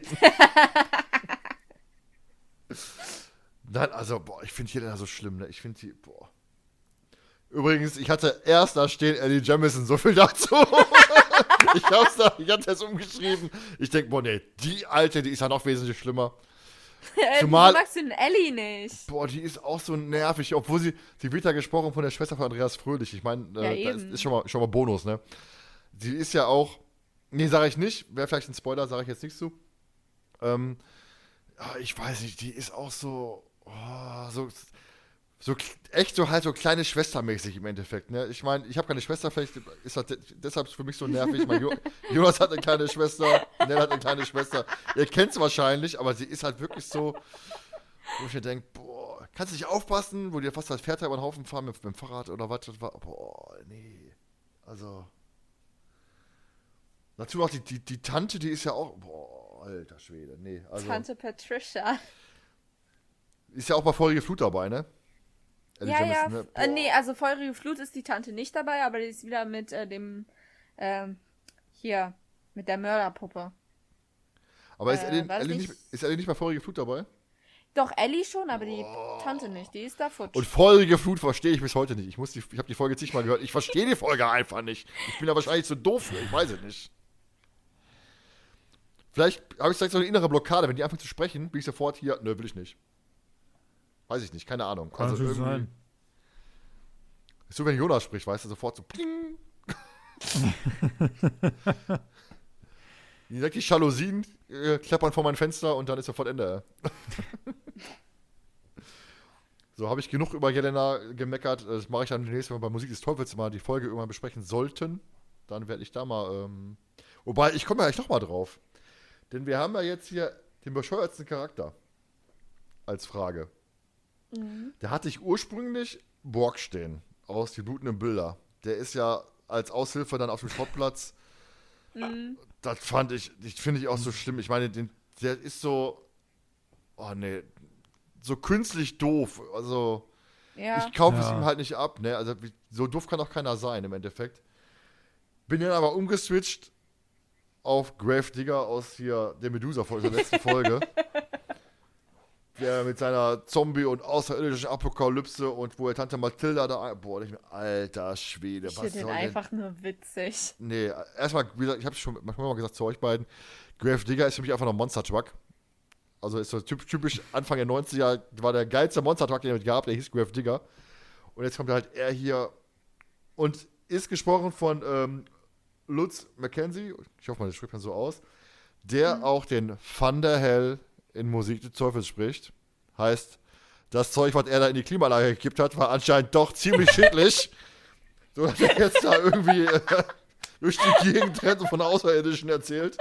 Nein, also, boah, ich finde Jelena so schlimm, ne? Ich finde die, boah. Übrigens, ich hatte erst da stehen Ellie Jamison, so viel dazu. ich hab's da, ich hatte es umgeschrieben. Ich denke, boah, nee, die Alte, die ist ja noch wesentlich schlimmer. Äh, Zumal- Wieso magst du den Ellie nicht? Boah, die ist auch so nervig, obwohl sie, sie wird ja gesprochen von der Schwester von Andreas Fröhlich. Ich meine, Ja, äh, das eben. ist schon mal, schon mal Bonus, ne? Sie ist ja auch, nee, sage ich nicht, wäre vielleicht ein Spoiler, sage ich jetzt nichts zu. Ähm, ja, ich weiß nicht, die ist auch so, oh, so, so k- echt so halt so kleine Schwestermäßig im Endeffekt, ne? Ich meine, ich habe keine Schwester, vielleicht ist das de- deshalb für mich so nervig. Ich mein, Jo- Jonas hat eine kleine Schwester, Nell hat eine kleine Schwester. Ihr kennt sie wahrscheinlich, aber sie ist halt wirklich so, wo ich mir denke, boah, kannst du nicht aufpassen, wo dir fast das Pferd da über den Haufen fahren mit, mit dem Fahrrad oder was? Das war, boah, nee. Also. Dazu noch die, die, die Tante, die ist ja auch, boah, alter Schwede, nee. Also, Tante Patricia. ist ja auch bei Feurige Flut dabei, ne? Ellie Ja, ja. Jamison, ne? Äh, Boah. nee, also Feurige Flut ist die Tante nicht dabei, aber die ist wieder mit äh, dem, ähm, hier, mit der Mörderpuppe. Aber ist, äh, Ellie, war das Ellie nicht- nicht, ist Ellie nicht bei Feurige Flut dabei? Doch, Ellie schon, aber die Tante nicht. Die ist da futsch. Und Feurige Flut verstehe ich bis heute nicht. Ich, muss die, ich habe die Folge zigmal gehört. Ich verstehe die Folge einfach nicht. Ich bin da wahrscheinlich zu doof für. Ich weiß es nicht. Vielleicht habe ich vielleicht so eine innere Blockade. Wenn die anfangen zu sprechen, bin ich sofort hier. Nö, will ich nicht. Weiß ich nicht. Keine Ahnung. Kann also natürlich irgendwie. sein. Ist so, wenn Jonas spricht, weißt du, sofort so pling. Direkt die Jalousien äh, klappern vor mein Fenster und dann ist sofort Ende. So, habe ich genug über Jelena gemeckert. Das mache ich dann demnächst, wenn wir bei Musik des Teufels mal die Folge irgendwann besprechen sollten. Dann werde ich da mal. Ähm Wobei, ich komme ja gleich nochmal drauf. Denn wir haben ja jetzt hier den bescheuertsten Charakter als Frage. Mhm. Der hatte ich ursprünglich Borg stehen aus Die blutenden Bilder. Der ist ja als Aushilfe dann auf dem Schrottplatz. Mhm. Das fand ich, ich finde ich auch so schlimm. Ich meine, den, der ist so, oh nee, so künstlich doof. Also, Ja. ich kaufe es Ja. ihm halt nicht ab, ne? Also, wie- so doof kann auch keiner sein im Endeffekt. Bin dann aber umgeswitcht auf Grave Digger aus hier der Medusa-Folge, der letzten Folge. Der mit seiner Zombie- und außerirdischen Apokalypse und wo er Tante Mathilda da. Boah, ich mir, alter Schwede, Ich was finde den soll denn. einfach nur witzig. Nee, erstmal, wie gesagt, ich hab's schon manchmal mal gesagt zu euch beiden. Grave Digger ist für mich einfach noch ein Monster Truck. Also ist so typ- typisch Anfang der neunziger, war der geilste Monster Truck, den es gab, der hieß Grave Digger. Und jetzt kommt halt er hier und ist gesprochen von ähm, Lutz Mackenzie, ich hoffe mal, das spricht man so aus, der auch den Thunderhell in Musik des Teufels spricht. Heißt, das Zeug, was er da in die Klimaanlage gekippt hat, war anscheinend doch ziemlich schädlich. So dass er jetzt da irgendwie äh, durch die Gegend rennt und von Außerirdischen erzählt.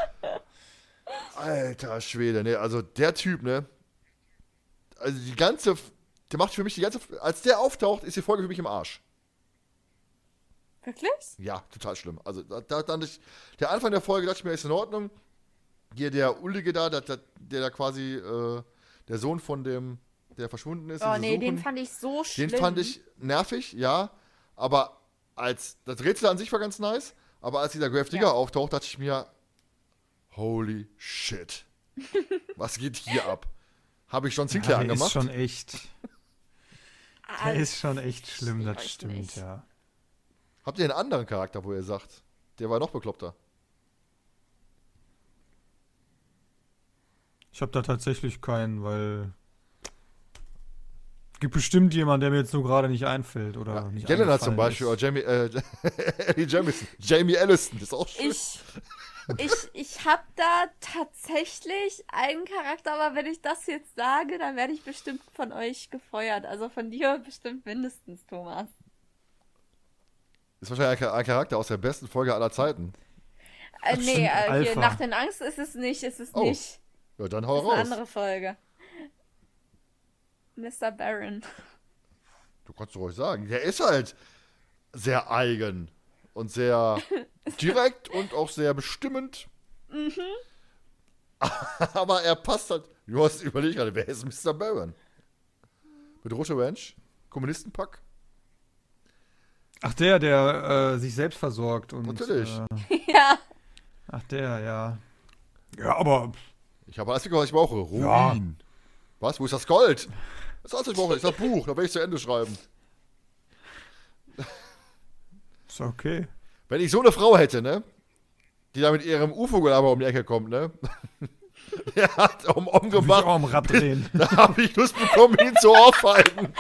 Alter Schwede, ne, also der Typ, ne, also die ganze, der macht für mich die ganze, als der auftaucht, ist die Folge für mich im Arsch. Wirklich? Ja, total schlimm. Also da, da dann ich, der Anfang der Folge dachte ich mir, ist in Ordnung. Hier der Ullige da, der, der, der da quasi äh, der Sohn von dem, der verschwunden ist. Oh den sie nee, den suchen, fand ich so schlimm. den fand ich nervig, ja. Aber als, das Rätsel an sich war ganz nice, aber als dieser Grave Digger Ja. auftaucht, dachte ich mir, holy shit. Was geht hier ab? Habe ich John Sinclair Ja, der angemacht? ist schon echt, Ah, der ist schon echt schlimm, ich das weiß stimmt, nicht. ja. Habt ihr einen anderen Charakter, wo ihr sagt, der war noch bekloppter? Ich habe da tatsächlich keinen, weil gibt bestimmt jemanden, der mir jetzt nur gerade nicht einfällt oder Ja, nicht Jelena zum eingefallen Beispiel, ist. oder Jamie, äh, Ellie Jamison, Jamie Allison, das ist auch schön. Ich, ich, ich habe da tatsächlich einen Charakter, aber wenn ich das jetzt sage, dann werde ich bestimmt von euch gefeuert. Also von dir bestimmt mindestens, Thomas. Ist wahrscheinlich ein Char- ein Charakter aus der besten Folge aller Zeiten. Äh, Ach, nee, stimmt, äh, hier Alpha. Nacht in Angst ist es nicht, ist es Oh, nicht. Ja, dann hau Das ist eine raus. andere Folge. Mister Baron. Du kannst doch ruhig sagen. Der ist halt sehr eigen und sehr direkt und auch sehr bestimmend. Mhm. Aber er passt halt. Du hast überlegt gerade, wer ist Mister Baron? Mit Rote Ranch? Kommunistenpack? Ach, der, der äh, sich selbst versorgt und. Natürlich. Äh, Ja. ach, der, ja. Ja, aber. Ich habe alles, was ich brauche. Ruin. Was? Wo ist das Gold? Das ist alles, was ich brauche. Ist das Buch. Da werde ich zu Ende schreiben. Ist okay. Wenn ich so eine Frau hätte, ne? Die da mit ihrem U F O-Gelaber um die Ecke kommt, ne? Der hat um Will ich umgemacht. auch am Rad drehen. Da habe ich Lust bekommen, ihn zu ohrfeigen.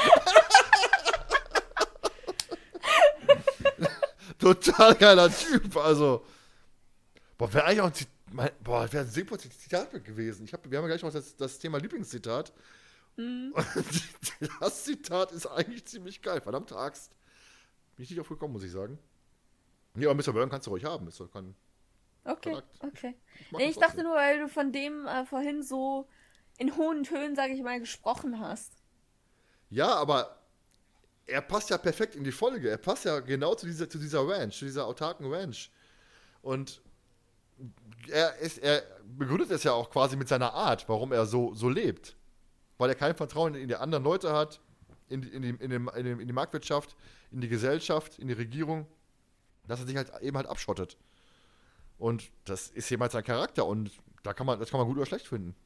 Total geiler Typ, also. Boah, wäre eigentlich auch ein Zit mein, boah, wäre ein super Zitat gewesen. Ich hab, wir haben ja gleich noch das, das Thema Lieblingszitat. Mhm. Und das Zitat ist eigentlich ziemlich geil. Verdammte Axt. Bin ich nicht drauf gekommen, muss ich sagen. Nee, aber Mister Burn kannst du ruhig haben. Ist doch kein, Okay, Verrückt. okay. mag Nee, ihn ich dachte trotzdem. nur, weil du von dem äh, vorhin so in hohen Tönen, sag ich mal, gesprochen hast. Ja, aber er passt ja perfekt in die Folge. Er passt ja genau zu dieser, zu dieser Ranch, zu dieser autarken Ranch. Und er, ist, er begründet es ja auch quasi mit seiner Art, warum er so, so lebt. Weil er kein Vertrauen in die anderen Leute hat, in die, in, die, in, den, in, den, in die Marktwirtschaft, in die Gesellschaft, in die Regierung, dass er sich halt eben halt abschottet. Und das ist jemand sein Charakter und da kann man, das kann man gut oder schlecht finden.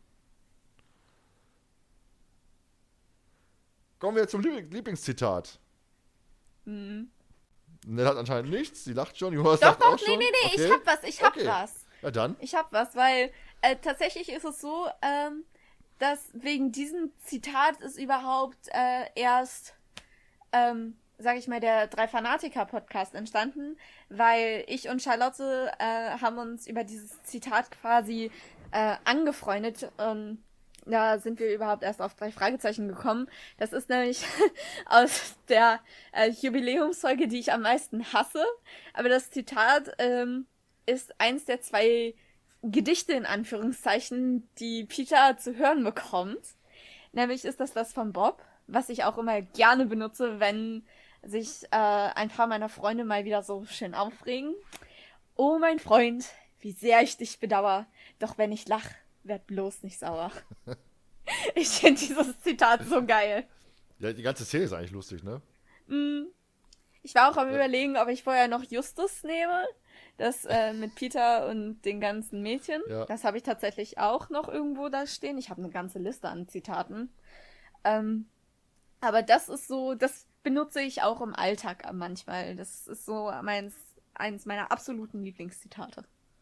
Kommen wir zum Liebling- Lieblingszitat. Mhm. Nell hat anscheinend nichts, sie lacht schon, Jonas Doch, lacht auch doch, nee, schon. nee, nee, Okay. ich hab was, ich hab Okay. was. Ja, dann. Ich hab was, weil äh, tatsächlich ist es so, ähm, dass wegen diesem Zitat ist überhaupt äh, erst, ähm, sag ich mal, der Drei-Fanatiker-Podcast entstanden, weil ich und Charlotte äh, haben uns über dieses Zitat quasi äh, angefreundet. Ähm, da sind wir überhaupt erst auf drei Fragezeichen gekommen. Das ist nämlich aus der äh, Jubiläumsfolge, die ich am meisten hasse. Aber das Zitat ähm, ist eins der zwei Gedichte in Anführungszeichen, die Peter zu hören bekommt. Nämlich ist das das von Bob, was ich auch immer gerne benutze, wenn sich äh, ein paar meiner Freunde mal wieder so schön aufregen. Oh mein Freund, wie sehr ich dich bedauer, doch wenn ich lach, werd bloß nicht sauer. Ich finde dieses Zitat so geil. Ja, die ganze Szene ist eigentlich lustig, ne? Mm. Ich war auch am Ja. Überlegen, ob ich vorher noch Justus nehme. Das äh, mit Peter und den ganzen Mädchen. Ja. Das habe ich tatsächlich auch noch irgendwo da stehen. Ich habe eine ganze Liste an Zitaten. Ähm, aber das ist so, das benutze ich auch im Alltag manchmal. Das ist so meins, eins meiner absoluten Lieblingszitate.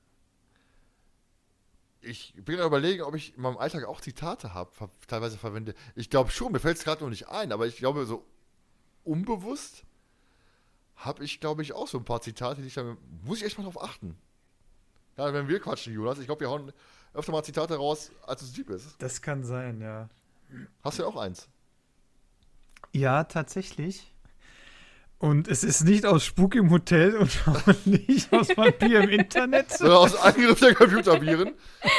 Ich bin am überlegen, ob ich in meinem Alltag auch Zitate habe, ver teilweise verwende. Ich glaube schon, mir fällt es gerade noch nicht ein, aber ich glaube, so unbewusst habe ich, glaube ich, auch so ein paar Zitate, die ich dann, muss ich echt mal drauf achten. Ja, wenn wir quatschen, Jonas, ich glaube, wir hauen öfter mal Zitate raus, als es lieb ist. Das kann sein, ja. Hast du ja auch eins? Ja, tatsächlich. Und es ist nicht aus Spuk im Hotel und auch nicht aus Vampir im Internet. Sondern aus Angriff der Computerviren.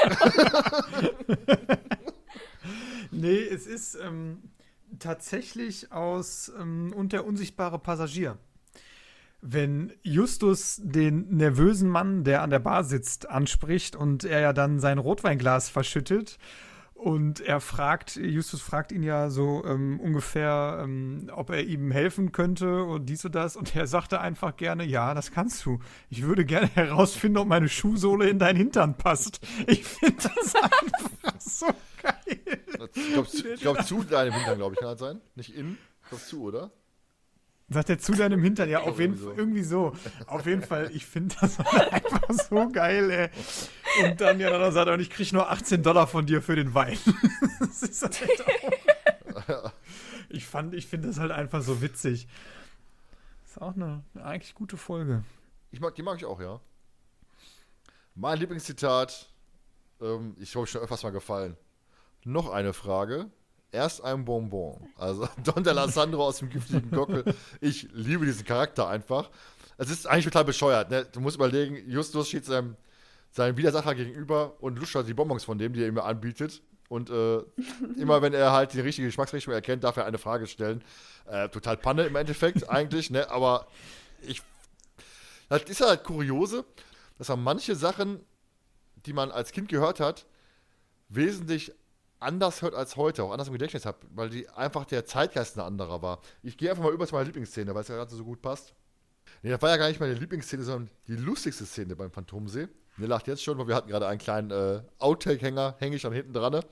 Nee, es ist ähm, tatsächlich aus ähm, Und der unsichtbare Passagier. Wenn Justus den nervösen Mann, der an der Bar sitzt, anspricht und er ja dann sein Rotweinglas verschüttet und er fragt, Justus fragt ihn ja so ähm, ungefähr, ähm, ob er ihm helfen könnte und dies und das und er sagte einfach gerne, ja, das kannst du. Ich würde gerne herausfinden, ob meine Schuhsohle in deinen Hintern passt. Ich finde das einfach so geil. Ich glaube, zu, ich glaub, zu deinem Hintern, glaube ich, kann das sein? Nicht in? Ich glaube, zu, oder? Sagt er zu deinem Hintern? Ja, auf jeden Irgendwie Fall, so. irgendwie so. Auf jeden Fall, ich finde das einfach so geil, ey. Und dann, ja, dann sagt er, und ich kriege nur achtzehn Dollar von dir für den Wein. Das ist halt auch, ich fand, ich finde das halt einfach so witzig. Das ist auch eine, eine eigentlich gute Folge. Ich mag, die mag ich auch, ja. Mein Lieblingszitat, ähm, ich glaube, schon öfters mal gefallen. Noch eine Frage. Erst ein Bonbon. Also Don D'Alessandro aus dem giftigen Gockel. Ich liebe diesen Charakter einfach. Es ist eigentlich total bescheuert. Ne? Du musst überlegen, Justus steht seinem, seinem Widersacher gegenüber und lutscht halt die Bonbons von dem, die er ihm anbietet. Und äh, immer wenn er halt die richtige Geschmacksrichtung erkennt, darf er eine Frage stellen. Äh, total Panne im Endeffekt eigentlich, ne? Aber ich. Das ist halt kuriose, dass man manche Sachen, die man als Kind gehört hat, wesentlich anders hört als heute, auch anders im Gedächtnis hat, weil die einfach der Zeitgeist ein anderer war. Ich gehe einfach mal über zu meiner Lieblingsszene, weil es ja gerade so gut passt. Nee, das war ja gar nicht meine Lieblingsszene, sondern die lustigste Szene beim Phantomsee. Ihr lacht jetzt schon, weil wir hatten gerade einen kleinen äh, Outtake-Hänger, hänge ich dann hinten dran. Ne?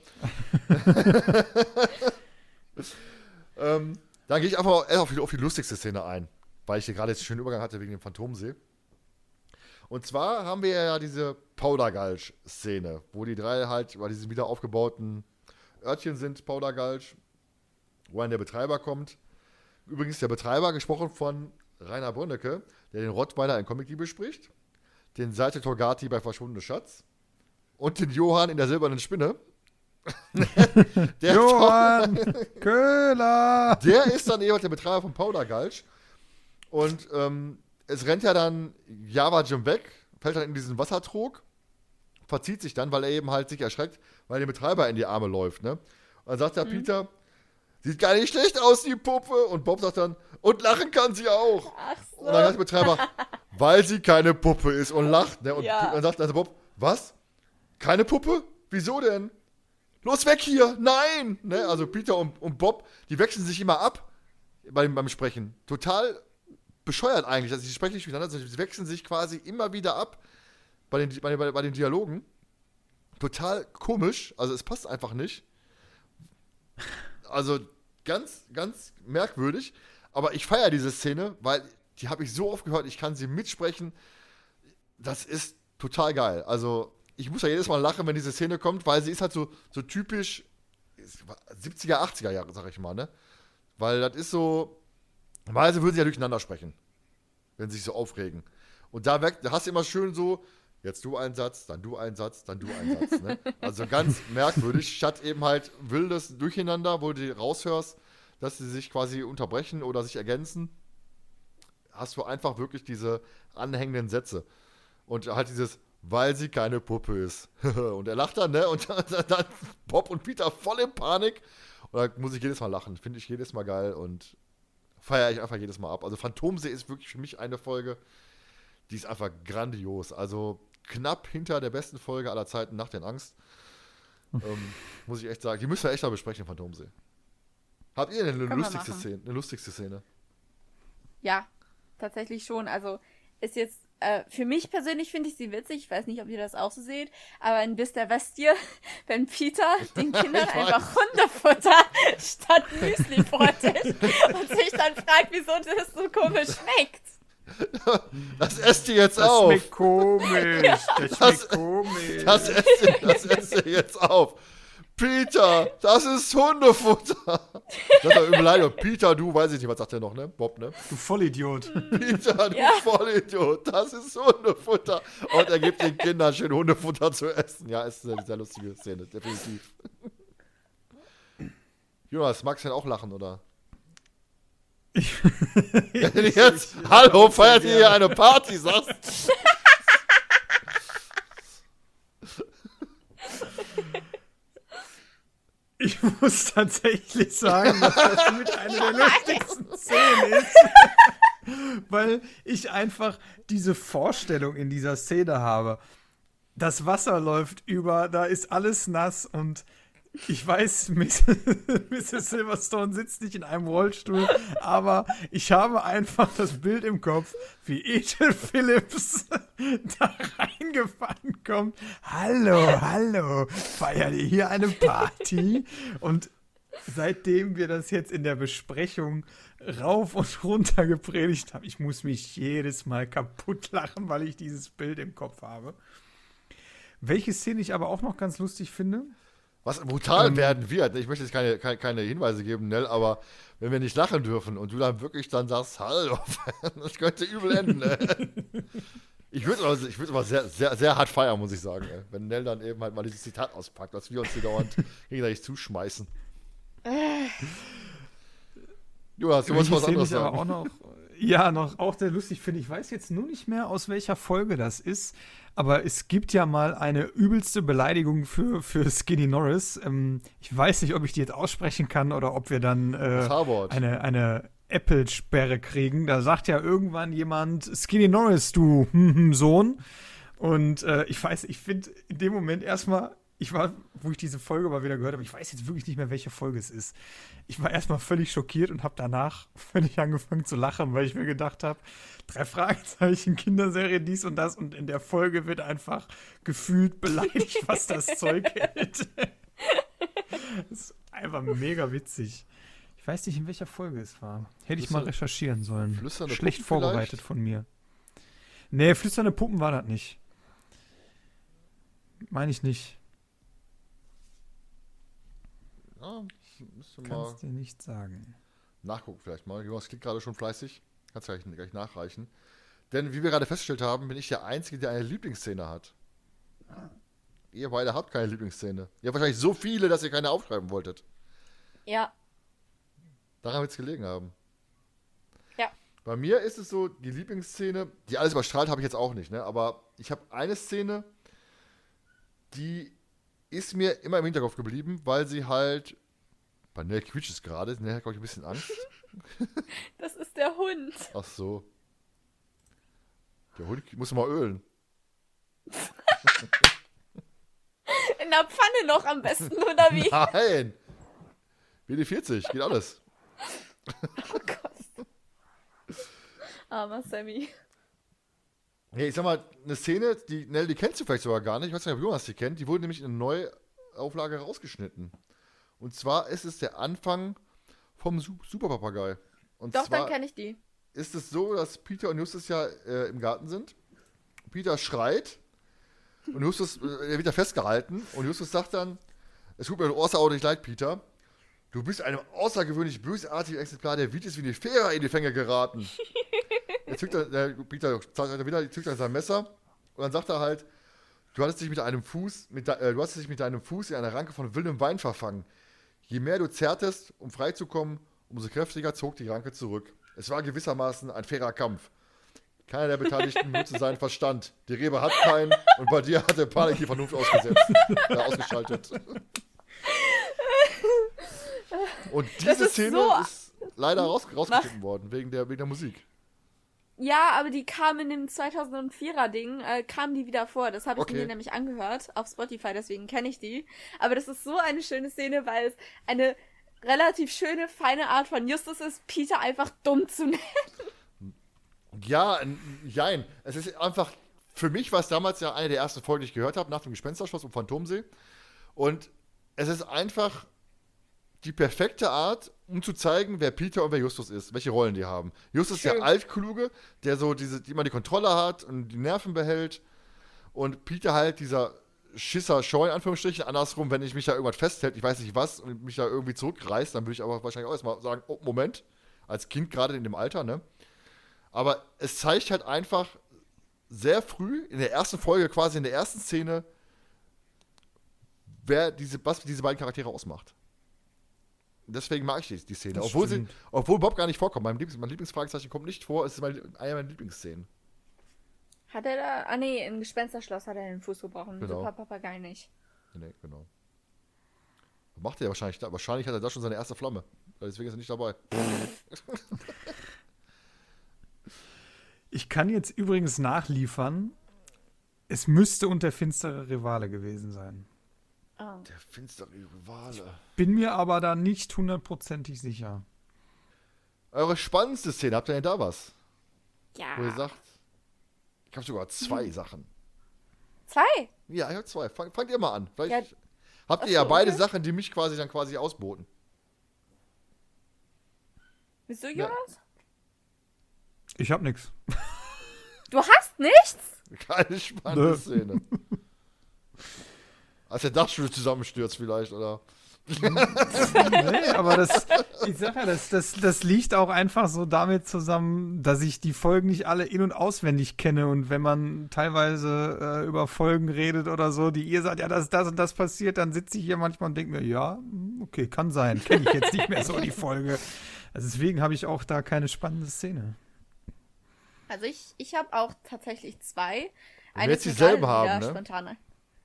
ähm, dann gehe ich einfach erst auf die, auf die lustigste Szene ein, weil ich hier gerade jetzt einen schönen Übergang hatte wegen dem Phantomsee. Und zwar haben wir ja diese Powder-Gulch-Szene, wo die drei halt bei diesem wieder aufgebauten Örtchen sind, Powder-Gulch, wo dann der Betreiber kommt. Übrigens der Betreiber, gesprochen von Rainer Brönnecke, der den Rottweiler in Comic-Liebe spricht, den Seite Torgati bei Verschwundene Schatz und den Johann in der silbernen Spinne. der Johann Köhler! Der ist dann eben der Betreiber von Powder-Gulch. Und ähm, es rennt ja dann Java Jim weg, fällt dann in diesen Wassertrog, verzieht sich dann, weil er eben halt sich erschreckt, weil der Betreiber in die Arme läuft, ne? Und dann sagt der mhm. Peter, sieht gar nicht schlecht aus, die Puppe. Und Bob sagt dann, und lachen kann sie auch. Ach so. Und dann sagt der Betreiber, weil sie keine Puppe ist und lacht, ne? Und Ja. dann sagt also Bob, was? Keine Puppe? Wieso denn? Los weg hier! Nein! Ne? Also Peter und, und Bob, die wechseln sich immer ab beim, beim Sprechen. Total bescheuert eigentlich. Also sie sprechen nicht miteinander, sondern sie wechseln sich quasi immer wieder ab bei den, bei, bei, bei den Dialogen. Total komisch. Also es passt einfach nicht. Also ganz, ganz merkwürdig. Aber ich feiere diese Szene, weil die habe ich so oft gehört, ich kann sie mitsprechen. Das ist total geil. Also ich muss ja jedes Mal lachen, wenn diese Szene kommt, weil sie ist halt so, so typisch siebziger, achtziger Jahre, sag ich mal, ne? Weil das ist so, normalerweise würden sie ja durcheinander sprechen, wenn sie sich so aufregen. Und da, weg, da hast du immer schön so, jetzt du einen Satz, dann du einen Satz, dann du einen Satz, ne? Also ganz merkwürdig, statt eben halt wildes Durcheinander, wo du raushörst, dass sie sich quasi unterbrechen oder sich ergänzen, hast du einfach wirklich diese anhängenden Sätze. Und halt dieses, weil sie keine Puppe ist. Und er lacht dann, ne? Und dann, dann Bob und Peter voll in Panik. Und da muss ich jedes Mal lachen. Finde ich jedes Mal geil und feiere ich einfach jedes Mal ab. Also Phantomsee ist wirklich für mich eine Folge, die ist einfach grandios. Also knapp hinter der besten Folge aller Zeiten, Nacht in Angst. ähm, muss ich echt sagen. Die müssen wir echt mal besprechen, Phantomsee. Habt ihr denn eine Können wir lustigste machen. Szene? Eine lustigste Szene? Ja, tatsächlich schon. Also ist jetzt, äh, für mich persönlich finde ich sie witzig. Ich weiß nicht, ob ihr das auch so seht. Aber in Bis der Bestie, wenn Peter den Kindern Ich einfach Hundefutter statt Müsli vortischt und sich dann fragt, wieso das so komisch schmeckt. Das esst ihr jetzt Das auf. schmeckt komisch. Das Das- schmeckt komisch. Das esst ihr, das esst ihr jetzt auf. Peter, das ist Hundefutter. Das ist doch Beleidigung. Peter, du, weiß ich nicht, was sagt der noch, ne? Bob, ne? Du Vollidiot. Peter, du Ja. Vollidiot, das ist Hundefutter. Und er gibt den Kindern schön Hundefutter zu essen. Ja, ist eine sehr lustige Szene, definitiv. Jonas, magst du denn auch lachen, oder? Wenn du jetzt, hallo, feiert ihr hier eine Party, sagst Ich muss tatsächlich sagen, dass das mit einer der lustigsten Szenen ist. Weil ich einfach diese Vorstellung in dieser Szene habe. Das Wasser läuft über, da ist alles nass und ich weiß, Misses Silverstone sitzt nicht in einem Rollstuhl, aber ich habe einfach das Bild im Kopf, wie Ethel Phillips da reingefahren kommt. Hallo, hallo, feiert ihr hier eine Party? Und seitdem wir das jetzt in der Besprechung rauf und runter gepredigt haben, ich muss mich jedes Mal kaputt lachen, weil ich dieses Bild im Kopf habe. Welche Szene ich aber auch noch ganz lustig finde, Was brutal Ähm. werden wird. Ich möchte jetzt keine, keine, keine Hinweise geben, Nell, aber wenn wir nicht lachen dürfen und du dann wirklich dann sagst, hallo, das könnte übel enden. Ey. Ich würde aber, ich würd aber sehr, sehr, sehr hart feiern, muss ich sagen. Ey. Wenn Nell dann eben halt mal dieses Zitat auspackt, was wir uns hier dauernd gegenseitig zuschmeißen. Jonas, du musst welche was Szene anderes ich aber sagen. auch noch, ja, noch auch sehr lustig finde. Ich weiß jetzt nur nicht mehr, aus welcher Folge das ist, aber es gibt ja mal eine übelste Beleidigung für, für Skinny Norris. Ähm, ich weiß nicht, ob ich die jetzt aussprechen kann oder ob wir dann äh, Das H-Wort. eine, eine Apple-Sperre kriegen. Da sagt ja irgendwann jemand, Skinny Norris, du hm, hm, Sohn. Und äh, ich weiß, ich finde in dem Moment erstmal, ich war, wo ich diese Folge mal wieder gehört habe, ich weiß jetzt wirklich nicht mehr, welche Folge es ist. Ich war erstmal völlig schockiert und habe danach völlig angefangen zu lachen, weil ich mir gedacht habe, drei Fragezeichen, Kinderserie, dies und das, und in der Folge wird einfach gefühlt beleidigt, was das Zeug hält. Das ist einfach mega witzig. Ich weiß nicht, in welcher Folge es war. Hätte ich mal Flüsternde- recherchieren sollen. Flüsternde Schlecht Puppen vorbereitet vielleicht? von mir. Nee, flüsternde Puppen war das nicht. Meine ich nicht. Ja, müsste mal Kannst dir nicht sagen. nachgucken vielleicht mal. Jonas klingt gerade schon fleißig. Kannst gleich, gleich nachreichen. Denn wie wir gerade festgestellt haben, bin ich der Einzige, der eine Lieblingsszene hat. Ihr beide habt keine Lieblingsszene. Ihr habt wahrscheinlich so viele, dass ihr keine aufschreiben wolltet. Ja, Daran wird es gelegen haben. Ja. Bei mir ist es so, die Lieblingsszene, die alles überstrahlt, habe ich jetzt auch nicht, ne? Aber ich habe eine Szene, die ist mir immer im Hinterkopf geblieben, weil sie halt. Bei Nell quietscht es gerade. Nell hat, glaube ich, ein bisschen Angst. das ist der Hund. Ach so. Der Hund muss mal ölen. In der Pfanne noch am besten, oder wie? Nein! W D vierzig, geht alles. Oh Gott. Armer Sammy. Nee, ich sag mal, eine Szene, die, Nell, die kennst du vielleicht sogar gar nicht. Ich weiß nicht, ob Jonas die kennt. Die wurde nämlich in einer Neuauflage rausgeschnitten. Und zwar ist es der Anfang vom Su- Superpapagei. Und Doch, zwar dann kenne ich die. ist es so, dass Peter und Justus ja äh, im Garten sind. Peter schreit und Justus, äh, er wird da festgehalten und Justus sagt dann, es tut mir außerordentlich leid, Peter. Du bist einem außergewöhnlich bösartigen Exemplar, der wild ist wie eine Fähre in die Fänge geraten. Er zückt dann, der Peter zeigt dann wieder, zückt dann sein Messer und dann sagt er halt, du hattest dich mit einem Fuß, mit de, äh, du hast dich mit deinem Fuß in einer Ranke von wildem Wein verfangen. Je mehr du zerrtest, um freizukommen, umso kräftiger zog die Ranke zurück. Es war gewissermaßen ein fairer Kampf. Keiner der Beteiligten nutzte seinen Verstand. Die Rebe hat keinen und bei dir hat der Panik die Vernunft ausgesetzt, äh, ausgeschaltet. Und Das diese ist Szene so- ist leider raus, rausgeschnitten worden, wegen der, wegen der Musik. Ja, aber die kam in dem zweitausendvierer Ding, äh, kam die wieder vor. Das habe ich Okay. mir nämlich angehört auf Spotify, deswegen kenne ich die. Aber das ist so eine schöne Szene, weil es eine relativ schöne, feine Art von Justus ist, Peter einfach dumm zu nennen. Ja, n- jein. Es ist einfach, für mich war es damals ja eine der ersten Folgen, die ich gehört habe, nach dem Gespensterschloss um Phantomsee. Und es ist einfach die perfekte Art, um zu zeigen, wer Peter und wer Justus ist, welche Rollen die haben. Justus ist Schön. der Altkluge, der so diese, die immer die Kontrolle hat und die Nerven behält. Und Peter halt dieser Schisser Scheu, in Anführungsstrichen. Andersrum, wenn ich mich da irgendwas festhält, ich weiß nicht was, und mich da irgendwie zurückreißt, dann würde ich aber wahrscheinlich auch erstmal sagen, oh, Moment, als Kind gerade in dem Alter, ne? Aber es zeigt halt einfach sehr früh, in der ersten Folge, quasi in der ersten Szene, wer diese, was diese beiden Charaktere ausmacht. Deswegen mag ich die, die Szene. Das Obwohl, sie, stimmt. obwohl Bob gar nicht vorkommt. Mein, Lieblings, mein Lieblingsfragezeichen kommt nicht vor. Es ist meine, eine meiner Lieblingsszenen. Hat er da, ah nee, im Gespensterschloss hat er den Fuß gebrochen. Genau. Super Papagei nicht. Nee, genau. Macht er ja wahrscheinlich. Wahrscheinlich hat er da schon seine erste Flamme. Deswegen ist er nicht dabei. Ich kann jetzt übrigens nachliefern, es müsste unter finstere Rivale gewesen sein. Oh. Der finstere Rivale. Bin mir aber da nicht hundertprozentig sicher. Eure spannendste Szene, habt ihr denn da was? Ja. Wo ihr sagt, ich habe sogar zwei Sachen. Zwei? Ja, ich habe zwei. Fang, fangt ihr mal an. Vielleicht Ja. habt ihr Ach ja so, beide okay. Sachen, die mich quasi dann quasi ausboten. Bist du, Ja. Jonas? Ich hab nix. Du hast nichts? Keine spannende Nö. Szene. Als der Dachstuhl zusammenstürzt vielleicht, oder? Nee, aber das, ich sag ja, das, das, das liegt auch einfach so damit zusammen, dass ich die Folgen nicht alle in- und auswendig kenne. Und wenn man teilweise äh, über Folgen redet oder so, die ihr sagt, ja, das, das und das passiert, dann sitze ich hier manchmal und denke mir, ja, okay, kann sein. Kenne ich jetzt nicht mehr so die Folge. Also deswegen habe ich auch da keine spannende Szene. Also ich, ich habe auch tatsächlich zwei. Wenn wir jetzt ist dieselben total haben, wieder ne? spontane.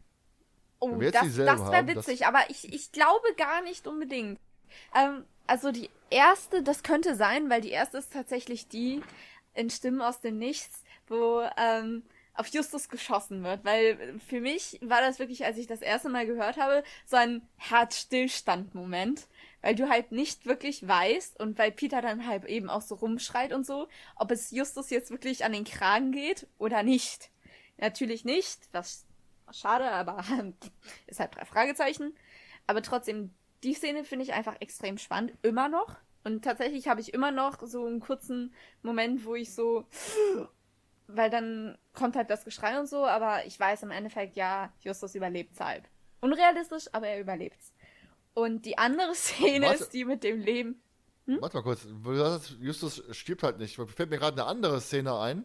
Oh, Wenn wir jetzt das, dieselben das wäre haben, das- witzig, aber ich, ich glaube gar nicht unbedingt. Ähm, also die erste, das könnte sein, weil die erste ist tatsächlich die in Stimmen aus dem Nichts, wo ähm, auf Justus geschossen wird. Weil für mich war das wirklich, als ich das erste Mal gehört habe, so ein Herzstillstand-Moment. Weil du halt nicht wirklich weißt und weil Peter dann halt eben auch so rumschreit und so, ob es Justus jetzt wirklich an den Kragen geht oder nicht. Natürlich nicht, was schade, aber ist halt drei Fragezeichen. Aber trotzdem, die Szene finde ich einfach extrem spannend, immer noch. Und tatsächlich habe ich immer noch so einen kurzen Moment, wo ich so, weil dann kommt halt das Geschrei und so, aber ich weiß im Endeffekt, ja, Justus überlebt's halt. Unrealistisch, aber er überlebt's. Und die andere Szene Warte. ist die mit dem Leben. Hm? Warte mal kurz. Du sagst, Justus stirbt halt nicht. Fällt mir gerade eine andere Szene ein.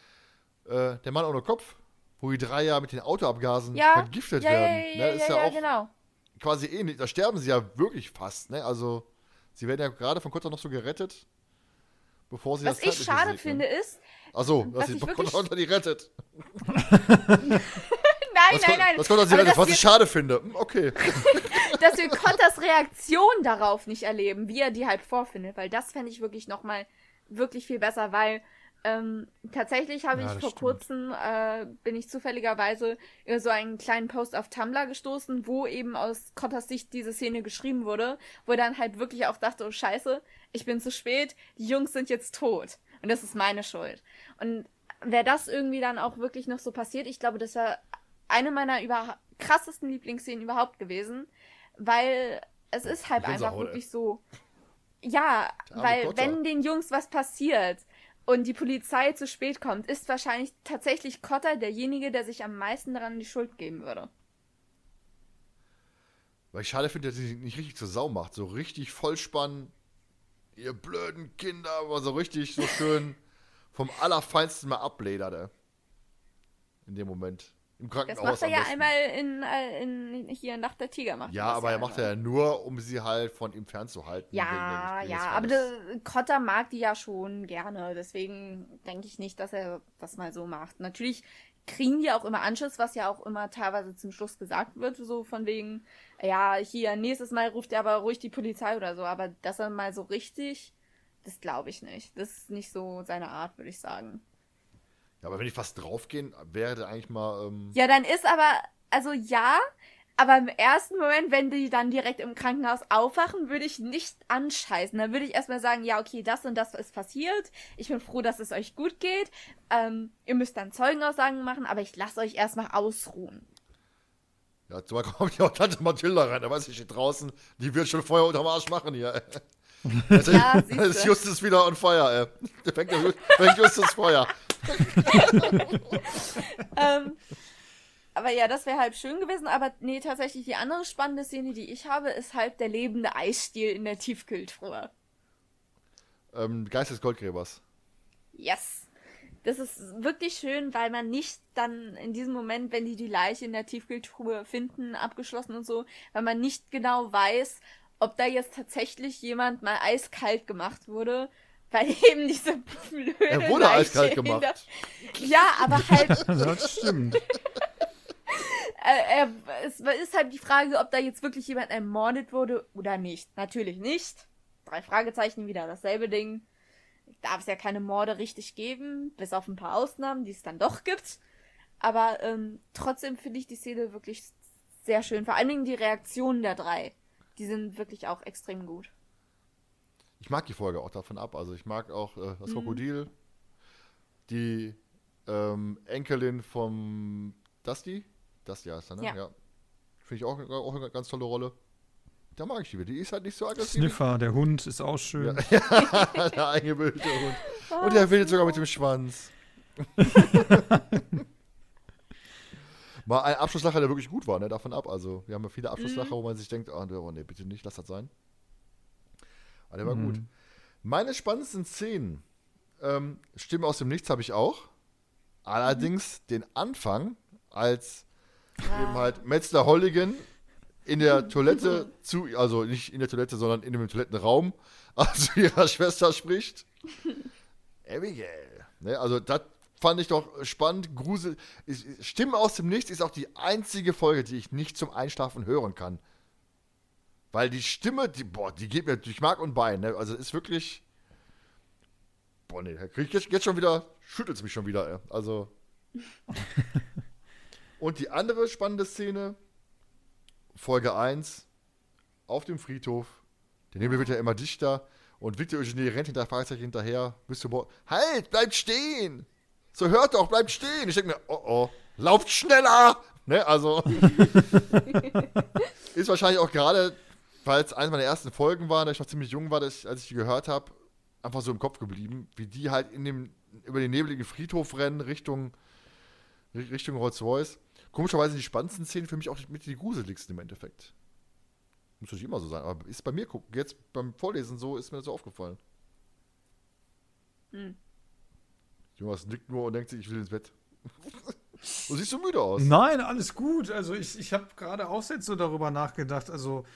Äh, der Mann ohne Kopf, wo die drei ja mit den Autoabgasen Ja, vergiftet ja, ja, werden. ja, ne? ja, Ist ja, ja, ja, auch genau. quasi ähnlich. Da sterben sie ja wirklich fast. Ne? Also, sie werden ja gerade von Kotter noch so gerettet, bevor sie Was das ich Zeitliche schade segnen. finde ist, Achso, was dass sie ich wirklich- Kotter die rettet. nein, Das, nein, nein, das kommt aus die aber rettet, dass was wir- ich schade finde. Hm, Okay. dass wir Kotters Reaktion darauf nicht erleben, wie er die halt vorfindet, weil das fände ich wirklich nochmal wirklich viel besser, weil ähm, tatsächlich habe Ja, ich das vor stimmt. kurzem, äh, bin ich zufälligerweise über so einen kleinen Post auf Tumblr gestoßen, wo eben aus Kotters Sicht diese Szene geschrieben wurde, wo er dann halt wirklich auch dachte, oh scheiße, ich bin zu spät, die Jungs sind jetzt tot und das ist meine Schuld. Und wäre das irgendwie dann auch wirklich noch so passiert, ich glaube, das wäre eine meiner über krassesten Lieblingsszenen überhaupt gewesen, weil es ist halt Gänsehaut, einfach ey. wirklich so, ja, Der arme weil Kotter. wenn den Jungs was passiert und die Polizei zu spät kommt, ist wahrscheinlich tatsächlich Kotter derjenige, der sich am meisten daran die Schuld geben würde. Weil ich schade finde, dass sie nicht richtig zur Sau macht. So richtig Vollspann, ihr blöden Kinder, aber so richtig so schön vom Allerfeinsten mal abledert, ey. In dem Moment. Im Das Krankenhaus macht er am ja besten. einmal in, äh, in hier Nacht der Tiger macht. Ja, das aber er macht einmal. ja nur, um sie halt von ihm fernzuhalten. Ja, wegen der ja, aber Gefängnisfalls. der Kotter mag die ja schon gerne, deswegen denke ich nicht, dass er das mal so macht. Natürlich kriegen die auch immer Anschiss, was ja auch immer teilweise zum Schluss gesagt wird, so von wegen, ja, hier, nächstes Mal ruft er aber ruhig die Polizei oder so, aber dass er mal so richtig das glaube ich nicht. Das ist nicht so seine Art, würde ich sagen. Ja, aber wenn die fast draufgehen, wäre der eigentlich mal. Ähm Ja, dann ist aber, also ja, aber im ersten Moment, wenn die dann direkt im Krankenhaus aufwachen, würde ich nicht anscheißen. Dann würde ich erstmal sagen, ja, okay, das und das ist passiert. Ich bin froh, dass es euch gut geht. Ähm, ihr müsst dann Zeugenaussagen machen, aber ich lasse euch erstmal ausruhen. Ja, zumal kommt ja auch Tante Mathilda rein, da weiß ich, hier draußen, die wird schon Feuer unterm Arsch machen hier. Das Ja, ist, ist Justus wieder on fire, ey. Da fängt, der, fängt Justus Feuer. ähm, aber ja, das wäre halt schön gewesen. Aber nee, tatsächlich die andere spannende Szene, die ich habe, ist halt der lebende Eisstiel in der Tiefkühltruhe. Ähm, Geist des Goldgräbers. Yes. Das ist wirklich schön, weil man nicht dann in diesem Moment, wenn die die Leiche in der Tiefkühltruhe finden, abgeschlossen und so, weil man nicht genau weiß, ob da jetzt tatsächlich jemand mal eiskalt gemacht wurde, weil eben diese blöde Er wurde Leiche eiskalt in gemacht. Der... Ja, aber halt... Das stimmt. äh, äh, es ist halt die Frage, ob da jetzt wirklich jemand ermordet wurde oder nicht. Natürlich nicht. Drei Fragezeichen, wieder dasselbe Ding. Darf es ja keine Morde richtig geben, bis auf ein paar Ausnahmen, die es dann doch gibt. Aber ähm, trotzdem finde ich die Szene wirklich sehr schön. Vor allen Dingen die Reaktionen der drei. Die sind wirklich auch extrem gut. Ich mag die Folge auch davon ab. Also ich mag auch äh, das Mhm. Krokodil, die ähm, Enkelin vom Dusty. Dusty heißt er, ne? Ja. Ja. Finde ich auch, auch eine ganz tolle Rolle. Da mag ich die. Die ist halt nicht so aggressiv. Sniffer, der Hund ist auch schön. Ja, der eingebildete Hund. Und der wedelt sogar mit dem Schwanz. Mal ein Abschlusslacher, der wirklich gut war, ne? Davon ab. Also, wir haben ja viele Abschlusslacher, Mhm. wo man sich denkt, oh, oh nee, bitte nicht, lass das sein. Aber der war Mhm. gut. Meine spannendsten Szenen, ähm, Stimme aus dem Nichts habe ich auch. Allerdings den Anfang, als eben halt Metzler Holligan in der Toilette zu, also nicht in der Toilette, sondern in dem Toilettenraum, also ihrer Schwester spricht. Abigail. Ne, also das fand ich doch spannend, grusel. Stimme aus dem Nichts ist auch die einzige Folge, die ich nicht zum Einschlafen hören kann. Weil die Stimme, die, boah, die geht mir durch Mark und Bein. Ne? Also ist wirklich. Boah, nee, da krieg ich jetzt, jetzt schon wieder, schüttelt es mich schon wieder. Ey. Also. Und die andere spannende Szene, Folge eins, auf dem Friedhof. Der Nebel wird ja immer dichter und Victor Eugenie rennt hinter Fragezeichen hinterher. Bis zum Bo- halt, bleibt stehen! So, hört doch, bleibt stehen! Ich denke mir, oh oh, lauft schneller! Ne, also. Ist wahrscheinlich auch gerade, weil es eine meiner ersten Folgen war, da ich noch ziemlich jung war, dass ich, als ich die gehört habe, einfach so im Kopf geblieben, wie die halt in dem, über den nebligen Friedhof rennen, Richtung, Richtung Rolls-Royce. Komischerweise die spannendsten Szenen für mich auch mit die gruseligsten im Endeffekt. Muss nicht immer so sein, aber ist bei mir, jetzt beim Vorlesen so, ist mir das so aufgefallen. Hm. Jonas nickt nur und denkt sich, ich will ins Bett. Du siehst so müde aus. Nein, alles gut. Also ich, ich habe gerade auch jetzt so darüber nachgedacht. Also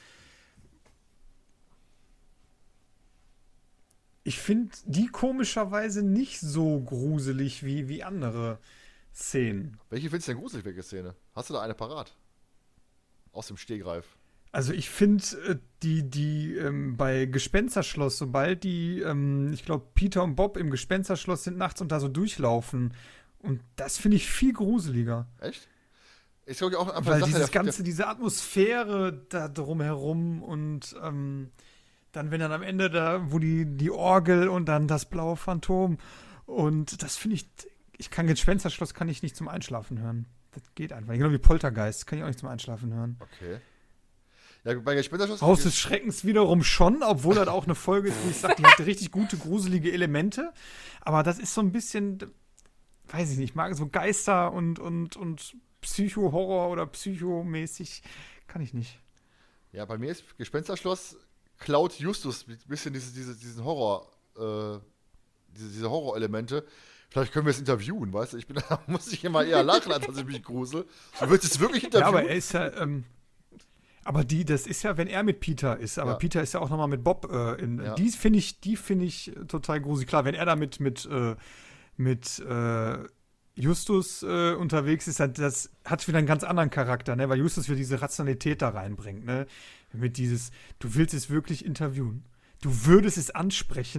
ich finde die komischerweise nicht so gruselig wie, wie andere Szenen. Welche findest du denn gruselig, welche Szene? Hast du da eine parat? Aus dem Stehgreif. Also ich finde äh, die, die ähm, bei Gespensterschloss, sobald die, ähm, ich glaube, Peter und Bob im Gespensterschloss sind nachts und da so durchlaufen. Und das finde ich viel gruseliger. Echt? Ist, glaube ich, auch einfach Weil eine Sache dieses der, ganze, diese Atmosphäre da drumherum und ähm, dann, wenn dann am Ende da, wo die, die Orgel und dann das blaue Phantom und das finde ich, ich kann Gespensterschloss kann ich nicht zum Einschlafen hören. Das geht einfach. Genau wie Poltergeist kann ich auch nicht zum Einschlafen hören. Okay. Ja, bei Gespensterschloss. Haus des Schreckens wiederum schon, obwohl das auch eine Folge ist, wo ich sage, die hat richtig gute, gruselige Elemente. Aber das ist so ein bisschen, weiß ich nicht, ich mag so Geister und, und, und Psycho-Horror oder psychomäßig kann ich nicht. Ja, bei mir ist Gespensterschloss klaut Justus ein bisschen diese, diese, diesen Horror, äh, diese, diese Horrorelemente. Vielleicht können wir es interviewen, weißt du? Ich bin, da muss ich immer eher lachen, als dass ich mich grusel. Du willst es wirklich interviewen? Ja, aber er ist ja, ähm, aber die, das ist ja, wenn er mit Peter ist, aber Ja. Peter ist ja auch nochmal mit Bob äh, in, Ja. die finde ich, die finde ich total gruselig. Klar, wenn er da mit, mit, äh, mit äh, Justus äh, unterwegs ist, das, das hat wieder einen ganz anderen Charakter, ne? Weil Justus wieder diese Rationalität da reinbringt, ne? Mit dieses, du willst es wirklich interviewen. Du würdest es ansprechen,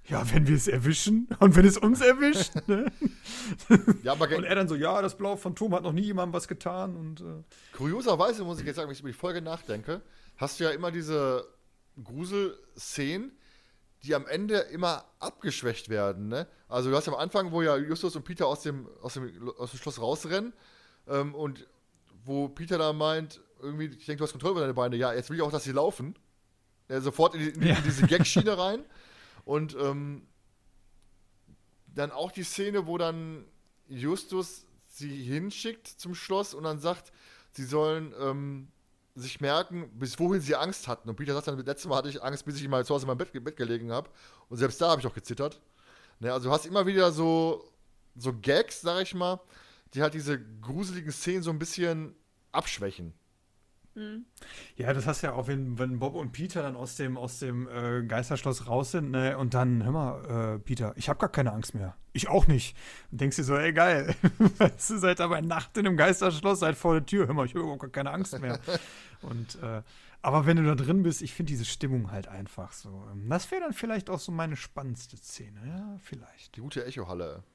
Ja, wenn wir es erwischen und wenn es uns erwischt. Ne? Ja, aber und er dann so, ja, das blaue Phantom hat noch nie jemandem was getan. Und, äh. kurioserweise muss ich jetzt sagen, wenn ich über die Folge nachdenke, hast du ja immer diese Gruselszenen, die am Ende immer abgeschwächt werden. Ne? Also du hast ja am Anfang, wo ja Justus und Peter aus dem, aus dem, aus dem Schloss rausrennen ähm, und wo Peter da meint, irgendwie, ich denke, du hast Kontrolle über deine Beine. Ja, jetzt will ich auch, dass sie laufen. Er sofort in, die, in, ja. in diese Gag-Schiene rein. Und ähm, dann auch die Szene, wo dann Justus sie hinschickt zum Schloss und dann sagt, sie sollen ähm, sich merken, bis wohin sie Angst hatten. Und Peter sagt dann, das letzte Mal hatte ich Angst, bis ich mal zu Hause in meinem Bett, Bett gelegen habe. Und selbst da habe ich auch gezittert. Ne, also du hast immer wieder so, so Gags, sag ich mal, die halt diese gruseligen Szenen so ein bisschen abschwächen. Ja, das hast du ja auch, wenn, wenn Bob und Peter dann aus dem, aus dem äh, Geisterschloss raus sind, ne? Und dann, hör mal, äh, Peter, ich habe gar keine Angst mehr. Ich auch nicht. Und denkst dir so, ey, geil. Weißt du, seid aber Nacht in einem Geisterschloss, seid vor der Tür. Hör mal, ich habe überhaupt gar keine Angst mehr. Und, äh, aber wenn du da drin bist, ich finde diese Stimmung halt einfach so. Das wäre dann vielleicht auch so meine spannendste Szene. Ja, vielleicht. Die gute Echohalle.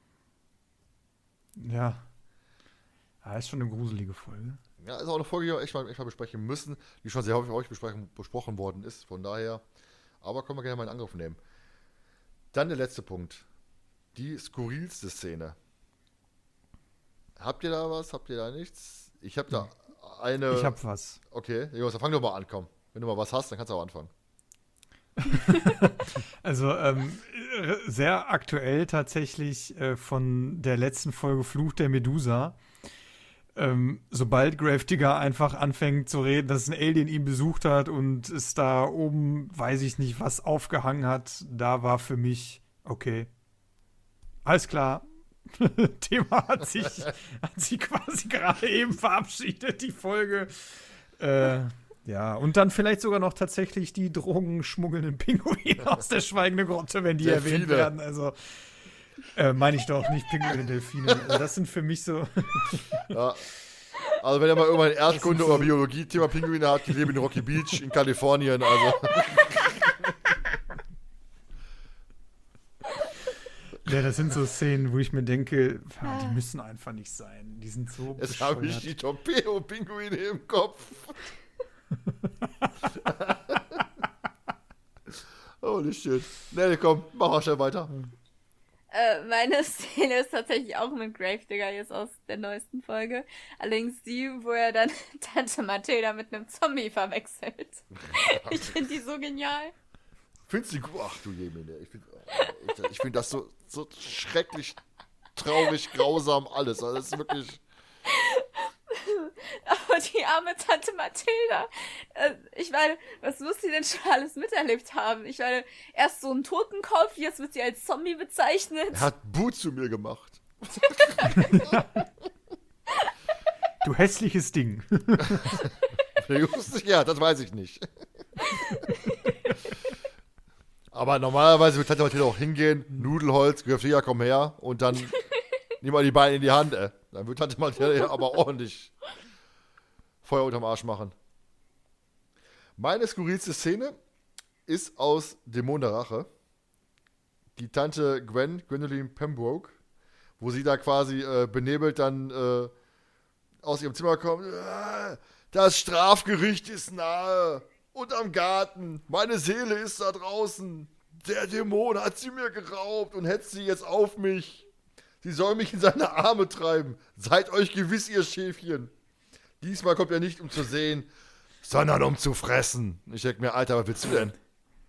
Ja. Ja, ist schon eine gruselige Folge. Ja, ist auch eine Folge, die wir echt mal, echt mal besprechen müssen, die schon sehr häufig euch besprechen, besprochen worden ist. Von daher, aber können wir gerne mal in Angriff nehmen. Dann der letzte Punkt. Die skurrilste Szene. Habt ihr da was? Habt ihr da nichts? Ich habe da eine... Ich hab was. Okay, Jonas, dann fang doch mal an, komm. Wenn du mal was hast, dann kannst du auch anfangen. Also ähm, sehr aktuell tatsächlich äh, von der letzten Folge Fluch der Medusa. Ähm, sobald Gravedigger einfach anfängt zu reden, dass ein Alien ihn besucht hat und es da oben, weiß ich nicht, was aufgehangen hat, da war für mich, okay, alles klar, Thema hat sich, hat sich quasi gerade eben verabschiedet, die Folge. Äh, ja, und dann vielleicht sogar noch tatsächlich die drogenschmuggelnden Pinguine aus der Schweigenden Grotte, wenn die Delfine. erwähnt werden, also Äh, meine ich doch, nicht Pinguine, Delfine. Also das sind für mich so. Ja. Also wenn ihr mal irgendwann Erdkunde oder Biologie-Thema Pinguine habt, die leben in Rocky Beach in Kalifornien, also. Ja, das sind so Szenen, wo ich mir denke, ja, die müssen einfach nicht sein. Die sind so Jetzt habe ich die Torpedo-Pinguine im Kopf. Holy shit. Nee, komm, mach mal schnell weiter. Äh, meine Szene ist tatsächlich auch mit Gravedigger jetzt aus der neuesten Folge. Allerdings die, wo er dann Tante Mathilda mit einem Zombie verwechselt. Ich finde die so genial. Findest du gut? Ach du Jemine. Ich finde ich, ich find das so, so schrecklich, traurig, grausam alles. Also das ist wirklich... Aber die arme Tante Mathilda, äh, ich meine, was muss sie denn schon alles miterlebt haben? Ich meine, erst so ein Totenkopf, jetzt wird sie als Zombie bezeichnet. Er hat Boot zu mir gemacht. Du hässliches Ding. Ja, das weiß ich nicht. Aber normalerweise wird Tante Mathilda auch hingehen, Nudelholz, Gravedigger, komm her und dann nimm mal die Beine in die Hand, ey. Dann wird Tante Mathilda aber ordentlich Feuer unterm Arsch machen. Meine skurrilste Szene ist aus Dämon der Rache. Die Tante Gwen, Gwendoline Pembroke, wo sie da quasi äh, benebelt dann äh, aus ihrem Zimmer kommt. Äh, das Strafgericht ist nahe. Und am Garten. Meine Seele ist da draußen. Der Dämon hat sie mir geraubt und hetzt sie jetzt auf mich. Sie soll mich in seine Arme treiben. Seid euch gewiss, ihr Schäfchen. Diesmal kommt er nicht, um zu sehen, sondern um zu fressen. Ich denke mir, Alter, was willst du denn?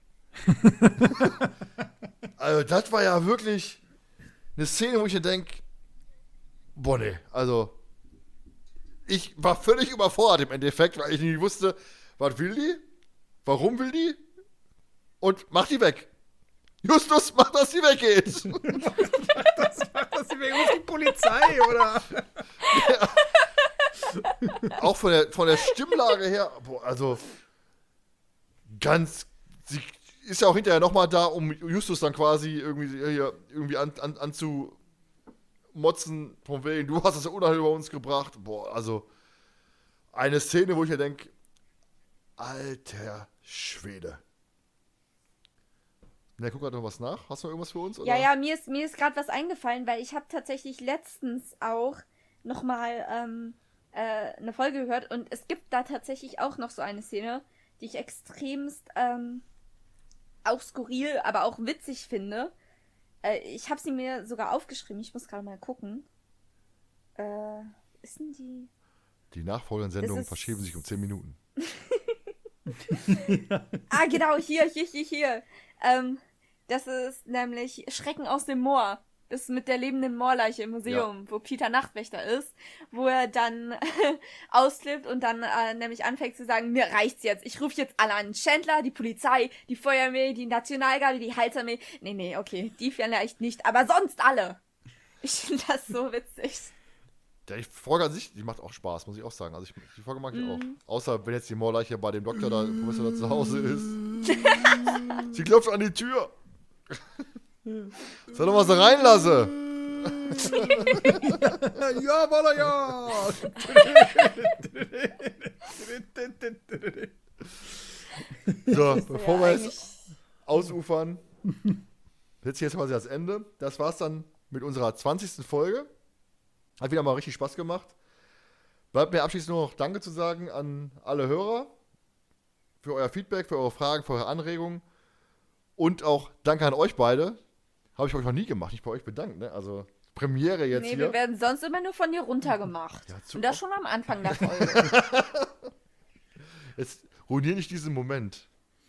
Also, das war ja wirklich eine Szene, wo ich mir denke, boah, nee, also, ich war völlig überfordert im Endeffekt, weil ich nicht wusste, was will die? Warum will die? Und mach die weg. Justus, mach, dass sie weggeht. Das macht das wegen auf die Polizei, oder? Ja. Auch von der, von der Stimmlage her, boah, also ganz, sie ist ja auch hinterher nochmal da, um Justus dann quasi irgendwie, hier, irgendwie an, an, anzumotzen, von wegen, du hast das ja Unheil über uns gebracht. Boah, also eine Szene, wo ich mir denke, alter Schwede. Na, guck gerade noch was nach. Hast du noch irgendwas für uns? Oder? Ja, ja, mir ist, mir ist gerade was eingefallen, weil ich habe tatsächlich letztens auch nochmal ähm, äh, eine Folge gehört und es gibt da tatsächlich auch noch so eine Szene, die ich extremst ähm, auch skurril, aber auch witzig finde. Äh, ich habe sie mir sogar aufgeschrieben. Ich muss gerade mal gucken. Äh, ist denn die... Die nachfolgenden Sendungen ist... verschieben sich um zehn Minuten. Ah, genau, hier, hier, hier, hier. Ähm, das ist nämlich Schrecken aus dem Moor. Das ist mit der lebenden Moorleiche im Museum, ja. Wo Peter Nachtwächter ist, wo er dann ausflippt und dann äh, nämlich anfängt zu sagen, mir reicht's jetzt, ich rufe jetzt alle an. Chandler, die Polizei, die Feuerwehr, die Nationalgarde, die Heilsarmee. Nee, nee, okay, die vielleicht nicht, aber sonst alle. Ich finde das so witzig. Ja, die Folge an sich, die macht auch Spaß, muss ich auch sagen. Also ich, die Folge mag ich mm. auch. Außer wenn jetzt die Moorleiche bei dem Doktor da, Professor da zu Hause ist. Sie klopft an die Tür. Soll doch mal so reinlasse. Ja, Walla, ja. So, bevor ja wir jetzt ausufern, jetzt hier ist quasi das Ende. Das war's dann mit unserer zwanzigsten Folge. Hat wieder mal richtig Spaß gemacht. Bleibt mir abschließend nur noch Danke zu sagen an alle Hörer für euer Feedback, für eure Fragen, für eure Anregungen und auch Danke an euch beide. Habe ich euch noch nie gemacht, nicht bei euch bedankt, ne? Also Premiere jetzt nee, hier. Nee, wir werden sonst immer nur von dir runtergemacht. Ja, und das schon am Anfang der Folge. Jetzt ruinier nicht diesen Moment.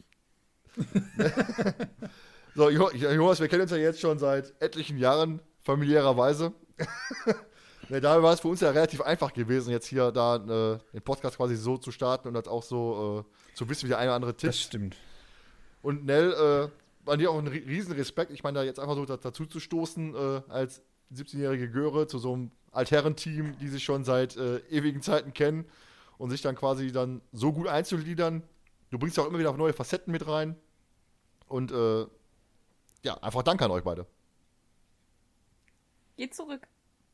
So, Jonas, wir kennen uns ja jetzt schon seit etlichen Jahren familiärerweise. Ne, daher war es für uns ja relativ einfach gewesen, jetzt hier da äh, den Podcast quasi so zu starten und das auch so äh, zu wissen, wie der eine oder andere Tipp. Das stimmt. Und Nell, äh, an dir auch ein riesen Respekt. Ich meine, da jetzt einfach so dazu zu stoßen, äh, als siebzehnjährige Göre zu so einem Altherrenteam, die sich schon seit äh, ewigen Zeiten kennen und sich dann quasi dann so gut einzugliedern. Du bringst ja auch immer wieder neue Facetten mit rein. Und äh, ja, einfach Danke an euch beide. Geht zurück.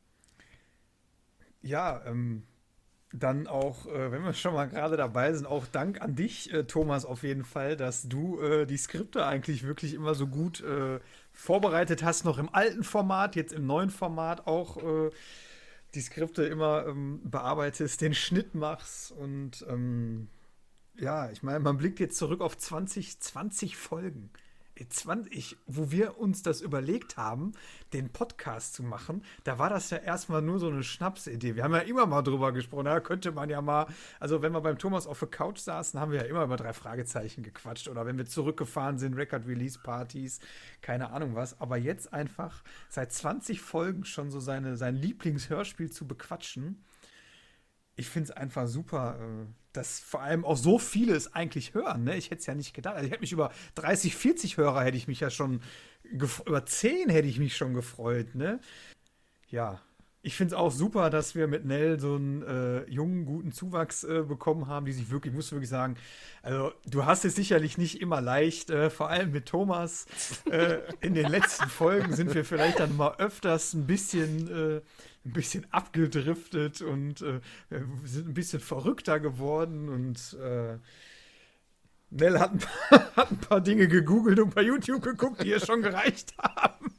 Ja, ähm, dann auch, äh, wenn wir schon mal gerade dabei sind, auch Dank an dich, äh, Thomas, auf jeden Fall, dass du äh, die Skripte eigentlich wirklich immer so gut äh, vorbereitet hast, noch im alten Format, jetzt im neuen Format auch äh, die Skripte immer ähm, bearbeitest, den Schnitt machst und ähm, ja, ich meine, man blickt jetzt zurück auf zwanzig, zwanzig Folgen. zwanzig, wo wir uns das überlegt haben, den Podcast zu machen, da war das ja erstmal nur so eine Schnapsidee. Wir haben ja immer mal drüber gesprochen, da könnte man ja mal, also wenn wir beim Thomas auf der Couch saßen, haben wir ja immer über drei Fragezeichen gequatscht oder wenn wir zurückgefahren sind, Record-Release-Partys, keine Ahnung was, aber jetzt einfach seit zwanzig Folgen schon so seine, sein Lieblingshörspiel zu bequatschen, ich finde es einfach super, dass vor allem auch so viele es eigentlich hören. Ne? Ich hätte es ja nicht gedacht. Also ich hätte mich über dreißig, vierzig Hörer hätte ich mich ja schon, gef- über zehn hätte ich mich schon gefreut. Ne? Ja, ich finde es auch super, dass wir mit Nell so einen äh, jungen, guten Zuwachs äh, bekommen haben, die sich wirklich, ich muss wirklich sagen, also du hast es sicherlich nicht immer leicht, äh, vor allem mit Thomas. Äh, in den letzten Folgen sind wir vielleicht dann mal öfters ein bisschen äh, ein bisschen abgedriftet und äh, wir sind ein bisschen verrückter geworden und äh, Nell hat ein, paar, hat ein paar Dinge gegoogelt und bei YouTube geguckt, die ihr schon gereicht haben.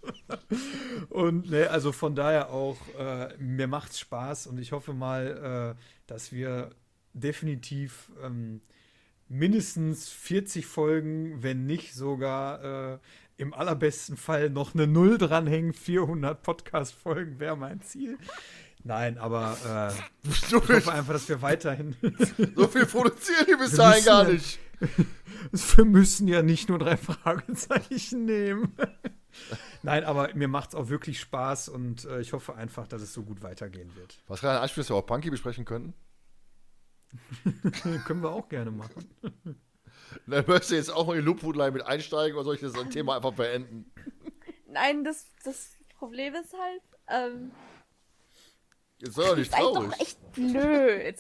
Und ne, also von daher auch, äh, mir macht's Spaß und ich hoffe mal, äh, dass wir definitiv ähm, mindestens vierzig Folgen, wenn nicht sogar äh, im allerbesten Fall noch eine Null dranhängen. vierhundert Podcast-Folgen wäre mein Ziel. Nein, aber äh, ich hoffe einfach, dass wir weiterhin so viel produzieren die bis dahin gar ja, nicht. Wir müssen ja nicht nur drei Fragezeichen nehmen. Nein, aber mir macht es auch wirklich Spaß und äh, ich hoffe einfach, dass es so gut weitergehen wird. Was gerade ein Anspiel, dass wir auch Punky besprechen könnten? Können wir auch gerne machen. Dann möchtest du jetzt auch mal in die Lobhudelei mit einsteigen oder soll ich das Thema einfach beenden? Nein, das, das Problem ist halt, ähm, jetzt sei doch nicht seid traurig. doch echt blöd.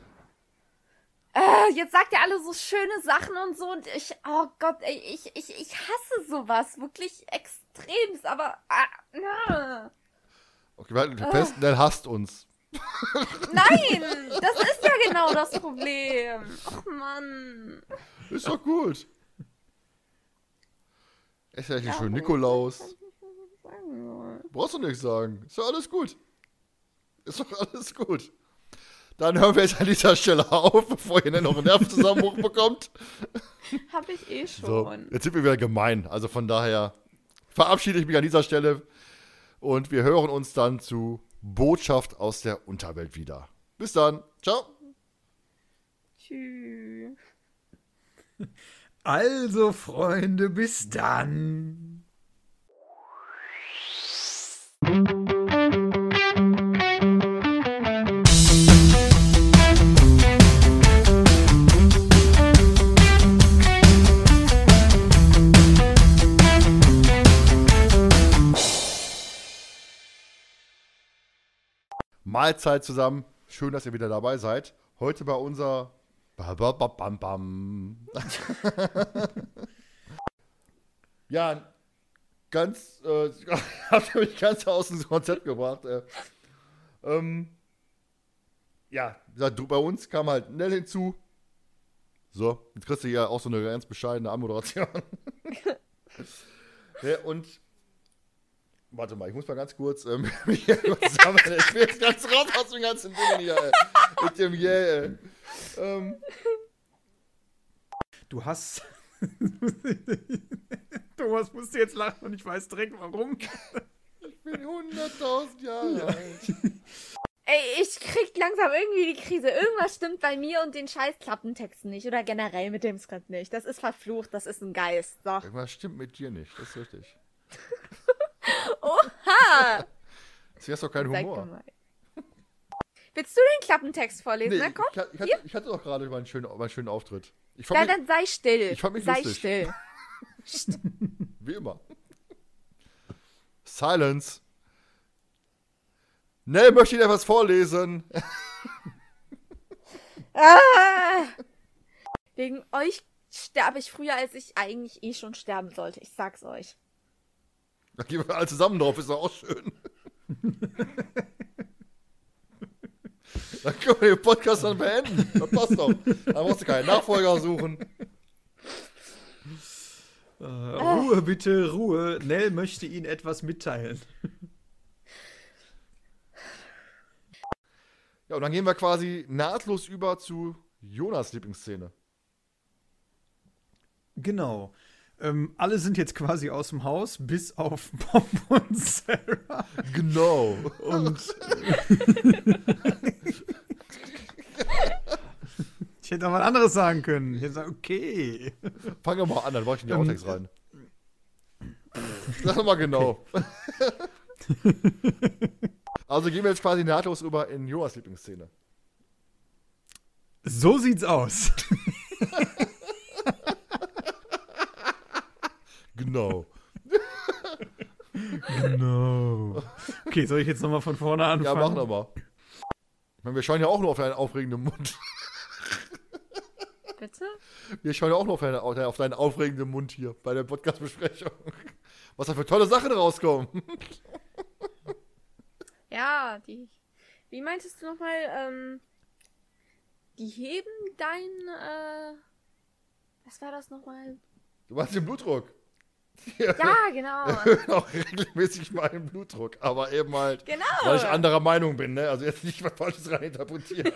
Äh, jetzt sagt ihr alle so schöne Sachen und so und ich, oh Gott, ey, ich, ich, ich hasse sowas, wirklich extremst, aber, ah, na. Okay, wir halten fest, Nell hasst uns. Nein, das ist ja genau das Problem. Ach Mann. Ist doch gut. Ist ja nicht Ja, schön aber- Nikolaus. Sagen wir. Brauchst du nichts sagen. Ist doch alles gut. Ist doch alles gut. Dann hören wir jetzt an dieser Stelle auf, bevor ihr dann noch einen Nervenzusammenbruch bekommt. Hab ich eh schon. So, jetzt sind wir wieder gemein. Also von daher verabschiede ich mich an dieser Stelle und wir hören uns dann zu Botschaft aus der Unterwelt wieder. Bis dann. Ciao. Tschüss. Also, Freunde, bis dann. Mahlzeit zusammen. Schön, dass ihr wieder dabei seid. Heute bei unser Ba, ba, ba, bam, bam. Ja, ganz, äh, habt ihr mich ganz aus dem Konzept gebracht. Äh. Ähm, ja, wie gesagt, du, bei uns kam halt Nell hinzu. So, jetzt kriegst du ja auch so eine ganz bescheidene Anmoderation. Ja, und warte mal, ich muss mal ganz kurz ähm, mich hier kurz sammeln. Ich bin jetzt ganz raus aus dem ganzen Ding hier, ey. Mit dem Yeah, ey. Ähm, Du hast. Thomas musste jetzt lachen und ich weiß direkt warum. ich bin hunderttausend Jahre alt. Ey, ich krieg langsam irgendwie die Krise. Irgendwas stimmt bei mir und den scheiß Klappentexten nicht. Oder generell mit dem Skript nicht. Das ist verflucht, das ist ein Geist. So. Irgendwas stimmt mit dir nicht, das ist richtig. Oha! Das ist doch kein Seid Humor. gemein. Willst du den Klappentext vorlesen? Nee, Na komm, ich, ich, hatte, ich hatte doch gerade meinen schönen, meinen schönen Auftritt. Ich fand ja, mich, dann sei still. ich fand mich sei lustig. still. wie immer. Silence. Nell möchte ich etwas vorlesen. Ah! Wegen euch sterbe ich früher, als ich eigentlich eh schon sterben sollte. Ich sag's euch. Da gehen wir alle zusammen drauf, ist doch auch schön. Dann können wir den Podcast dann beenden. Das passt doch. Dann brauchst du keinen Nachfolger suchen. Äh, Ruhe, bitte, Ruhe. Nell möchte Ihnen etwas mitteilen. Ja, und dann gehen wir quasi nahtlos über zu Jonas' Lieblingsszene. Genau. Ähm, alle sind jetzt quasi aus dem Haus, bis auf Bob und Sarah. Genau. Und ich hätte auch was anderes sagen können. Ich hätte gesagt, okay. Fang doch mal an, dann mach ich in die Ähm, Outtakes rein. Sag doch mal genau. Also gehen wir jetzt quasi nahtlos über in Jonas' Lieblingsszene. So sieht's aus. Genau. Genau. Okay, soll ich jetzt nochmal von vorne anfangen? Ja, mach doch mal. Ich meine, wir schauen ja auch nur auf deinen aufregenden Mund. Bitte? Wir schauen ja auch nur auf, deine, auf deinen aufregenden Mund hier bei der Podcast-Besprechung. Was da für tolle Sachen rauskommen. Ja, die. Wie meintest du nochmal? Ähm, die heben dein. Äh, was war das nochmal? Du machst den Blutdruck. Ja, genau. Erhöhen auch regelmäßig meinen Blutdruck, aber eben halt, Genau. weil ich anderer Meinung bin, ne? Also jetzt nicht was Falsches rein interpretieren.